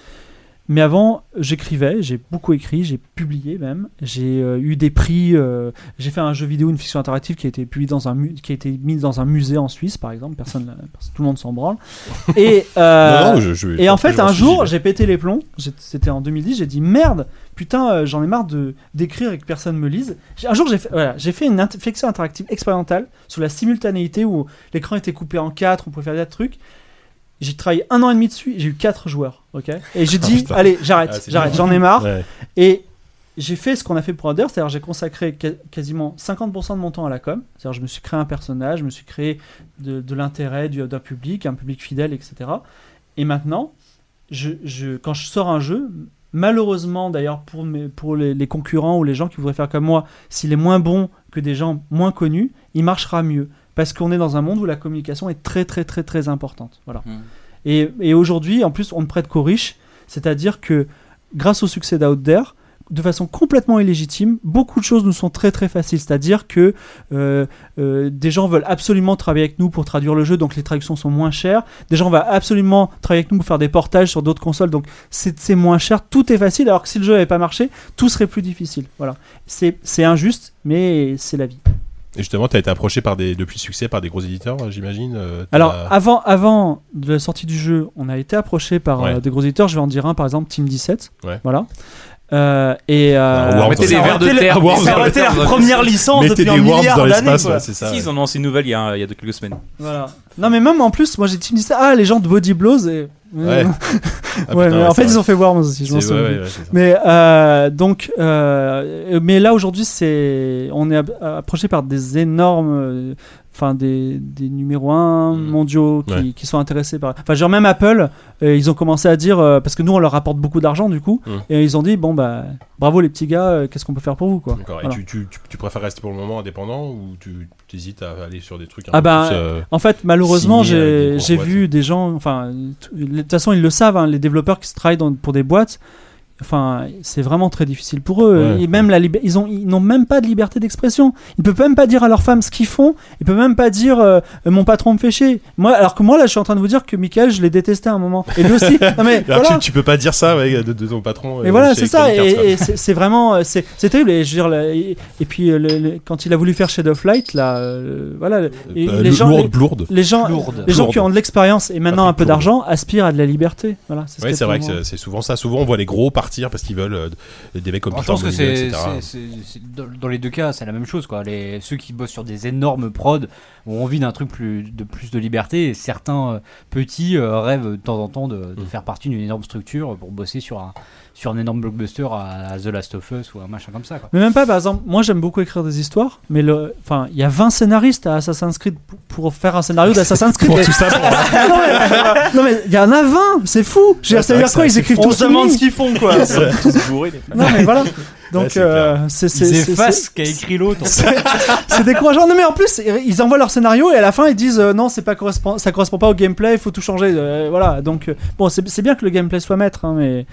Mais avant, j'écrivais, j'ai beaucoup écrit, j'ai publié même, j'ai euh, eu des prix, euh, j'ai fait un jeu vidéo, une fiction interactive qui a été publié dans un mu- qui a été mis dans un musée en Suisse, par exemple, personne, parce que tout le monde s'en branle. Et euh, Non, non, je- je- et en je fait, m'en un suis jour, dit, j'ai pété les plombs. J'ai- C'était en deux mille dix. J'ai dit merde, putain, euh, j'en ai marre de d'écrire et que personne me lise. J'ai- Un jour, j'ai fait, voilà, j'ai fait une int- fiction interactive expérimentale sur la simultanéité où l'écran était coupé en quatre, on pouvait faire des trucs. J'ai travaillé un an et demi dessus. J'ai eu quatre joueurs, ok. Et j'ai dit, putain. allez, j'arrête, Ah, c'est j'arrête, bien. j'en ai marre. Ouais. Et j'ai fait ce qu'on a fait pour Other, c'est-à-dire j'ai consacré ca- quasiment cinquante pour cent de mon temps à la com. C'est-à-dire je me suis créé un personnage, je me suis créé de, de l'intérêt du- d'un public, un public fidèle, et cetera. Et maintenant, je, je, quand je sors un jeu, malheureusement d'ailleurs pour, mes, pour les, les concurrents ou les gens qui voudraient faire comme moi, s'il est moins bon que des gens moins connus, il marchera mieux. Parce qu'on est dans un monde où la communication est très très très très importante. Voilà. Mmh. Et, et aujourd'hui, en plus, on ne prête qu'aux riches. C'est-à-dire que grâce au succès d'Out There, de façon complètement illégitime, beaucoup de choses nous sont très très faciles. C'est-à-dire que euh, euh, des gens veulent absolument travailler avec nous pour traduire le jeu, donc les traductions sont moins chères. Des gens veulent absolument travailler avec nous pour faire des portages sur d'autres consoles, donc c'est, c'est moins cher. Tout est facile, alors que si le jeu n'avait pas marché, tout serait plus difficile. Voilà. C'est, c'est injuste, mais c'est la vie. Et justement, tu as été approché par des, depuis le succès par des gros éditeurs, j'imagine. euh, t'as- Alors, avant, avant de la sortie du jeu, on a été approché par Ouais. euh, des gros éditeurs. Je vais en dire un, par exemple, Team dix-sept. Ouais. Voilà. Euh, et euh, Ah, Worms mettez dans des les- vers de Ça aurait terre. été- Worms ça dans aurait les été la terres. première licence Mettez depuis des un worms milliard dans d'années. l'espace, quoi. ouais, c'est ça. Si, ouais. ils en ont lancé une nouvelle il y a, il y a de quelques semaines. voilà. Non, mais même en plus, moi j'ai Team dix-sept. Ah, les gens de Body Blows. Et... Ouais. Ah, ouais, putain, mais ouais, en c'est fait, vrai. ils ont fait Worms aussi. Je m'en C'est- souviens ouais, plus. ouais, ouais, c'est ça. Mais euh, donc, euh, mais là aujourd'hui, c'est, on est ab- approché par des énormes, euh, enfin des, des numéros un Mm. mondiaux qui, Ouais. qui sont intéressés par. Enfin, genre même Apple, euh, ils ont commencé à dire euh, parce que nous on leur rapporte beaucoup d'argent du coup, Mm. et ils ont dit bon bah bravo les petits gars, euh, qu'est-ce qu'on peut faire pour vous quoi. D'accord. Voilà. Et tu, tu, tu, tu préfères rester pour le moment indépendant ou tu hésites à aller sur des trucs un Ah peu bah, plus, euh, En fait, malheureusement, signé avec des j'ai, grosses j'ai boîtes. vu des gens, enfin, t- de toute façon, ils le savent, hein, les développeurs qui se travaillent dans- pour des boîtes, enfin, c'est vraiment très difficile pour eux. Ouais. Et même la lib- ils, ont, ils n'ont même pas de liberté d'expression. Ils ne peuvent même pas dire à leurs femmes ce qu'ils font. Ils peuvent même pas dire euh, mon patron me fait chier. Moi, alors que moi, là, je suis en train de vous dire que Michael, je l'ai détesté à un moment. Et lui aussi. Non, mais Alors voilà. tu, tu peux pas dire ça ouais, de, de ton patron. Et euh, voilà, chez c'est ça. Electronic Arts, Et, et c'est, c'est vraiment, euh, c'est, c'est terrible. Et je veux dire, là, et, et puis euh, le- le- quand il a voulu faire Shadow of Light, là, euh, voilà, le- et Euh, les gens, lourde, les, lourde. les gens, Lourde. les gens Lourde. qui ont de l'expérience et maintenant Pas un peu lourde. d'argent aspirent à de la liberté. Voilà. C'est, ce Ouais, qui est c'est vrai que souvent- c'est, c'est souvent ça. Souvent, on voit les gros partir parce qu'ils veulent euh, des mecs comme Alors, je Peter pense que Molyneux, c'est, et cetera. c'est- c'est- c'est- dans, dans les deux cas, c'est la même chose. Quoi. Les, ceux qui bossent sur des énormes prods ont envie d'un truc plus, de plus de liberté, et certains euh, petits euh, rêvent de temps en temps de, de Mm. faire partie d'une énorme structure pour bosser sur un, sur un énorme blockbuster à, à The Last of Us ou un machin comme ça. Quoi. Mais même pas, par exemple, moi j'aime beaucoup écrire des histoires, mais le, enfin, il y a vingt scénaristes à Assassin's Creed pour, pour faire un scénario d'Assassin's Creed. Pour Et- tout ça, pour- non, mais, non, mais il y en a vingt, c'est fou. Je veux Ouais, dire, c'est ça veut vrai dire que quoi c'est Ils écrivent On tous se sous demande ligne. ce qu'ils font, quoi. Ils sont tous bourrés. les frères. Non, mais voilà. Donc, Ouais, c'est euh, clair. c'est, c'est, Ils c'est, effacent c'est- ce qu'a écrit l'autre. c'est, c'est décourageant. Non, mais en plus, ils envoient leur scénario et à la fin ils disent euh, non, c'est pas correspond, ça correspond pas au gameplay, il faut tout changer. Euh, voilà. Donc, euh, bon, c'est, c'est bien que le gameplay soit maître, hein, mais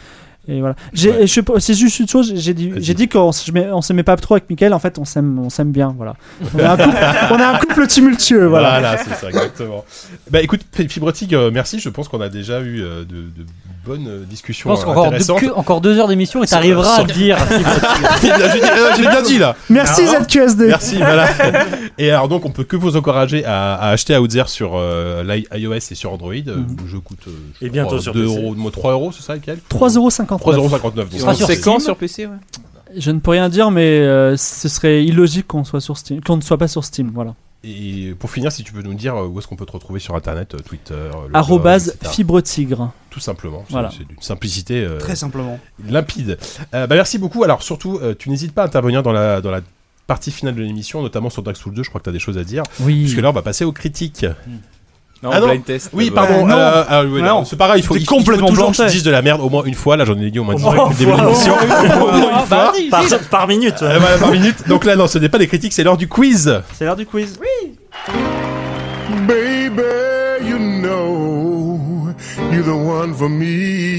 Et voilà. J'ai, et je sais pas, c'est juste une chose. J'ai dit, Vas-y. j'ai dit qu'on s- je m'ai- on s'aimait pas trop avec Mickaël. En fait, on s'aime, on s'aime bien. Voilà. On est un couple, on est un couple tumultueux. Voilà. Voilà, c'est ça, exactement. Bah écoute, Fibrotique, euh, merci. Je pense qu'on a déjà eu euh, de, de bonnes euh, Je discussions pense euh, qu'encore deux, intéressantes. que- encore deux heures d'émission et Sur- t'arriveras à sur- le dire. J'ai dit- euh, je l'ai bien dit là. Merci Z Q S D. Merci, voilà. Et alors donc, on peut que vous encourager à, à acheter Outzer sur euh, l'iOS et sur Android. Mhm. Le jeu coûte euh, je Et bientôt crois, sur deux P C. euros, trois euros, c'est ça, lequel trois euros cinquante-neuf. trois euros cinquante-neuf. Et Donc, on sur sait quand Steam. sur P C, ouais. Je ne peux rien dire, mais euh, ce serait illogique qu'on soit sur Steam, qu'on ne soit pas sur Steam. Voilà. Et pour finir, si tu peux nous dire euh, où est-ce qu'on peut te retrouver sur Internet, euh, Twitter, le blog, Arrobase et cetera. Fibre Tigre. Tout simplement. C'est- Voilà. C'est d'une simplicité euh, Très simplement. limpide. Euh, bah, merci beaucoup. Alors surtout, euh, tu n'hésites pas à intervenir dans la, dans la partie finale de l'émission, notamment sur Dark Souls deux. Je crois que tu as des choses à dire. Oui. Puisque là, on va passer aux critiques. Non, Ah non. blind test. Oui, d'abord. pardon. non. euh, ah, oui, Non. non, c'est pareil. Il faut, T'es il faut- il faut complètement toujours que je planté. dise de la merde au moins une fois. Là, j'en ai dit au moins dix moins depuis le début de l'émission. Ah, bah, vas-y, Par, dis-le. par minute. Euh, voilà, par minute. Donc là, non, ce n'est pas des critiques, c'est l'heure du quiz. C'est l'heure du quiz. Baby, you know you're the one for me.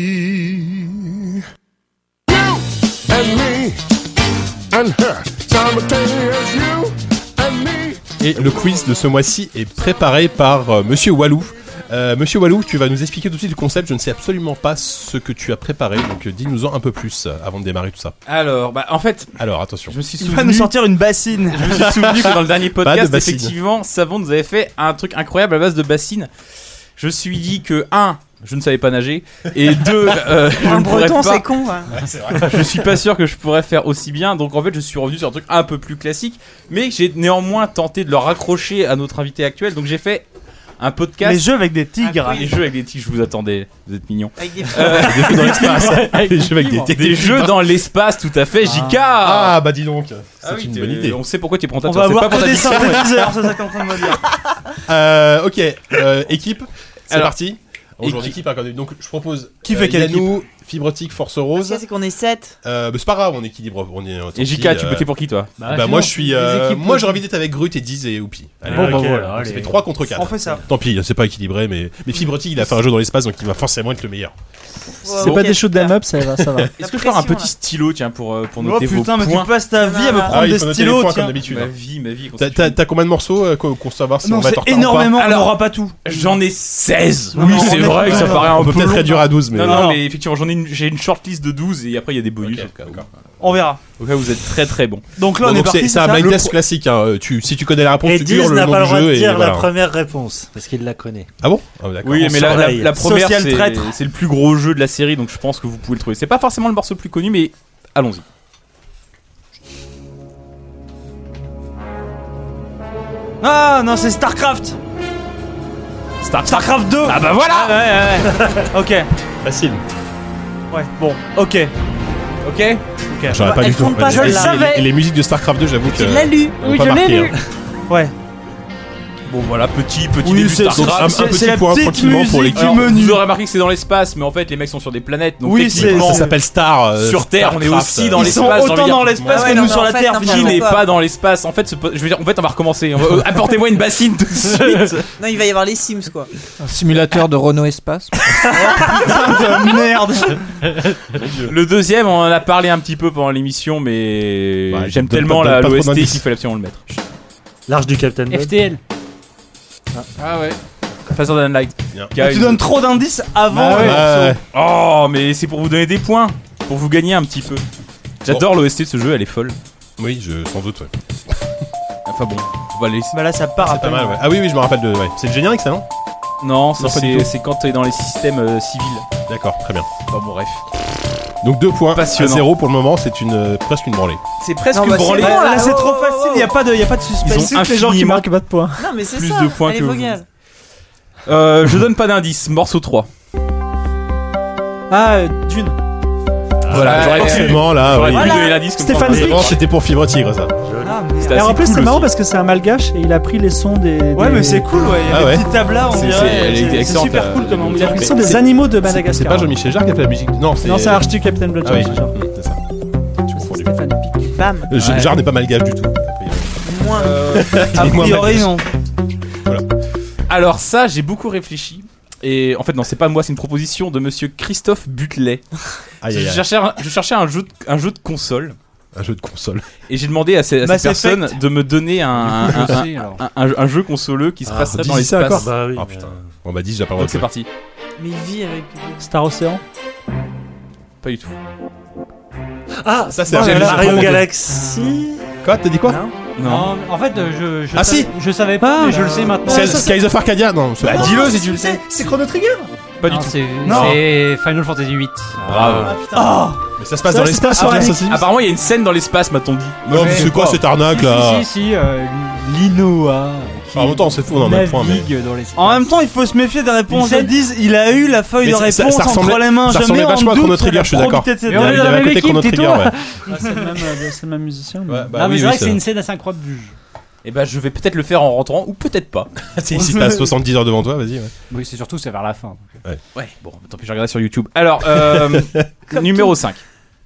You and me and her, simultaneous you and me. Et le quiz de ce mois-ci est préparé par euh, Monsieur Walou. Euh, Monsieur Walou, tu vas nous expliquer tout de suite le concept. Je ne sais absolument pas ce que tu as préparé, donc euh, dis-nous-en un peu plus euh, avant de démarrer tout ça. Alors, bah, en fait, Alors, attention. je me suis Il va nous souvenu. sortir une bassine. Je me suis souvenu que dans le dernier Pas de podcast, bassine. effectivement, Savon nous avait fait un truc incroyable à base de bassine. Je me suis dit que, un, je ne savais pas nager, et deux, euh, je Un ne pourrais breton, pas. c'est con. hein. Je suis pas sûr que je pourrais faire aussi bien, donc en fait, je suis revenu sur un truc un peu plus classique, mais j'ai néanmoins tenté de le raccrocher à notre invité actuel, donc j'ai fait un podcast. Les jeux avec des tigres. Les jeux avec des tigres, je vous attendais, vous êtes mignons. Avec des Euh, Des jeux dans l'espace. Des jeux avec des des jeux dans l'espace, tout à fait, J K. Ah, bah dis donc. C'est Ah oui, une t'es- bonne idée. On sait pourquoi tu es On présentateur. va c'est avoir pas pour que ta des diction, ouais. synthétiseurs, c'est ça que t'es en train de me dire. Euh, ok, euh, équipe, c'est Alors, parti. Bonjour équipe. équipe, hein, quand même. Donc je propose Qui euh, fait quelle Yannou, Fibrotique, Force Ce Rose. qu'il y a, c'est qu'on est sept. Euh, bah, c'est pas grave, on équilibre. On est, Et J K, tu votais pour qui toi? Bah, moi je suis. les euh, équipes moi posent- j'ai envie d'être avec Grut et Diz et Oupi. Allez, Bon, bah ok. voilà, ça allez. fait trois contre quatre. On fait ça. Tant pis, c'est pas équilibré, mais, mais Fibrotique il a fait un jeu dans l'espace donc il va forcément être le meilleur. C'est pas des shoot 'em up, ça va, ça va. Est-ce que je peux avoir un pression, petit stylo, tiens, pour, euh, pour Oh noter putain, vos mais points? tu passes ta vie à me Ah, prendre Ah, il des faut noter les stylos, points comme tiens. d'habitude. Ma vie, ma vie. T'as- T'as t'as combien de morceaux euh, qu'on qu'on savoir si Non, on va être c'est en retard ou pas énormément, on Alors- n'aura pas tout. J'en ai seize. Non, Oui, non, c'est on est- vrai que ça non, paraît un On peut peu peut-être long. réduire à douze, mais. Non, non, Non. mais effectivement, j'en ai une, j'ai une shortlist de douze et après il y a des bonus. Ok, au cas où. d'accord. On verra. Au cas où vous êtes très très bon. Donc là, Bon, on est donc parti. c'est c'est un ça blind Le test pro- classique. Hein. Tu, si tu connais la réponse, Et tu Diz hurles le n'a nom pas le du droit de jeu et dire la voilà. première réponse parce qu'il la connaît. Ah bon Ah, d'accord. Oui, on mais la, la, surveille. la première, Social c'est traître. c'est le plus gros jeu de la série, donc je pense que vous pouvez le trouver. C'est pas forcément le morceau le plus connu, mais allons-y. Ah non, c'est Starcraft. Start. Starcraft deux. Ah bah voilà. Ouais, ouais, ouais. Ok. Facile. Ouais. Bon. Ok. Ok. J'aurais pas Elles du tout. font pas Et- ça, et- là. et les musiques de StarCraft deux, j'avoue que. Tu l'as lu. elles m'ont pas marqué, hein. Ouais. Bon voilà, petit petit Oui, début c'est- Donc, un, Starcraft. un c'est- petit c'est la point petite tranquillement pour musique l'équipe. du Alors, menu. vous aurez remarqué que c'est dans l'espace, mais en fait les mecs sont sur des planètes. Donc Oui, c'est- techniquement, Ça s'appelle Star. euh, sur Terre, on est Starcraft, aussi dans Ils l'espace. sont j'ai envie autant de dire. dans l'espace Ouais, que non, nous mais sur en la fait, Terre. non, Qui finalement. n'est Pourquoi pas dans l'espace. En fait, ce po- je veux dire, en fait, on va recommencer. On va- euh, Apportez-moi une bassine tout de suite. Non, il va y avoir les Sims, quoi. Un simulateur de Renault Espace. Merde. Le deuxième, on en a parlé un petit peu pendant l'émission, mais Ouais, j'aime donne tellement pas- la donne pas trop l'O S T d'indices. qu'il fallait absolument le mettre. L'arche du Captain Bud. F T L. Ah ouais. Faster Than Light. Bien. Qui a Tu une- donnes trop d'indices avant. Bah ouais. le Ouais. Oh, mais c'est pour vous donner des points, pour vous gagner un petit peu. J'adore l'O S T de ce jeu, elle est folle. Oui, je, sans doute. Ouais. Enfin bon, on va laisser. Bah là, ça part à C'est pas peine. mal, ouais. Ah oui, oui, je me rappelle de. Ouais. C'est le générique, ça, non Non, ça, Non, pas du c'est tout. c'est quand t'es dans les systèmes euh, civils. D'accord, très bien. Enfin bon, bref. Donc deux points Passionnant. à zéro pour le moment, c'est une euh, presque une branlée. C'est presque Non, bah, c'est branlé. bon, Là, là, c'est oh, trop oh, facile. oh. Y a pas de, y a pas de Ils suspense. ont C'est les gens qui infiniment marquent pas de points. Non, mais c'est Plus ça. de points Allez, que vos vous. gars. Euh, je donne pas d'indice. Morceau trois. Ah, euh, Dune. Voilà, j'aurais pu- Forcément, là. J'aurais oui. pu Voilà. donner l'indice comme Stéphane ça. Pic. Non, c'était pour Fibre Tigre, ça. Ah, C'était Et en assez plus, cool c'est marrant aussi. parce que c'est un malgache et il a pris les sons des. Ouais, des- mais c'est cool, ouais. Y a Ah des ouais. petits tablats, on C'est- dirait. c'est- elle est C'est- C'est excellente, super la- cool comme la- on Il a pris les sons Mais des c'est- animaux de C'est Madagascar. pas Jean-Michel Jarre qui a fait la musique. Non, c'est. Non, c'est Archie Captain Blood. Ah oui, Jean-Michel Jarre. Mmh, c'est ça. Tu confonds les- Stéphane Pic. Bam. Euh, J- Jarre n'est pas malgache du tout. Moins. A Il est moins priori, malgache. non. Alors ça, j'ai beaucoup réfléchi Et en fait, non, c'est pas moi, c'est une proposition de monsieur Christophe Butlet. Aïe, aïe, Je aïe. cherchais, un, je cherchais un, jeu de, un jeu de console. Un jeu de console. Et j'ai demandé à, ce- à Mass cette personne Effect. de me donner un, un, un, Je sais, alors. un- un- un jeu consoleux qui se Ah, passerait dis dans ça l'espace. encore. Bah oui. Oh mais, putain. euh, Bon bah dis, j'ai pas le droit Donc de c'est jouer. parti. Mais vie avec. Star Ocean. Pas du tout. Ah, Ça, c'est oh un là jeu là, de Mario Mario. Galaxy. Quoi, t'as dit quoi? Non. Non, en fait, euh, je, je, Ah, savais, si. je savais pas, Ah, mais je le sais maintenant. C'est ça, Skies of Arcadia? Non, c'est Bah, pas- dis-le si tu le sais. C'est Chrono Trigger. Pas du Non, tout. c'est Non. c'est Final Fantasy huit. Bravo. Ah Mais ça se passe Ça, dans c'est l'espace, pas sur hein, Alex. ça, c'est- Apparemment, il y a une scène dans l'espace, m'a-t-on dit. Non, mais c'est quoi cette arnaque là? Si, si, si, euh, Linoa. Qui Ah, en même temps, c'est fou, on en a un point, mais. navigue dans l'espace. En même temps, il faut se méfier des réponses. Une Ils disent, il a eu la feuille Mais de ça- ça- réponse ça entre ressemblait- les mains. ça Je ressemblait mets en vachement à doute Chrono sur la Trigger, je suis d'accord. probité de cette Mais on Il y est avait dans la à même côté équipe, Chrono tais-toi. Trigger, ouais. Ah, c'est le même, euh, c'est le même musicien. mais- Ouais, bah non, mais oui, c'est oui, vrai que c'est ça- une scène assez incroyable du jeu. Et bah, je vais peut-être le faire en rentrant, ou peut-être pas. Si si t'as soixante-dix heures devant toi, vas-y. Ouais. Oui, c'est surtout c'est vers la fin. donc, euh. Ouais, bon, tant pis, je regarde sur YouTube. Alors, euh, numéro cinq.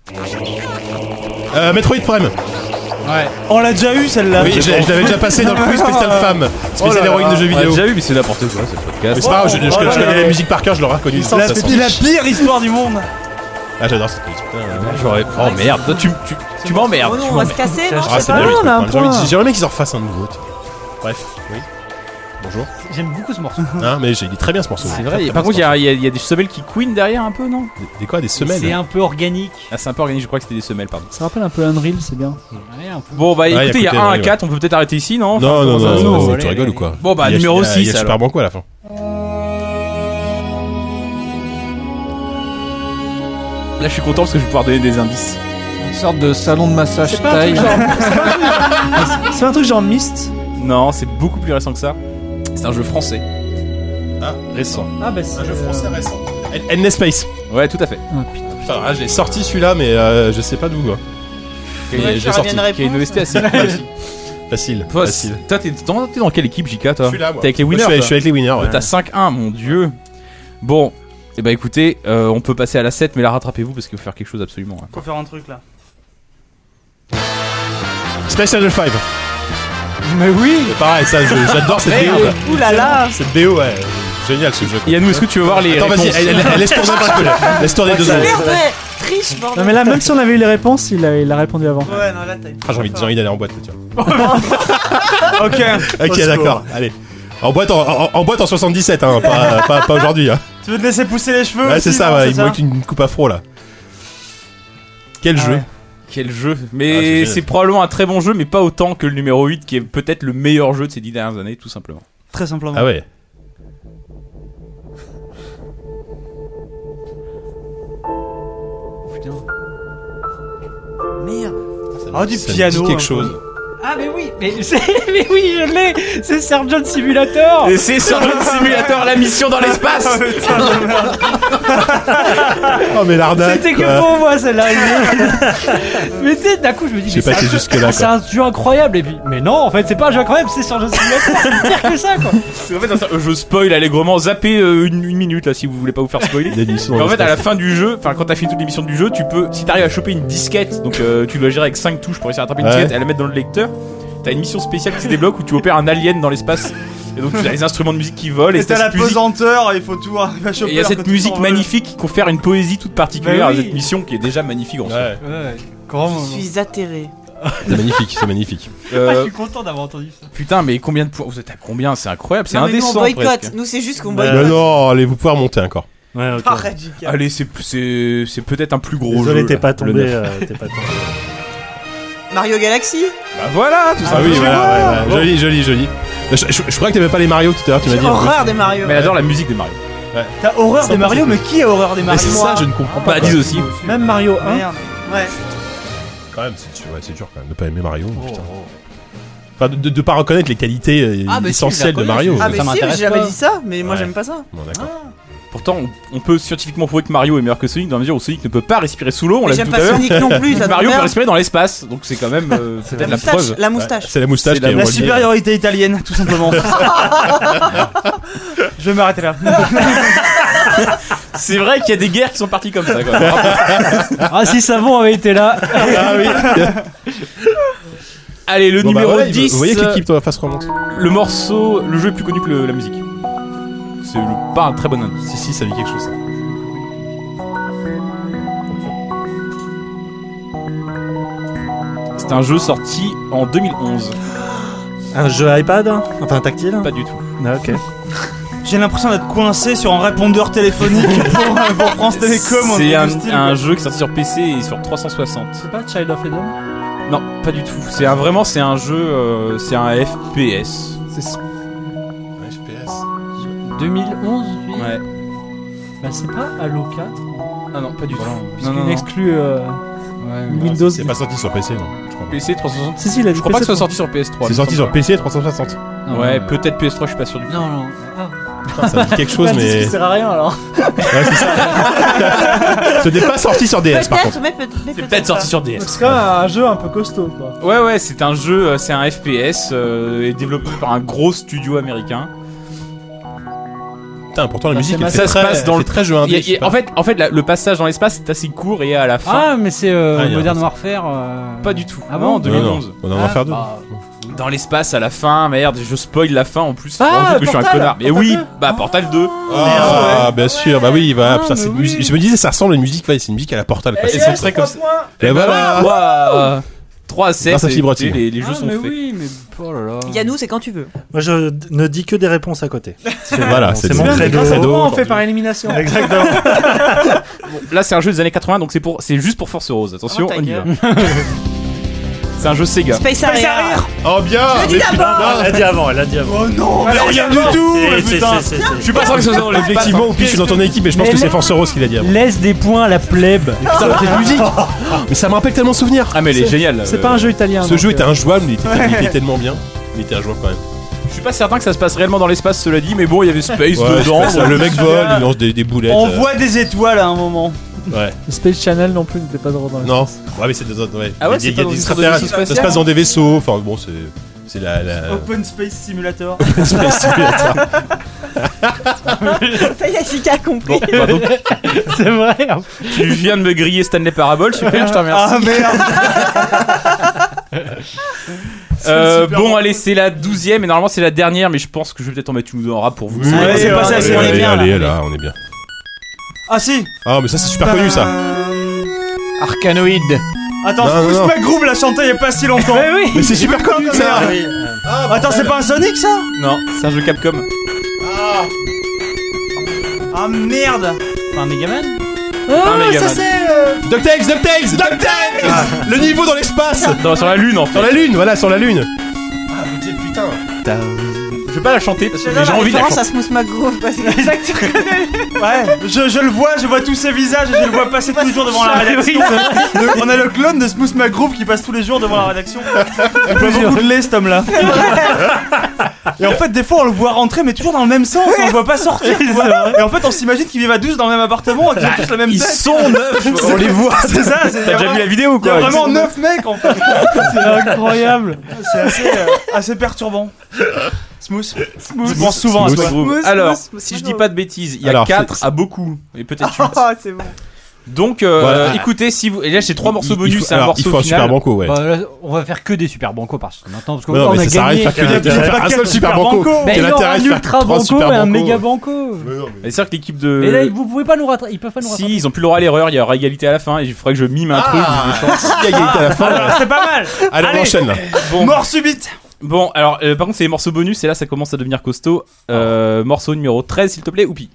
Euh, Metroid Prime. On l'a déjà eu celle-là. Oui, je je l'avais déjà passé dans le quiz spécial femme, spécial héroïne de jeux On l'a vidéo. déjà vu, mais c'est n'importe quoi, ce Mais podcast. c'est pas grave, je, je- je Oh là connais là. la musique par cœur, je l'aurais reconnu. C'est la, c'est la pire histoire du monde. Ah, j'adore cette musique. Putain, ouais. J'aurais. Oh merde, toi, tu, tu, tu m'emmerdes. Oh non, tu on va se m'emmerdes. casser, non? Ah, Je c'est sais bien, pas. oui, on a un j'ai envie de- point. J'aimerais bien qu'ils en refassent un nouveau. tiens. Bref, oui. Bonjour. J'aime beaucoup ce morceau. Hein, mais j'ai dit très bien ce morceau. C'est vrai, et par contre, il y, a- il y a- il y a des semelles qui queen derrière un peu, non? Des, des quoi, des semelles. C'est un peu organique. Ah, c'est un peu organisé, je crois que c'était des semelles, pardon. Ça rappelle un peu Unreal, c'est bien. Ouais, un peu. Bon, bah Ouais, écoutez, il y a écoutez, un à ouais, quatre, on peut peut-être arrêter ici, non? Enfin, Non, non, comment ça non, se non, passe non, allez, tu rigoles allez. ou quoi? Bon, bah, Il y a- numéro il y a- six, Il y a Super alors. Banco à la fin. Là, je suis content parce que je vais pouvoir donner des indices. Une sorte de salon de massage C'est pas un truc taille. genre. C'est un truc genre Myst. Non, c'est beaucoup plus récent que ça. C'est un jeu français. Ah. Récent. Ah bah c'est. récent. N S Space. Ouais, tout à fait. Ah putain. Putain, ah, je l'ai sorti celui-là, mais euh, je sais pas d'où. Quoi. Qui Ouais, est- tu j'ai reviens sorti. de qui a une O S T assez cool aussi. Facile. Toi, facile. c'est- toi, t'es dans, t'es dans quelle équipe, J K, toi? Je suis là, moi. T'es avec les Moi, winners, je, suis, toi je suis avec les winners. Ouais. T'as cinq un, mon dieu. Bon, et bah écoutez, euh, on peut passer à la sept, mais là rattrapez-vous parce qu'il faut faire quelque chose absolument. hein. Faut faire un truc là. Space Channel cinq. Mais oui. C'est pareil, ça, je- j'adore cette B O. quoi. Ouh là là. Cette B O, ouais. Génial ce jeu. quoi. Yannou, est-ce que tu veux voir les Attends, réponses vas-y, elle, elle- elle laisse tourner un peu. là. Laisse tourner deux secondes. Merde, ouais. Triche, bordel. Non mais là, même si on avait eu les réponses, il a, il a répondu avant. Ouais, non, là t'as. Ah, j'ai envie, j'ai envie d'aller en boîte, tiens. Ok. Ok, d'accord, allez. En boîte en, en, en boîte en soixante-dix-sept, hein, pas, pas, pas aujourd'hui. Hein. Tu veux te laisser pousser les cheveux Ouais, aussi, c'est ça, non, ouais, il me manque une coupe afro là. Quel Ah jeu ouais. Quel jeu. Ah, c'est Mais génial. c'est probablement un très bon jeu, mais pas autant que le numéro huit, qui est peut-être le meilleur jeu de ces dix dernières années, tout simplement. Très simplement. Ah ouais. Putain. Merde. Ah, du Ça me piano. dit un quelque peu. chose. Ah mais oui, mais, c'est- mais oui, je l'ai. C'est Surgeon Simulator. Et c'est sur le simulateur la mission dans l'espace. Oh, mais l'arnaque. C'était que quoi. pour moi celle-là. Mais tu sais, d'un coup je me dis, J'ai mais pas c'est été un- jusque-là, c'est quoi. un jeu incroyable. Et puis, mais non, en fait, c'est pas un jeu incroyable, c'est Surgeon Simulator. C'est pire que ça, quoi. En fait, dans- je spoil allègrement, zappez euh, une, une minute là si vous voulez pas vous faire spoiler. Il y a du son Et dans en fait, à l'espace. la fin du jeu, enfin quand t'as fini toute l'émission du jeu, tu peux, si t'arrives à choper une disquette, donc euh, tu dois gérer avec cinq touches pour essayer d'attraper une Ouais. disquette et la mettre dans le lecteur. T'as une mission spéciale qui se débloque où tu opères un alien dans l'espace. Et donc tu as les instruments de musique qui volent et Et t'as t'as la cette musique. pesanteur, il faut tout arriver à Et choper. il y a alors cette que tout musique s'envole. magnifique qui confère une poésie toute particulière Bah à oui. cette mission qui est déjà magnifique en soi. Ouais, Ouais, comment Je suis atterré. c'est magnifique, c'est magnifique. Ah, Euh, je suis content d'avoir entendu ça. putain, mais combien de points? Vous êtes à combien? C'est incroyable, c'est Non, mais nous, on indécent boycotte. presque. Nous, c'est juste qu'on Bah, Mais boycotte. non, allez, vous pouvez remonter encore. Ouais, ok. Arrête, J K. Allez, c'est c'est c'est peut-être un plus gros Désolé, jeu. t'es là, pas le tombé. neuf. euh, t'es pas tombé. Mario Galaxy. Bah voilà, tout ça. Ah oui, voilà, ouais, ouais. Joli, joli, joli. Je, je, je crois que t'aimais pas les Mario tout à l'heure, tu m'as J'ai dit. horreur des Mario. Mais elle adore la musique des Mario. T'as horreur des Mario, mais qui a horreur des Mais Mario c'est ça, je ne comprends pas. Bah, quoi. dis aussi. Même Mario un. Merde. Ouais. Quand même, c'est ouais, c'est dur quand même de pas aimer Mario. Putain. Enfin, de, de, de pas reconnaître les qualités euh, Ah, mais si, essentielles je la de Mario. reconnais, Ah, Ça mais si, m'intéresse j'ai jamais pas. dit ça, mais moi Ouais. j'aime pas ça. Bon, d'accord. Pourtant, on, on peut scientifiquement prouver que Mario est meilleur que Sonic dans la mesure où Sonic ne peut pas respirer sous l'eau. On Mais l'a vu j'aime tout pas à l'heure. Sonic non plus, ça Mario peut m'emmerde. respirer dans l'espace, donc c'est quand même euh, peut-être La la moustache, preuve. la moustache. C'est la moustache C'est qui la- est La reliée. supériorité italienne, tout simplement. Je vais m'arrêter là. C'est vrai qu'il y a des guerres qui sont parties comme ça. Quoi. Ah, si Savon avait été là. Ah oui. Allez, le Bon, bah, numéro voilà, dix. Vous voyez que euh, l'équipe toi, face remonte. le morceau, le jeu est plus connu que le- la musique. C'est c'est le- pas un très bon indice. Si, si, ça dit quelque chose. Ça. C'est un jeu sorti en deux mille onze. Un jeu iPad, enfin tactile. Pas du tout. Ah, ok. J'ai l'impression d'être coincé sur un répondeur téléphonique pour, pour France Télécom. C'est un, style, un quoi. jeu qui est sorti sur P C et sur trois cent soixante. C'est pas Child of Eden? Non, pas du tout. C'est un, vraiment, c'est un jeu, euh, c'est un F P S. C'est F P S. deux mille onze lui Ouais. bah, c'est pas Halo quatre. Ah non, pas du tout. Non, Puisqu'il non, non. exclut euh, Ouais, Windows. C'est pas sorti sur P C, non. Je crois pas. P C trois cent soixante. Si, si, il a dit Je crois pas P C, que ce soit sorti sur P S trois. C'est sorti sur P C trois cent soixante. Non, Ouais, non, peut-être P S trois, je suis pas sûr du tout. Non, non. Ah. Putain, ça dit quelque chose, Bah, dis ce mais. qui sert à rien alors. Ouais, c'est ça. Ce n'est pas sorti sur D S, par contre. Peut-être, mais peut- mais C'est peut-être sorti sur D S. C'est quand même un jeu un peu costaud quoi. Ouais, ouais, c'est un jeu, euh, c'est un F P S euh, et développé par un gros studio américain. Putain, pourtant la Bah, musique c'est elle ma- fait ça se très, passe dans elle le- fait très jeu Il y indé. a- je il y sais a- en pas. fait, en fait, la- le passage dans l'espace est assez court et à la fin, Ah, mais c'est euh, Ah, il y a Modern un- Warfare. euh, pas du tout. Ah Non, bon deux mille onze. On en va Ah, faire deux. bah, Dans l'espace à la fin, merde, je spoil la fin en plus. Ah, Vraiment que je suis un Portal, connard. Mais Portal oui, deux. bah Portal deux. Ah, bien sûr, bah oui, voilà, Ah, putain, mais c'est une oui. musique- je me disais, ça ressemble à une musique, ouais, c'est une musique à la Portal, quoi. Et C'est ils sont très comme ça. Et voilà. trois, trois à sept. Grâce à et Fibrotti. écoutez, Les, les jeux ah, sont mais faits. oui, mais oh là là. Yannou, c'est quand tu veux. Moi, je d- ne dis que des réponses à côté. C'est Voilà, c'est c'est mon bien, mais credo. grâce à Comment on aujourd'hui. fait par élimination? Exactement. Là, c'est un jeu des années quatre-vingts, donc c'est pour, c'est juste pour Force Rose. Attention, Oh, ta on y va. gueule. C'est un jeu Sega. Space Harrier. Oh bien. Je dis d'abord. Elle a dit avant, elle a dit avant. Oh non, mais Alors, rien du tout. C'est- c'est- putain. c'est- c'est- Je suis pas sûr que ce soit dans l'espace. Effectivement, ou puis je suis dans ton équipe, mais je pense Mais que c'est là- Force Rose qui l'a dit avant. Laisse des points à la plèbe. Putain, cette musique. Mais ça me rappelle tellement de souvenirs. Ah, mais elle est C'est- géniale. C'est euh, pas un jeu italien. Ce donc, jeu euh, était injouable, mais il était, il était tellement bien. Il était injouable quand même. Je suis pas certain que ça se passe réellement dans l'espace, cela dit, mais bon, il y avait Space Ouais, dedans. je sais pas, donc- le mec vole, il lance des, des boulettes. On euh, voit des étoiles à un moment. Ouais. Le Space Channel non plus n'était pas drôle dans le Non. Ouais, mais c'est des autres. Ouais. Ah ouais, Il y a- c'est il y pas a dans des une sorte de extraterrestres. vaisseau Ça se spatial passe dans des vaisseaux. Enfin bon, c'est c'est la la. Open Space Simulator. Space Simulator. Ça y est, Chica a compris. Bon, bah donc, C'est vrai. tu viens de me griller Stanley Parable, super, je te remercie. Ah merde. Euh, super bon, bon. allez, c'est la douzième et normalement c'est la dernière, mais je pense que je vais peut-être en mettre une ou deux en rap pour vous. Oui, Ouais, allez, c'est pas ça, allez, c'est- on est allez, bien, là. allez, là, on est bien. Ah si. Ah, mais ça c'est super connu ça. Arcanoïde. Attends, Non, non, Spruce non. McGroove l'a chanté il y a pas si longtemps. Mais oui. Mais c'est super connu ça. Merde. Attends, c'est pas un Sonic ça? Non, c'est un jeu Capcom. Ah merde. Pas un Megaman. Pas un Mega Man. DuckTales, DuckTales, DuckTales. Le niveau dans l'espace. Dans- sur la lune en fait. Sur la lune, voilà, sur la lune. Ah putain. Je vais pas la chanter parce que J'adore j'ai la envie de la référence chanter. à Smooth McGroove parce que Ouais, je, je le vois, je vois tous ces visages et je le vois passer tous les jours devant la rédaction. Le- on a le clone de Smooth McGroove qui passe tous les jours devant la rédaction. Il boit beaucoup de lait cet homme là. Et en fait, des fois on le voit rentrer, mais toujours dans le même sens, on le voit pas sortir. tu vois. Et en fait, on s'imagine qu'ils vivent à douze dans le même appartement et qu'ils ont tous la même Ils tête. sont neufs, on les voit. C'est ça, c'est T'as déjà vu la vidéo ou Il y a quoi? vraiment neuf mecs en fait. C'est incroyable. C'est assez, euh, assez perturbant. Smooth. Je pense souvent à Smooth. toi. Smooth, Alors, smooth, si je smooth. dis pas de bêtises, il y a Alors, quatre c'est- à beaucoup et peut-être huit. Oh, c'est bon. Donc, euh, Voilà. écoutez, si vous. Et là, j'ai trois morceaux Il- il bonus, faut- c'est un alors, morceau il faut un final. super banco, ouais. Bah, là, on va faire que des super bancos parce que maintenant parce qu'on Ouais, non, on mais a ça, ça arrive gagné. faire que des Il y a faire un pas seul quatre super super banco. banco. Mais Quel il y aura intérêt un de faire ultra trois banco super et un banco méga banco. Et c'est-à-dire que l'équipe de. Et là, vous pouvez pas nous rattraper. Ils peuvent pas nous rattraper. Si, ils ont plus le droit à l'erreur, il y aura égalité à la fin et il faudrait que je mime un truc. Ah, je chante. il y a égalité à la fin. Alors, c'est pas mal. Allez, on enchaîne là. Bon, Mort subite. bon alors, euh, par contre, c'est les morceaux bonus et là, ça commence à devenir costaud. Euh, morceau numéro treize, s'il te plaît, Oupi.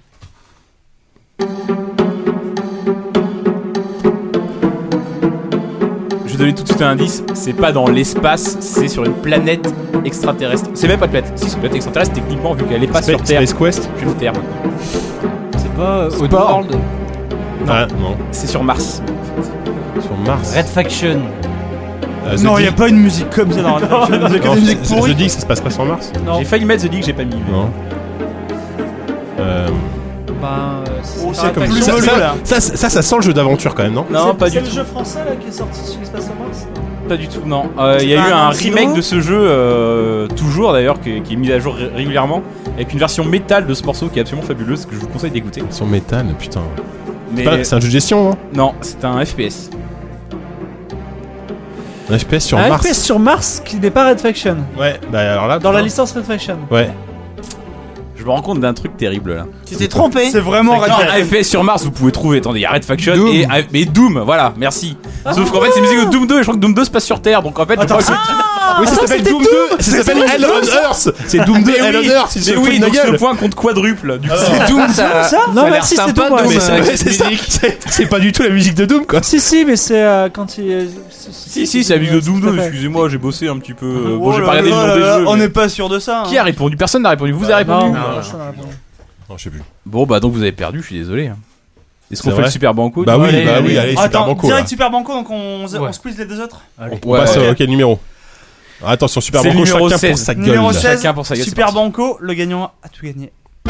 Je vais donner tout de suite un indice, c'est pas dans l'espace, c'est sur une planète extraterrestre. C'est même pas de planète, si c'est une planète extraterrestre, techniquement, vu qu'elle est pas sur Space, Terre. Space Quest. Je vais me taire maintenant. C'est pas euh, Sport. Oddworld. Ah non. C'est sur Mars. Sur Mars. Red Faction. Euh, The Non, il y a Dig. pas une musique comme ça dans la Il y a que Non, des musiques c'est- pourries. The Dig, ça se passe pas sur Mars. Non. J'ai failli mettre The Dig, j'ai pas mis. mais- Non. Euh, Bah, euh, Oh, c'est c'est pas comme Red ça, Faction. ça, ça, là. ça, ça, ça sent le jeu d'aventure quand même, non Non, C'est- pas c'est du le tout. jeu français là qui est sorti sur l'espace en Mars. Pas du tout, non. Euh, Il y a pas eu un un Sino remake de ce jeu, euh, toujours d'ailleurs, qui, qui est mis à jour ré- régulièrement, avec une version métal de ce morceau qui est absolument fabuleuse, que je vous conseille d'écouter. Sur métal, putain. Mais C'est pas- C'est un jeu de gestion, hein non, c'est un F P S. Un F P S sur un Mars. F P S sur Mars qui n'est pas Red Faction. Ouais, bah alors là. Dans la putain. licence Red Faction. Ouais. Je me rends compte d'un truc terrible là. Tu t'es trompé. C'est vraiment Non, radical. un F P S sur Mars, vous pouvez trouver. Attendez, il y a Red Faction Doom. et, et Doom, voilà, merci. Sauf qu'en fait, c'est musique de Doom deux et je crois que Doom deux se passe sur Terre, donc en fait, je crois que c'est. Oui, ça s'appelle Doom deux. Ça s'appelle Hell on Earth. C'est Doom deux Mais Hell oui, on Earth. Il se mais fout oui, de la donc ce gueule. point compte quadruple. Du coup, C'est Doom, ça. ça Non, a l'air merci, c'est sympa, tout moi. Doom, Mais euh, c'est avec ouais, cette c'est ça. musique. C'est- C'est pas du tout la musique de Doom, quoi. Si, si, mais c'est euh, quand il. euh, Si, si, c'est la musique de Doom tout à deux, fait. excusez-moi, j'ai bossé un petit peu. euh, Oh Bon, j'ai là pas regardé le là nom des là, jeux. On mais- n'est pas sûr de ça. Qui a répondu? Personne n'a répondu. Vous avez répondu? Non, Non, non, non. ça n'a pas. Non, je sais plus. Bon, bah donc vous avez perdu, je suis désolé. Est-ce qu'on C'est fait le vrai Super Banco? Bah oui, Allez, bah allez. oui, allez, Super Attends, Banco. direct là. Super Banco, donc on, on Ouais. squeeze les deux autres. On Ouais, passe ouais. à quel numéro? Attention, Super C'est le Banco, numéro chacun seize. pour sa gueule. Numéro là. seize, Chacun pour sa gueule, Super c'est parti. Banco, le gagnant a tout gagné.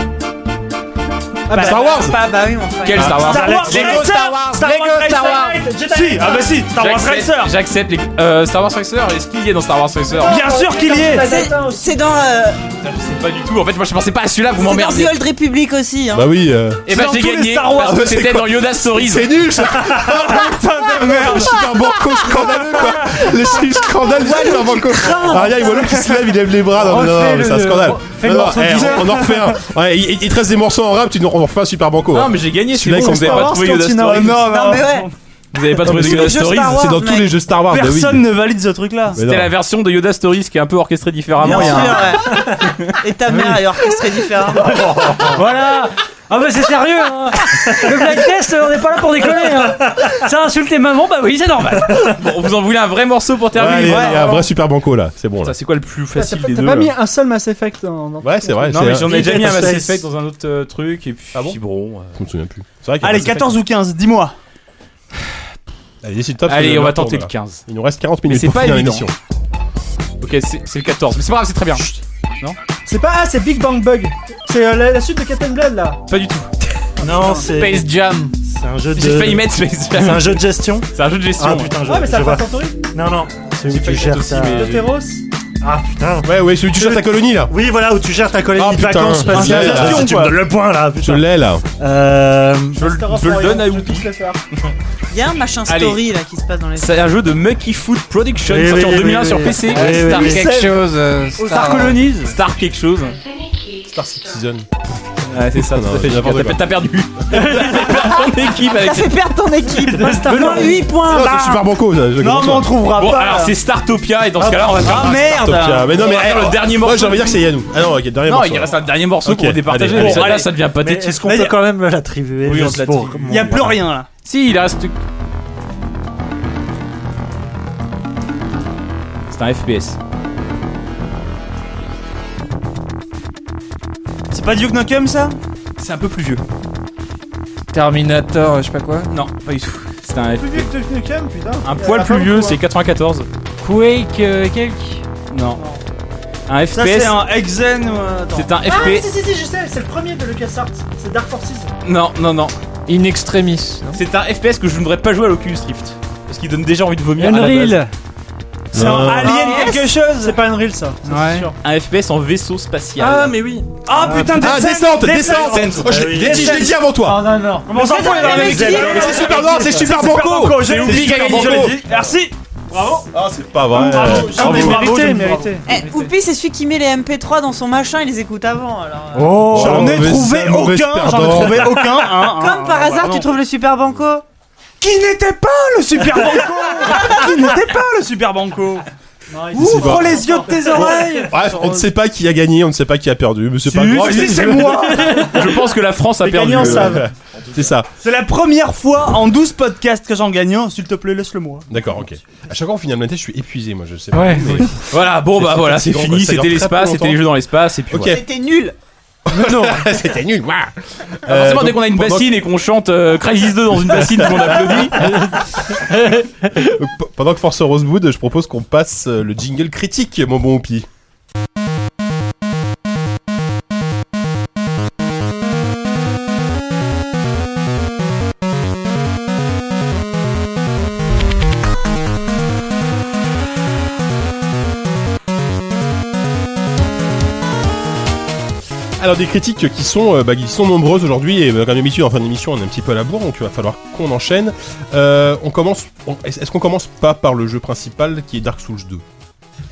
Ah bah, Star Wars. Bah, bah oui, mon frère. Quel Star Wars? Star Wars, Lego Racer, Star Wars, Star Lego Wars Star Wars. Si, ah bah si, Star Wars J'accepte- Racer. J'accepte les. Euh, Star Wars Racer, est-ce qu'il y est dans Star Wars Racer? Bien sûr qu'il y est. C'est- C'est dans, euh, Je sais pas du tout. En fait, moi je pensais pas à celui-là, vous c'est dans m'emmerdez. The Old Republic aussi. Hein. Bah oui. euh, Et bah dans j'ai tous les gagné Star Wars. parce que C'est c'était quoi dans Yoda Stories. C'est nul ça. Le Super Banco scandaleux quoi. Le scandale du Super Banco. Ah regarde, il voit l'autre qui se lève, il lève les bras. Non, non, non, mais c'est un scandale. Fais le Non, non, morceau eh, du- on, on en refait un. Ouais, il, il te reste des morceaux en rap, tu nous on refait un Super Banco. Non, hein. mais j'ai gagné, c'est Celui-là, bon, il vous avez compte pas pas. trouvé Yoda Cantina, Stories. Non, Non, mais ouais. Vous avez pas trouvé C'est Yoda le jeu Stories? Star Wars. C'est dans tous mec. les jeux Star Wars. bah oui. Personne ne valide ce truc-là. Mais C'était non. la version de Yoda Stories qui est un peu orchestrée différemment. Bien Il y a sûr, un- ouais. Et ta mère est orchestrée différemment. Voilà. Ah bah c'est sérieux hein. Le blind test, on n'est pas là pour déconner hein. Ça insulte tes mamans, bah oui c'est normal. Bon, vous en voulez un vrai morceau pour Ouais, terminer? allez, il y a un vrai Super Banco là, c'est bon là. Ça, c'est quoi le plus T'as facile pas, des t'as deux? pas là mis un seul Mass Effect dans. dans- Ouais, c'est vrai. Non, c'est mais un- j'en ai déjà mis un Mass Space. Effect dans un autre euh, truc et puis Ah bon bon. euh. Je me souviens plus. C'est vrai qu'il y a Allez, Mass Effect. quatorze ou quinze, dis-moi. Allez, décide-toi. parce Allez, que on va là, tenter là. le quinze. Il nous reste quarante Mais minutes c'est pour pas finir évident. l'émission. Ok, c'est c'est le quatorze, mais c'est pas grave, c'est très bien. C'est pas. Ah, c'est Big Bang Bug. C'est euh, la, la suite de Captain Blood là. Pas du tout. Non, c'est Space Jam. c'est un jeu de. J'ai failli mettre Space C'est Jam. un jeu de gestion. C'est un jeu de gestion. Ah putain, je, Ouais, mais je ça vois. pas Santori. Non, non, celui J'ai où failli tu mettre gères aussi, ta. mais- Deuteros. Ah putain. Ouais, ouais, celui où tu cherches ta colonie là. Oui, voilà, où tu gères ta colonie Ah, de putain. vacances. Ah, Vas-y, j'ai la vas-y, gestion, tu me quoi. donnes le point là, Je putain. l'ai là. Euh. Je, le- je le donne à Whoopi. Il y a un machin Allez. story là qui se passe dans les. C'est un jeu de Mucky Food Production Oui, sorti oui, en deux mille un oui, sur oui. P C. Oui, Star oui, oui. quelque chose. euh, Star Colonies. Star quelque chose. Star Citizen. Ouais, c'est ça, tout Non, à fait. c'est n'importe T'as quoi. t'as perdu. T'as perdu ton équipe avec T'as fait perdre ton équipe. Star- Non, huit points. Non, bah. c'est Super Banco. ça, je Non, comprends mais on ça. trouvera Bon, pas. alors c'est Startopia et dans ce cas-là, on va faire Ah un merde. Topia. Mais non, mais On va faire eh, le dernier Moi, morceau. j'ai envie de dire que c'est Yannou. Ah non, ok, dernier Non, morceau. il reste un dernier morceau Ok, pour départager. allez, Mais allez, ça, là, allez. ça devient Mais pathétique. est-ce qu'on Mais- peut quand même l'attribuer Oui, on juste te pour- l'attribue. Il y a plus rien là. Si, il reste. C'est un F P S. C'est pas Duke Nukem ça? C'est un peu plus vieux. Terminator, je sais pas quoi. Non, pas du tout. C'est un F Plus P vieux S. que Duke Nukem, putain. Un Il y poil a plus pas vieux, beaucoup, c'est hein. quatre-vingt-quatorze. Quake, euh, quelque. Non. Un Ça F P S. c'est un Exen ou un- attends. C'est un Ah, F P si, S. si, si, je sais, c'est le premier de LucasArts. C'est Dark Forces. Non, non, non. In extremis. non C'est un F P S que je ne voudrais pas jouer à l'Oculus Rift. Parce qu'il donne déjà envie de vomir à la base. Unreal. C'est Non. un Alien Ah, quelque chose. C'est pas Unreal ça. ça, Ouais. c'est sûr. Un F P S en vaisseau spatial. Ah, mais oui. Ah putain, Ah, descente, descente. Descent. Oh, je l'ai Ah oui. je l'ai dit avant toi. Oh non, non. On s'en fout, il est dans la même Mais équipe. qui- Mais c'est Super non, c'est Super Banco. Je l'ai C'est dit, Super je l'ai Banco. dit. Merci. Bravo. Ah, c'est pas vrai. Ah, mais bravo, mérité, Johnny, mérité. Eh, Oupi, c'est celui qui met les M P trois dans son machin, il les écoute avant. Alors, euh, Oh, J'en ai mauvaise- trouvé mauvaise aucun. J'en ai perdante. trouvé aucun. hein, hein, Comme par hein, hasard, vraiment. tu trouves le Super Banco. Qui n'était pas le Super Banco? Qui n'était pas le Super Banco? Ouvre pas. les yeux de tes oreilles. Bref, on ne sait pas qui a gagné, on ne sait pas qui a perdu, mais c'est pas grave. Si, c'est moi. Je pense que la France a Les perdu. gagnants euh, savent. C'est ça. C'est la première fois en douze podcasts que j'en gagne un. S'il te plaît, laisse-le moi. D'accord, ok. À chaque fois qu'on finit un blind test, je suis épuisé, moi, je sais pas. Ouais. mais- Voilà, bon bah C'est voilà, fatigant, c'est quoi. fini, Ça dure c'était très l'espace, peu c'était longtemps. les jeux dans l'espace et puis Ok. voilà. C'était nul. Non, c'était nul. Ouah. Ah, forcément, Euh, dès qu'on a une donc, bassine et qu'on chante euh, Crysis deux dans une bassine, tout le monde applaudit. Donc, p- pendant que Force Rosewood, je propose qu'on passe euh, le jingle critique, mon bon Oupi. Alors des critiques qui sont, euh, bah, qui sont nombreuses aujourd'hui et euh, comme d'habitude en fin d'émission on est un petit peu à la bourre donc il va falloir qu'on enchaîne. Euh, on commence, on- est-ce qu'on commence pas par le jeu principal qui est Dark Souls deux?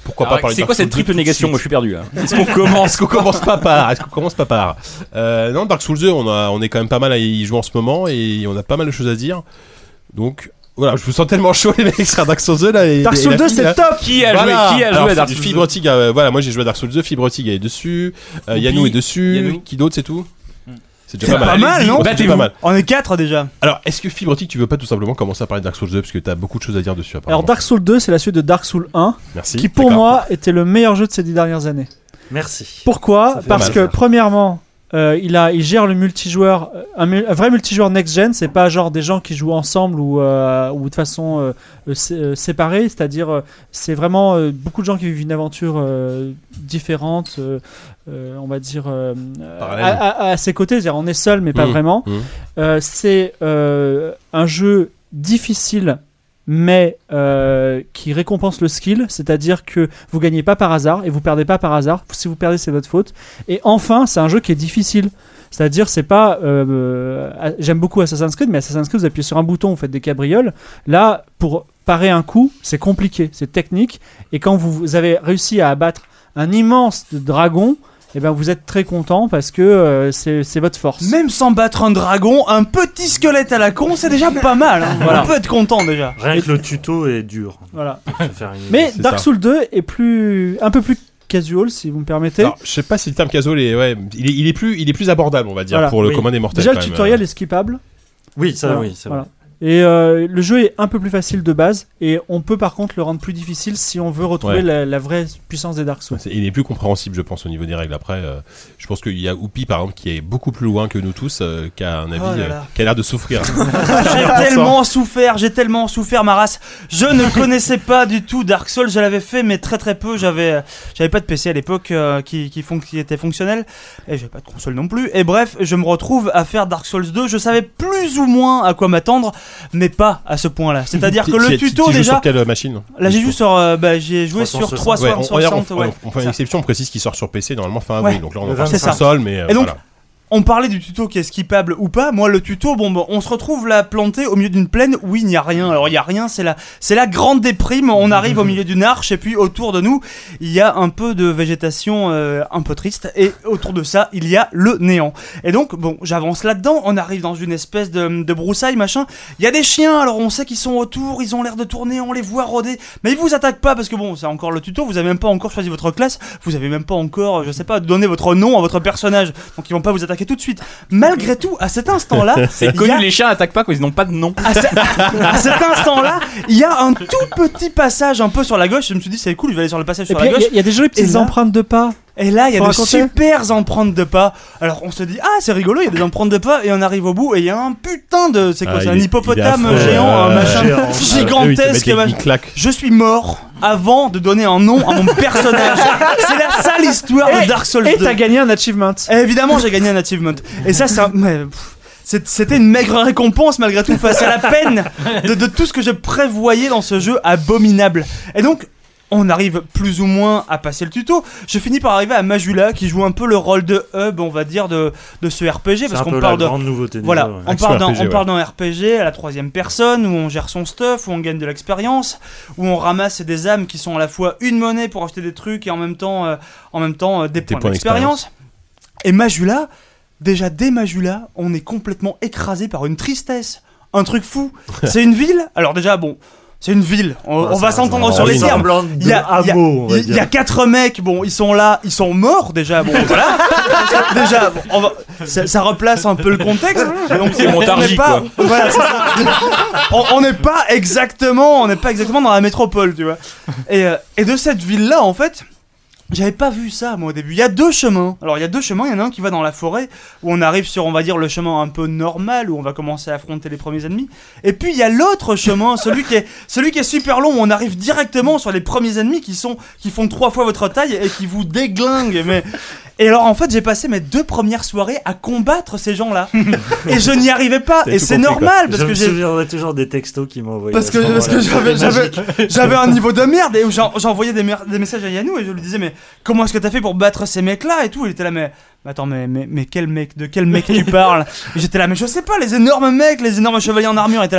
pourquoi Alors, pas parler c'est de quoi Dark Souls cette triple deux tout de négation? suite. Moi je suis perdu là. Est-ce qu'on commence Est-ce qu'on commence pas par Est-ce qu'on commence pas par euh, Non, Dark Souls deux, on a, on est quand même pas mal à y jouer en ce moment et on a pas mal de choses à dire. Donc voilà, je me sens tellement chaud les mecs sur Dark Souls deux là. Et, Dark et Souls la deux, fille, c'est là. top. Qui a Voilà. joué Qui a Alors, joué à Dark Souls? Fibre Tig, euh, voilà, moi j'ai joué à Dark Souls deux, Fibre Tig est dessus, euh, Oupi, Yannou est dessus, Yannou. qui d'autre c'est tout C'est C'est déjà pas pas mal, mal. non C'est déjà pas mal. On est quatre déjà. Alors, est-ce que Fibre Tig, tu veux pas tout simplement commencer à parler de Dark Souls deux parce que t'as beaucoup de choses à dire dessus apparemment. Alors Dark Souls deux, c'est la suite de Dark Souls un, Merci. qui pour D'accord. moi était le meilleur jeu de ces dix dernières années. Merci. Pourquoi Ça fait Parce mal, que ça. premièrement, euh, il a, il gère le multijoueur, euh, un, mu- un vrai multijoueur next-gen. C'est pas genre des gens qui jouent ensemble ou, euh, ou de façon euh, euh, sé- euh, séparée. C'est-à-dire, euh, c'est vraiment euh, beaucoup de gens qui vivent une aventure euh, différente. euh, euh, on va dire euh, Parallèle. à, à- à ses côtés. C'est-à-dire, on est seul, mais pas Mmh. vraiment. Mmh. Euh, c'est euh, un jeu difficile, mais euh, qui récompense le skill, c'est-à-dire que vous gagnez pas par hasard et vous perdez pas par hasard. Si vous perdez, c'est votre faute. Et enfin, c'est un jeu qui est difficile. C'est-à-dire, c'est pas. euh, euh, j'aime beaucoup Assassin's Creed, mais Assassin's Creed, vous appuyez sur un bouton, vous faites des cabrioles. Là, pour parer un coup, c'est compliqué, c'est technique. Et quand vous, vous avez réussi à abattre un immense dragon, eh ben vous êtes très content parce que euh, c'est, c'est votre force. Même sans battre un dragon, un petit squelette à la con, c'est déjà pas mal. Hein. Voilà. On peut être content déjà. Rien que le tuto est dur. Voilà. Pour se faire une idée. Mais c'est Dark ça. Souls deux est plus, un peu plus casual, si vous me permettez. Alors, je sais pas si le terme casual est, ouais, il est, il est plus, il est plus abordable, on va dire, Voilà. pour le Oui. commun des mortels. Déjà, le quand même. tutoriel est skippable. Oui, ça, Voilà. oui, c'est Voilà. vrai. Et euh, le jeu est un peu plus facile de base, et on peut par contre le rendre plus difficile si on veut retrouver Ouais. la, la vraie puissance des Dark Souls. C'est- Il est plus compréhensible, je pense, au niveau des règles. Après, euh, je pense qu'il y a Oupi, par exemple, qui est beaucoup plus loin que nous tous, euh, qui a un avis, Oh là euh, là. qui a l'air de souffrir. J'ai tellement souffert, j'ai tellement souffert ma race. Je ne connaissais pas du tout Dark Souls, je l'avais fait mais très très peu. J'avais, j'avais pas de P C à l'époque euh, qui, qui, fon- qui était fonctionnel et j'avais pas de console non plus. Et bref, je me retrouve à faire Dark Souls deux. Je savais plus ou moins à quoi m'attendre, mais pas à ce point-là. C'est-à-dire que Tu- le tu- tuto tu joues déjà. sur quelle machine Là j'ai joué sur, euh, bah, j'ai joué sur trois cent soixante. Ouais, on, trois cent regarde, soixante. on, ouais. on fait une exception, on précise qu'il sort sur P C normalement fin Ouais. avril. Donc là, on Le en parle vingt-cinq. sur console, mais euh, Et donc, voilà. On parlait du tuto qui est skippable ou pas. Moi, le tuto, bon, bon, on se retrouve là planté au milieu d'une plaine où il n'y a rien. Alors, il n'y a rien, c'est la, c'est la grande déprime. On arrive au milieu d'une arche et puis autour de nous, il y a un peu de végétation euh, un peu triste. Et autour de ça, il y a le néant. Et donc, bon, j'avance là-dedans. On arrive dans une espèce de, de broussaille, machin. Il y a des chiens, alors on sait qu'ils sont autour, ils ont l'air de tourner, on les voit rôder. Mais ils vous attaquent pas parce que bon, c'est encore le tuto. Vous avez même pas encore choisi votre classe. Vous avez même pas encore, je sais pas, donné votre nom à votre personnage. Donc, ils vont pas vous attaquer tout de suite. Malgré tout, à cet instant-là, C'est il y connu, a- les chiens attaquent pas quand ils n'ont pas de nom. à, ce- à cet instant-là, il y a un tout petit passage un peu sur la gauche. Je me suis dit, c'est cool, je vais aller sur le passage Et sur puis, la il y, gauche. a- il y a des jolies Et petites là- empreintes de pas. Et là, il y a Faut de raconter. super empreintes de pas. Alors, on se dit, ah, c'est rigolo, il y a des empreintes de pas. Et on arrive au bout, et il y a un putain de. C'est quoi Ah, C'est il un est- il est hippopotame affreux, géant, un euh, machin géant. Ah, oui, ils te gigantesque. mettent les- machin. ils claquent. Je suis mort avant de donner un nom à mon personnage. C'est la sale histoire de Dark Souls Et deux. t'as gagné un achievement. Et évidemment, j'ai gagné un achievement. Et ça, c'est un- mais, pff, c'est- c'était une maigre récompense malgré tout face à la peine de, de tout ce que je prévoyais dans ce jeu abominable. Et donc, on arrive plus ou moins à passer le tuto. Je finis par arriver à Majula qui joue un peu le rôle de hub, on va dire, de, de ce R P G. C'est Parce un qu'on peu parle la de. grande nouveauté du Voilà, jeu, ouais. on Action parle d'un R P G, on ouais. parle d'un R P G à la troisième personne où on gère son stuff, où on gagne de l'expérience, où on ramasse des âmes qui sont à la fois une monnaie pour acheter des trucs et en même temps, euh, en même temps euh, des, points, points d'expérience. Et Majula, déjà dès Majula, on est complètement écrasé par une tristesse, un truc fou. C'est une ville. Alors déjà bon. C'est une ville, on, on va s'entendre sur les termes. Il y a, il y a- hameau, on va il y a dire. quatre mecs, bon, ils sont là, ils sont morts déjà, bon, voilà. déjà, bon, on va- ça, ça replace un peu le contexte. Donc C'est on- on Montargis, n'est pas, quoi. voilà, c'est ça. On- On n'est pas exactement, on n'est pas exactement dans la métropole, tu vois. Et, euh, et de cette ville-là, en fait. J'avais pas vu ça moi au début. Il y a deux chemins. Alors il y a deux chemins, il y en a un qui va dans la forêt où on arrive sur on va dire le chemin un peu normal où on va commencer à affronter les premiers ennemis. Et puis il y a l'autre chemin, celui qui est celui qui est super long où on arrive directement sur les premiers ennemis qui sont qui font trois fois votre taille et qui vous déglinguent mais et alors en fait, j'ai passé mes deux premières soirées à combattre ces gens-là et je n'y arrivais pas T'avais et tout c'est compris, normal parce je que me j'ai souviendrai toujours des textos qu'ils m'ont envoyés. parce à que, ce parce que moment-là. j'avais, j'avais, Magique. j'avais un niveau de merde et où j'en- j'envoyais des, mer- des messages à Yannou et je lui disais mais comment est-ce que t'as fait pour battre ces mecs là et tout. Il était là mais, mais attends mais, mais, mais quel mec, de quel mec tu parles. Et j'étais là mais je sais pas, les énormes mecs, les énormes chevaliers en armure. Il était là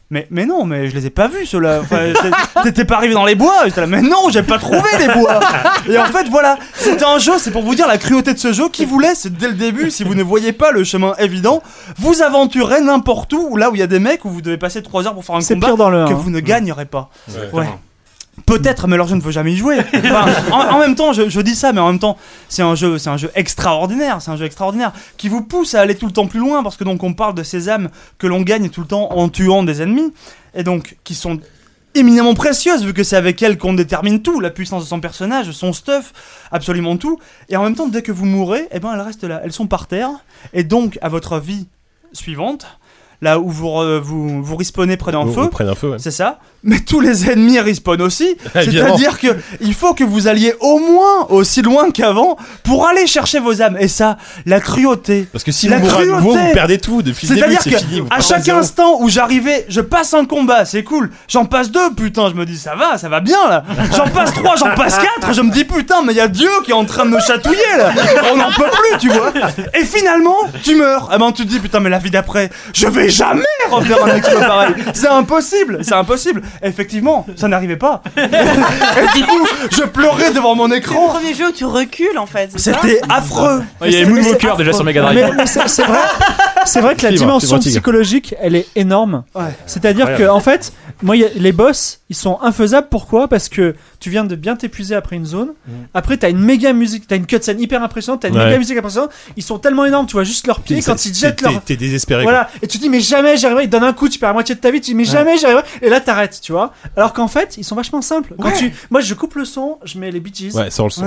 Mais, mais non, mais je les ai pas vus ceux-là. Enfin, t'étais pas arrivé dans les bois. J'étais là, mais non, j'ai pas trouvé les bois. Et en fait, voilà, c'était un jeu, c'est pour vous dire la cruauté de ce jeu qui vous laisse dès le début, si vous ne voyez pas le chemin évident, vous aventurez n'importe où, là où il y a des mecs où vous devez passer trois heures pour faire un C'est combat pire dans le que un, vous ne hein. gagnerez pas. Ouais. Ouais. Peut-être, mais alors je ne veux jamais y jouer. Enfin, en, en même temps, je, je dis ça, mais en même temps, c'est un jeu, c'est un jeu extraordinaire, c'est un jeu extraordinaire qui vous pousse à aller tout le temps plus loin, parce que donc on parle de ces âmes que l'on gagne tout le temps en tuant des ennemis, et donc qui sont éminemment précieuses vu que c'est avec elles qu'on détermine tout, la puissance de son personnage, son stuff, absolument tout. Et en même temps, dès que vous mourrez, eh ben elles restent là, elles sont par terre, et donc à votre vie suivante. Là où vous, re, vous, vous respawnez près d'un Vous- feu, vous prenez un feu, ouais. c'est ça. Mais tous les ennemis respawnent aussi. Évidemment. C'est-à-dire que il faut que vous alliez au moins aussi loin qu'avant pour aller chercher vos âmes. Et ça, la cruauté. Parce que si La vous mourrez à nouveau, cruauté. vous perdez tout depuis le début, C'est-à-dire c'est que fini. vous à partez chaque zéro. instant où j'arrivais, je passe un combat, c'est cool. J'en passe deux, putain, je me dis ça va, ça va bien là. J'en passe trois, j'en passe quatre, je me dis putain, mais il y a Dieu qui est en train de me chatouiller là. On n'en peut plus, tu vois. Et finalement, tu meurs. Eh ben tu te dis putain, mais la vie d'après, je vais jamais refaire un exploit pareil. C'est impossible, c'est impossible. Effectivement, ça n'arrivait pas. Et du coup, je pleurais devant mon C'est le écran. premier jeu où tu recules en fait. c'est ça C'était affreux. Il y avait Mais c'est Moonwalker déjà sur Mega Drive. Mais, mais c'est, c'est vrai, c'est vrai que la Fibre, dimension fibre tigre. psychologique, elle est énorme. Ouais. C'est-à-dire que, Incroyable. en fait, moi, y a- les boss, ils sont infaisables. Pourquoi ? Parce que tu viens de bien t'épuiser après une zone. Après, t'as une méga musique, t'as une cutscene hyper impressionnante, t'as une Ouais. méga musique impressionnante. Ils sont tellement énormes, tu vois juste leurs pieds T'es- quand ils t'es- jettent leur. t'es- T'es désespéré. quoi. Voilà, et tu te dis, mais jamais j'y arriverai. Ils te donnent un coup, tu perds la moitié de ta vie, tu dis, mais jamais j'y arriverai. Et là, t'arrêtes, tu vois. Alors qu'en fait, ils sont vachement simples. Quand tu... Moi, je coupe le son, je mets les Bee Gees. Ouais, sans le son.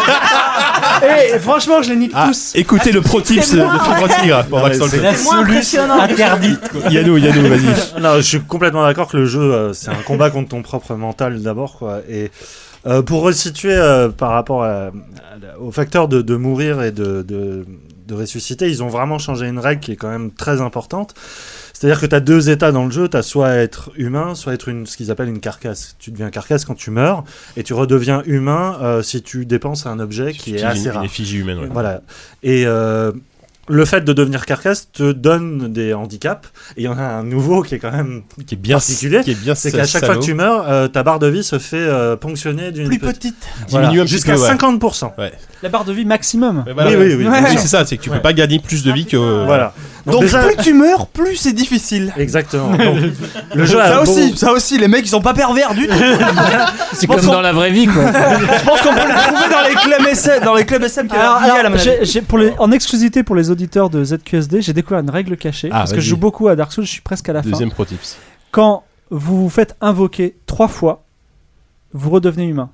Et franchement, je les nique Ah, tous. écoutez le pro tips de Fibre Tigre pendant que ça le fait. C'est moins impressionnant. Interdit. Yannou, Yannou, vas-y. Non, je suis complètement d'accord que le jeu, euh, c'est un combat contre ton propre mental d'abord, quoi. Et euh, pour resituer euh, par rapport à, à- au facteur de, de mourir et de, de, de ressusciter, ils ont vraiment changé une règle qui est quand même très importante. C'est-à-dire que tu as deux états dans le jeu, tu as soit être humain, soit être une, ce qu'ils appellent une carcasse. Tu deviens carcasse quand tu meurs, et tu redeviens humain euh, si tu dépenses un objet qui est Une- assez Une rare. effigie humaine, ouais. Voilà. Et euh, le fait de devenir carcasse te donne des handicaps. Et il y en a un nouveau qui est quand même Qui est bien particulier. Qui est bien C'est qu'à chaque fois que tu meurs, euh, ta barre de vie se fait euh, ponctionner d'une Plus petite- petite. Voilà, diminue un petit jusqu'à peu, ouais. cinquante pour cent. La barre de vie maximum. Ouais, voilà, Oui, ouais. oui, oui, Ouais. bien Oui, sûr. c'est ça, c'est que tu peux pas gagner plus de vie que. euh, Voilà. Donc, Donc déjà- plus tu meurs, plus c'est difficile. Exactement. Donc, le jeu a Ça beau- aussi, ça aussi, les mecs ils sont pas pervers du tout. C'est pense comme qu'on- dans la vraie vie, quoi. Je pense qu'on peut les trouver dans les clubs S M, dans les clubs S M qui Alors, sont liés à la alors, maladie. j'ai- j'ai- pour les, en exclusivité pour les auditeurs de Z Q S D, j'ai découvert une règle cachée. Ah, parce que vas-y. je joue beaucoup à Dark Souls, je suis presque à la fin. Deuxième pro tips. Quand vous vous faites invoquer trois fois, vous redevenez humain.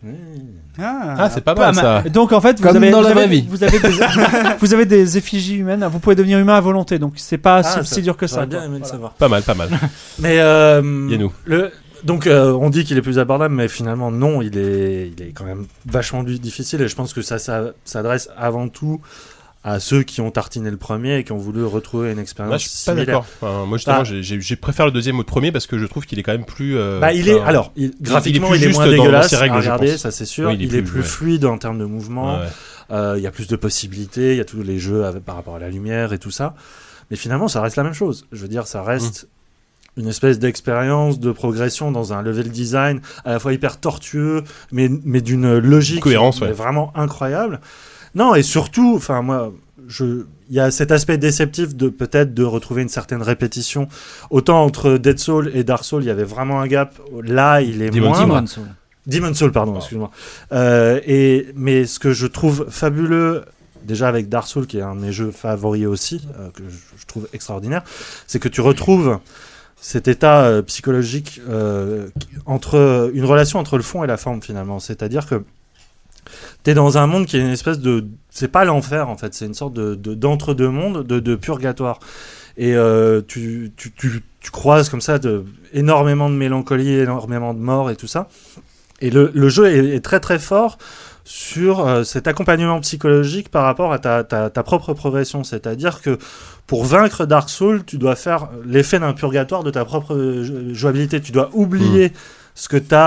Ah, c'est pas peu à mal ma- ça. Et donc en fait, vous Comme avez, dans vous la avez- vraie vie. Vous avez, des, vous avez des effigies humaines. Vous pouvez devenir humain à volonté. Donc c'est pas Ah, si, ça- si dur que ça. J'aurais bien quoi. aimé le Voilà. savoir. Pas mal, pas mal. Mais euh, Yannou. le donc euh, on dit qu'il est plus abordable, mais finalement non, il est il est quand même vachement du- difficile. Et je pense que ça, ça s'adresse avant tout à ceux qui ont tartiné le premier et qui ont voulu retrouver une expérience Moi, je suis pas similaire. d'accord. Enfin, moi, justement, Ah. j'ai- j'ai j'ai préféré le deuxième au premier parce que je trouve qu'il est quand même plus. euh, Bah, il est enfin, alors il- graphiquement il est, plus juste moins dans- dans dégueulasse ses règles, à je regarder, pense. ça c'est sûr. Oui, il, il est est plus- plus ouais. fluide en termes de mouvement. ouais. Euh, Il y a plus de possibilités. Il y a tous les jeux avec- par rapport à la lumière et tout ça. Mais finalement, ça reste la même chose. Je veux dire, ça reste une espèce d'expérience de progression dans un level design à la fois hyper tortueux, mais, mais d'une logique Cohérence, mais ouais. vraiment incroyable. Non, et surtout, enfin moi, je, il y a cet aspect déceptif de peut-être de retrouver une certaine répétition. Autant entre Dead Soul et Dark Soul, il y avait vraiment un gap. Là, il est Demon's moins. Demon's Soul. Demon's Soul, pardon, excuse-moi. Euh, et mais ce que je trouve fabuleux, déjà avec Dark Souls, qui est un de mes jeux favoris aussi, euh, que je, je trouve extraordinaire, c'est que tu retrouves cet état euh, psychologique euh, qui- entre une relation entre le fond et la forme finalement. C'est-à-dire que t'es dans un monde qui est une espèce de, c'est pas l'enfer en fait, c'est une sorte de, de- d'entre-deux mondes, de, de purgatoire. Et euh, tu, tu, tu, tu croises comme ça de, énormément de mélancolie, énormément de mort et tout ça. Et le, le jeu est, est très très fort sur euh, cet accompagnement psychologique par rapport à ta, ta, ta propre progression. C'est-à-dire que pour vaincre Dark Souls, tu dois faire l'effet d'un purgatoire de ta propre euh, jouabilité. Tu dois oublier ce que tu as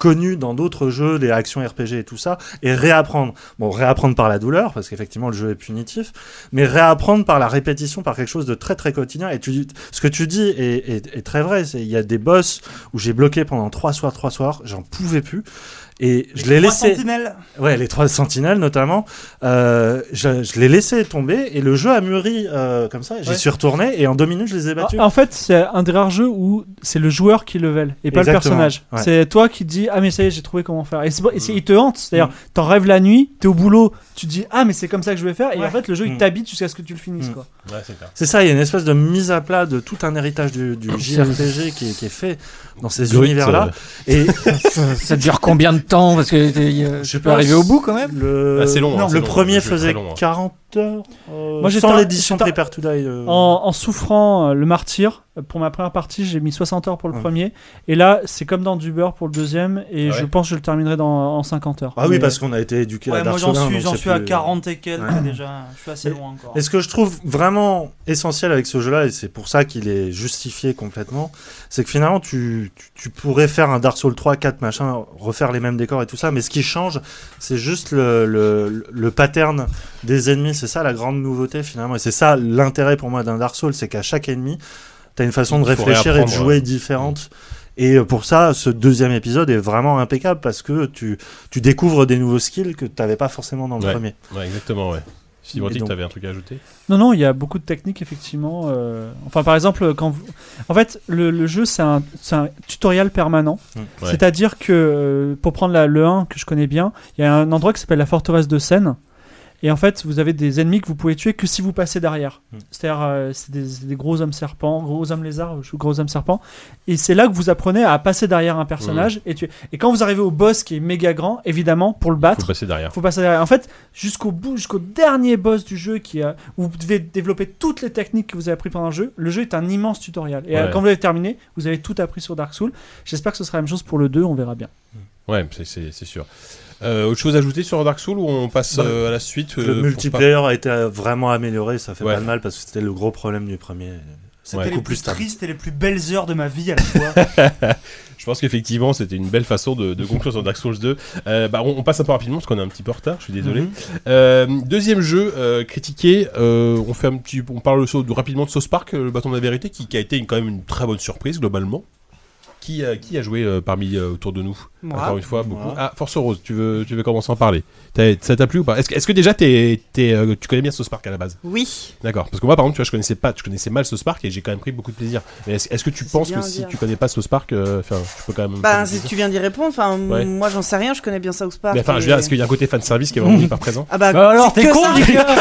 connu dans d'autres jeux, des actions R P G et tout ça, et réapprendre. Bon, réapprendre par la douleur, parce qu'effectivement le jeu est punitif, mais réapprendre par la répétition, par quelque chose de très très quotidien. Et tu, ce que tu dis est, est, est très vrai. Il y a des boss où j'ai bloqué pendant trois soirs, trois soirs, j'en pouvais plus. Et je l'ai laissé. Les trois sentinelles. Ouais, les trois sentinelles notamment. Euh, je, je l'ai laissé tomber et le jeu a mûri euh, comme ça. J'y Ouais. suis retourné et en deux minutes je les ai battus. En fait, c'est un des rares jeux où c'est le joueur qui level et pas Exactement, le personnage. ouais. C'est toi qui te dis ah mais ça y est j'ai trouvé comment faire. Et, c'est, et c'est, il te hante, c'est-à-dire t'en rêves la nuit, t'es au boulot, tu te dis ah mais c'est comme ça que je vais faire et Ouais. en fait le jeu il Mm. t'habite jusqu'à ce que tu le finisses Mm. quoi. Ouais, c'est clair. C'est ça, il y a une espèce de mise à plat de tout un héritage du, du J R P G qui est, qui est fait dans ces Grut, univers-là. Et Ça dure combien de temps? Parce que euh, Je je peux pense- arriver au bout quand même. le, Ah, c'est long, hein, non, c'est le long, premier le jeu est faisait très long, hein. quarante heures. euh, Moi, j'étais sans en- l'édition j'étais en- Prepare to Die. euh, En, en souffrant euh, le martyr, euh, pour ma première partie, j'ai mis soixante heures pour le Ouais. premier. Et là, c'est comme dans Duber pour le deuxième. Et Ah ouais. je pense que je le terminerai dans, en cinquante heures. Ah oui, Mais- parce qu'on a été éduqué à Ouais, moi Dark j'en Souls un, suis, donc j'en c'est suis à plus- quarante et quelques Ouais. déjà. Je suis assez Mais- loin encore. Et ce que je trouve vraiment essentiel avec ce jeu-là, et c'est pour ça qu'il est justifié complètement, c'est que finalement, tu, tu, tu pourrais faire un Dark Souls trois, quatre, machin, refaire les mêmes décors et tout ça, mais ce qui change, c'est juste le, le, le pattern des ennemis. C'est ça la grande nouveauté finalement, et c'est ça l'intérêt pour moi d'un Dark Souls, c'est qu'à chaque ennemi, t'as une façon de Il faut réfléchir et de réapprendre, jouer ouais. différente. Et pour ça, ce deuxième épisode est vraiment impeccable parce que tu, tu découvres des nouveaux skills que t'avais pas forcément dans le Ouais. premier. Ouais, exactement, ouais. Et Fibre donc- t'avais un truc à ajouter? Non, non, il y a beaucoup de techniques, effectivement. euh, Enfin, par exemple, quand vous... En fait, le, le jeu, c'est un, c'est un tutoriel permanent. Ouais. C'est-à-dire que, euh, pour prendre la, le un, que je connais bien, il y a un endroit qui s'appelle la forteresse de Seine. Et en fait, vous avez des ennemis que vous pouvez tuer que si vous passez derrière. Mm. C'est-à-dire, euh, c'est des, c'est des gros hommes serpents, gros hommes lézards, euh, gros hommes serpents. Et c'est là que vous apprenez à passer derrière un personnage et tuer. Et quand vous arrivez au boss qui est méga grand, évidemment, pour le battre, Faut passer derrière. faut passer derrière. En fait, jusqu'au bout, jusqu'au dernier boss du jeu, qui a, où vous devez développer toutes les techniques que vous avez appris pendant le jeu, le jeu est un immense tutoriel. Et euh, Ouais. quand vous avez terminé, vous avez tout appris sur Dark Souls. J'espère que ce sera la même chose pour le deux, on verra bien. Ouais, c'est- c'est c'est sûr. Euh, autre chose à ajouter sur Dark Souls ou on passe Bah, euh, à la suite euh, Le pour multiplayer a été euh, vraiment amélioré, ça fait Ouais. pas de mal parce que c'était le gros problème du premier. C'est Ouais. C'était beaucoup les plus plus stable. tristes et les plus belles heures de ma vie à la fois. pas- Je pense qu'effectivement c'était une belle façon de, de conclure sur Dark Souls deux. Euh, bah, on, on passe un peu rapidement parce qu'on est un petit peu en retard, je suis désolé. Mhm. Euh, deuxième jeu euh, critiqué, euh, on fait un petit, on parle de, de- rapidement de South Park, euh, le bâton de la vérité, qui, qui a été une- quand même une très bonne surprise globalement. Qui, euh, qui a joué euh, parmi euh, autour de nous? Moi. Encore une fois, beaucoup. Moi. Ah, Force Rose, tu veux, tu veux commencer à en parler? T'as- ça t'a plu ou pas? Est-ce que, est-ce que déjà t'es, t'es, euh, tu connais bien South Park à la base? Oui. D'accord. Parce que moi, par exemple, tu vois, je connaissais pas, je connaissais mal South Park et j'ai quand même pris beaucoup de plaisir. Mais est-ce, est-ce que tu C'est penses bien que à si dire. tu connais pas South Park, euh, enfin, tu peux quand même. Bah, prendre du si plaisir tu viens d'y répondre, enfin, Ouais. moi j'en sais rien, je connais bien South Park. Mais enfin, je veux et- dire, est-ce qu'il y a un côté fan service qui est vraiment hyper présent? Ah bah, Bah alors, c'est t'es que con, ça.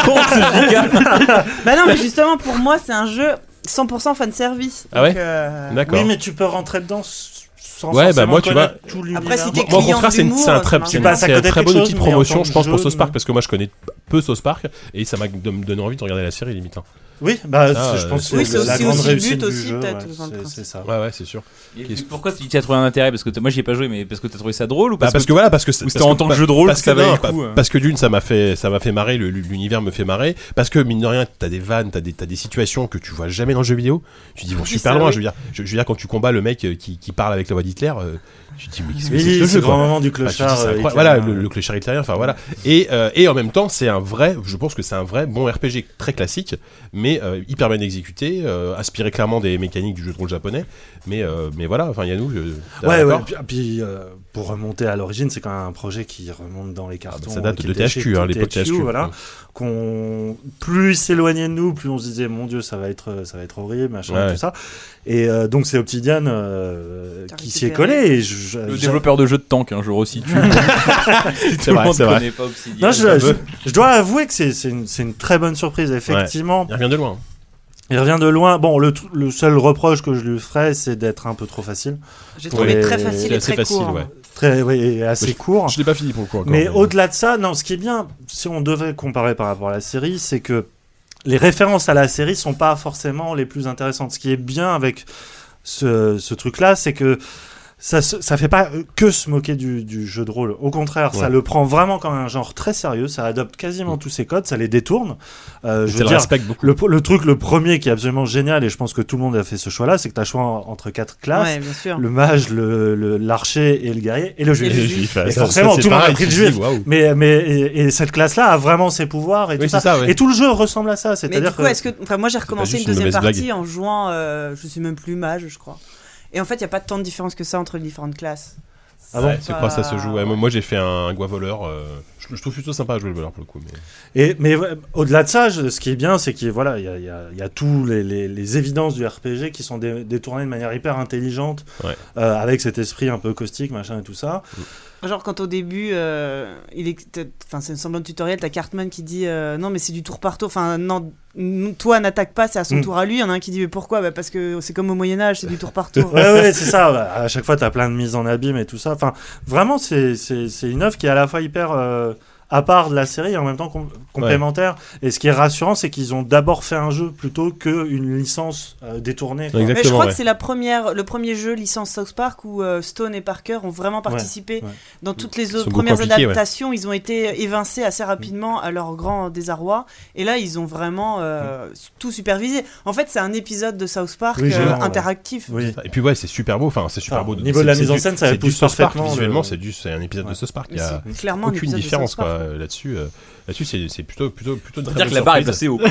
Giga. Bah non, mais justement, pour moi, c'est un jeu cent pour cent fan service. Ah ouais Donc, euh, D'accord. Oui, mais tu peux rentrer dedans s- sans Ouais, bah, forcément moi, tu connaître vois- tout l'univers. Après, si t'es Moi, au client contraire, c'est, une- d'humour, c'est un ça très, marche c'est bien. une- c'est un à côté de très bon quelque outil de chose, mais en promotion, tant je que pense, pour jeu, South Park, non. parce que moi, je connais peu South Park et ça m'a de- me donné envie de regarder la série limite. hein. Oui, bah, Ah, c'est- je pense euh, que Oui, c'est c'est la aussi- grande aussi le réussite but du aussi, jeu. peut-être, ouais, dans le c'est- principe. c'est ça. Ouais, ouais, c'est sûr. Et pourquoi tu as trouvé un intérêt? Parce que t- moi j'y ai pas joué, mais parce que t'as trouvé ça drôle ou Bah, parce, parce que voilà, parce que c'est- ou c'était parce en que- tant que jeu de rôle parce que ça que valait non, le coup, pa- euh. parce que d'une ça m'a fait ça m'a fait marrer, le- l'univers me fait marrer, parce que mine de rien t'as des vannes, t'as des t'as des situations que tu vois jamais dans le jeu vidéo, tu dis bon Oui, super ça, loin, oui. je veux dire je, je veux dire quand tu combats le mec euh, qui, qui parle avec la voix d'Hitler, euh, tu te dis mais qu'est-ce que Oui, c'est que ce c'est jeu le grand quoi. moment du Enfin, tu te dis, clochard. c'est euh, incroyable. hitlérien. Voilà le, le clochard hitlérien, enfin voilà, et euh, et en même temps c'est un vrai, je pense que c'est un vrai bon R P G très classique, mais euh, hyper bien exécuté, euh, inspiré clairement des mécaniques du jeu de rôle japonais, mais euh, mais voilà, enfin Yannou, je- t'es Ouais, ouais. d'accord Puis, puis, euh, pour remonter à l'origine, c'est quand même un projet qui remonte dans les Ah, cartons. bah, ça date qui de était chez T H Q, hein, l'époque T H Q. Voilà. Qu'on plus il s'éloignait de nous, plus on se disait mon Dieu, ça va être, ça va être horrible, machin, Ouais. tout ça. Et euh, donc c'est Obsidian euh, T'as qui s'y est récupéré. collé. Et je, je- Le je- développeur de jeux de tank, hein, je resitue. Si tout C'est le vrai, monde c'est vrai. connaît pas Obsidian. Non, je, ça je- veut. je dois avouer que c'est c'est une, c'est une très bonne surprise. Effectivement, Il revient de loin. il revient de loin. Bon, le, tr- le seul reproche que je lui ferais, c'est d'être un peu trop facile. J'ai Pour trouvé les- très C'est facile et assez très facile, court. ouais. Très, oui, et assez Oui, court. Je l'ai pas fini pour le coup encore. Mais au-delà de ça, non, ce qui est bien, si on devait comparer par rapport à la série, c'est que les références à la série sont pas forcément les plus intéressantes. Ce qui est bien avec ce, ce truc-là, c'est que ça, se- ça fait pas que se moquer du, du jeu de rôle. Au contraire, ça Ouais. le prend vraiment comme un genre très sérieux. Ça adopte quasiment tous ses codes, ça les détourne. Euh, je Ça veux le dire, respecte beaucoup. le, le truc, le premier qui est absolument génial, et je pense que tout le monde a fait ce choix-là, c'est que tu as choix en- entre quatre classes. Ouais, bien sûr. Le mage, le, le- l'archer et le guerrier, et le juif. Et le Les juif. juifs, Et ça, forcément, ça, c'est tout le monde a pareil, pris le tu te dis, juif. waouh. Mais, mais et, et cette classe-là a vraiment ses pouvoirs et Oui, tout ça. c'est ça, ouais. Et tout le jeu ressemble à ça. Mais C'est-à-dire du coup, que est-ce que. Enfin, moi j'ai recommencé juste une une deuxième mauvaise partie blague. en jouant, euh, je sais même plus mage, je crois. Et en fait, il n'y a pas tant de différence que ça entre les différentes classes. Ah bon Ouais, c'est quoi ça se joue ouais, moi, moi, j'ai fait un Gua voleur. euh, je, je trouve plutôt sympa à jouer le voleur pour le coup. Mais... Et, mais ouais, au-delà de ça, je- ce qui est bien, c'est qu'il voilà, il y a, il y a, il y a tous les, les, les évidences du R P G qui sont dé- détournées de manière hyper intelligente, Ouais. euh, avec cet esprit un peu caustique, machin et tout ça. Genre quand au début, euh, il est, t'as- enfin c'est un semblant de tutoriel, t'as Cartman qui dit euh, non mais c'est du tour par tour, enfin non, n- toi n'attaque pas, c'est à son Mm. tour à lui. Il y en a un qui dit mais pourquoi bah, parce que c'est comme au Moyen Âge, c'est du tour par tour. Ouais, ouais, c'est ça. Bah, à chaque fois, t'as plein de mises en abîme et tout ça. Enfin, vraiment, c'est, c'est, c'est une œuvre qui est à la fois hyper euh, à part de la série et en même temps com- complémentaire. Et ce qui est rassurant, c'est qu'ils ont d'abord fait un jeu plutôt qu'une licence euh, détournée. quoi. Exactement. Mais je crois ouais. que c'est la première, le premier jeu licence South Park où euh, Stone et Parker ont vraiment participé. ouais. Dans toutes les sont autres beaucoup premières impliqués, ouais. adaptations, ils ont été évincés assez rapidement à leur grand désarroi. Et là, ils ont vraiment euh, tout supervisé. En fait, c'est un épisode de South Park Oui, euh, géant, ouais. interactif. Oui. Et puis ouais, c'est super beau. Enfin, c'est super Enfin, beau. au niveau de la c'est- mise c'est en du- scène, ça c'est pousse du South Park parfaitement visuellement. le- C'est du, c'est un épisode Ouais. de South Park. Il y Mais a c'est clairement un aucune épisode de différence South Park. quoi là-dessus. euh, Là-dessus, c'est c'est plutôt plutôt plutôt. Faut dire que la barre est assez haut. quoi.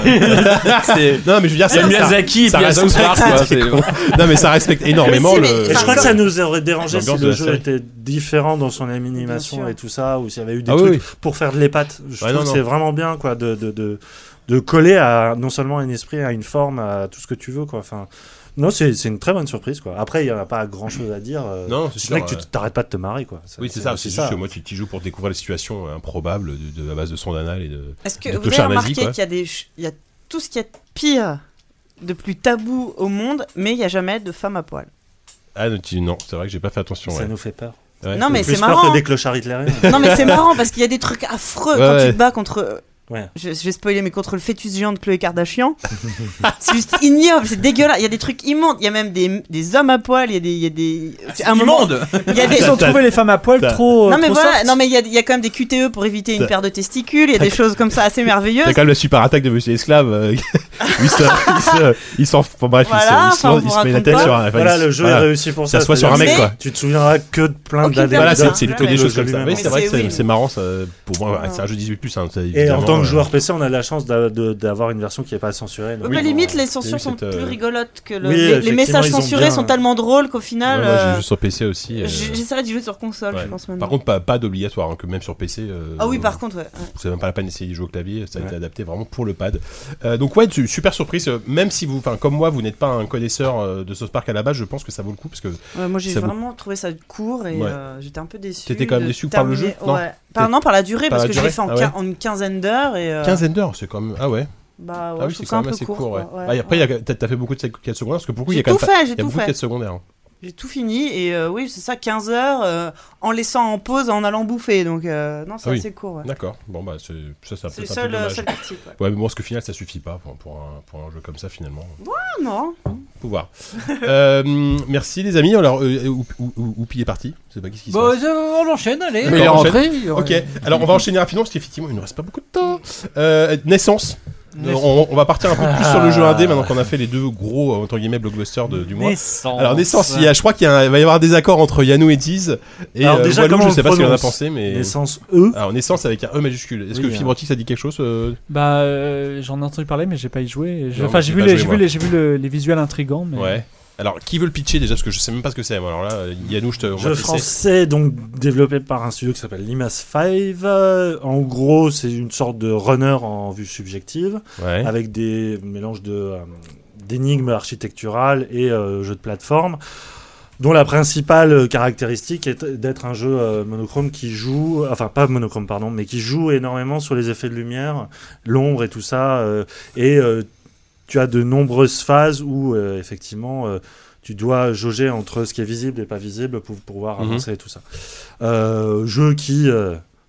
C'est- Non, mais je veux dire, Il y a ça- Miyazaki et ça puis il y a South respecte- Park. quoi, c'est- Non, mais ça respecte énormément Mais si, le. mais- Et je crois que Enfin, ça nous aurait dérangé si l'ambiance de le la jeu série. était différent dans son Bien animation sûr. et tout ça, ou s'il y avait eu des Ah oui, trucs oui. pour faire de l'épate. Je Ouais, trouve non, que non. c'est vraiment bien quoi, de, de, de, de coller à non seulement un esprit, à une forme, à tout ce que tu veux. Quoi. Enfin, non, c'est c'est une très bonne surprise. Quoi. Après, il n'y en a pas grand-chose à dire. euh, Non, c'est c'est vrai sûr. que tu euh, t'arrêtes pas de te marrer. Quoi. Oui, c'est ça. C'est juste que moi, tu tu joues pour découvrir les situations euh, improbables de, de à base de son anal et de. Est-ce que de vous clochard avez nazi, remarqué quoi. qu'il y a des, ch- il y a tout ce qui est pire, de plus tabou au monde, mais il n'y a jamais de femme à poil. Ah non, tu- non, c'est vrai que j'ai pas fait attention. Ça ouais. nous fait peur. Ouais. Non, mais Plus c'est peur marrant. que des clochards hitlériens. Non mais c'est marrant parce qu'il y a des trucs affreux Ouais, quand ouais. tu te bats contre. Ouais. Je, je vais spoiler, mais contre le fœtus géant de Khloé Kardashian. C'est juste ignoble, c'est dégueulasse. Il y a des trucs immondes. Il y a même des, des hommes à poil. Il y a des, il y a des. C'est un moment. Immonde. Il y a des. Ils ont trouvé les femmes à poil T'as- trop. Non mais trop voilà. soft. Non mais il y a, il y a quand même des Q T E pour éviter une T'as- paire de testicules. Il y a des choses comme ça assez merveilleuses. T'as quand même la super attaque de Monsieur Esclave. euh, il se, il se, il s'en, enfin, bref, il se- Voilà, il se, enfin, on il vous se met la raconte tête pas. sur un. enfin, Voilà, il se- le jeu voilà. est réussi pour Ça ça. soit sur un c'est-à-dire mec, que quoi. Tu te souviendras que de plein Aucune d'anecdotes. Voilà, c'est Voilà, c'est c'est que des vrai. choses comme ça. lui-même. Oui, Mais c'est vrai que c'est- c'est oui. c'est marrant. Ça, pour moi, Voilà. c'est un jeu dix-huit plus. Hein, ça, Et en évidemment, tant que euh, joueur P C, on a la chance d'a- de- d'avoir une version qui n'est pas censurée. donc, Ouais, mais euh, limite, les oui, censures sont cette, euh, plus rigolotes que le- oui, les, les effectivement, messages ils ont censurés bien- sont tellement drôles qu'au ouais, final. moi, euh, j'ai joué sur P C aussi. euh, j- J'essaierai d'y jouer sur console, ouais. je pense maintenant. Par contre, pas, pas d'obligatoire, hein, que même sur P C. euh, Ah oui, par contre, ouais. ouais. C'est même pas la peine d'essayer d'y jouer au clavier, ça a été Ouais. adapté vraiment pour le pad. Euh, donc ouais, su- super surprise. euh, Même si vous, enfin comme moi, vous n'êtes pas un connaisseur euh, de South Park à la base, je pense que ça vaut le coup parce que Ouais, moi j'ai Ça vous- vraiment trouvé ça court et Ouais. euh, j'étais un peu déçu. T'étais quand même de déçu par le terminer- jeu, non Ouais. Par, non, par la durée, Par parce la que je l'ai durée fait en, Ah ouais. quin- en une quinzaine d'heures et. euh, quinzaine d'heures, c'est quand même. Ah ouais. Bah ouais, Ah oui, je c'est trouve ça quand un même peu assez court. court. Ouais. quoi, ouais. Ah, et après, il y Ouais. a- t'as t'as fait beaucoup de quêtes secondaires parce que pour le coup, il y J'ai a quand même tout pas- fait, il j'ai y a tout beaucoup de fait. quêtes secondaires. hein. J'ai tout fini et euh, oui, c'est ça, quinze heures euh, en laissant en pause, en allant bouffer. Donc euh, non, c'est Ah oui. assez court. Ouais. D'accord. Bon bah c'est- ça, ça C'est peut le être un peu seul, euh, dommage. seul parti. Ouais. Ouais, mais bon, parce qu'au final, ça suffit pas pour, pour un, pour un jeu comme ça finalement. Ah non. Pouvoir. euh, merci les amis. Alors, euh, où, où, où- Oupi est parti. Je sais pas qu'est-ce qui se Bon, passe. euh, on enchaîne, allez. D'accord, Il est on rentré. Ok, alors on va enchaîner rapidement parce qu'effectivement il ne reste pas beaucoup de temps. Euh, naissance. Euh, on, on va partir un peu plus sur le jeu indé maintenant qu'on a fait les deux gros euh, entre guillemets blockbusters de- du mois. Naissance. Alors naissance, il y a, je crois qu'il y a un- il va y avoir des accords entre Yannou et Diz. Et Alors, euh, déjà, Walou, comment je on sais pas le ce qu'il en a prononce pensé, mais Naissance E. alors naissance avec un E majuscule. Est-ce Oui, que hein. Fibrotique ça dit quelque chose euh Bah, euh, j'en ai entendu parler, mais j'ai pas y joué. Je- Non, Enfin, j'ai j'ai pas vu, les, joué, j'ai moi. vu, les, j'ai vu le- les visuels intrigants. Mais... Ouais. Alors qui veut le pitcher déjà parce que je sais même pas ce que c'est. Moi. Alors là, Yannou, je te. on va Jeu te laisser. français, donc développé par un studio qui s'appelle Limace cinq. Euh, en gros, c'est une sorte de runner en vue subjective, Ouais. avec des mélanges de, euh, d'énigmes architecturales et euh, jeux de plateforme, dont la principale caractéristique est d'être un jeu euh, monochrome qui joue, enfin pas monochrome pardon, mais qui joue énormément sur les effets de lumière, l'ombre et tout ça, euh, et euh, tu as de nombreuses phases où euh, effectivement euh, tu dois jauger entre ce qui est visible et pas visible pour pouvoir Mhm. avancer et tout ça. Euh, jeu qui, euh,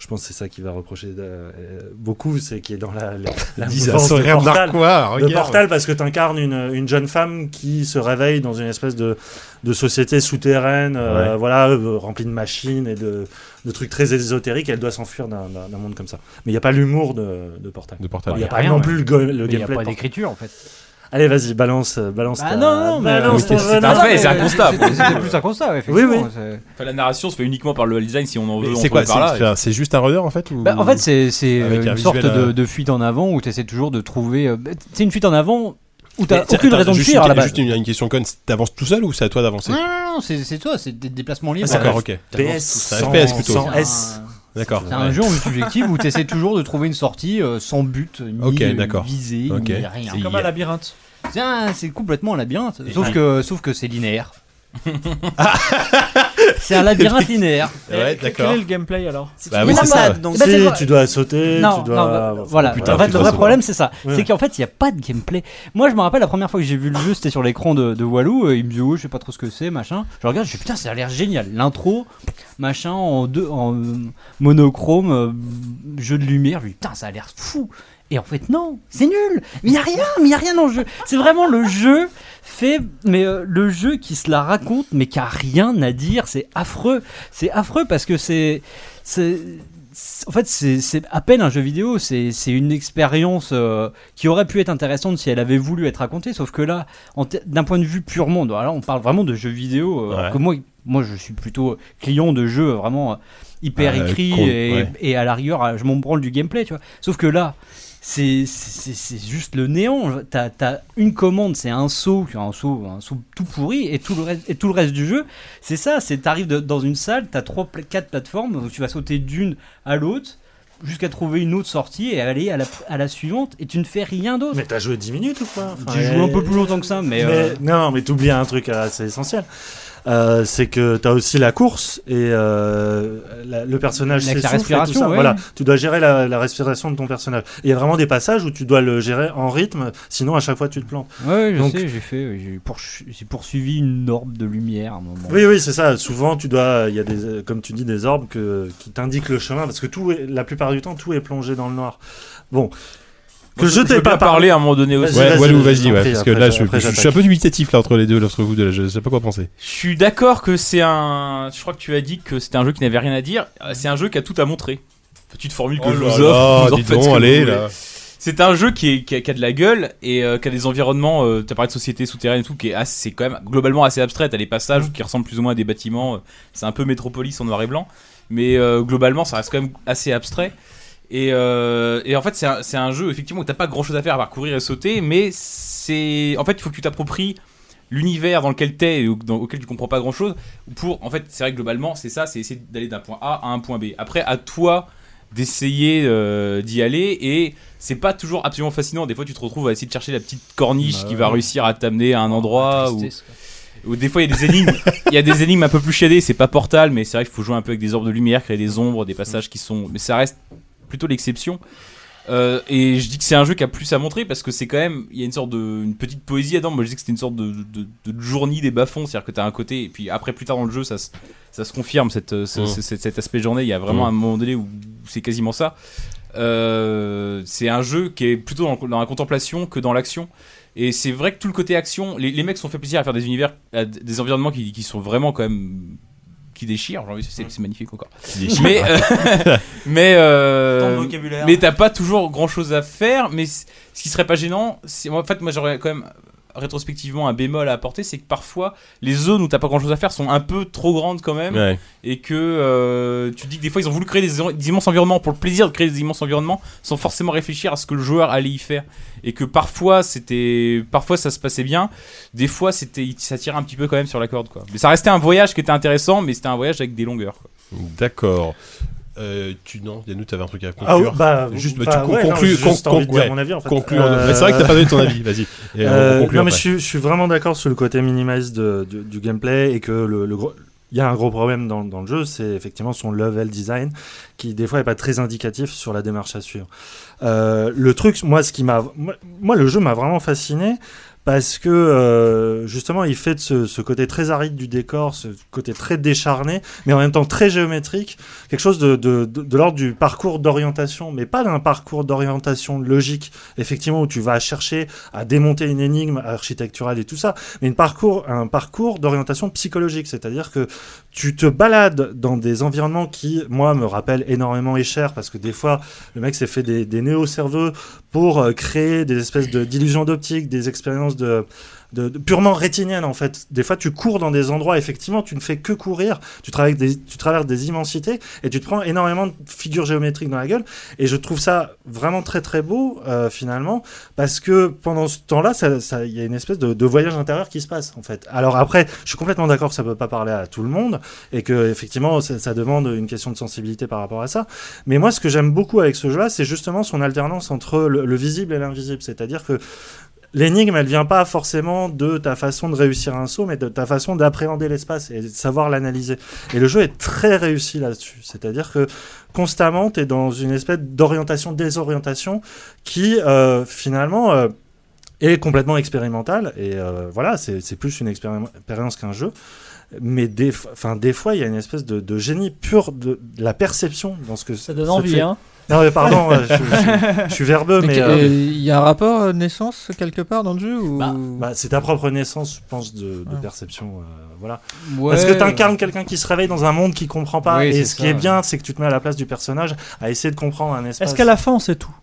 Je pense que c'est ça qui va reprocher de, euh, beaucoup, c'est qui est dans la, la, la Dis, ça mouvance sort de rien de Portal, quoi, de regarde. Portal, parce que tu incarnes une, une jeune femme qui se réveille dans une espèce de, de société souterraine, euh, Ouais. voilà, euh, remplie de machines et de, de trucs très ésotériques. Elle doit s'enfuir d'un, d'un, d'un monde comme ça. Mais il n'y a pas l'humour de, de Portal. De Portal. Il n'y a y a pas rien, non ouais. plus le, go- le Mais il n'y a gameplay. pas de Portal. d'écriture en fait. Allez, vas-y, balance, balance. Bah ta- non, non, mais balance non, ton c'est- venin. c'est un fait, c'est un mais constat. C'était c'était plus un constat, effectivement. Oui, oui. c'est- Enfin, la narration se fait uniquement par le level design si on en veut. Mais on c'est peut quoi par là. c'est, c'est- c'est juste un runner en fait ou... Bah, en fait, c'est c'est Avec euh, un une sorte visuel, de, euh, de fuite en avant où tu essaies toujours de trouver. euh, bah, C'est une fuite en avant où t'as Mais tiens, aucune attends, raison de juste fuir une- à la base. Juste une, une question conne, t'avances tout seul ou c'est à toi d'avancer? Non, non, non, c'est c'est toi, c'est des déplacements libres. Ah, d'accord, ok. P S, C'est un sans- F P S plutôt. sans C'est un- S. D'accord. C'est un Ouais. jeu en vue subjective où tu essaies toujours de trouver une sortie euh, sans but, ni Ok, euh, d'accord. visée, Ok. ni rien. C'est comme un labyrinthe. C'est un- c'est complètement un labyrinthe, sauf Et- que, sauf que c'est linéaire. C'est un labyrinthe linéaire. Ouais, Quel d'accord. est le gameplay alors? Bah une oui, c'est ça. embuscade, donc. Bah, c'est Si, vrai. tu dois sauter, Non, tu dois. non, bah, voilà. putain, en fait, tu le dois vrai sauter. problème, c'est ça. Ouais. C'est qu'en fait, il n'y a pas de gameplay. Moi, je me rappelle la première fois que j'ai vu le jeu, c'était sur l'écran de, de Walou. euh, Il me dit, oh, je sais pas trop ce que c'est, machin. Je regarde, je dis, putain, ça a l'air génial. L'intro, machin, en, deux, en euh, monochrome, euh, jeu de lumière. Je lui dis, putain, ça a l'air fou. Et en fait, non, c'est nul. Mais il n'y a rien, mais il n'y a rien dans le jeu. C'est vraiment le jeu fait, mais euh, le jeu qui se la raconte, mais qui a rien à dire. C'est affreux. C'est affreux parce que c'est. c'est c'est- en fait, c'est c'est à peine un jeu vidéo, c'est c'est une expérience euh, qui aurait pu être intéressante si elle avait voulu être racontée, sauf que là, en te- d'un point de vue purement, alors là, on parle vraiment de jeux vidéo, euh, alors Ouais. que moi, moi, je suis plutôt client de jeux vraiment euh, hyper Euh, écrits con- et, ouais. et à la rigueur, euh, je m'en branle du gameplay, tu vois. Sauf que là, c'est c'est- c'est juste le néant. T'as t'as une commande, c'est un saut, un saut, un saut tout pourri, et tout le reste, et tout le reste du jeu, c'est ça. C'est t'arrives de- dans une salle, t'as trois, pla- quatre plateformes, donc tu vas sauter d'une à l'autre jusqu'à trouver une autre sortie et aller à la, à la suivante, et tu ne fais rien d'autre. Mais t'as joué dix minutes ou quoi? Enfin, Tu joues un peu plus longtemps que ça, mais, Mais, euh, non, mais t'oublies un truc assez essentiel. Euh, c'est que t'as aussi la course et euh, la- le personnage Avec la s'essouffle et tout respiration, ça. ouais. Voilà, tu dois gérer la, la respiration de ton personnage. Et il y a vraiment des passages où tu dois le gérer en rythme, sinon à chaque fois tu te plantes. ouais, je Donc- sais, j'ai fait, j'ai pourch- j'ai poursuivi une orbe de lumière à un moment. Oui, oui, c'est ça. Souvent, tu dois, il y a des, euh, comme tu dis, des orbes que, qui t'indiquent le chemin parce que tout, est, la plupart du temps, tout est plongé dans le noir. Bon. Que je t'ai peux pas pas parler à un moment donné aussi. Vas-y, Ouais, vas-y, Walou, je vas-y, t'en ouais, prie, parce que après, là, je- je, après, je- je suis un j'attaque. peu dubitatif là entre les deux, l'entre vous deux, là, je sais pas quoi penser. Je suis d'accord que c'est un. Je crois que tu as dit que c'était un jeu qui n'avait rien à dire. Euh, C'est un jeu qui a tout à montrer. Petite formule que Oh je là vous là, offre. vous en dis faites donc, ce que vous allez, voulez. là. C'est un jeu qui, est, qui, a, qui a de la gueule et euh, qui a des environnements. Euh, tu as parlé de société souterraine et tout, qui est assez, c'est quand même globalement assez abstrait. Tu as des passages qui ressemblent plus ou moins à des bâtiments. euh, C'est un peu Métropolis en noir et blanc. Mais euh, globalement, ça reste quand même assez abstrait. Et, euh, et en fait, c'est un, c'est un jeu effectivement où t'as pas grand chose à faire à part courir et sauter. Mais c'est. En fait, il faut que tu t'appropries l'univers dans lequel t'es et au- dans, auquel tu comprends pas grand chose. Pour, en fait, c'est vrai que globalement, c'est ça, c'est essayer d'aller d'un point A à un point B. Après, à toi d'essayer euh, d'y aller, et c'est pas toujours absolument fascinant. Des fois, tu te retrouves à essayer de chercher la petite corniche Bah qui va ouais. réussir à t'amener à un endroit où, Tristesse, quoi. où des fois il y a des énigmes. Il y a des énigmes un peu plus shadées. C'est pas Portal, mais c'est vrai qu'il faut jouer un peu avec des orbes de lumière, créer des ombres, des passages qui sont. Mais ça reste plutôt l'exception. Euh, et je dis que c'est un jeu qui a plus à montrer parce que c'est quand même, il y a une sorte de, une petite poésie dedans. Moi je dis que c'était une sorte de, de, de, de journée des bas-fonds, c'est-à-dire que t'as un côté, et puis après plus tard dans le jeu ça, se- ça se confirme, cette, ce- Mm. ce- cet, cet aspect journée. Il y a vraiment Mm. un moment donné où c'est quasiment ça. Euh, c'est un jeu qui est plutôt dans, dans la contemplation que dans l'action. Et c'est vrai que tout le côté action, les, les mecs se sont fait plaisir à faire des univers, à d- des environnements qui, qui sont vraiment quand même qui déchirent. J'ai envie de- c'est, c'est magnifique encore. Mais euh, mais euh, Tant de vocabulaire. mais t'as pas toujours grand chose à faire. Mais c- ce qui serait pas gênant, c'est, en fait, moi j'aurais quand même rétrospectivement un bémol à apporter, c'est que parfois les zones où t'as pas grand chose à faire sont un peu trop grandes quand même. Ouais. Et que euh, tu dis que des fois ils ont voulu créer des, des immenses environnements pour le plaisir de créer des immenses environnements sans forcément réfléchir à ce que le joueur allait y faire, et que parfois c'était parfois ça se passait bien, des fois c'était ça tirait un petit peu quand même sur la corde quoi. Mais ça restait un voyage qui était intéressant, mais c'était un voyage avec des longueurs quoi. D'accord. Euh, tu non, Yannou, t'avais un truc à Ah, conclure. bah, juste, bah, bah, tu ouais, con- non, conclus, j'ai juste con- envie de dire ouais, mon avis, en fait. conclus. Euh, Mais c'est vrai que t'as pas donné ton avis. Vas-y. Et on Euh, conclut non, mais après. je suis, je suis vraiment d'accord sur le côté minimaliste de- du, du gameplay, et que le, le gros. Il y a un gros problème dans, dans le jeu, c'est effectivement son level design, qui des fois est pas très indicatif sur la démarche à suivre. Euh, le truc, moi, ce qui m'a, moi, moi, le jeu m'a vraiment fasciné parce que euh, justement il fait de ce, ce côté très aride du décor, ce côté très décharné, mais en même temps très géométrique, quelque chose de, de, de, de l'ordre du parcours d'orientation, mais pas d'un parcours d'orientation logique, effectivement, où tu vas chercher à démonter une énigme architecturale et tout ça, mais une parcours, un parcours d'orientation psychologique, c'est-à-dire que tu te balades dans des environnements qui, moi, me rappellent énormément Escher, parce que des fois, le mec s'est fait des, des néo-cerveaux pour euh, créer des espèces de, d'illusions d'optique, des expériences de, de, de purement rétiniennes, en fait. Des fois, tu cours dans des endroits, effectivement, tu ne fais que courir, tu traverses des, tu traverses des immensités, et tu te prends énormément de figures géométriques dans la gueule, et je trouve ça vraiment très très beau, euh, finalement, parce que pendant ce temps-là, ça, ça, y a une espèce de, de voyage intérieur qui se passe, en fait. Alors après, je suis complètement d'accord que ça peut pas parler à tout le monde, et que effectivement ça, ça demande une question de sensibilité par rapport à ça, mais moi ce que j'aime beaucoup avec ce jeu-là, c'est justement son alternance entre le, le visible et l'invisible, c'est-à-dire que l'énigme, elle vient pas forcément de ta façon de réussir un saut, mais de ta façon d'appréhender l'espace et de savoir l'analyser. Et le jeu est très réussi là-dessus, c'est-à-dire que constamment t'es dans une espèce d'orientation-désorientation qui euh, finalement euh, est complètement expérimentale, et euh, voilà, c'est, c'est plus une expéri- expérience qu'un jeu. Mais des, enfin, des fois, il y a une espèce de, de génie pur de, de la perception dans ce que ça donne envie, hein. Non, mais pardon, je, je, je, je suis verbeux, mais... Il euh, y a un rapport euh, naissance quelque part dans le jeu ou... bah, bah, c'est ta propre naissance, je pense, de, de ouais. perception. Euh, voilà. Ouais. Parce que tu incarnes quelqu'un qui se réveille dans un monde qu'il comprend pas. Oui, et c'est ce ça, qui est ouais. bien, c'est que tu te mets à la place du personnage à essayer de comprendre un espace. Est-ce qu'à la fin on sait tout?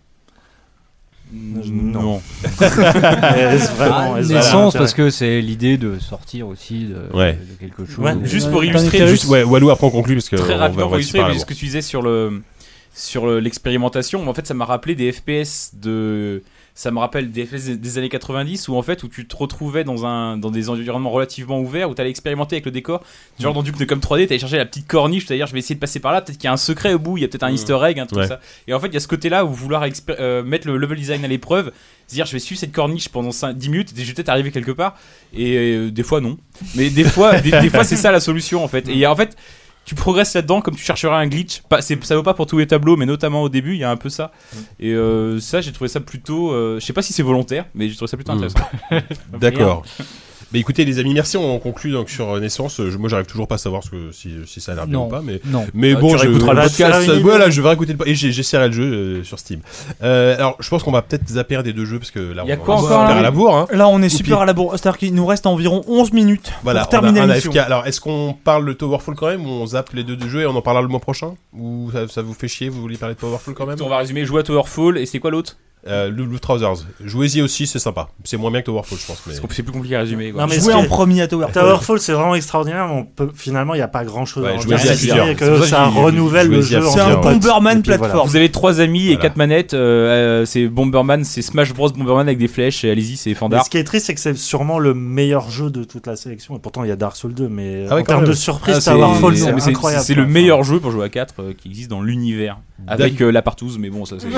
Non. Est-ce vraiment, est-ce naissance, vraiment parce que c'est l'idée de sortir aussi de, Ouais. de quelque chose. Ouais. Ou- Juste pour Ouais, illustrer, Planétaire. juste Juste, ouais, Walou, après on conclut parce que. très on va- rapidement on pour va illustrer parler ce que tu disais sur le sur le- l'expérimentation. En fait, ça m'a rappelé des F P S de ça me rappelle des F P S des années quatre-vingt-dix où en fait où tu te retrouvais dans un dans des environnements relativement ouverts où tu allais expérimenter avec le décor, genre dans Duke Nukem trois D, tu allais chercher la petite corniche, c'est-à-dire je vais essayer de passer par là, peut-être qu'il y a un secret au bout, il y a peut-être un Easter egg, un truc Ouais. comme ça. Et en fait, il y a ce côté-là où vouloir expé- euh, mettre le level design à l'épreuve, se dire je vais suivre cette corniche pendant cinq, dix minutes et je vais peut-être arriver quelque part, et euh, des fois non, mais des fois des, des fois c'est ça la solution en fait. Et en fait tu progresses là-dedans comme tu chercherais un glitch. Pas, c'est, ça vaut pas pour tous les tableaux, mais notamment au début, il y a un peu ça. Et euh, ça, j'ai trouvé ça plutôt. Euh, je sais pas si c'est volontaire, mais j'ai trouvé ça plutôt Mm. intéressant. D'accord. Mais écoutez, les amis, merci. On conclut donc sur euh, Naissance. Je, moi, j'arrive toujours pas à savoir ce que, si, si ça a l'air bien Non. ou pas, mais. Non. Mais Ah, bon, tu je, réécouteras le euh, podcast. euh, voilà, je vais réécouter le et j'ai, j'essaierai le jeu euh, sur Steam. Euh, alors, je pense qu'on va peut-être zapper un des deux jeux parce que là, Il y a on quoi on est encore, super là à la bourre. Hein. Là, on est Ou super pire. à la bourre. C'est-à-dire qu'il nous reste environ onze minutes Voilà, pour terminer on a un l'émission. A F K. Alors, est-ce qu'on parle de Towerfall quand même ou on zappe les deux de jeux et on en parlera le mois prochain? Ou ça, ça vous fait chier? Vous voulez parler de Towerfall quand même? On va résumer jouer à Towerfall, et c'est quoi l'autre? Euh, le Blue Trousers. Jouez-y aussi, c'est sympa. C'est moins bien que Towerfall, je pense. Mais... Parce que c'est plus compliqué à résumer. Quoi. Non, mais Jouer ce en qui est- premier à Towerfall. Towerfall, c'est vraiment extraordinaire, mais on peut, finalement, il n'y a pas grand-chose Ouais, à en jouez-y dire. à plusieurs. Et C'est que pour ça ça que j'ai- renouvelle le jouez-y à jeu en C'est un plusieurs. potes. Bomberman Et puis voilà. plateforme. Vous avez trois amis et Voilà. quatre manettes. euh, euh, c'est Bomberman, c'est Smash Bros Bomberman avec des flèches. Et allez-y, c'est Mais Fandard. ce qui est triste, c'est que c'est sûrement le meilleur jeu de toute la sélection. Et pourtant, il y a Dark Souls deux, mais Ah ouais, en quand termes même. de surprise, Ah, c'est- Towerfall, c'est- c'est mais c'est- incroyable. C'est le quoi. meilleur jeu pour jouer à quatre euh, qui existe dans l'univers. Avec euh, la partouze, mais bon, ça c'est.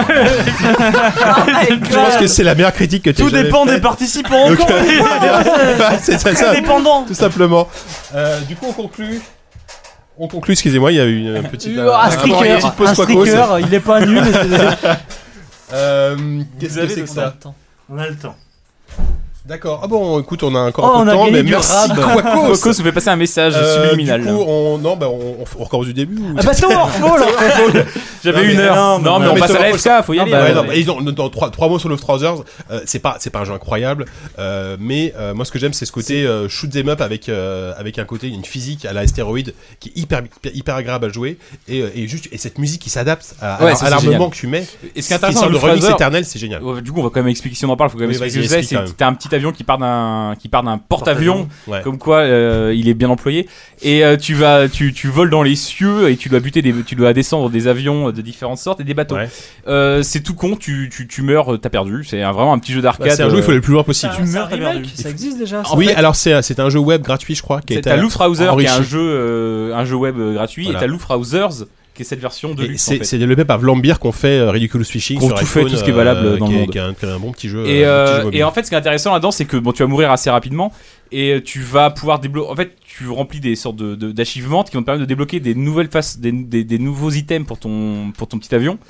Je pense que c'est la meilleure critique que tu Tout dépend des participants. Encore une fois, Ouais, c'est ça, ça, indépendant. tout simplement. Euh, du coup, on conclut. On conclut, excusez-moi, il y a eu une petite. Euh, un bon, il y a une petite streaker, pause un Quaco, c'est- streaker, il est pas nul. Euh, Qu'est-ce que avez c'est de que ça? On a le temps. D'accord. Ah bon, écoute, on a encore Oh, un on peu a de temps, gagné mais du merci rab. Quacos. Quacos nous fait passer un message Euh, subliminal. Du coup, on non, bah on, on recommence du début. Ou... Ah bah Towerfall. J'avais Non, une mais heure. non, Non, mais mais on mais passe à la Towerfall, F K, faut y Ah aller. bah ouais, hein. non, bah, ils ont dans, trois, trois mots sur Love Trousers. Euh, c'est pas c'est pas un jeu incroyable, euh, mais euh, moi ce que j'aime c'est ce côté euh, shoot them up avec euh, avec un côté une physique à la astéroïde qui est hyper hyper, hyper agréable à jouer et, euh, et juste et cette musique qui s'adapte à, Ouais, à, ça, à c'est l'armement génial. que tu mets. Et ce qui est Qui intéressant sort dans de le remix Fraser, éternel, c'est génial. Ouais, du coup, on va quand même expliquer si on en parle. Faut quand même Oui, expliquer vas-y, ce que c'est. explique quand C'est même. t'as un petit avion qui part d'un qui part d'un porte-avions, Ouais. comme quoi euh, il est bien employé. Et euh, tu vas, tu, tu voles dans les cieux et tu dois buter des, tu dois descendre des avions de différentes sortes et des bateaux. Ouais. Euh, c'est tout con. Tu, tu, tu meurs, t'as perdu. C'est un- vraiment un petit jeu d'arcade. Bah, c'est un jeu, il faut euh, aller le plus loin possible. Tu meurs, t'as perdu. Ça existe déjà. En oui, fait- alors c'est c'est un jeu web gratuit, je crois, qui a c'est- été T'as Luftrauser qui est un enrichi. jeu, euh, un jeu web euh, gratuit, Voilà. et t'as Luftrausers qui est cette version de Et luxe. C'est en fait. c'est développé par Vlambeer qu'on fait euh, Ridiculous Fishing Qu'on sur tout fait, iPhone, tout ce qui est valable euh, dans qui le est- monde. qui est un, qui est un bon petit jeu. Et, euh, euh, petit jeu mobile. et en fait, ce qui est intéressant là-dedans, c'est que bon, tu vas mourir assez rapidement et tu vas pouvoir débloquer. En fait, tu remplis des sortes de, de, d'achievements qui vont te permettre de débloquer des nouvelles faces, des, des, des nouveaux items pour ton, pour ton petit avion.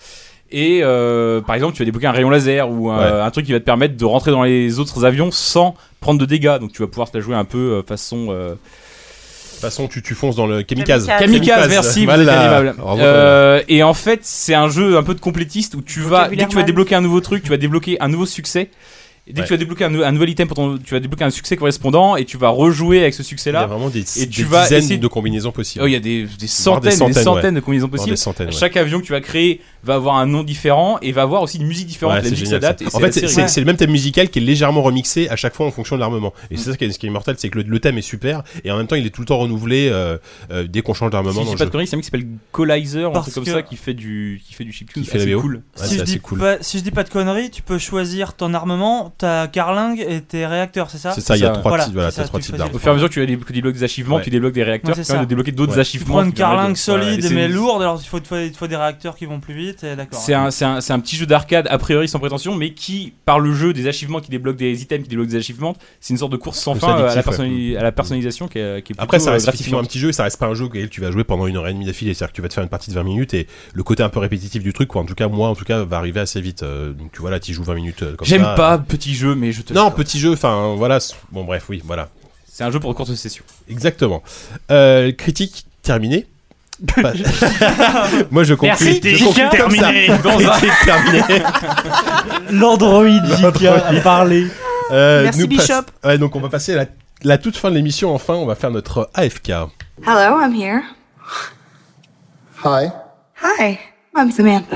Et euh, par exemple, tu vas débloquer un rayon laser ou un, Ouais. un truc qui va te permettre de rentrer dans les autres avions sans prendre de dégâts. Donc tu vas pouvoir te la jouer un peu euh, façon. Euh... De toute façon, tu, tu fonces dans le kamikaze. Kamikaze. Kamikaze, merci, vous êtes Voilà. aimable. Bravo, Euh, et en fait, c'est un jeu un peu de complétiste où tu vas, dès que tu vas Vocabulaire débloquer un nouveau truc, tu vas débloquer un nouveau succès. Et dès Ouais. que tu vas débloquer un, nou- un nouvel item, pour ton, tu vas débloquer un succès correspondant et tu vas rejouer avec ce Il y a succès-là. vraiment des, Et des tu vas dizaines essayer- de combinaisons possibles. Oh, il y a des, des Voire centaines, des centaines, des centaines ouais. de combinaisons Voire possibles. des centaines, ouais. Chaque avion que tu vas créer va avoir un nom différent et va avoir aussi une musique différente. Ouais, la c'est musique génial, s'adapte. ça. et En c'est fait, assez c'est, rigolo. c'est le même thème musical qui est légèrement remixé à chaque fois en fonction de l'armement. Et c'est ça qui est, ce qui est immortel, c'est que le, le thème est super et en même temps il est tout le temps renouvelé euh, euh, dès qu'on change d'armement Si je dans dis le pas jeu. de conneries, c'est un mec qui s'appelle Collizer, un Parce truc comme que- ça, qui fait du, qui fait du chiptune. Qui fait la assez B O. cool. Ouais, si, c'est je assez dis cool. pas, si je dis pas de conneries, tu peux choisir ton armement, ta carlingue et tes réacteurs, c'est ça C'est ça, il y a ça, trois voilà, types, voilà, c'est t'as ça, trois tu types fais d'armes. Au fur et à mesure que tu, as des, tu débloques des achievements, Ouais. tu débloques des réacteurs, Ouais, tu c'est peux ça. débloquer d'autres Ouais. achievements. Tu prends une qui permettent de- carlingue Voilà, solide et c'est- mais lourde, alors il faut, il faut, il faut des réacteurs qui vont plus vite, et d'accord. C'est un, c'est, un, c'est un petit jeu d'arcade a priori sans prétention, mais qui, par le jeu, des achievements qui débloquent des items, qui débloquent des achievements, c'est une sorte de course sans C'est fin euh, à, la addictif, ouais. personnali- à la personnalisation qui est, qui est Après, plutôt, ça euh, reste effectivement un gratifiante. petit jeu, ça reste pas un jeu auquel tu vas jouer pendant une heure et demie d'affilée. C'est-à-dire que tu vas te faire une partie de vingt minutes et le côté un peu répétitif du truc, quoi. En tout cas, moi, en tout cas, va arriver assez vite. Euh, donc, tu vois, là, tu joues vingt minutes euh, comme J'aime ça. pas petit jeu, mais je te Non, l'accorde. petit jeu, enfin, voilà. c'est- Bon, bref, oui, voilà. C'est un jeu pour courte session. Exactement. Euh, critique terminée. Pas- Moi, je conclue. Merci, je conclue Jika. comme ça. Critique terminée. L'Android, Jika, a parlé. Euh, Merci, nous passe- Bishop. Ouais, donc on va passer à la, la toute fin de l'émission. Enfin, on va faire notre A F K. Hello, I'm here. Hi. Hi, I'm Samantha.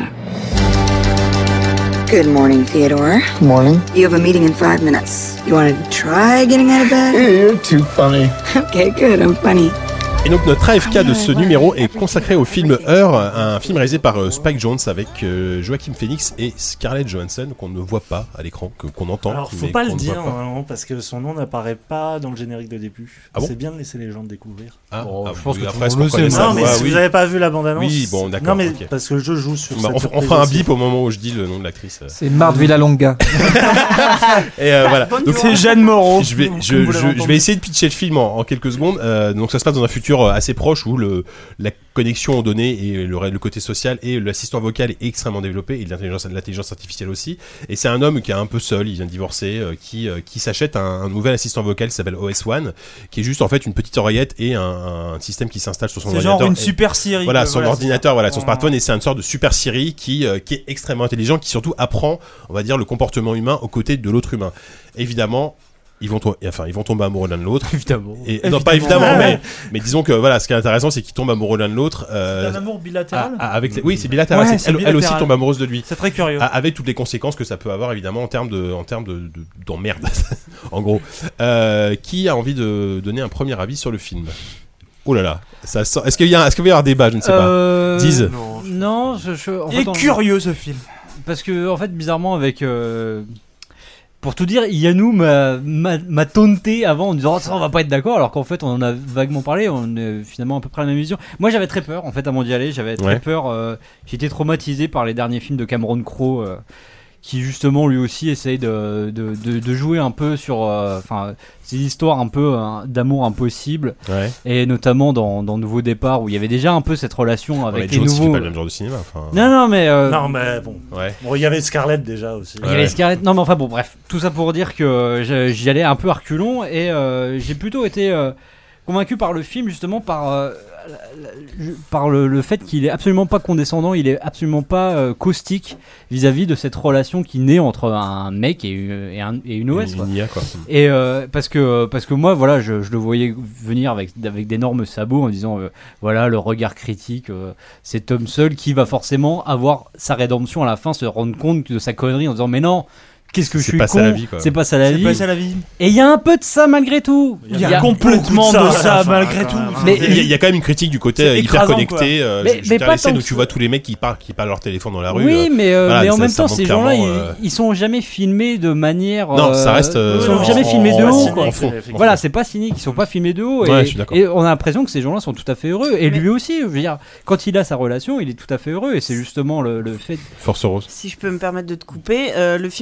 Good morning, Theodore. Morning. You have a meeting in five minutes. You want to try getting out of bed? You're too funny. Okay, good, I'm funny. Et donc notre A F K de ce numéro est consacré au film Her, un film réalisé par euh, Spike Jonze avec euh, Joaquin Phoenix et Scarlett Johansson qu'on ne voit pas à l'écran, que, qu'on entend. Alors, faut mais pas qu'on le ne dire voit pas. normalement parce que son nom n'apparaît pas dans le générique de début. Ah bon C'est bien de laisser les gens le découvrir. Ah, Bon, ah, je pense oui, que après, tout le c'est monde le pour sait, connaître Non, sa mais voix, si oui. vous n'avez pas vu la bande-annonce. Oui, bon, d'accord, Non, mais ok. parce que je joue sur Bah, cette on, on surprise fera un aussi. bip au moment où je dis le nom de l'actrice. C'est Marthe Villalonga. Et euh, voilà. Donc C'est Jeanne Moreau. je vais, comme je, vous l'avez je, je entendu. vais essayer de pitcher le film en, en quelques secondes. Euh, donc ça se passe dans un futur euh, assez proche où le, la connexion aux données et le, le côté social et l'assistant vocal est extrêmement développé et l'intelligence, l'intelligence artificielle aussi. Et c'est un homme qui est un peu seul, il vient de divorcer, euh, qui, euh, qui s'achète un, un nouvel assistant vocal qui s'appelle O S One, qui est juste en fait une petite oreillette et un, un système qui s'installe sur son C'est ordinateur. genre une Et- super Siri. Voilà, euh, son c'est ordinateur, ça. voilà, son Ouais. smartphone, et c'est une sorte de super Siri qui, euh, qui est extrêmement intelligent, qui surtout apprend, on va dire, le comportement humain aux côtés de l'autre humain. Évidemment, ils vont, to- enfin, ils vont tomber amoureux l'un de l'autre. Évidemment. Et, non, pas évidemment, mais, mais disons que voilà, ce qui est intéressant, c'est qu'ils tombent amoureux l'un de l'autre. Euh, C'est un amour à- bilatéral. à- avec les- oui, c'est bilatéral. Ouais, c'est- c'est elle, elle aussi bilatéral. tombe amoureuse de lui. C'est très curieux. A- Avec toutes les conséquences que ça peut avoir évidemment en termes de, en termes de, de- d'emmerde, en gros. Euh, qui a envie de donner un premier avis sur le film? Oh là là, ça sent- est-ce qu'il y a, est-ce qu'il va y avoir débat? Je ne sais pas. Euh, Dise. Non, je, je- en Il fait, est on- curieux ce film. Parce que, en fait, bizarrement, avec. euh, Pour tout dire, Yannou m'a, m'a, m'a taunté avant en disant oh, ça, on va pas être d'accord, alors qu'en fait, on en a vaguement parlé, on est finalement à peu près la même vision. Moi, j'avais très peur, en fait, avant d'y aller, j'avais très Ouais. peur. euh, J'étais traumatisé par les derniers films de Cameron Crowe. euh, qui justement lui aussi essaye de, de, de, de jouer un peu sur euh, enfin ces histoires un peu euh, d'amour impossible, Ouais. et notamment dans, dans Nouveau Départ où il y avait déjà un peu cette relation Ouais, avec mais les Jones, il fait nouveaux. pas le même genre de cinéma. Enfin. Non non mais euh, Non, mais bon. Ouais. Bon, il y avait Scarlett déjà aussi. il y avait Scarlett. Non mais enfin bon bref, tout ça pour dire que je- j'y allais un peu à reculons et euh, j'ai plutôt été euh, convaincu par le film justement par euh, la- la- par le, le fait qu'il est absolument pas condescendant, il est absolument pas euh, caustique vis-à-vis de cette relation qui naît entre un mec et une, et un- et une O S. Une- quoi. une I A, quoi. Et euh, parce que parce que moi voilà je, je le voyais venir avec avec d'énormes sabots en disant euh, voilà le regard critique, euh, cet homme seul qui va forcément avoir sa rédemption à la fin, se rendre compte de sa connerie en disant mais non, qu'est-ce que je C'est suis pas con, ça la vie, quoi. c'est pas ça la C'est vie. pas ça la vie. Et il y a un peu de ça malgré tout. Il y a complètement de ça malgré tout. Mais il y, a- il y a quand même une critique du côté C'est euh, hyper écrasant, connecté. euh, Mais- je- je mais veux dire, pas les scènes tant où que tu ça. vois tous les mecs qui parlent, qui parlent leur téléphone dans la rue. Oui, euh, mais, euh, voilà, mais en ça- même ça temps, montre ces gens-là, ils, clairement, euh, ils sont jamais filmés de manière. Non, euh, ça reste, euh, ils sont en- jamais filmés de en- haut. en quoi. fond. Voilà, c'est pas cynique, ils sont pas filmés de haut. Ouais, et, je suis d'accord. et on a l'impression que ces gens-là sont tout à fait heureux. Et lui aussi, je veux dire, quand il a sa relation, il est tout à fait heureux. Et c'est justement le, le fait. Force Rose. Si je peux me permettre de te couper, euh, le film se serait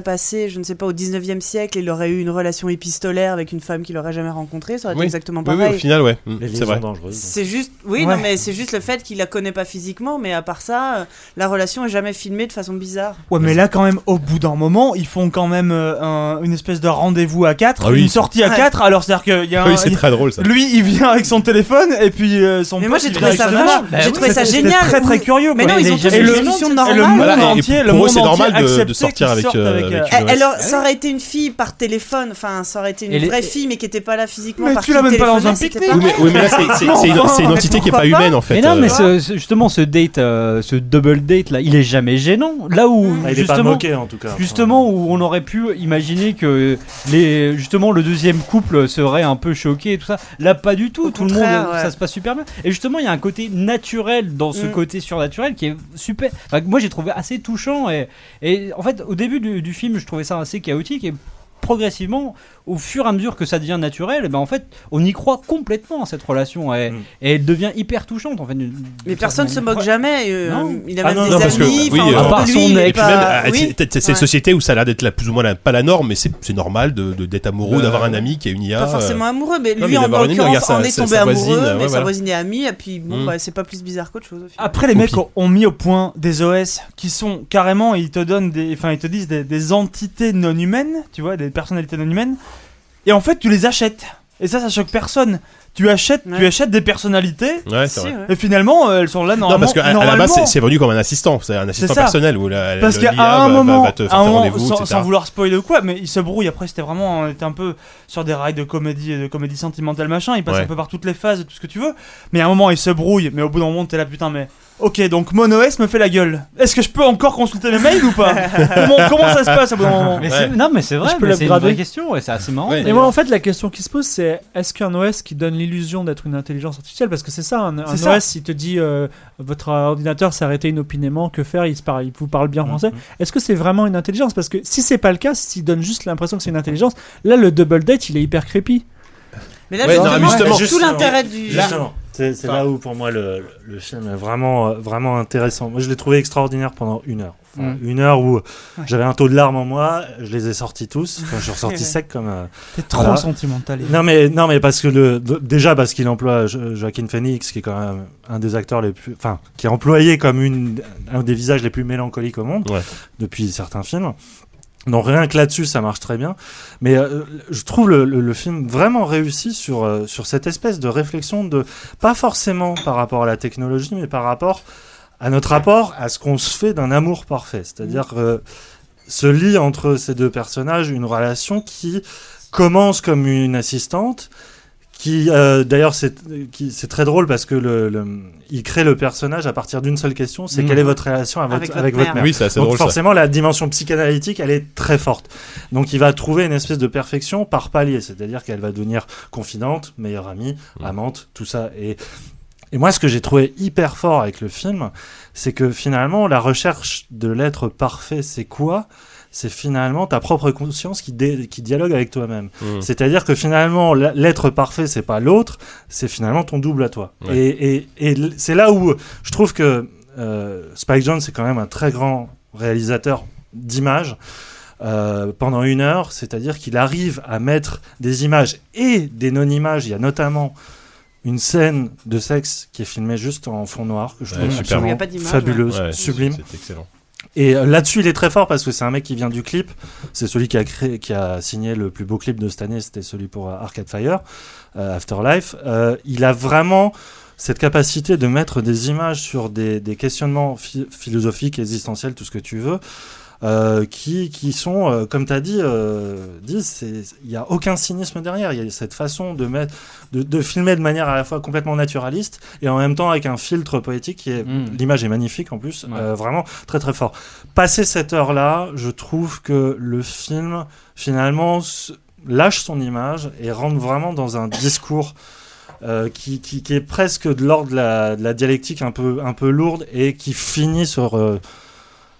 passé, je ne sais pas, au dix-neuvième siècle, il aurait eu une relation épistolaire avec une femme qu'il aurait jamais rencontrée, ça aurait Oui. été exactement Oui, pareil. oui, au final, ouais. Mm, Les c'est liaisons vrai. dangereuses. C'est juste, oui, Ouais. non, mais c'est juste le fait qu'il la connaît pas physiquement, mais à part ça, euh, la relation est jamais filmée de façon bizarre. Ouais, mais là, quand même, au bout d'un moment, ils font quand même euh, un- une espèce de rendez-vous à quatre, Ah oui. une sortie à Ouais. quatre. Alors, c'est-à-dire qu'il y a un. Oui, c'est il- très drôle ça. Lui, il vient avec son téléphone, et puis euh, son Mais pote, moi, j'ai il trouvé vient ça avec sa vraiment- nana. j'ai trouvé ça C'était génial. très très curieux. Mais quoi. non, ils Et ont les- tous et une le- solution et le normale. monde Voilà, et entier, le pour eux, monde c'est normal entier de- de acceptait sortir qu'ils avec, sortent euh, avec, avec euh, une- Eh, Ouais. Alors, ça aurait été une fille par téléphone, enfin, ça aurait été une Et les- vraie fille, mais qui était pas là physiquement. Mais par tu qui l'amènes il pas dans un téléphonait, c'était pique-nique. pas Oui, mais, oui, mais là, c'est, c'est, c'est une, c'est une entité qui est pas pourquoi pas humaine en fait. Mais non, mais euh, ce, ce- justement, ce date, euh, ce double date là, il est jamais gênant. Là où Ah, il est pas justement, moqué en tout cas. justement où on aurait pu imaginer que les, justement, le deuxième couple serait un peu choqué et tout ça. Là, pas du tout. Au tout le contraire, monde, ouais. ça se passe super bien. Et justement, il y a un côté naturel dans ce Mm. côté surnaturel qui est super. Enfin, moi, j'ai trouvé assez touchant et, et en fait, au début du, du film, je trouvais ça assez chaotique et progressivement, au fur et à mesure que ça devient naturel, eh ben en fait, on y croit complètement à cette relation et, Mm. et elle devient hyper touchante en fait. d'une- Mais d'une personne se certaine moque manière. jamais. euh, Non. Il a Ah même non, des non, parce que, amis. oui, enfin, euh, autour à part de son lui, il est Et puis pas- même, euh, oui. c'est, c'est- c'est une Ouais. société où ça a l'air d'être la, plus ou moins la, pas la norme, mais c'est, c'est normal de, de- d'être amoureux, Bah, d'avoir un ami qui a une I A. Pas forcément amoureux, mais non, mais lui en d'avoir une amie, l'occurrence regarde sa- en est sa- tombé sa voisine, amoureux, ouais, mais sa voilà. voisine est amie, et puis bon, Mm. bah, c'est pas plus bizarre qu'autre chose. au final. Après, les mecs Copie. ont mis au point des O S qui sont carrément, ils te donnent des, enfin, ils te disent des, des entités non humaines, tu vois, des personnalités non humaines. Et en fait, tu les achètes. Et ça, ça choque personne. Tu achètes, Ouais. tu achètes des personnalités. Ouais, c'est Si, vrai. ouais. Et finalement, euh, elles sont là Non, normalement. parce qu'à à la normalement. base, c'est, c'est venu comme un assistant, c'est un assistant ça. personnel où la, Parce le- qu'à l'I A un va, moment, va, va te à faire un tes moment, rendez-vous, sans, et cetera. sans vouloir spoiler ou quoi, mais il se brouille. Après, c'était vraiment, on était un peu sur des rails de comédie, de comédie sentimentale machin. Il passe Ouais. un peu par toutes les phases, tout ce que tu veux. Mais à un moment, il se brouille. Mais au bout d'un moment, t'es là, putain, mais. Ok, donc mon O S me fait la gueule. Est-ce que je peux encore consulter mes mails ou pas comment, comment ça se passe au bout d'un moment Mais Ouais. c'est- non, mais c'est vrai, Je peux mais c'est une l'upgrader. vraie question et c'est assez marrant. Ouais. Et d'ailleurs. moi, en fait, la question qui se pose, c'est est-ce qu'un O S qui donne l'illusion d'être une intelligence artificielle, parce que c'est ça, un, un C'est ça. O S, il te dit euh, votre ordinateur s'est arrêté inopinément, que faire, il, se parle, il vous parle bien français. Mhm. Est-ce que c'est vraiment une intelligence? Parce que si c'est pas le cas, s'il donne juste l'impression que c'est une intelligence, là, le double date, il est hyper creepy. Mais là, Ouais, non, justement, mais justement- tout Justement. l'intérêt du. Justement, c'est, c'est là où pour moi le, le film est vraiment, euh, vraiment intéressant. Moi je l'ai trouvé extraordinaire pendant une heure. Enfin, Mm. Une heure où j'avais un taux de larmes en moi, je les ai sortis tous. Enfin, je suis ressorti sec comme. euh, T'es trop Voilà. sentimental. Non mais non mais parce que le de- déjà parce qu'il emploie Jo- Joaquin Phoenix qui est quand même un des acteurs les plus, enfin qui est employé comme une un des visages les plus mélancoliques au monde Ouais. depuis certains films. Donc rien que là-dessus ça marche très bien, mais euh, je trouve le, le, le film vraiment réussi sur euh, sur cette espèce de réflexion de pas forcément par rapport à la technologie mais par rapport à notre rapport à ce qu'on se fait d'un amour parfait, c'est-à-dire euh, se lie entre ces deux personnages une relation qui commence comme une assistante, qui euh, d'ailleurs c'est qui c'est très drôle parce que le, le il crée le personnage à partir d'une seule question, c'est Mhm. quelle est votre relation avec, Avec votre, votre avec votre mère. mère. Oui, c'est assez Donc drôle ça. forcément la dimension psychanalytique elle est très forte. Donc il va trouver une espèce de perfection par palier, c'est-à-dire qu'elle va devenir confidente, meilleure amie, Mhm. amante, tout ça. Et et moi ce que j'ai trouvé hyper fort avec le film, c'est que finalement la recherche de l'être parfait, c'est quoi ? C'est finalement ta propre conscience qui, dé- qui dialogue avec toi-même. Mm. C'est-à-dire que finalement, l- l'être parfait, c'est pas l'autre, c'est finalement ton double à toi. Ouais. Et, et, et l- c'est là où je trouve que euh, Spike Jonze, c'est quand même un très grand réalisateur d'images. Euh, pendant une heure, c'est-à-dire qu'il arrive à mettre des images et des non-images. Il y a notamment une scène de sexe qui est filmée juste en fond noir, que je Ouais, trouve super. absolument Il y a pas d'image, fabuleuse, Ouais, sublime. C'est excellent. Et euh, là-dessus, il est très fort parce que c'est un mec qui vient du clip. C'est celui qui a créé, qui a signé le plus beau clip de cette année. C'était celui pour euh, Arcade Fire, euh, Afterlife. Euh, il a vraiment cette capacité de mettre des images sur des, des questionnements phi- philosophiques, existentiels, tout ce que tu veux, euh, qui, qui sont, euh, comme tu as dit, euh, dit, c'est- il n'y a aucun cynisme derrière. Il y a cette façon de, mettre, de, de filmer de manière à la fois complètement naturaliste et en même temps avec un filtre poétique qui est. Mm. L'image est magnifique en plus, Ouais. euh, vraiment très très fort. Passé cette heure-là, je trouve que le film, finalement, s- lâche son image et rentre vraiment dans un discours euh, qui, qui, qui est presque de l'ordre de la, de la dialectique un peu, un peu lourde et qui finit sur, euh,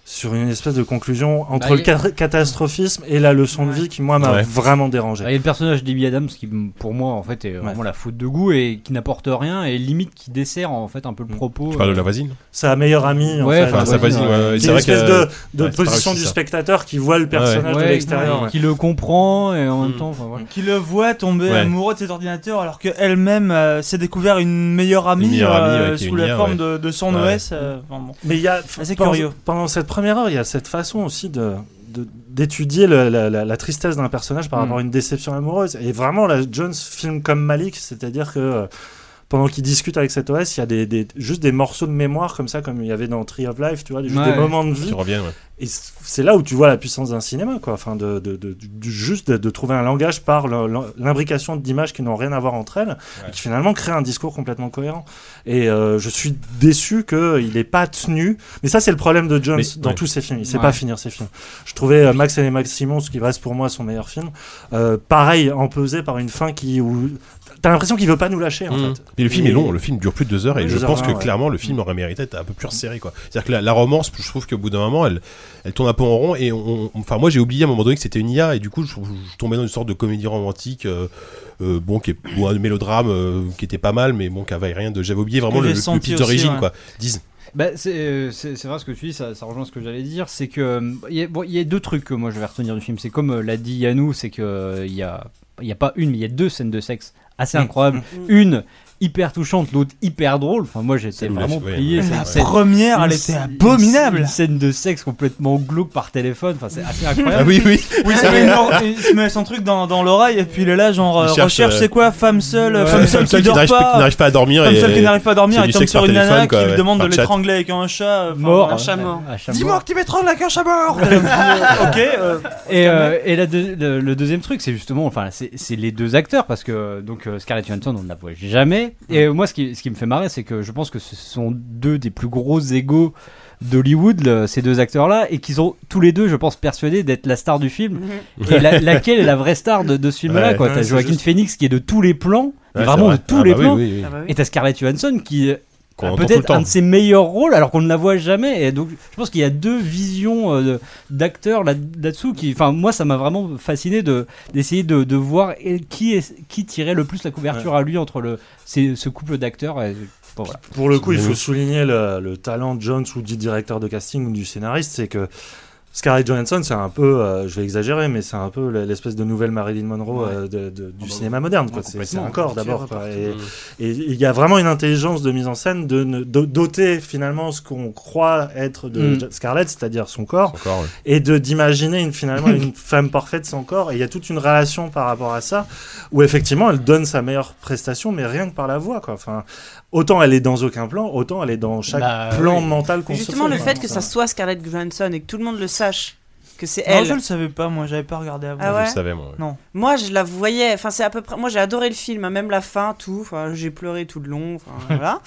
sur une espèce de conclusion entre Bah, le y a- ca- catastrophisme et la leçon de vie qui moi m'a Ouais. vraiment dérangé. Et le personnage d'Amy Adams qui pour moi en fait est vraiment la faute de goût et qui n'apporte rien et limite qui dessert en fait un peu le propos. Tu parles de la euh, voisine Sa meilleure amie, en Ouais, fait, enfin, sa voisine, ouais, ouais, qui c'est est une vrai espèce que- de, de ouais, c'est pas position réussi, du ça. spectateur qui voit le personnage ouais, de l'extérieur. ouais, ouais. qui le comprend et en même Mm. temps enfin, voilà. Qui le voit tomber Ouais. amoureux de cet ordinateur alors qu'elle-même euh, s'est découvert une meilleure amie, Une meilleure amie, euh, ouais, qui est sous une la I A, forme ouais. de, de son Ouais. O S. euh, enfin, bon. Mais il y a, Assez pendant, curieux. pendant cette première heure, il y a cette façon aussi de, de- d'étudier le- la, la- la tristesse d'un personnage par Mm. rapport à une déception amoureuse. Et vraiment, là, Jones filme comme Malik, c'est-à-dire que euh, pendant qu'il discute avec cet O S, il y a des, des- juste des morceaux de mémoire comme ça, comme il y avait dans Tree of Life, tu vois, juste Ouais, des ouais. moments de vie. Qui reviennent, ouais. Et c- c'est là où tu vois la puissance d'un cinéma, quoi. Enfin, de, de, de, de- juste de, de trouver un langage par le- le- l'imbrication d'images qui n'ont rien à voir entre elles, et qui finalement crée un discours complètement cohérent. Et euh, je suis déçu qu'il n'ait pas tenu. Mais ça, c'est le problème de Jones Mais- dans ouais. tous ses films. Il sait Ouais. pas finir ses films. Je trouvais euh, Max et les Maximons, ce qui reste pour moi son meilleur film, euh, pareil, empesé par une fin qui où t'as l'impression qu'il veut pas nous lâcher, en Mmh. fait. Et le film Et- est long, le film dure plus de deux heures et Oui, je deux pense heures que vingt, ouais. clairement le film aurait mérité d'être un peu plus resserré, quoi. C'est-à-dire que la, la romance, je trouve qu'au bout d'un moment, elle, elle tourne un peu en rond et on, on- enfin moi j'ai oublié à un moment donné que c'était une I A et du coup je, je tombais dans une sorte de comédie romantique, euh, euh, bon qui est ou un mélodrame euh, qui était pas mal, mais bon qui avait rien de, j'avais oublié vraiment que le, j'ai le, le senti pitch aussi, d'origine, ouais. quoi. Disent. Bah, c'est, euh, c'est, c'est vrai ce que tu dis, ça, ça rejoint ce que j'allais dire, c'est que il y, a- bon, y a deux trucs que moi je vais retenir du film. C'est comme euh, l'a dit Yannou, c'est que il y a, y a pas une, mais il y a deux scènes de sexe assez Mmh. incroyables. Une hyper touchante, l'autre hyper drôle. Enfin, moi j'étais Celle où vraiment la- ouais, plié. ouais, Cette La scène- première, elle une- était une- abominable. Une scène de sexe complètement glauque par téléphone. Enfin, c'est assez Ah incroyable. oui oui. Oui, ça met une or- il se met son truc dans, dans l'oreille et puis il est là, genre, Il euh, cherche, recherche, euh, c'est quoi, femme seule, Ouais, femme seule seule qui dort n'arrive pas. qui n'arrive pas à dormir Femme et seule qui n'arrive pas à dormir, c'est il du tombe sexe sur par une nana téléphone, qui quoi, lui ouais, demande de par chat. l'étrangler avec un chat. euh, enfin, Mort. un chat mort. Un chat Dis-moi mort. que tu m'étrangles avec un chat mort. Ok. euh, Et, euh, et la deux- le, le deuxième truc, c'est justement, enfin, c'est, c'est les deux acteurs parce que donc euh, Scarlett Johansson, on ne la voit jamais. Et euh, moi, ce qui, ce qui me fait marrer, c'est que je pense que ce sont deux des plus gros égos d'Hollywood, le- ces deux acteurs-là, et qu'ils ont tous les deux, je pense, persuadés d'être la star du film. Et la- laquelle est la vraie star de, de ce film-là, Ouais, quoi. ouais, T'as c'est Joaquin juste. Phoenix qui est de tous les plans, Ouais, vraiment c'est de vrai. tous Ah, les bah oui, plans. oui, oui. Ah bah oui. Et t'as Scarlett Johansson qui est Qu'on a entend tout le peut-être temps. un de ses meilleurs rôles alors qu'on ne la voit jamais. Et donc, je pense qu'il y a deux visions euh, de- d'acteurs là, là-dessous qui, enfin, moi, ça m'a vraiment fasciné de d'essayer de, de voir et- qui est qui tirait le plus la couverture à lui entre le c'est- ce couple d'acteurs. Et, bon, voilà. Pour le coup, il Oui. faut souligner le, le talent de Jones ou du directeur de casting ou du scénariste, c'est que Scarlett Johansson, c'est un peu, euh, je vais exagérer, mais c'est un peu l'espèce de nouvelle Marilyn Monroe euh, de- de- du bah, cinéma moderne. quoi. ouais, C'est c'est complètement. un corps d'abord. Partout. quoi. Et et il y a vraiment une intelligence de mise en scène de ne- de- doter finalement ce qu'on croit être de Mm. Scarlett, c'est-à-dire son corps, Encore. ouais. et de d'imaginer une, finalement une femme parfaite sans corps. Et il y a toute une relation par rapport à ça, où effectivement elle donne sa meilleure prestation, mais rien que par la voix. Quoi. Enfin, autant elle est dans aucun plan, autant elle est dans chaque Bah, plan oui. mental qu'on Mais se justement, fait, le quoi. fait que ça soit Scarlett Johansson et que tout le monde le sache, que c'est Non, elle. je le savais pas, moi, j'avais pas regardé avant. Ah ouais Je le savais moi. ouais. Moi, je la voyais. Enfin, c'est à peu près. Moi, j'ai adoré le film, hein, même la fin, tout. Enfin, j'ai pleuré tout le long. Enfin, voilà.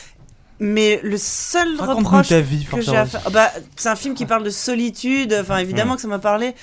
Mais le seul Raconte-nous reproche ta vie, que Force j'ai à Rose. faire, bah, c'est un film qui parle de solitude. Enfin, évidemment que ça m'a parlé.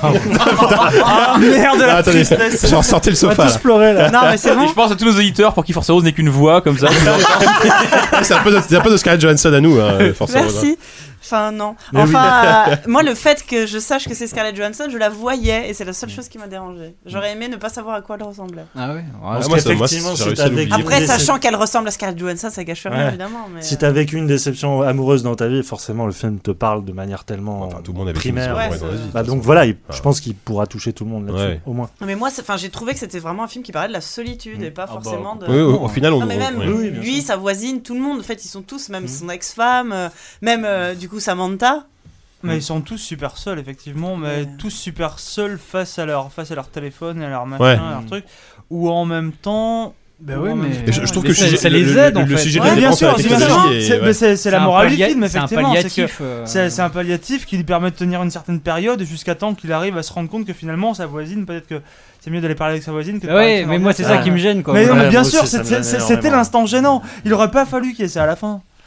Ah merde, Ah, la attendez, tristesse. j'ai ressorti le On va sofa. tous Là. pleurer là. Non, mais c'est Et bon. je pense à tous nos auditeurs pour qui Force Rose n'est qu'une voix comme ça. C'est un peu de, c'est un peu de Scarlett Johansson à nous, hein, forcément. Merci. Enfin, non. Mais oui. Enfin, euh, moi, le fait que je sache que c'est Scarlett Johansson, je la voyais et c'est la seule chose qui m'a dérangée. J'aurais aimé ne pas savoir à quoi elle ressemblait. Ah ouais. Parce Ah, moi, ça- moi, qu'effectivement, j'ai si réussi à t'as l'oublier. vécu Après, une sachant qu'elle ressemble à Scarlett Johansson, ça gâche rien, Ouais. évidemment. Mais... Si t'as vécu une déception amoureuse dans ta vie, forcément le film te parle de manière tellement Enfin, tout le monde a vécu une primaire. déception Ouais, amoureuse dans la vie, de Bah toute donc façon. voilà, il- Ah. je pense qu'il pourra toucher tout le monde là-dessus, Ouais. au moins. Non, mais moi, c'est- enfin, j'ai trouvé que c'était vraiment un film qui parlait de la solitude et pas Ah bah, forcément de. Oui, oui, au final, on. Non mais même ouais. Oui, bien lui, sûr. sa voisine, tout le monde, en fait ils sont tous, même son ex-femme, euh, même euh, du coup Samantha. Mais ils sont tous super seuls, effectivement, mais Ouais. tous super seuls face à leur, face à leur téléphone, à leur machin, Ouais. à leur truc. Ou en même temps. Ben ou oui, en mais- même Et je, je temps, trouve ils que ça- le, ça le- les le- aide, en le fait. sujet de Ouais, la bien dépendance à sûr, la bien sûr. technologie C'est est- mais c'est- c'est la un morale du pallia- film, c'est un effectivement. C'est que palliatif. euh, c'est c'est un palliatif qui lui permet de tenir une certaine période jusqu'à temps qu'il arrive à se rendre compte que finalement sa voisine, peut-être que c'est mieux d'aller parler avec sa voisine que de parler avec Ouais, son mais moi c'est ça ordinateur. qui me gêne quoi. Mais non, Ouais, mais bien moi sûr, aussi, ça me c'est- gêne c'est- c'était énormément. l'instant gênant. Il aurait pas fallu qu'il y ait ça à la fin.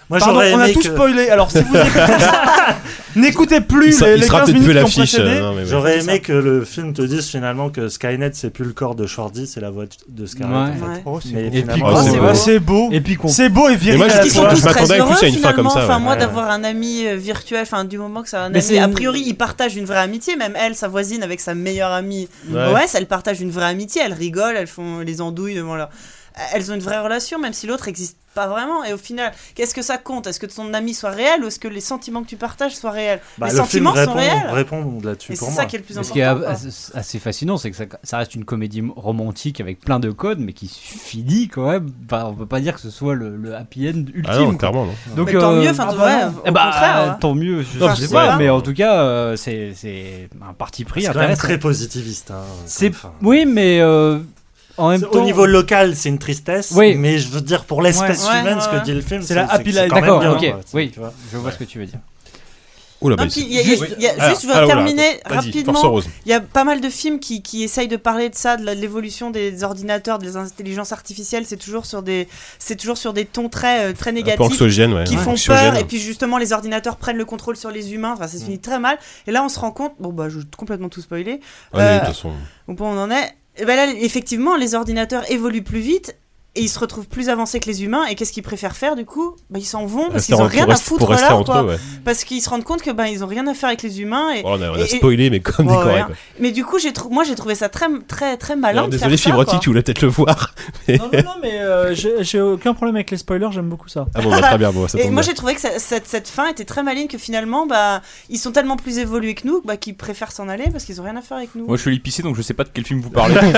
Moi, Pardon, j'aurais on a aimé tout que- spoilé. Alors si vous écoutez ça, n'écoutez plus Il sera- les, il les sera quinze peut-être minutes plus qui ont l'affiche, précédé. euh, non, mais ouais. J'aurais C'est aimé ça. que le film te dise finalement que Skynet c'est plus le corps de Shorty, c'est la voix de Scarlett. Ouais. en fait. Ouais. Oh, c'est Mais beau. Et finalement, puis, Oh, c'est c'est beau. beau. C'est beau. Et puis qu'on C'est beau et viril Et moi, à je la dis- Ils fois. sont je tous m'attendais très en plus heureux à une fin comme finalement. ça, Enfin, ouais. moi, Ouais. d'avoir un ami euh, virtuel, enfin, du moment que c'est un Mais ami, c'est a une- priori, ils partagent une vraie amitié. Même elle, sa voisine, avec sa meilleure amie, Ouais. ouais, ça, elles partagent une vraie amitié. Elles rigolent, elles font les andouilles devant leur. Elles ont une vraie relation, même si l'autre n'existe pas vraiment. Et au final, qu'est-ce que ça compte? Est-ce que ton ami soit réel ou est-ce que les sentiments que tu partages soient réels? Bah, Les le film sentiments sont répond, réels. répond là-dessus Et pour c'est moi. ça qui est le plus Ce important. qui est quoi. assez, assez fascinant, c'est que ça, ça reste une comédie romantique avec plein de codes, mais qui finit quand même. Enfin, on peut pas dire que ce soit le, le happy end ultime. Ah non, quoi. clairement, non. Donc, Mais tant euh, mieux, enfin, ah tu bah vois, non. au eh bah, contraire. hein. tant mieux, je, Enfin, je je sais sais pas, pas. mais en tout cas, euh, c'est, c'est un parti pris C'est quand même intéressant. très positiviste. Hein, C'est, comme fin. oui, mais euh, en même C'est- temps. Au niveau local, c'est une tristesse, Oui. mais je veux dire pour l'espèce Ouais. humaine, Ouais, ce ouais. que dit le film, C'est la happy que c'est life. quand même D'accord, bien, ok, quoi, oui, tu vois. je vois ce que tu veux dire. Oula, Non, bah, puis c'est- il y a- il y a- Oui. il y a- Alors, juste, je veux alors, voilà, terminer vas-y, rapidement. Force Rose. Il y a pas mal de films qui, qui essayent de parler de ça, de la- de l'évolution des ordinateurs, des intelligences artificielles. C'est toujours sur des, c'est toujours sur des tons très, euh, très Un peu négatifs. anxiogène, ouais. Qui Ouais. font Anxiogène. peur, et puis justement les ordinateurs prennent le contrôle sur les humains, enfin ça se finit très mal, et là on se rend compte, bon bah je vais complètement tout spoiler, Allez, euh, de toute façon. au point où on en est, et ben là effectivement les ordinateurs évoluent plus vite, et ils se retrouvent plus avancés que les humains, et qu'est-ce qu'ils préfèrent faire du coup? Bah ils s'en vont, parce Rester qu'ils ont en- rien pour à rester- foutre pour rester là, entre quoi. eux, ouais. Parce qu'ils se rendent compte que ben ils ont rien à faire avec les humains, et, Oh, on a, on a et- spoilé, mais comme Ouais, décoré. ouais. quoi. mais du coup j'ai trou- moi j'ai trouvé ça très très très malin Alors, de désolé, faire ça, Fibrotti, quoi. tu voulais peut-être le voir. Non, non, non, mais euh, j'ai j'ai aucun problème avec les spoilers, j'aime beaucoup ça. Ah bon, bah, très bien, bon, ça Et tombe moi bien. j'ai trouvé que ça- cette, cette fin était très maligne, que finalement bah, ils sont tellement plus évolués que nous bah, qu'ils préfèrent s'en aller parce qu'ils ont rien à faire avec nous. Moi je suis allé pisser donc je sais pas de quel film vous parlez. Donc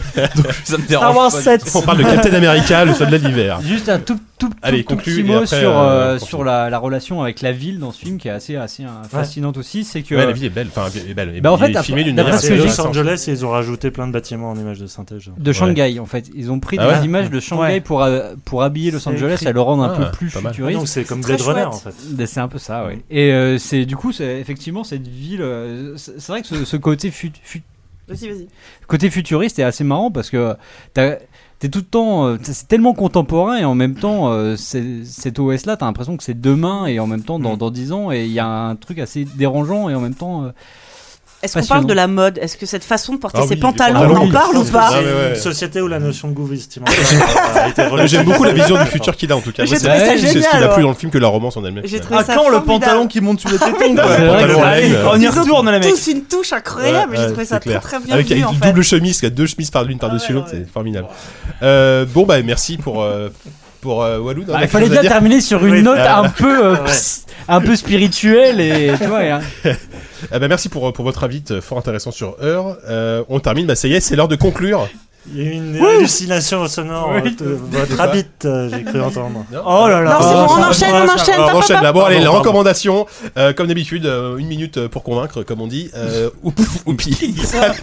ça me dérange Star Wars pas. sept. On parle de Captain America, le soldat de l'hiver. Juste un tout, tout, tout, Allez, tout conclue, petit et mot après, sur, euh, euh, continue. sur la, la relation avec la ville dans ce film qui est assez, assez euh, fascinante aussi. C'est que. Ouais, la ville est belle. Enfin, elle est belle. Bah, en Il est fait, filmé d'une d'après manière ce C'est que j'ai- Los Angeles et ils ont rajouté plein de bâtiments en images de synthèse. De Shanghai en fait. Ils ont pris Ah des ouais images de Shanghai Ouais. pour, euh, pour habiller Los C'est Angeles écrit. et le rendre un Ah, peu plus pas mal. futuriste. Donc c'est comme Très Blade Runner en chouette. fait. Ben, c'est un peu ça, oui. Et euh, c'est du coup, c'est effectivement cette ville. euh, c'est c'est vrai que ce, ce côté fut, fut- Vas-y, vas-y. côté futuriste est assez marrant parce que t'as- t'es tout le temps, euh, c'est tellement contemporain et en même temps, euh, c'est- cet O S là, t'as l'impression que c'est demain et en même temps dans, dans dix ans et il y a un truc assez dérangeant et en même temps. euh, Est-ce qu'on Passionnant. parle de la mode? Est-ce que cette façon de porter Ah ses oui, les pantalons, pantalons, on en oui. parle ou C'est pas? Ah, mais ouais. une société où la notion de goût vestimentaire a été Ouais, relâchée. J'aime beaucoup la vision du futur qu'il a en tout cas. J'ai Moi, c'est trouvé ça c'est ce qu'il a génial, plu ouais. dans le film que la romance en elle-même. J'ai Ouais. trouvé À ça quand le formidable. pantalon qui monte sous les tétons Ouais, quoi. le pantalon à l'aigle. On y Ils ont retourne les mecs. tous une touche incroyable, Ouais, j'ai ouais, trouvé ça c'est clair. très très bien Avec vu avec en une fait. double chemise, il y a deux chemises par l'une par-dessus Ah ouais, l'autre, ouais. c'est formidable. Euh, bon, bah merci pour. euh, Pour euh, Walou, bah, il fallait bien terminer sur une Oui, note euh, un peu, euh, ouais. pss, un peu spirituelle et tu vois. et, hein. Eh ben, merci pour, pour votre avis euh, fort intéressant sur Heure. Euh, on termine, bah ça y est, c'est l'heure de conclure. Il y a eu une hallucination sonore. Oui. euh, Votre habit, euh, j'ai cru entendre. Oh là là. Non, c'est bon, on Ah, enchaîne, voilà, on ça- enchaîne. alors, papa, on enchaîne papa. là. Bon, allez, Pardon, les pardon. recommandations. Euh, comme d'habitude, euh, une minute pour convaincre, comme on dit. Euh, oupi, oupi.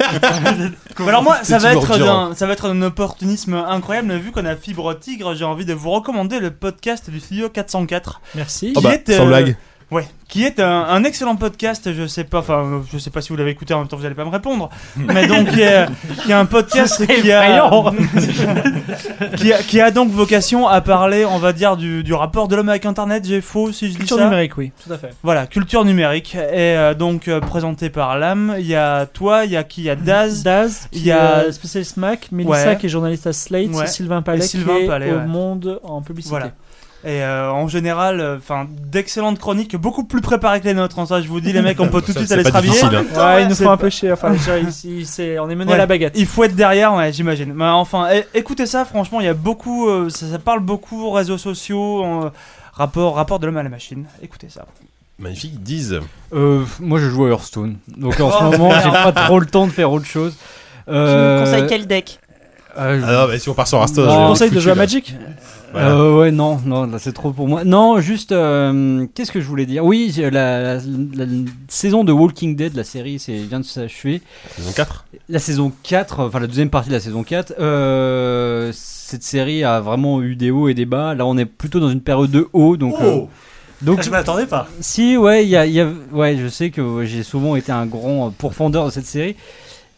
Alors moi, ça C'est va, toujours être dur, d'un, ça va être un opportunisme incroyable, mais vu qu'on a Fibre Tigre, j'ai envie de vous recommander le podcast du studio quatre cent quatre. Merci. Oh bah, est, sans euh, blague. Ouais, qui est un, un excellent podcast, je sais pas, enfin, euh, je sais pas si vous l'avez écouté, en même temps vous allez pas me répondre, mais donc qui est, qui est un podcast qui a, qui a qui a donc vocation à parler, on va dire, du, du rapport de l'homme avec Internet. J'ai faux si je dis Culture ça. numérique, oui, tout à fait. Voilà, culture numérique, et euh, donc euh, présenté par Lame. Il y a toi, il y a qui, il y a Daz. Daz, il qui y a- est spécialiste Mac, Mélissa Ouais. qui est journaliste à Slate, Ouais. Sylvain Palais Et Sylvain qui est Palais, au ouais. Monde en publicité. Voilà. Et euh, en général, enfin, d'excellentes chroniques, beaucoup plus préparées que les nôtres. Hein, ça, je vous dis, les mecs, on peut tout de Ça, suite c'est aller se pas rhabiller. difficile, hein. Ouais, il nous C'est faut un pas- peu chier. Enfin, déjà, ici, c'est- on est mené Ouais. à la baguette. Il faut être derrière, ouais, j'imagine. Mais enfin, é- écoutez ça, franchement, il y a beaucoup, euh, ça, ça parle beaucoup réseaux sociaux, euh, rapport, rapport de l'homme à la machine. Écoutez ça. Magnifique, disent. Euh, moi, je joue à Hearthstone, donc en Oh, ce moment, merde. j'ai pas trop le temps de faire autre chose. Tu nous conseilles quel deck? euh, Ah non, mais si on part sur Hearthstone, Non, je Je vais conseille être de jouer à foutu, là. Magic. Voilà. Euh, ouais, non, non, là, c'est trop pour moi. Non, juste, euh, qu'est-ce que je voulais dire? Oui, la, la- la- la saison de Walking Dead, la série, c'est, vient de s'achever. Saison quatre. La saison quatre, enfin la deuxième partie de la saison quatre, euh, cette série a vraiment eu des hauts et des bas. Là, on est plutôt dans une période de haut, donc. euh, Oh donc Je m'attendais pas. si, ouais, il y a, il y a- ouais, je sais que ouais, j'ai souvent été un grand euh, pourfendeur de cette série.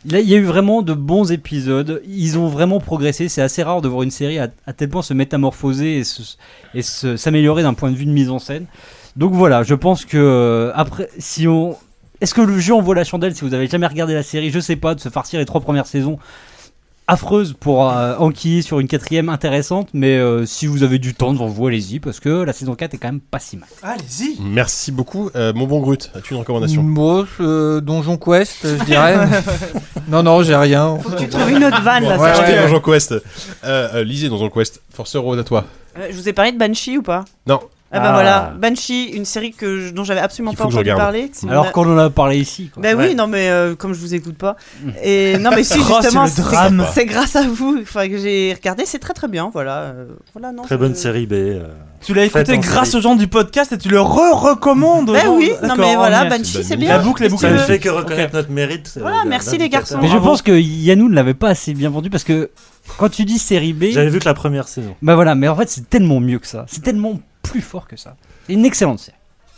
Là, il y a eu vraiment de bons épisodes. Ils ont vraiment progressé. C'est assez rare de voir une série à, à tel point se métamorphoser et, se, et se, s'améliorer d'un point de vue de mise en scène. Donc voilà, je pense que euh, après, si on, est-ce que le jeu en vaut la chandelle si vous avez jamais regardé la série? Je sais pas, de se farcir les trois premières saisons affreuse pour euh, enquiller sur une quatrième intéressante, mais euh, si vous avez du temps devant vous, allez-y, parce que la saison quatre est quand même pas si mal. Allez-y. Merci beaucoup. Euh, mon bon Grut, as-tu une recommandation? Moi, euh, Donjon Quest, je dirais. non, non, j'ai rien. Faut que tu trouves une autre vanne là. Bon, ça achetez va. Donjon Quest. Euh, euh, lisez Donjon Quest. Force Rose, à toi. Euh, je vous ai parlé de Banshee ou pas? Non. Ah bah Ah. voilà, Banshee, une série que je- dont j'avais absolument Il faut pas que je entendu regarde. parler. que Alors on a- qu'on en a parlé ici, quoi. Bah Ouais. oui, non mais euh, comme je vous écoute pas. Et non mais si Oh, justement, c'est le drame. c'est grâce à vous enfin, que j'ai regardé, c'est très très bien, voilà. euh, voilà non, Très je- bonne série B. euh. Tu l'as écouté Faites en grâce série. aux gens du podcast et tu le re-recommandes aux Bah gens. oui, non D'accord, mais voilà, on y est. Banshee bonne c'est idée. bien. La boucle est Qu'est-ce bouclée. que Ça tu ne veux fait que reconnaître Ok. notre mérite. euh, Voilà, de- merci les d'indicateur. garçons. Mais je Bravo. pense que Yannou ne l'avait pas assez bien vendu parce que quand tu dis série B, J'avais vu que la première saison. bah voilà, mais en fait c'est tellement mieux que ça, c'est tellement plus fort que ça. C'est une excellente série.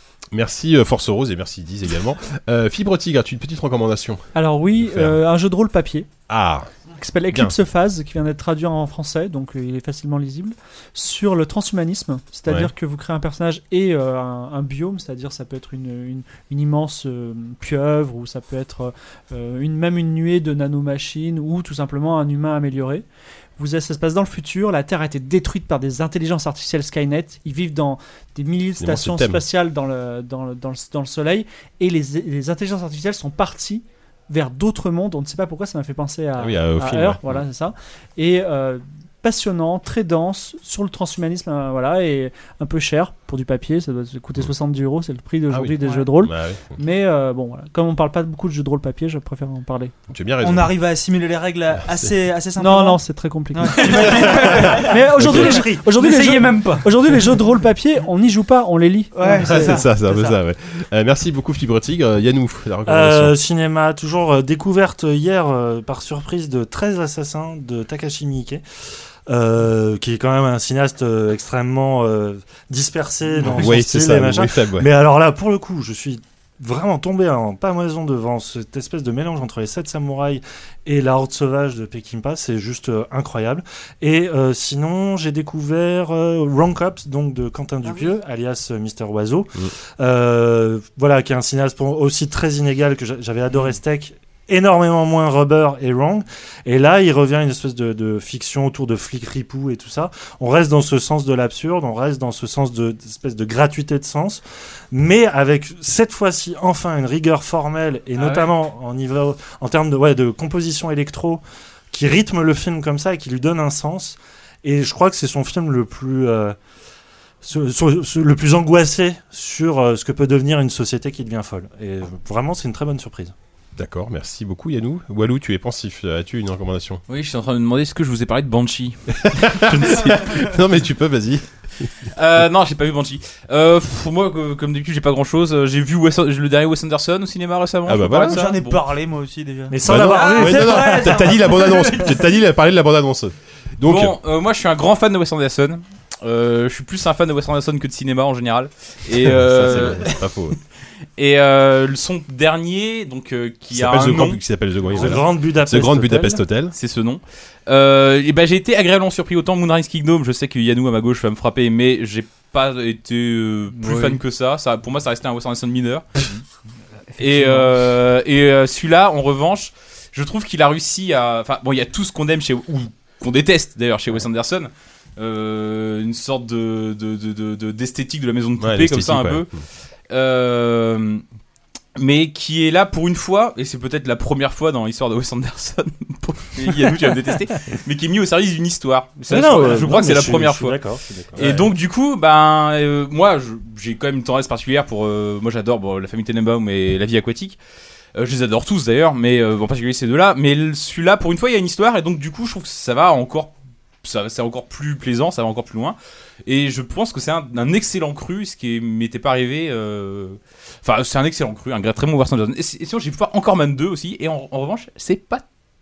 Merci euh, Force Rose et merci Diz également. Euh, Fibre Tigre, as-tu une petite recommandation? Alors oui, Faire. euh, un jeu de rôle papier Ah, qui s'appelle Eclipse Phase, qui vient d'être traduit en français, donc euh, il est facilement lisible, sur le transhumanisme, c'est-à-dire Ouais. que vous créez un personnage et euh, un, un biome, c'est-à-dire ça peut être une, une, une immense euh, pieuvre, ou ça peut être euh, une, même une nuée de nanomachines, ou tout simplement un humain amélioré. Vous, ça se passe dans le futur, la Terre a été détruite par des intelligences artificielles Skynet, ils vivent dans des milliers de Évidemment, stations ce thème. spatiales dans le, dans, le, dans, le, dans le Soleil, et les, les intelligences artificielles sont parties vers d'autres mondes. On ne sait pas pourquoi, ça m'a fait penser à, Ah oui, à- au à film, Earth, ouais. voilà, c'est ça. Et euh, passionnant, très dense, sur le transhumanisme, euh, voilà, et un peu cher pour du papier, ça doit coûter soixante-dix euros, c'est le prix d'aujourd'hui Ah oui. des Ouais. jeux de rôle. bah oui. Mais euh, bon, voilà, comme on parle pas beaucoup de jeux de rôle papier, je préfère en parler. Tu as bien raison. On arrive à assimiler les règles assez, assez Non, simplement. non, c'est très compliqué. Ouais. Mais aujourd'hui, les, jeux- aujourd'hui, les, N'essayez jeux, même pas. aujourd'hui, les jeux de rôle papier, on n'y joue pas, on les lit. Ouais, c'est ça, c'est un peu c'est ça, ça. ouais. Euh, merci beaucoup Fibre Tigre. Euh, Yannou, la recommandation. Euh, cinéma, toujours euh, découverte hier euh, par surprise de treize assassins de Takashi Miike. Euh, qui est quand même un cinéaste euh, extrêmement euh, dispersé dans son oui, c'est style ça, et machin. oui, faible, ouais. Mais alors là, pour le coup, je suis vraiment tombé en pamoison devant cette espèce de mélange entre les sept samouraïs et la horde sauvage de Peckinpah. C'est juste euh, incroyable. Et euh, sinon, j'ai découvert euh, Wrong Cops, donc de Quentin Dupieux, alias euh, Mister Oiseau. Mm. Euh, voilà, qui est un cinéaste pour- aussi très inégal, que j'a- j'avais adoré Steak, énormément moins Rubber et Wrong. Et là, il revient à une espèce de, de fiction autour de flics ripoux et tout ça. On reste dans ce sens de l'absurde, on reste dans ce sens de d'espèce de gratuité de sens, mais avec cette fois-ci enfin une rigueur formelle et Ah notamment en niveau, en termes de, ouais, de composition électro qui rythme le film comme ça et qui lui donne un sens. Et je crois que c'est son film le plus euh, ce- ce- ce- le plus angoissé sur euh, ce que peut devenir une société qui devient folle. Et vraiment, c'est une très bonne surprise. D'accord, merci beaucoup Yannou. Walou, tu es pensif. As-tu une recommandation? Oui, je suis en train de me demander est-ce que je vous ai parlé de Banshee. Je ne sais plus. Non mais tu peux, vas-y. euh, non, j'ai pas vu Banshee. Euh, pff, moi, que- comme d'habitude, j'ai pas grand chose. J'ai vu Wes- le dernier Wes Anderson au cinéma récemment. Ah bah je peux parler voilà. de ça J'en ai Bon. parlé moi aussi déjà. Mais sans Bah non, l'avoir vu. ouais, c'est non, non, vrai, t'as t'as dit la bande-annonce. T'as dit parler de la bande-annonce. Donc, Bon, euh, moi je suis un grand fan de Wes Anderson. Euh, je suis plus un fan de Wes Anderson que de cinéma en général. Et, euh, ça, c'est- c'est pas faux. et euh, son dernier, donc euh, qui Qui a s'appelle un The nom, Grand- qui s'appelle The Grand The voilà. Grand Budapest The Grand Hotel. Budapest Hotel. c'est ce nom. Euh, et ben j'ai été agréablement surpris. Autant Moonrise Kingdom, je sais que Yannou à ma gauche va me frapper, mais j'ai pas été euh, plus Oui. fan que ça. ça. Pour moi, ça restait un Wes Anderson mineur. Et, euh, et euh, celui-là, en revanche, je trouve qu'il a réussi à. Enfin, bon, il y a tout ce qu'on aime chez. Ou qu'on déteste d'ailleurs chez Wes Anderson. Euh, une sorte de, de, de, de- de- d'esthétique de la maison de poupée, Ouais, comme ça un l'esthétique, peu. ouais. Euh, mais qui est là pour une fois, et c'est peut-être la première fois dans l'histoire de Wes Anderson. Yannou, tu vas me détester. Mais qui est mis au service d'une histoire. Ça, Mais je, non, crois- ouais, je non, crois que mais c'est la je suis- première je suis fois. D'accord, je suis d'accord. Et donc du coup, ben euh, moi, je- j'ai quand même une tendresse particulière pour. euh, moi, j'adore bon, la famille Tenenbaum et la vie aquatique. Euh, je les adore tous d'ailleurs, mais euh, en particulier ces deux-là. Mais le- celui-là, pour une fois, il y a une histoire, et donc du coup, je trouve que ça va encore, ça, c'est encore plus plaisant, ça va encore plus loin. Et je pense que c'est un, un excellent cru, ce qui est- m'était pas arrivé. euh, Enfin, c'est un excellent cru, un très bon Wes Anderson. Et, si- et sinon, j'ai pu voir encore Man deux aussi, et en, en revanche, c'est pas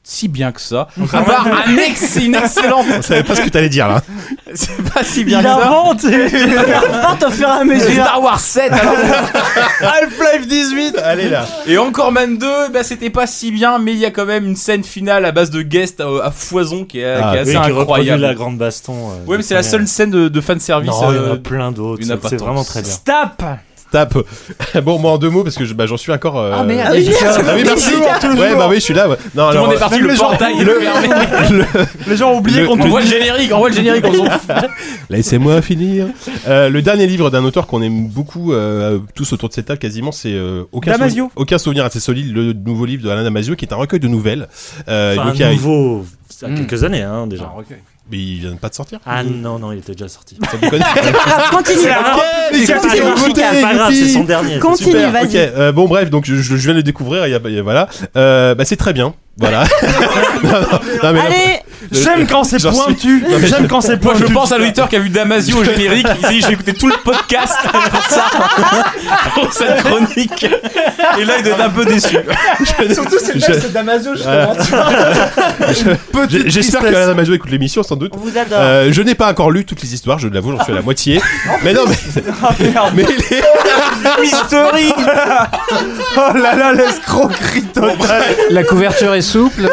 si bien que ça. À part un ex, une excellente. On savait pas ce que t'allais dire là. C'est pas si bien Il que ça. invente Il invente au fur et à mesure. Star Wars sept, alors. Half-Life dix-huit. Allez là. Et Encore Man deux, bah c'était pas si bien, mais il y a quand même une scène finale à base de guests à, à foison qui est, Ah, qui est assez Oui, qui reproduit incroyable. la grande baston. euh, Ouais, mais c'est la première. seule scène de, de fanservice. Non, il y en euh, a plein d'autres. il y en a C'est pas c'est tant. vraiment très bien. Stop. Tape. Bon, moi en deux mots parce que je- bah, j'en suis encore. euh, Ah merde, Ah oui, j'ai- merde, Ah oui, merci. toujours. Ouais, bah oui, je suis là. Ouais. Non, Tout le alors, monde est parti, même le les gens- portail est le- fermé. le- Les gens ont oublié Le- qu'on On voit le générique, on voit le générique, on s'en fout. Laissez-moi finir. Euh, le dernier livre d'un auteur qu'on aime beaucoup, euh, tous autour de cette table quasiment, c'est euh, aucun, Damasio. souvenir- aucun souvenir assez solide, le nouveau livre de Alain Damasio, qui est un recueil de nouvelles. Euh, Enfin, donc, il y a- nouveau, ça a Mm. quelques années hein, déjà. Mais il vient pas de sortir. Ah non, non, il était déjà sorti. Ça déconne. Continue. Mais c'est continue, pas écoutez, C'est pas grave, youpi. c'est son dernier. Continue, Super, vas-y. ok. Euh, bon bref, donc je, je- je viens de le découvrir. Il y a, il y a- voilà. Euh, bah c'est très bien. Voilà. non, non, non, mais Allez, J'aime quand c'est J'en suis- pointu. Non, mais- J'aime quand c'est Moi, pointu. je pense à l'auditeur qui a vu Damasio au générique. Il s'est dit, je vais écouter tout le podcast pour ça, pour cette chronique. Et là, il doit être un peu déçu. Surtout c'est le Je- mec, c'est Damasio Voilà. justement. J'ai- J'espère que Alain Damasio écoute l'émission sans doute. on vous adore. Euh, je n'ai pas encore lu toutes les histoires, je l'avoue, j'en suis à la moitié. Mais non, mais, mais les... Mystery. Oh là là, l'escroquerie totale. La couverture est souple.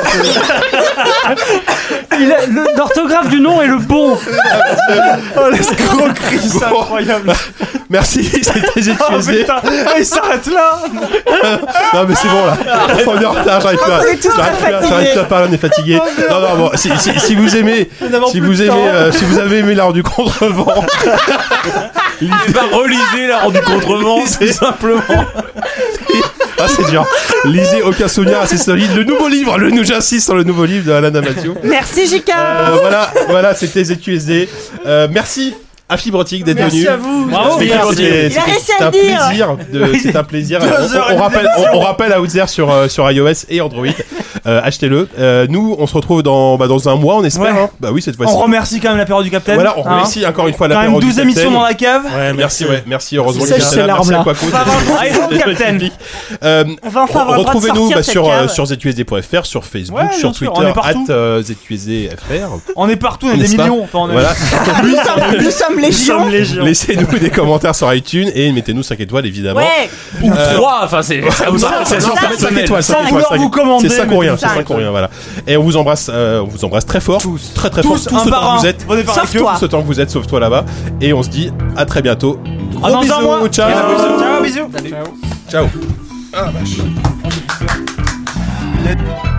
Il a- le- L'orthographe du nom est le bon. Oh l'escroquerie, c'est Bon. incroyable. Merci, c'était Oh Z Q S D. putain, il s'arrête là. Non mais c'est bon là, on est en retard, j'arrive pas, On est tous j'arrive très pas, fatigués. j'arrive pas à parler, on est fatigué. Non non bon, si, si, si vous aimez, si vous aimez, euh, si vous avez aimé l'art du contrevent, Et bah, relisez l'art du contrevent, tout simplement. ah c'est dur. Lisez Aucun souvenir assez solide, le nouveau livre, le nous j'insiste sur le nouveau livre de Alain Damasio. Merci J K. Euh, voilà, voilà, c'était Z Q S D. Euh, merci à Fibrotique d'être venu. Merci à vous. Bravo, C'était- Fibrotique. c'était- Il a réussi c'était à un le dire. plaisir. de- C'est un plaisir. Deux On- heures on, et demie rappelle, on, on rappelle Outzer sur euh, sur iOS et Android. Euh, achetez-le. Euh, nous, on se retrouve dans bah, dans un mois, on espère. Ouais. Hein. Bah oui, cette fois-ci. On remercie quand même l'apéro du Capitaine. Voilà, on Hein. remercie encore une fois Quand l'apéro même du douze Capitaine. émissions dans la cave. Ouais, Merci, ouais, merci. Heureusement Sèche que ces là. Merci larmes-là. à Quaco. Ça va, allez, C'est- c'est- Capitaine. Euh, On va enfin avoir le droit de Retrouvez-nous sortir bah, de cette sur, euh, cave. sur Z Q S D point F R, sur Facebook, Ouais, sur bien sûr, Twitter, on est partout. at euh, Z Q S D F R. On est partout, on est N'est-ce des pas millions. Enfin, on est- Voilà. Nous sommes, nous sommes légion. Légion. Laissez-nous des commentaires sur iTunes et mettez-nous cinq étoiles évidemment. Ouais. Ou Euh, trois, enfin, c'est c'est à votre appréciation cinq personnelle. étoiles, cinq Cinq étoiles, heures cinq vous étoiles. commandez, C'est cinq ou rien, c'est cinq. cinq ou rien, voilà. Et on vous embrasse, euh, on vous embrasse très fort, très très fort, Tous tous un autant par que un. vous êtes, Venez par Sauf avec eux. toi. tous autant que vous êtes, sauf toi là-bas. Et on se dit à très bientôt. Gros À dans un bisous, mois. ciao, Ciao, bisous. ciao. Ah vache.